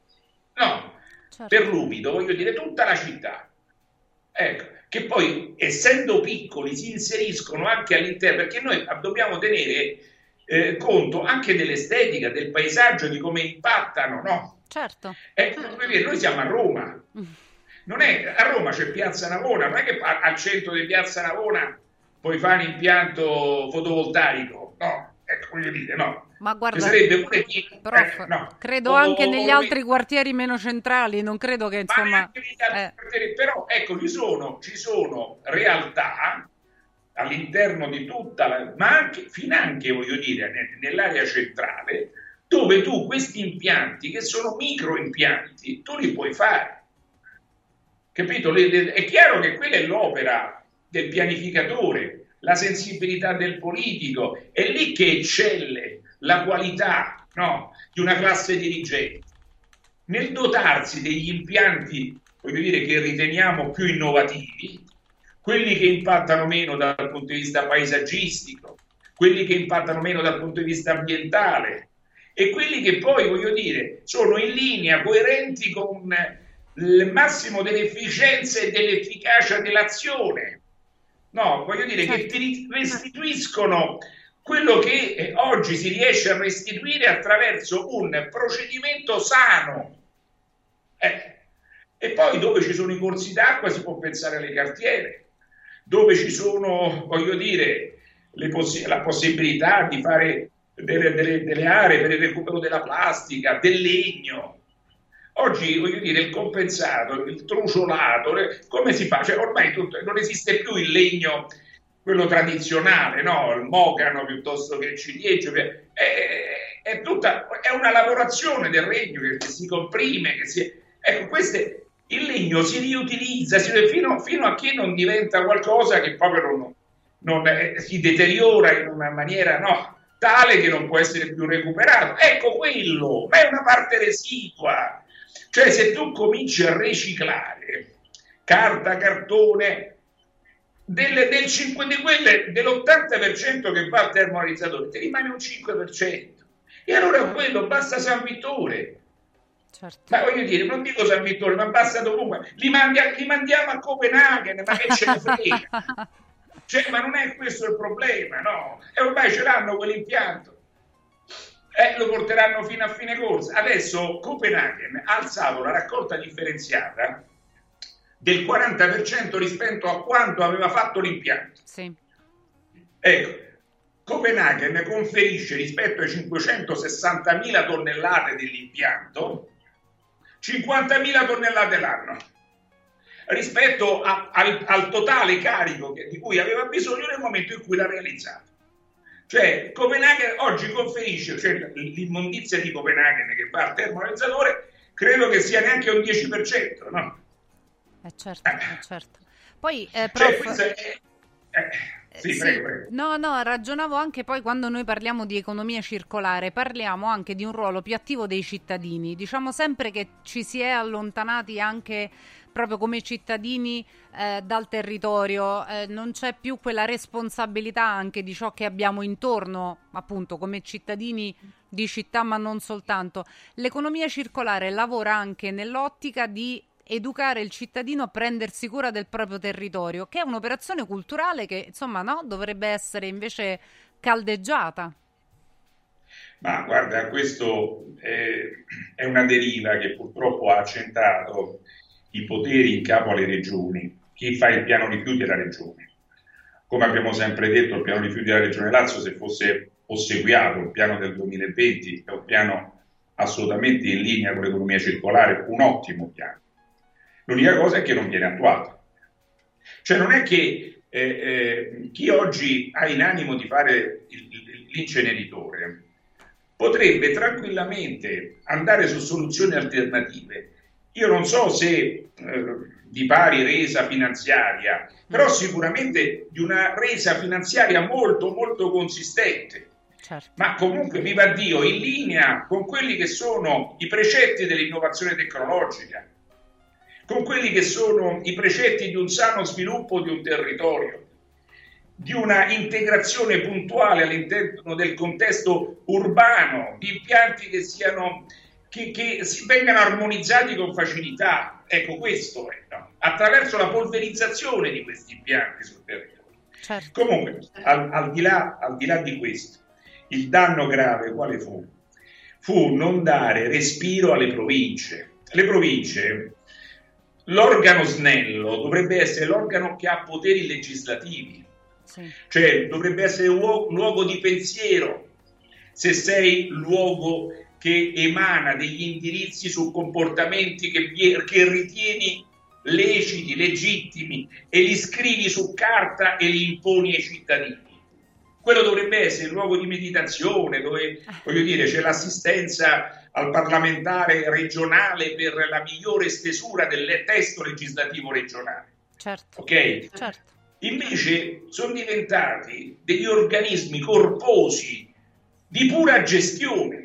No, certo. Per l'umido, voglio dire, tutta la città. Ecco, che poi essendo piccoli si inseriscono anche all'interno, perché noi dobbiamo tenere eh, conto anche dell'estetica, del paesaggio, di come impattano, no? Certo. Ecco, noi siamo a Roma, non è, a Roma c'è Piazza Navona, non è che al centro di Piazza Navona puoi fare un impianto fotovoltaico, no? Ecco, voglio dire, no. Ma guarda, sarebbe pure chi, prof, eh, no. credo o, anche o, negli o, altri quartieri meno centrali, non credo che insomma... Eh. Quartieri, però ecco, ci sono, ci sono realtà all'interno di tutta la... ma anche, finanche voglio dire, nell'area centrale, dove tu questi impianti, che sono micro impianti, tu li puoi fare. Capito? È chiaro che quella è l'opera del pianificatore, la sensibilità del politico, è lì che eccelle la qualità, no, di una classe dirigente, nel dotarsi degli impianti, voglio dire, che riteniamo più innovativi, quelli che impattano meno dal punto di vista paesaggistico, quelli che impattano meno dal punto di vista ambientale e quelli che poi, voglio dire, sono in linea, coerenti con il massimo dell'efficienza e dell'efficacia dell'azione. No, voglio dire, certo. Che ti restituiscono quello che eh, oggi si riesce a restituire attraverso un procedimento sano. Eh. E poi dove ci sono i corsi d'acqua si può pensare alle cartiere, dove ci sono, voglio dire, le poss- la possibilità di fare delle, delle, delle aree per il recupero della plastica, del legno. Oggi, voglio dire, il compensato, il truciolato, come si fa? Cioè, ormai tutto, non esiste più il legno, quello tradizionale, no? Il mogano piuttosto che il ciliegio. È, è, tutta, è una lavorazione del legno che, che si comprime, che si... Ecco, queste, il legno si riutilizza si, fino, fino a che non diventa qualcosa che proprio non, non eh, si deteriora in una maniera, no, tale che non può essere più recuperato. Ecco quello, ma è una parte residua. Cioè, se tu cominci a riciclare carta, cartone, del, del cinque, di quelle, dell'ottanta per cento che va al termorealizzatore, ti rimane un cinque per cento. E allora quello basta San Vittore. Certo. Ma voglio dire, non dico San Vittore, ma basta dovunque. Li, mandi a, li mandiamo a Copenaghen, ma che ce ne frega? Cioè, ma non è questo il problema, no? E ormai ce l'hanno quell'impianto. eh, lo porteranno fino a fine corsa. Adesso Copenaghen ha alzato la raccolta differenziata del quaranta per cento rispetto a quanto aveva fatto l'impianto. Sì. Ecco, Copenaghen conferisce rispetto ai cinquecentosessantamila tonnellate dell'impianto cinquantamila tonnellate l'anno rispetto a, al, al totale carico che, di cui aveva bisogno nel momento in cui l'ha realizzato. Cioè Copenaghen oggi conferisce, cioè l'immondizia di Copenaghen che va al termorealizzatore, credo che sia neanche un dieci per cento, no? Eh certo, eh certo. Poi, eh, prof... Cioè, è, eh, sì, sì, prego, prego. no, no, ragionavo anche poi quando noi parliamo di economia circolare, parliamo anche di un ruolo più attivo dei cittadini. Diciamo sempre che ci si è allontanati anche proprio come cittadini eh, dal territorio, eh, non c'è più quella responsabilità anche di ciò che abbiamo intorno, appunto, come cittadini di città, ma non soltanto. L'economia circolare lavora anche nell'ottica di educare il cittadino a prendersi cura del proprio territorio, che è un'operazione culturale che, insomma, no, dovrebbe essere invece caldeggiata. Ma guarda, questo è, è una deriva che purtroppo ha accentrato i poteri in capo alle regioni. Chi fa il piano rifiuti è la regione. Come abbiamo sempre detto, il piano rifiuti della regione Lazio, se fosse ossequiato il piano del duemilaventi, è un piano assolutamente in linea con l'economia circolare, un ottimo piano. L'unica cosa è che non viene attuato. Cioè non è che eh, eh, chi oggi ha in animo di fare il, l'inceneritore potrebbe tranquillamente andare su soluzioni alternative. Io non so se eh, di pari resa finanziaria, però sicuramente di una resa finanziaria molto molto consistente. Certo. Ma comunque, viva Dio, in linea con quelli che sono i precetti dell'innovazione tecnologica, con quelli che sono i precetti di un sano sviluppo di un territorio, di una integrazione puntuale all'interno del contesto urbano, di impianti che siano che, che si vengano armonizzati con facilità. Ecco, questo è, no? Attraverso la polverizzazione di questi impianti sul territorio. Certo. Comunque, al, al, di là, al di là di questo, il danno grave quale fu? Fu non dare respiro alle province. Le province, l'organo snello dovrebbe essere l'organo che ha poteri legislativi, sì. Cioè dovrebbe essere luogo, luogo di pensiero. Se sei luogo che emana degli indirizzi su comportamenti che, che ritieni leciti, legittimi, e li scrivi su carta e li imponi ai cittadini. Quello dovrebbe essere il luogo di meditazione, dove, voglio dire, c'è l'assistenza al parlamentare regionale per la migliore stesura del testo legislativo regionale. Certo. Ok? Certo. Invece sono diventati degli organismi corposi di pura gestione.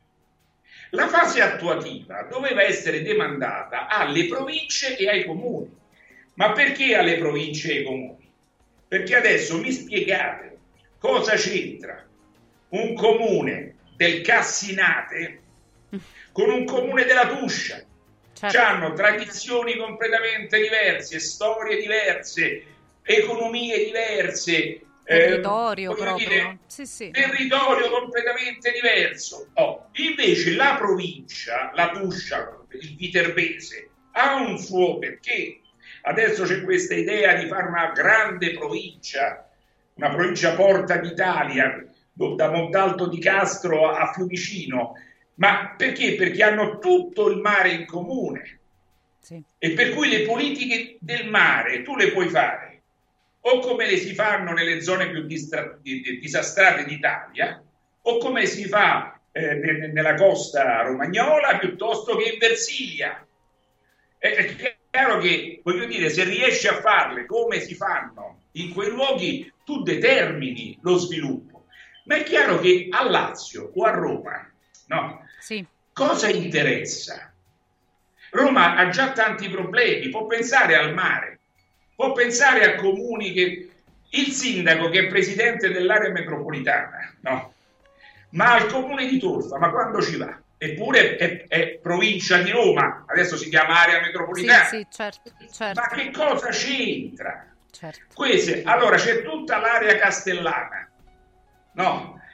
La fase attuativa doveva essere demandata alle province e ai comuni. Ma perché alle province e ai comuni? Perché adesso mi spiegate cosa c'entra un comune del Cassinate con un comune della Tuscia? Certo. Hanno tradizioni completamente diverse, storie diverse, economie diverse, territorio eh, proprio, dire, sì, sì. territorio completamente diverso. Oh, invece la provincia, la Tuscia, il Viterbese, ha un suo perché. Adesso c'è questa idea di fare una grande provincia, una provincia porta d'Italia, da Montalto di Castro a Fiumicino. Ma perché? Perché hanno tutto il mare in comune. Sì. E per cui le politiche del mare tu le puoi fare o come le si fanno nelle zone più distra- disastrate d'Italia, o come si fa eh, ne- nella costa romagnola, piuttosto che in Versilia. È, è chiaro che, voglio dire, se riesci a farle come si fanno in quei luoghi, tu determini lo sviluppo. Ma è chiaro che a Lazio o a Roma, no? Sì. Cosa interessa? Roma ha già tanti problemi, può pensare al mare, può pensare a comuni che il sindaco che è presidente dell'area metropolitana, no? Ma al comune di Torfa, ma quando ci va? Eppure è, è provincia di Roma, adesso si chiama area metropolitana. Sì, sì, certo, certo. Ma che cosa c'entra? Certo. Queste, allora c'è tutta l'area castellana, no?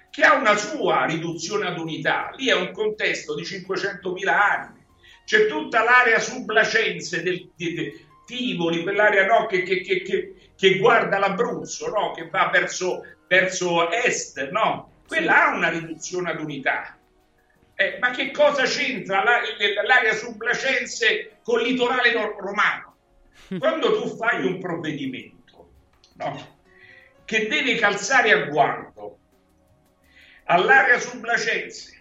che ha una sua riduzione ad unità. Lì è un contesto di cinquecentomila anime, c'è tutta l'area sublacense del, di, di Tivoli, quell'area no, che, che, che, che, che guarda l'Abruzzo, no, che va verso, verso est, no? Quella ha una riduzione ad unità. Eh, ma che cosa c'entra la, l'area sublacense col litorale romano? Quando tu fai un provvedimento, no, che deve calzare a guardo all'area sublacense,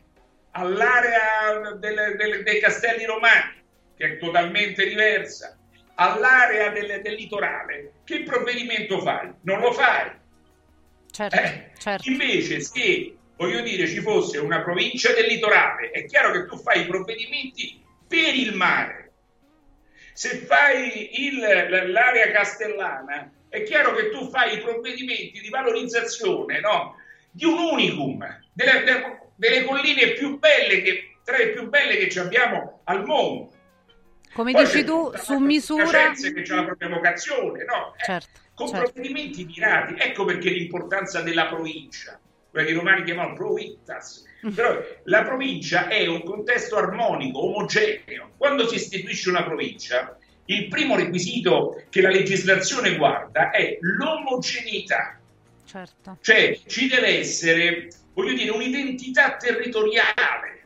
all'area delle, delle, dei castelli romani, che è totalmente diversa, all'area del, del litorale, che provvedimento fai? Non lo fai. Certo, eh, certo. Invece se, voglio dire, ci fosse una provincia del litorale, è chiaro che tu fai i provvedimenti per il mare. Se fai il, l'area castellana, è chiaro che tu fai i provvedimenti di valorizzazione, no, di un unicum, delle, delle colline più belle, che, tra le più belle che ci abbiamo al mondo. Come Poi dici tu, su misura... che c'ha la propria vocazione, no? Certo, eh, con certo. provvedimenti mirati. Ecco perché l'importanza della provincia, quella che i romani chiamano provitas. Però la provincia è un contesto armonico, omogeneo. Quando si istituisce una provincia, il primo requisito che la legislazione guarda è l'omogeneità. Certo. Cioè ci deve essere, voglio dire, un'identità territoriale.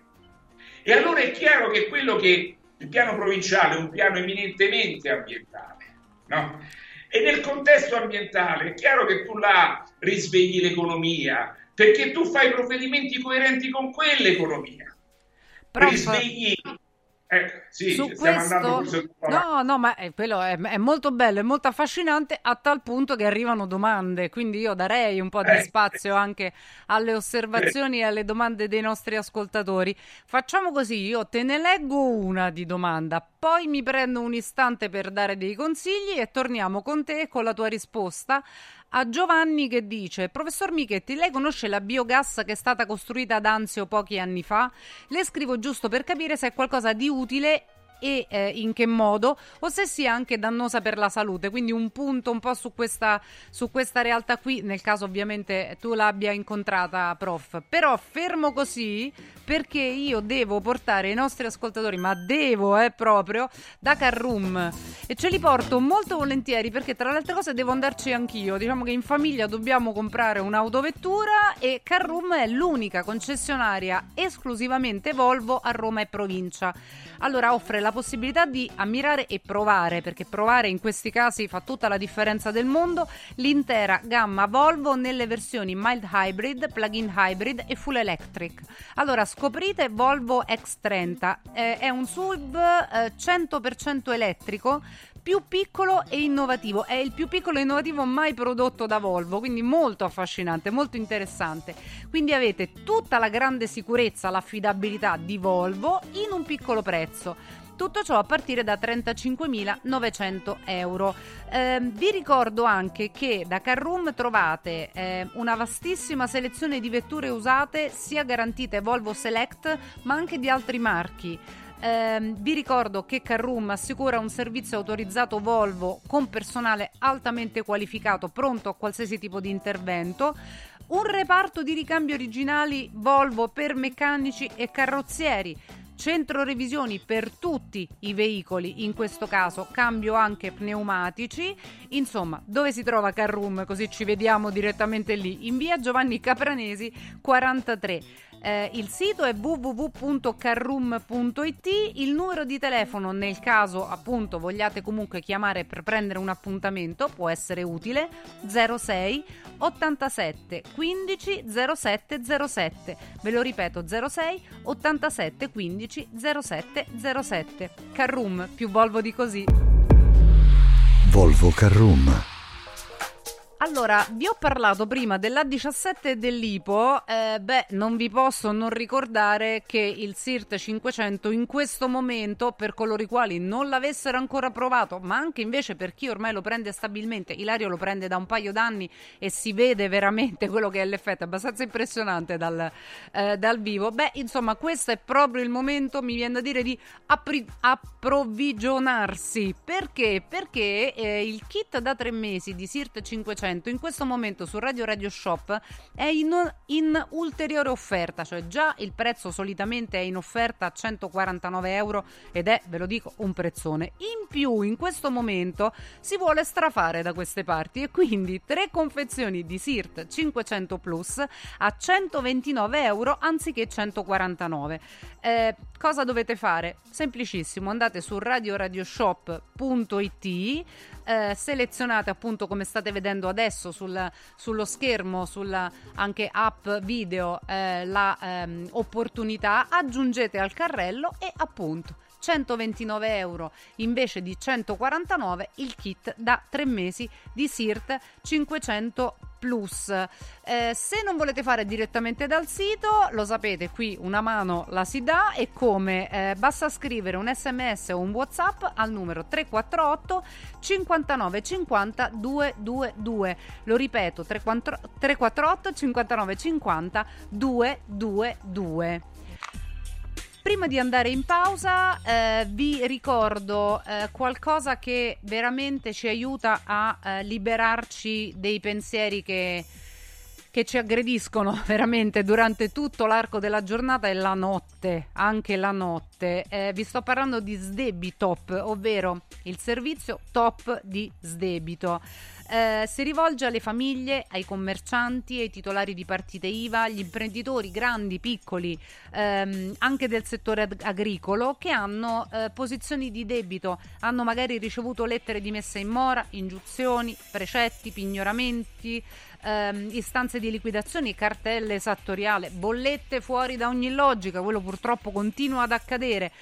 E allora è chiaro che quello che il piano provinciale è un piano eminentemente ambientale, no? E nel contesto ambientale è chiaro che tu là risvegli l'economia, perché tu fai provvedimenti coerenti con quell'economia. Prof, risvegli... Ecco, sì, su stiamo questo, andando questo... no, no, ma è, quello è, è molto bello, è molto affascinante, a tal punto che arrivano domande, quindi io darei un po' di Eh. spazio anche alle osservazioni e alle domande dei nostri ascoltatori. Facciamo così, io te ne leggo una di domanda, poi mi prendo un istante per dare dei consigli e torniamo con te con la tua risposta. A Giovanni che dice: professor Michetti, lei conosce la biogas che è stata costruita ad Anzio pochi anni fa? Le scrivo giusto per capire se è qualcosa di utile e eh, in che modo, o se sia anche dannosa per la salute, quindi un punto un po' su questa, su questa realtà qui, nel caso ovviamente tu l'abbia incontrata, prof. Però fermo così, perché io devo portare i nostri ascoltatori, ma devo eh, proprio, da Carroom, e ce li porto molto volentieri perché tra le altre cose devo andarci anch'io. Diciamo che in famiglia dobbiamo comprare un'autovettura e Carroom è l'unica concessionaria esclusivamente Volvo a Roma e provincia. Allora offre la possibilità di ammirare e provare, perché provare in questi casi fa tutta la differenza del mondo, l'intera gamma Volvo nelle versioni mild hybrid, plug-in hybrid e full electric. Allora scoprite Volvo X trenta, eh, è un S U V eh, cento per cento elettrico, più piccolo e innovativo, è il più piccolo e innovativo mai prodotto da Volvo, quindi molto affascinante, molto interessante. Quindi avete tutta la grande sicurezza, l'affidabilità di Volvo in un piccolo prezzo. Tutto ciò a partire da trentacinquemilanovecento euro. Eh, vi ricordo anche che da Carroom trovate eh, una vastissima selezione di vetture usate, sia garantite Volvo Select, ma anche di altri marchi. Eh, vi ricordo che Carroom assicura un servizio autorizzato Volvo con personale altamente qualificato, pronto a qualsiasi tipo di intervento, un reparto di ricambi originali Volvo per meccanici e carrozzieri, centro revisioni per tutti i veicoli, in questo caso cambio anche pneumatici. Insomma, dove si trova Carroom? Così ci vediamo direttamente lì, in via Giovanni Capranesi quarantatré. Eh, il sito è w w w punto carroom punto i t, il numero di telefono, nel caso appunto vogliate comunque chiamare per prendere un appuntamento, può essere utile, zero sei ottantasette quindici zero sette zero sette, ve lo ripeto, zero sei ottantasette quindici zero sette zero sette. Carroom, più Volvo di così. Volvo Carroom. Allora, vi ho parlato prima dell'A diciassette e dell'I P O, eh, beh, non vi posso non ricordare che il Sirt cinquecento in questo momento, per coloro i quali non l'avessero ancora provato, ma anche invece per chi ormai lo prende stabilmente, Ilario lo prende da un paio d'anni e si vede veramente quello che è l'effetto, è abbastanza impressionante dal, eh, dal vivo, beh, insomma, questo è proprio il momento, mi viene da dire, di appri- approvvigionarsi. Perché? Perché eh, il kit da tre mesi di Sirt cinquecento cinquecento in questo momento su Radio Radio Shop è in, in ulteriore offerta, cioè già il prezzo solitamente è in offerta a centoquarantanove euro ed è, ve lo dico, un prezzone. In più in questo momento si vuole strafare da queste parti e quindi tre confezioni di Sirt cinquecento Plus a centoventinove euro anziché centoquarantanove. Eh, cosa dovete fare? Semplicissimo, andate su radio radio shop punto it, eh, selezionate appunto, come state vedendo adesso sul, sullo schermo, sulla anche app video, eh, la ehm, opportunità, aggiungete al carrello e appunto centoventinove euro invece di centoquarantanove il kit da tre mesi di Sirt cinquecento Plus. Eh, se non volete fare direttamente dal sito, lo sapete, qui una mano la si dà e come, eh, basta scrivere un sms o un WhatsApp al numero tre quattro otto cinquantanove cinquanta duecentoventidue. Lo ripeto, tre quattro otto cinquantanove cinquanta duecentoventidue. Prima di andare in pausa eh, vi ricordo eh, qualcosa che veramente ci aiuta a eh, liberarci dei pensieri che, che ci aggrediscono veramente durante tutto l'arco della giornata e la notte, anche la notte. Eh, vi sto parlando di Sdebitop, ovvero il servizio top di Sdebito. Eh, si rivolge alle famiglie, ai commercianti, ai titolari di partite I V A, agli imprenditori grandi, piccoli, ehm, anche del settore ag- agricolo che hanno eh, posizioni di debito, hanno magari ricevuto lettere di messa in mora, ingiunzioni, precetti, pignoramenti, ehm, istanze di liquidazione, cartelle esattoriale, bollette fuori da ogni logica. Quello purtroppo continua ad accadere.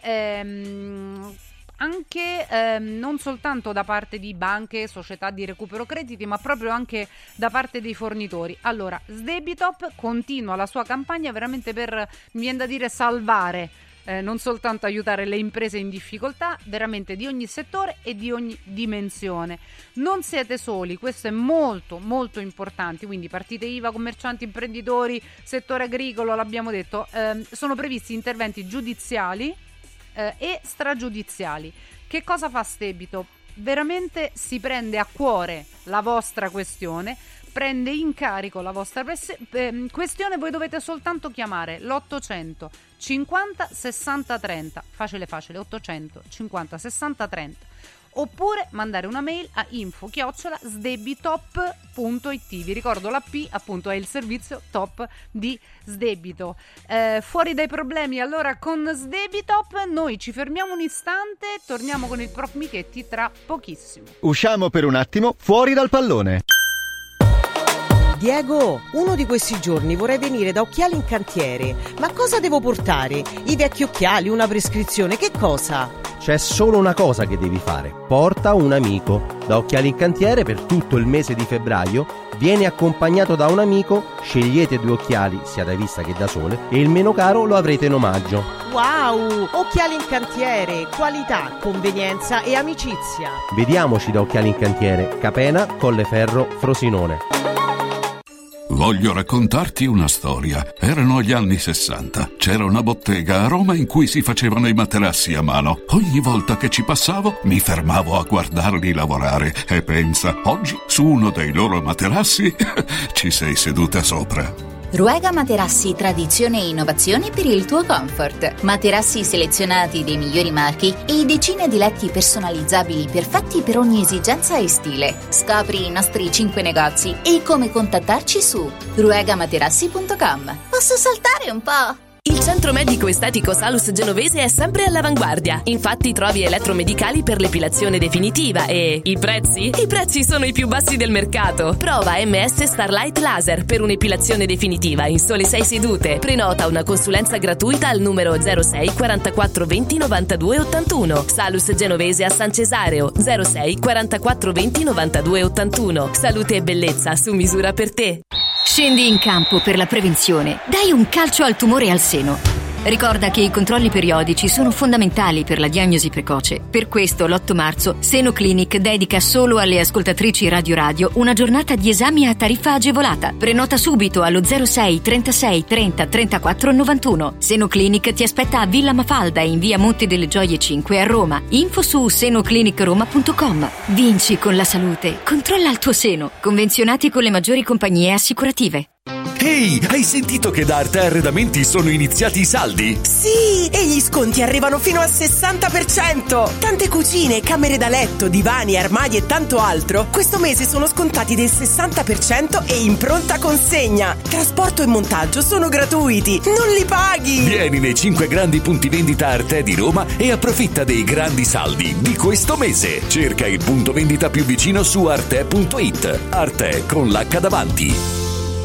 Ehm, anche ehm, non soltanto da parte di banche, società di recupero crediti, ma proprio anche da parte dei fornitori. Allora, Sdebitop continua la sua campagna veramente per, mi viene da dire, salvare, eh, non soltanto aiutare le imprese in difficoltà, veramente di ogni settore e di ogni dimensione. Non siete soli, questo è molto molto importante, quindi partite I V A, commercianti, imprenditori, settore agricolo, l'abbiamo detto, ehm, sono previsti interventi giudiziali Eh, e stragiudiziali. Che cosa fa Sdebito? Veramente si prende a cuore la vostra questione, prende in carico la vostra pres- eh, questione. Voi dovete soltanto chiamare l'ottocento cinquanta sessanta trenta, facile facile, ottocento cinquanta sessanta trenta, oppure mandare una mail a info chiocciola sdebitop punto it. Vi ricordo, la P appunto è il servizio top di Sdebito. Eh, fuori dai problemi allora con Sdebitop. Noi ci fermiamo un istante, torniamo con il prof Michetti tra pochissimo. Usciamo per un attimo fuori dal pallone. Diego, uno di questi giorni vorrei venire da Occhiali in Cantiere. Ma cosa devo portare? I vecchi occhiali, una prescrizione, che cosa? C'è solo una cosa che devi fare: porta un amico. Da Occhiali in Cantiere per tutto il mese di febbraio vieni accompagnato da un amico, scegliete due occhiali sia da vista che da sole e il meno caro lo avrete in omaggio. Wow! Occhiali in Cantiere, qualità, convenienza e amicizia. Vediamoci da Occhiali in Cantiere, Capena, Colleferro, Frosinone. Voglio raccontarti una storia. Erano gli anni sessanta. C'era una bottega a Roma in cui si facevano i materassi a mano. Ogni volta che ci passavo mi fermavo a guardarli lavorare e pensa, oggi su uno dei loro materassi ci sei seduta sopra. Ruega Materassi, tradizione e innovazione per il tuo comfort. Materassi selezionati dei migliori marchi e decine di letti personalizzabili perfetti per ogni esigenza e stile. Scopri i nostri cinque negozi e come contattarci su ruega materassi punto com. Posso saltare un po'? Il centro medico estetico Salus Genovese è sempre all'avanguardia. Infatti trovi elettromedicali per l'epilazione definitiva e i prezzi? I prezzi sono i più bassi del mercato. Prova M S Starlight Laser per un'epilazione definitiva in sole sei sedute. Prenota una consulenza gratuita al numero zero sei quarantaquattro venti novantadue ottantuno. Salus Genovese a San Cesareo zero sei quarantaquattro venti novantadue ottantuno. Salute e bellezza su misura per te. Scendi in campo per la prevenzione. Dai un calcio al tumore al seno. Ricorda che i controlli periodici sono fondamentali per la diagnosi precoce. Per questo l'otto marzo Seno Clinic dedica solo alle ascoltatrici Radio Radio una giornata di esami a tariffa agevolata. Prenota subito allo zero sei trentasei trenta trentaquattro novantuno. Seno Clinic ti aspetta a Villa Mafalda in via Monte delle Gioie cinque a Roma. Info su senoclinicroma punto com. Vinci con la salute. Controlla il tuo seno. Convenzionati con le maggiori compagnie assicurative. Ehi, hai sentito che da Arte Arredamenti sono iniziati i saldi? Sì, e gli sconti arrivano fino al sessanta per cento. Tante cucine, camere da letto, divani, armadi e tanto altro questo mese sono scontati del sessanta per cento e in pronta consegna. Trasporto e montaggio sono gratuiti, non li paghi. Vieni nei cinque grandi punti vendita Arte di Roma e approfitta dei grandi saldi di questo mese. Cerca il punto vendita più vicino su arte punto it. Arte con l'H davanti.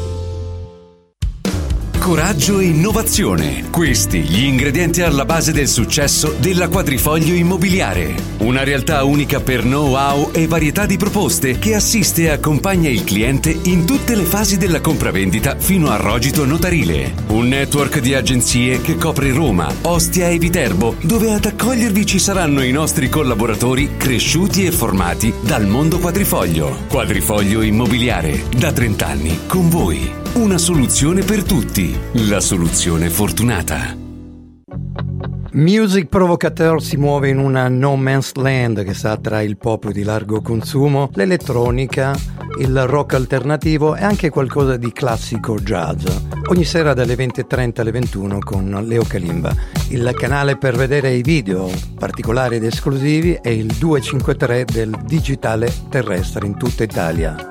Coraggio e innovazione. Questi gli ingredienti alla base del successo della Quadrifoglio Immobiliare. Una realtà unica per know-how e varietà di proposte che assiste e accompagna il cliente in tutte le fasi della compravendita fino al rogito notarile. Un network di agenzie che copre Roma, Ostia e Viterbo, dove ad accogliervi ci saranno i nostri collaboratori cresciuti e formati dal mondo quadrifoglio. Quadrifoglio Immobiliare, da trenta anni con voi. Una soluzione per tutti, la soluzione fortunata. Music Provocateur si muove in una no man's land che sta tra il pop di largo consumo, l'elettronica, il rock alternativo e anche qualcosa di classico jazz. Ogni sera dalle venti e trenta alle ventuno con Leo Kalimba. Il canale per vedere i video particolari ed esclusivi è il duecentocinquantatré del digitale terrestre in tutta Italia.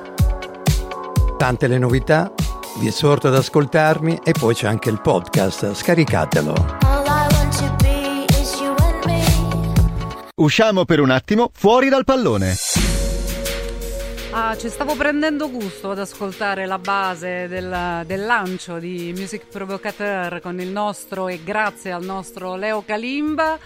Tante le novità, vi esorto ad ascoltarmi e poi c'è anche il podcast, scaricatelo. Usciamo per un attimo fuori dal pallone. Ah, ci stavo prendendo gusto ad ascoltare la base del, del lancio di Music Provocateur con il nostro e grazie al nostro Leo Kalimba.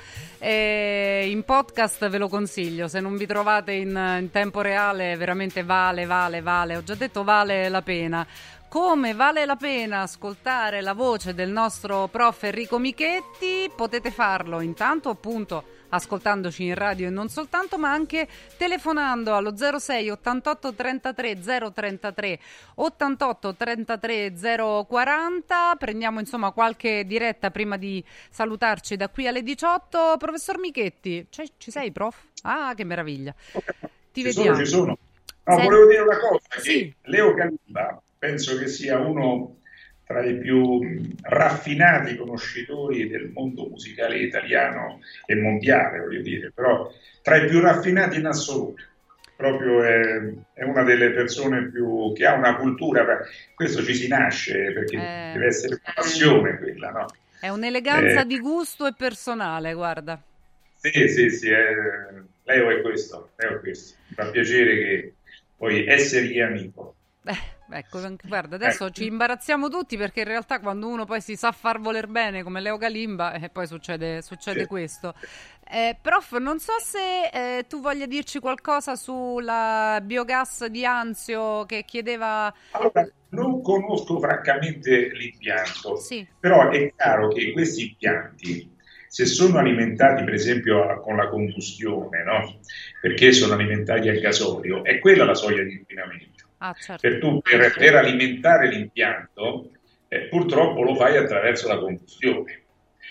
E in podcast ve lo consiglio, se non vi trovate in, in tempo reale veramente vale, vale, vale, ho già detto vale la pena. Come vale la pena ascoltare la voce del nostro prof Enrico Michetti, potete farlo intanto appunto ascoltandoci in radio e non soltanto, ma anche telefonando allo zero sei ottantotto trentatré zero trentatré ottantotto trentatré zero quaranta. Prendiamo insomma qualche diretta prima di salutarci da qui alle diciotto. Professor Michetti, cioè, ci sei prof? Ah, che meraviglia. Ti ci vediamo. Sono, ci sono. No, Sei... volevo dire una cosa, sì. che Leo Kalimba penso che sia uno tra i più raffinati conoscitori del mondo musicale italiano e mondiale, voglio dire, però tra i più raffinati in assoluto. Proprio è, è una delle persone più che ha una cultura, questo ci si nasce perché eh, deve essere una passione quella, no? È un'eleganza eh, di gusto e personale, guarda. Sì, sì, sì, è, Leo è questo, Leo è questo. Mi fa piacere che poi essergli amico. Eh. Ecco, guarda, adesso ci imbarazziamo tutti perché in realtà quando uno poi si sa far voler bene come Leo Kalimba e eh, poi succede, succede sì. questo. Eh, prof, non so se eh, tu voglia dirci qualcosa sulla biogas di Anzio che chiedeva... Allora, non conosco francamente l'impianto, sì. però è chiaro che questi impianti, se sono alimentati per esempio con la combustione, no? Perché sono alimentati al gasolio, è quella la soglia di inquinamento. Ah, certo. Per, tu, per, per alimentare l'impianto eh, purtroppo lo fai attraverso la combustione,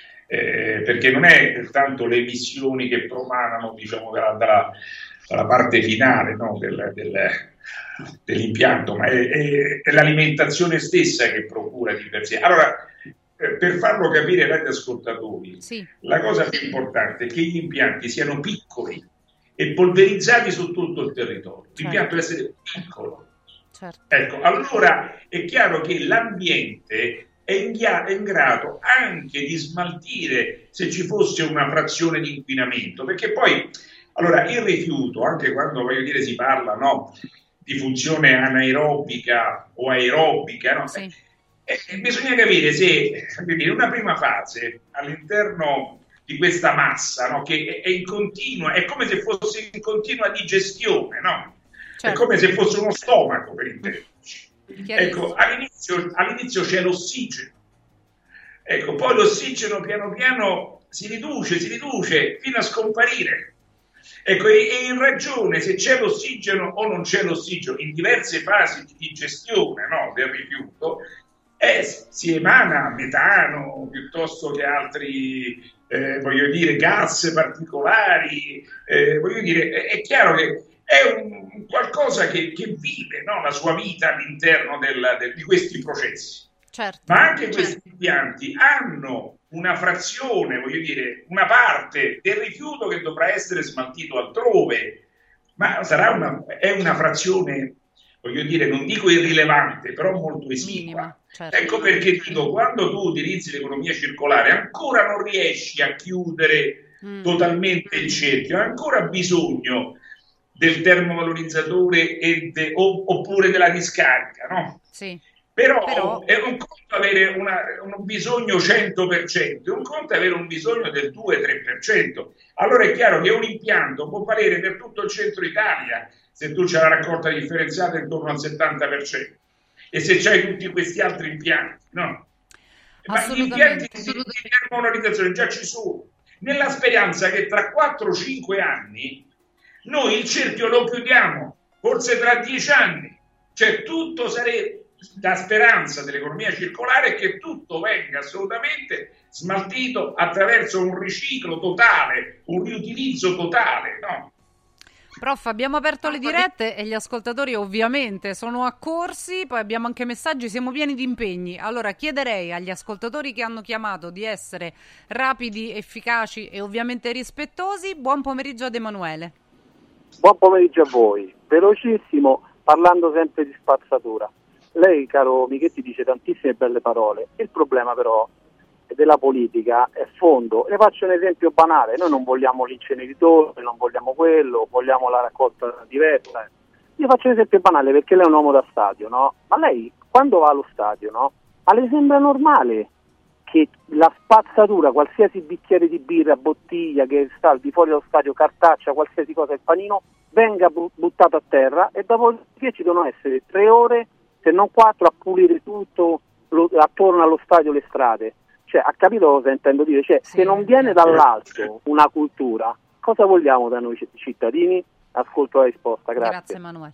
eh, perché non è tanto le emissioni che promanano diciamo, dalla, dalla, dalla parte finale no, del, del, dell'impianto, ma è, è, è l'alimentazione stessa che procura di per sé. Allora, eh, per farlo capire ai radioascoltatori, sì. la cosa più importante è che gli impianti siano piccoli e polverizzati su tutto il territorio. Certo. L'impianto deve essere piccolo. Certo. Ecco, allora è chiaro che l'ambiente è in, è in grado anche di smaltire se ci fosse una frazione di inquinamento, perché poi, allora, il rifiuto, anche quando voglio dire si parla no, di funzione anaerobica o aerobica, no? Sì. eh, bisogna capire se in una prima fase all'interno di questa massa no, che è in continua, è come se fosse in continua digestione, no? Certo. È come se fosse uno stomaco, per intenderci. Ecco, all'inizio, all'inizio c'è l'ossigeno, Ecco, poi l'ossigeno piano piano si riduce, si riduce fino a scomparire. Ecco, e, e in ragione, se c'è l'ossigeno o non c'è l'ossigeno, in diverse fasi di digestione, no, del rifiuto, eh, si emana metano piuttosto che altri, eh, voglio dire, gas particolari, eh, voglio dire, è, è chiaro che è un qualcosa che, che vive, no, la sua vita all'interno del, del, di questi processi. Certo, ma anche certo. Questi impianti hanno una frazione, voglio dire, una parte del rifiuto che dovrà essere smaltito altrove, ma sarà una, è una frazione, voglio dire, non dico irrilevante, però molto esigua. Minima, certo. Ecco perché dico, quando tu utilizzi l'economia circolare ancora non riesci a chiudere mm. totalmente il cerchio, hai ancora bisogno del termovalorizzatore e de, o, oppure della discarica, no? Sì. Però, Però è un conto avere una, un bisogno cento per cento, un conto avere un bisogno del due tre per cento. Allora è chiaro che un impianto può valere per tutto il centro Italia se tu c'hai la raccolta differenziata intorno al settanta per cento e se c'hai tutti questi altri impianti, no? Ma gli impianti di, di termovalorizzazione già ci sono, nella speranza che tra quattro cinque anni noi il cerchio lo chiudiamo, forse tra dieci anni, cioè tutto sarebbe... La speranza dell'economia circolare è che tutto venga assolutamente smaltito attraverso un riciclo totale, un riutilizzo totale, no? Prof, abbiamo aperto le dirette e gli ascoltatori ovviamente sono accorsi, poi abbiamo anche messaggi, siamo pieni di impegni. Allora chiederei agli ascoltatori che hanno chiamato di essere rapidi, efficaci e ovviamente rispettosi. Buon pomeriggio ad Emanuele. Buon pomeriggio a voi. Velocissimo, parlando sempre di spazzatura. Lei, caro Michetti, dice tantissime belle parole. Il problema però della politica è fondo. Le faccio un esempio banale: noi non vogliamo l'inceneritore, non vogliamo quello, vogliamo la raccolta diversa. Io faccio un esempio banale perché lei è un uomo da stadio, no? Ma lei quando va allo stadio, no? Ma le sembra normale che la spazzatura, qualsiasi bicchiere di birra, bottiglia che sta al di fuori dallo stadio, cartaccia, qualsiasi cosa, il panino, venga buttato a terra e dopodiché ci devono essere tre ore, se non quattro, a pulire tutto lo, attorno allo stadio, le strade. Cioè, ha capito cosa intendo dire? Cioè, sì, se non viene dall'alto una cultura, cosa vogliamo da noi cittadini? Ascolto la risposta, grazie. Grazie Emanuele.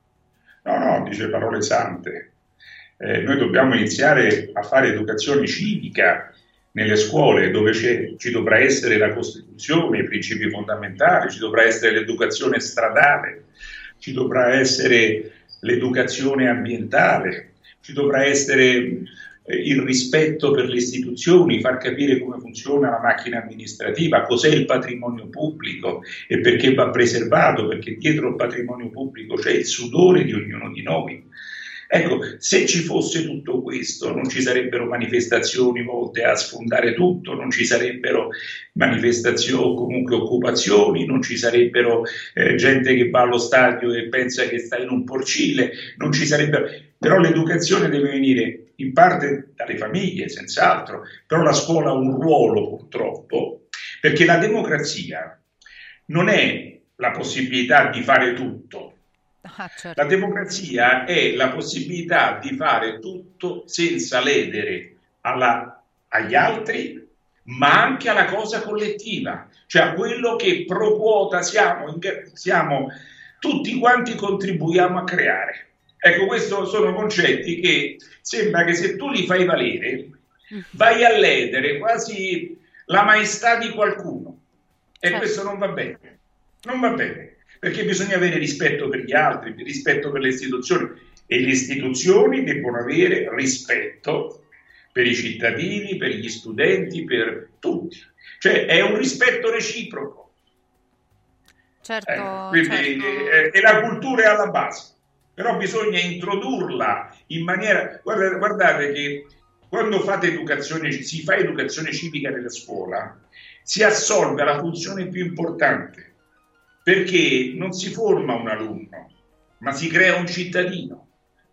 No, no, dice parole sante. Eh, noi dobbiamo iniziare a fare educazione civica nelle scuole, dove c'è, ci dovrà essere la Costituzione, i principi fondamentali, ci dovrà essere l'educazione stradale, ci dovrà essere l'educazione ambientale, ci dovrà essere eh, il rispetto per le istituzioni, far capire come funziona la macchina amministrativa, cos'è il patrimonio pubblico e perché va preservato, perché dietro il patrimonio pubblico c'è il sudore di ognuno di noi. Ecco, se ci fosse tutto questo non ci sarebbero manifestazioni volte a sfondare tutto, non ci sarebbero manifestazioni o comunque occupazioni, non ci sarebbero eh, gente che va allo stadio e pensa che sta in un porcile, non ci sarebbero... Però l'educazione deve venire in parte dalle famiglie, senz'altro, però la scuola ha un ruolo purtroppo, perché la democrazia non è la possibilità di fare tutto. Ah, certo. La democrazia è la possibilità di fare tutto senza ledere alla, agli altri, ma anche alla cosa collettiva, cioè a quello che pro quota siamo, siamo tutti quanti contribuiamo a creare. Ecco, questi sono concetti che sembra che se tu li fai valere vai a ledere quasi la maestà di qualcuno e certo. Questo non va bene, non va bene. Perché bisogna avere rispetto per gli altri, rispetto per le istituzioni, e le istituzioni debbono avere rispetto per i cittadini, per gli studenti, per tutti. Cioè è un rispetto reciproco. Certo, eh, quindi certo. Eh, e la cultura è alla base, però bisogna introdurla in maniera... Guardate, guardate che quando fate educazione, si fa educazione civica nella scuola, si assolve la funzione più importante. Perché non si forma un alunno, ma si crea un cittadino.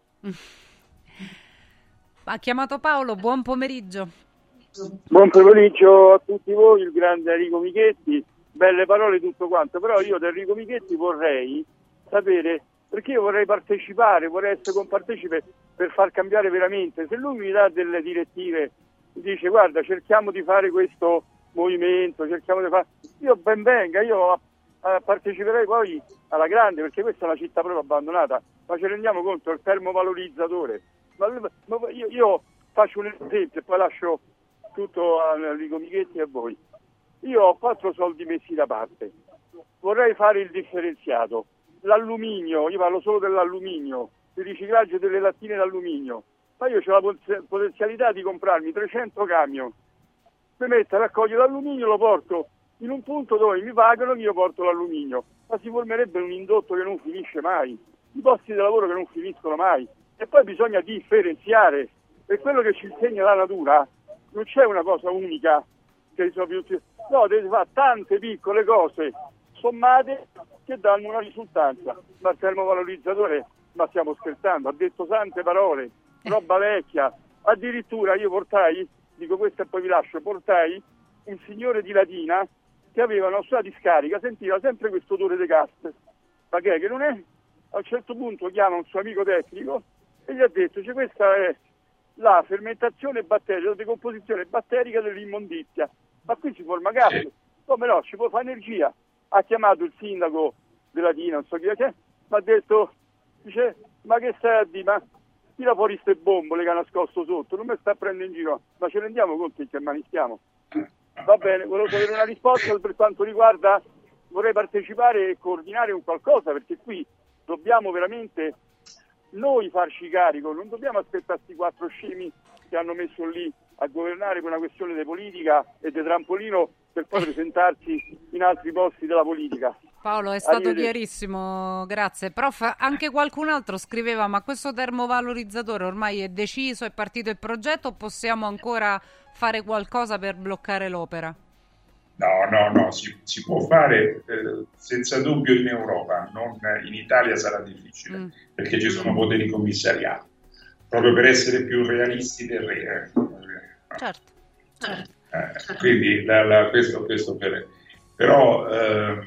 Ha chiamato Paolo, buon pomeriggio. Buon pomeriggio a tutti voi, il grande Enrico Michetti, belle parole tutto quanto, però io da Enrico Michetti vorrei sapere, perché io vorrei partecipare, vorrei essere compartecipe per far cambiare veramente, se lui mi dà delle direttive dice guarda cerchiamo di fare questo movimento, cerchiamo di fare, io ben venga, io eh, parteciperei poi alla grande, perché questa è una città proprio abbandonata, ma ci rendiamo conto, il termovalorizzatore, ma, ma io, io faccio un esempio e poi lascio tutto a Enrico Michetti e a voi. Io ho quattro soldi messi da parte, vorrei fare il differenziato, l'alluminio, io parlo solo dell'alluminio, il riciclaggio delle lattine d'alluminio, ma io ho la potenzialità di comprarmi trecento camion, mi metto a raccogliere l'alluminio, lo porto in un punto dove mi pagano, io porto l'alluminio, ma si formerebbe un indotto che non finisce mai, i posti di lavoro che non finiscono mai, e poi bisogna differenziare, e quello che ci insegna la natura non c'è una cosa unica che risolve tutti, no, devi fare tante piccole cose sommate che danno una risultanza. Ma il termovalorizzatore, ma stiamo scherzando, ha detto tante parole, roba vecchia, addirittura io portai, dico questo e poi vi lascio, portai un signore di Latina che aveva una sua discarica, sentiva sempre questo odore di gas, ma che è che non è? A un certo punto chiama un suo amico tecnico e gli ha detto, cioè, questa è la fermentazione batterica, la decomposizione batterica dell'immondizia, ma qui si forma gas, come no, ci può fare energia. Ha chiamato il sindaco della Latina, non so chi è, mi ha detto, dice, ma che stai a dire, ma tira fuori ste bombole che ha nascosto sotto, non mi sta prendendo in giro, ma ci rendiamo conto in che mani stiamo? Va bene, volevo sapere una risposta per quanto riguarda, vorrei partecipare e coordinare un qualcosa, perché qui dobbiamo veramente noi farci carico, non dobbiamo aspettare questi quattro scemi che hanno messo lì a governare per una questione di politica e di trampolino per poi presentarsi in altri posti della politica. Paolo, è stato chiarissimo, grazie. Prof, anche qualcun altro scriveva, ma questo termovalorizzatore ormai è deciso, è partito il progetto, o possiamo ancora fare qualcosa per bloccare l'opera? No, no, no, si, si può fare eh, senza dubbio in Europa, non in Italia sarà difficile, mm. perché ci sono poteri commissariali, proprio per essere più realisti del re. Eh. Certo, certo. Eh, quindi la, la, questo, questo per... Però eh,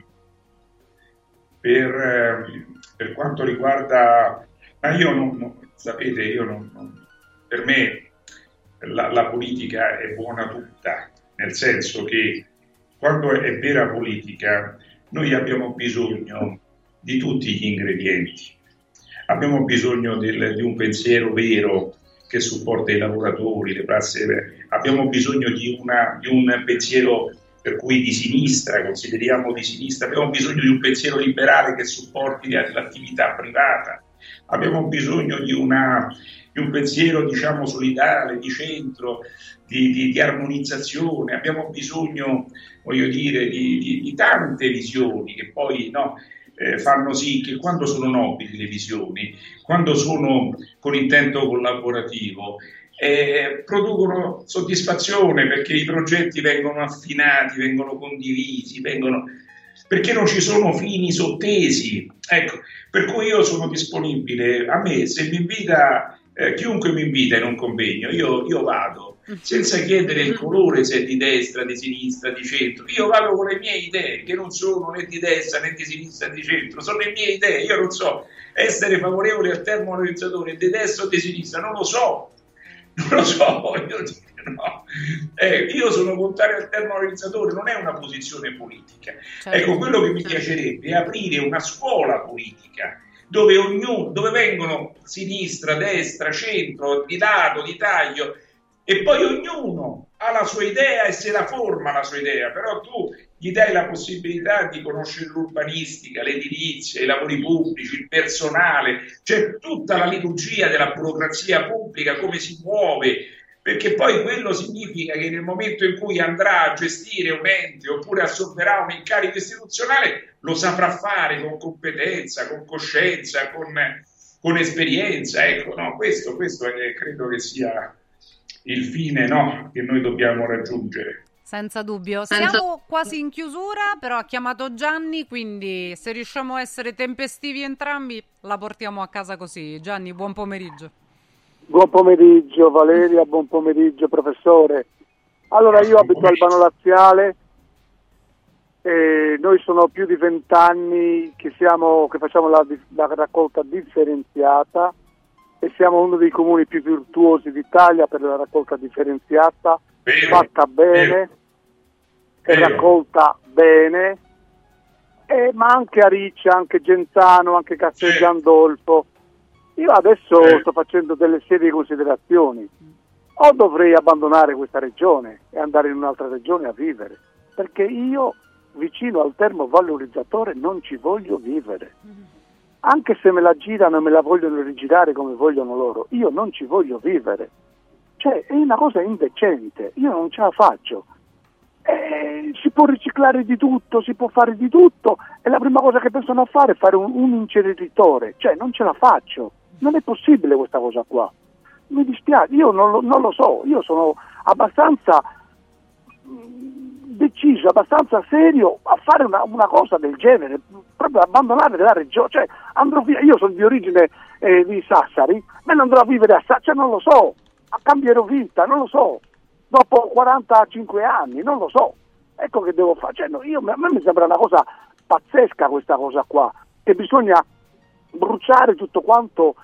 per, eh, per quanto riguarda... Ma io non, non sapete, io non, non, per me la, la politica è buona tutta, nel senso che quando è vera politica, noi abbiamo bisogno di tutti gli ingredienti. Abbiamo bisogno del, di un pensiero vero che supporta i lavoratori, le classi. Abbiamo bisogno di, una, di un pensiero per cui di sinistra, consideriamo di sinistra. Abbiamo bisogno di un pensiero liberale che supporti l'attività privata. Abbiamo bisogno di, una, di un pensiero, diciamo, solidale, di centro, di, di, di armonizzazione. Abbiamo bisogno, voglio dire, di, di, di tante visioni che poi no, eh, fanno sì che quando sono nobili le visioni, quando sono con intento collaborativo, eh, producono soddisfazione, perché i progetti vengono affinati, vengono condivisi, vengono... perché non ci sono fini sottesi. Ecco, per cui io sono disponibile. A me, se mi invita, eh, chiunque mi invita in un convegno, io, io vado, senza chiedere il colore, se è di destra, di sinistra, di centro. Io vado con le mie idee, che non sono né di destra né di sinistra né di centro, sono le mie idee. Io non so essere favorevole al termovalorizzatore di destra o di sinistra, non lo so, non lo so, voglio dire, no. Eh, io sono contrario al termovalorizzatore, non è una posizione politica. Certo. Ecco, quello che mi piacerebbe è aprire una scuola politica dove ognuno, dove vengono sinistra, destra, centro, di lato, di taglio, e poi ognuno ha la sua idea e se la forma la sua idea, però tu gli dai la possibilità di conoscere l'urbanistica, l'edilizia, i lavori pubblici, il personale, cioè tutta la liturgia della burocrazia pubblica, come si muove, perché poi quello significa che nel momento in cui andrà a gestire un ente oppure assolverà un incarico istituzionale lo saprà fare con competenza, con coscienza, con, con esperienza. Ecco, no, questo, questo è, credo che sia il fine, no, che noi dobbiamo raggiungere. Senza dubbio. Senza... Siamo quasi in chiusura, però ha chiamato Gianni, quindi se riusciamo a essere tempestivi entrambi la portiamo a casa così. Gianni, buon pomeriggio. Buon pomeriggio Valeria, buon pomeriggio professore. Allora, io abito al Albano Laziale e noi sono più di vent'anni che, siamo, che facciamo la, la raccolta differenziata e siamo uno dei comuni più virtuosi d'Italia per la raccolta differenziata, vero, fatta bene vero, e vero. raccolta bene, e, ma anche a Riccia, anche Genzano, anche Castel Sì. Gandolfo. Io adesso Sì. sto facendo delle serie considerazioni. O dovrei abbandonare questa regione e andare in un'altra regione a vivere, perché io vicino al termovalorizzatore non ci voglio vivere. Anche se me la girano e me la vogliono rigirare come vogliono loro, io non ci voglio vivere. Cioè, è una cosa indecente, io non ce la faccio. Eh, si può riciclare di tutto, si può fare di tutto, e la prima cosa che pensano a fare è fare un, un inceneritore. Cioè, non ce la faccio, non è possibile questa cosa qua. Mi dispiace, io non lo, non lo so, io sono abbastanza deciso, abbastanza serio a fare una, una cosa del genere, proprio abbandonare la regione. Cioè, andrò via, io sono di origine eh, di Sassari, me ne andrò a vivere a Sassari, cioè, non lo so, cambierò vita, non lo so, dopo quarantacinque anni, non lo so, ecco che devo fare. Cioè, no, io, a me mi sembra una cosa pazzesca questa cosa qua, che bisogna bruciare tutto quanto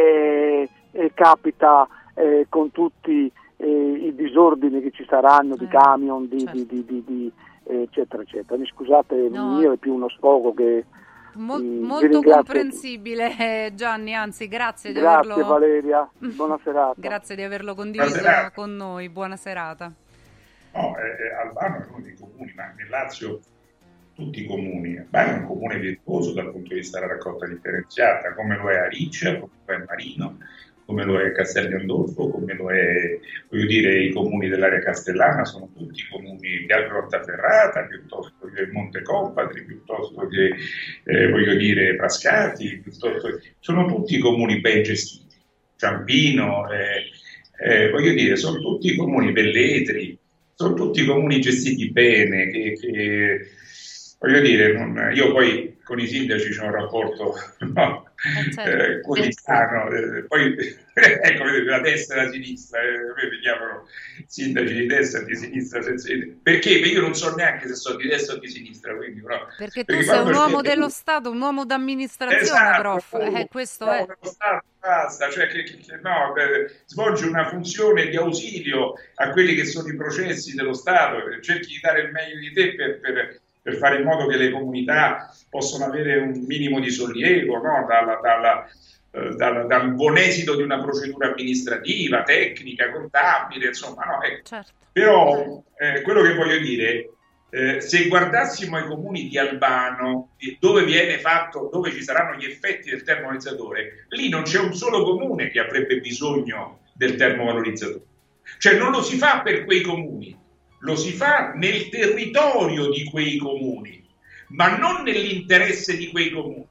eh, eh, capita eh, con tutti eh, i disordini che ci saranno, di camion, di, certo. di, di, di, di eh, eccetera eccetera. Mi scusate, No. il mio è più uno sfogo che Mol- vi molto ringrazio. comprensibile, eh, Gianni, anzi grazie di Grazie averlo Valeria, buona serata. grazie di averlo condiviso serata. con noi, buona serata. No, eh, Albano è uno dei comuni, ma nel Lazio tutti i comuni. Albano è un comune virtuoso dal punto di vista della raccolta differenziata, come lo è a Riccia, come lo è Marino, come lo è Castel Gandolfo, come lo è, voglio dire, i comuni dell'area castellana, sono tutti comuni di Grottaferrata, piuttosto che Montecompatri, piuttosto che, eh, voglio dire, Frascati, piuttosto che, sono tutti comuni ben gestiti. Ciampino, eh, eh, voglio dire, sono tutti comuni, Velletri, sono tutti comuni gestiti bene, che, che voglio dire, non, io poi con i sindaci c'ho un rapporto no, Eh, certo. eh, quotidiano, eh, poi ecco, vedete, la destra e la sinistra, eh, mi chiamano sindaci di destra e di sinistra, senza, perché io non so neanche se sono di destra o di sinistra, quindi, no, Perché tu perché sei un quando uomo scende- dello Stato, un uomo d'amministrazione, Esatto, prof. appunto, Eh, questo no, è. dello Stato, basta, cioè che, che- che no, eh, svolge una funzione di ausilio a quelli che sono i processi dello Stato, eh, cerchi di dare il meglio di te per, per- per fare in modo che le comunità possano avere un minimo di sollievo, no? dalla, dalla, eh, dal, dal buon esito di una procedura amministrativa, tecnica, contabile, insomma, no? Ecco. Certo. Però eh, quello che voglio dire, eh, se guardassimo i comuni di Albano, di- dove viene fatto, dove ci saranno gli effetti del termovalorizzatore, lì non c'è un solo comune che avrebbe bisogno del termovalorizzatore. Cioè non lo si fa per quei comuni, lo si fa nel territorio di quei comuni, ma non nell'interesse di quei comuni.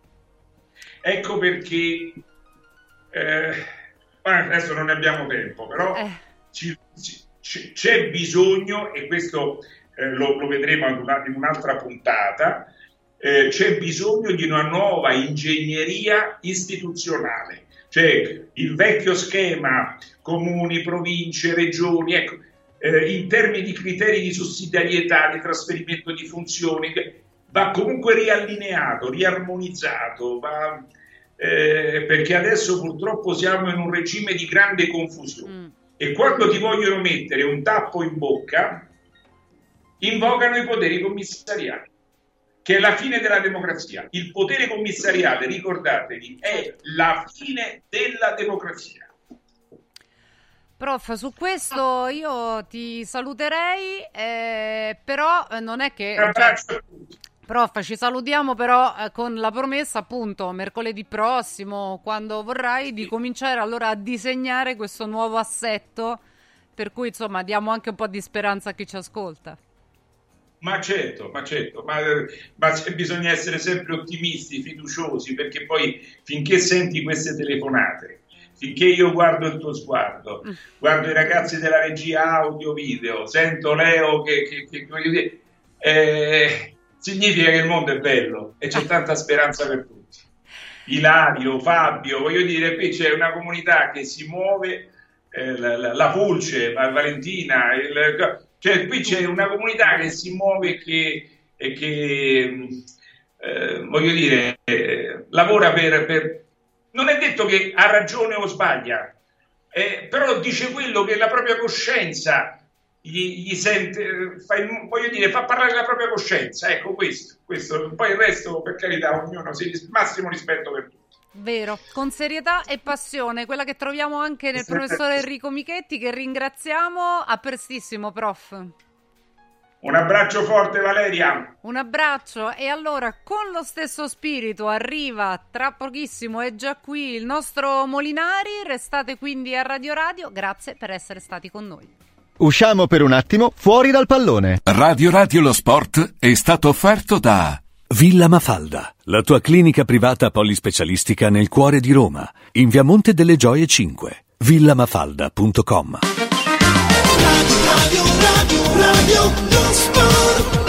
Ecco perché eh, adesso non ne abbiamo tempo, però Eh. ci- ci- ci- c'è bisogno, e questo eh, lo, lo vedremo ad una- in un'altra puntata, eh, c'è bisogno di una nuova ingegneria istituzionale, cioè il vecchio schema comuni, province, regioni, ecco, eh, in termini di criteri di sussidiarietà, di trasferimento di funzioni, che va comunque riallineato, riarmonizzato, va, eh, perché adesso purtroppo siamo in un regime di grande confusione. Mm. E quando ti vogliono mettere un tappo in bocca, invocano i poteri commissariali, che è la fine della democrazia. Il potere commissariale, ricordatevi, è la fine della democrazia. Prof, su questo io ti saluterei, eh, però eh, non è che... Un abbraccio a tutti. Prof, ci salutiamo però eh, con la promessa, appunto, mercoledì prossimo, quando vorrai, di cominciare allora a disegnare questo nuovo assetto, per cui insomma diamo anche un po' di speranza a chi ci ascolta. Ma certo, ma certo, ma, ma bisogna essere sempre ottimisti, fiduciosi, perché poi finché senti queste telefonate, finché io guardo il tuo sguardo, guardo i ragazzi della regia audio video, sento Leo che, che, che voglio dire, eh, significa che il mondo è bello e c'è tanta speranza per tutti. Ilario, Fabio, voglio dire, qui c'è una comunità che si muove, eh, la, la, la Pulce, la Valentina, il, cioè qui c'è una comunità che si muove che, e che eh, voglio dire, eh, lavora per, per non è detto che ha ragione o sbaglia, eh, però dice quello che la propria coscienza gli, gli sente, fa il, voglio dire, fa parlare la propria coscienza, ecco questo, questo. Poi il resto, per carità, ognuno si, massimo rispetto per tutti. Vero, con serietà e passione, quella che troviamo anche nel professor Enrico Michetti, che ringraziamo. A prestissimo, prof. Un abbraccio forte, Valeria. Un abbraccio. E allora, con lo stesso spirito, arriva tra pochissimo, è già qui il nostro Molinari. Restate quindi a Radio Radio. Grazie per essere stati con noi. Usciamo per un attimo fuori dal pallone. Radio Radio lo sport è stato offerto da Villa Mafalda, la tua clinica privata polispecialistica nel cuore di Roma, in via Monte delle Gioie cinque. villa mafalda punto com. Radio, radio, radio, radio, lo sport.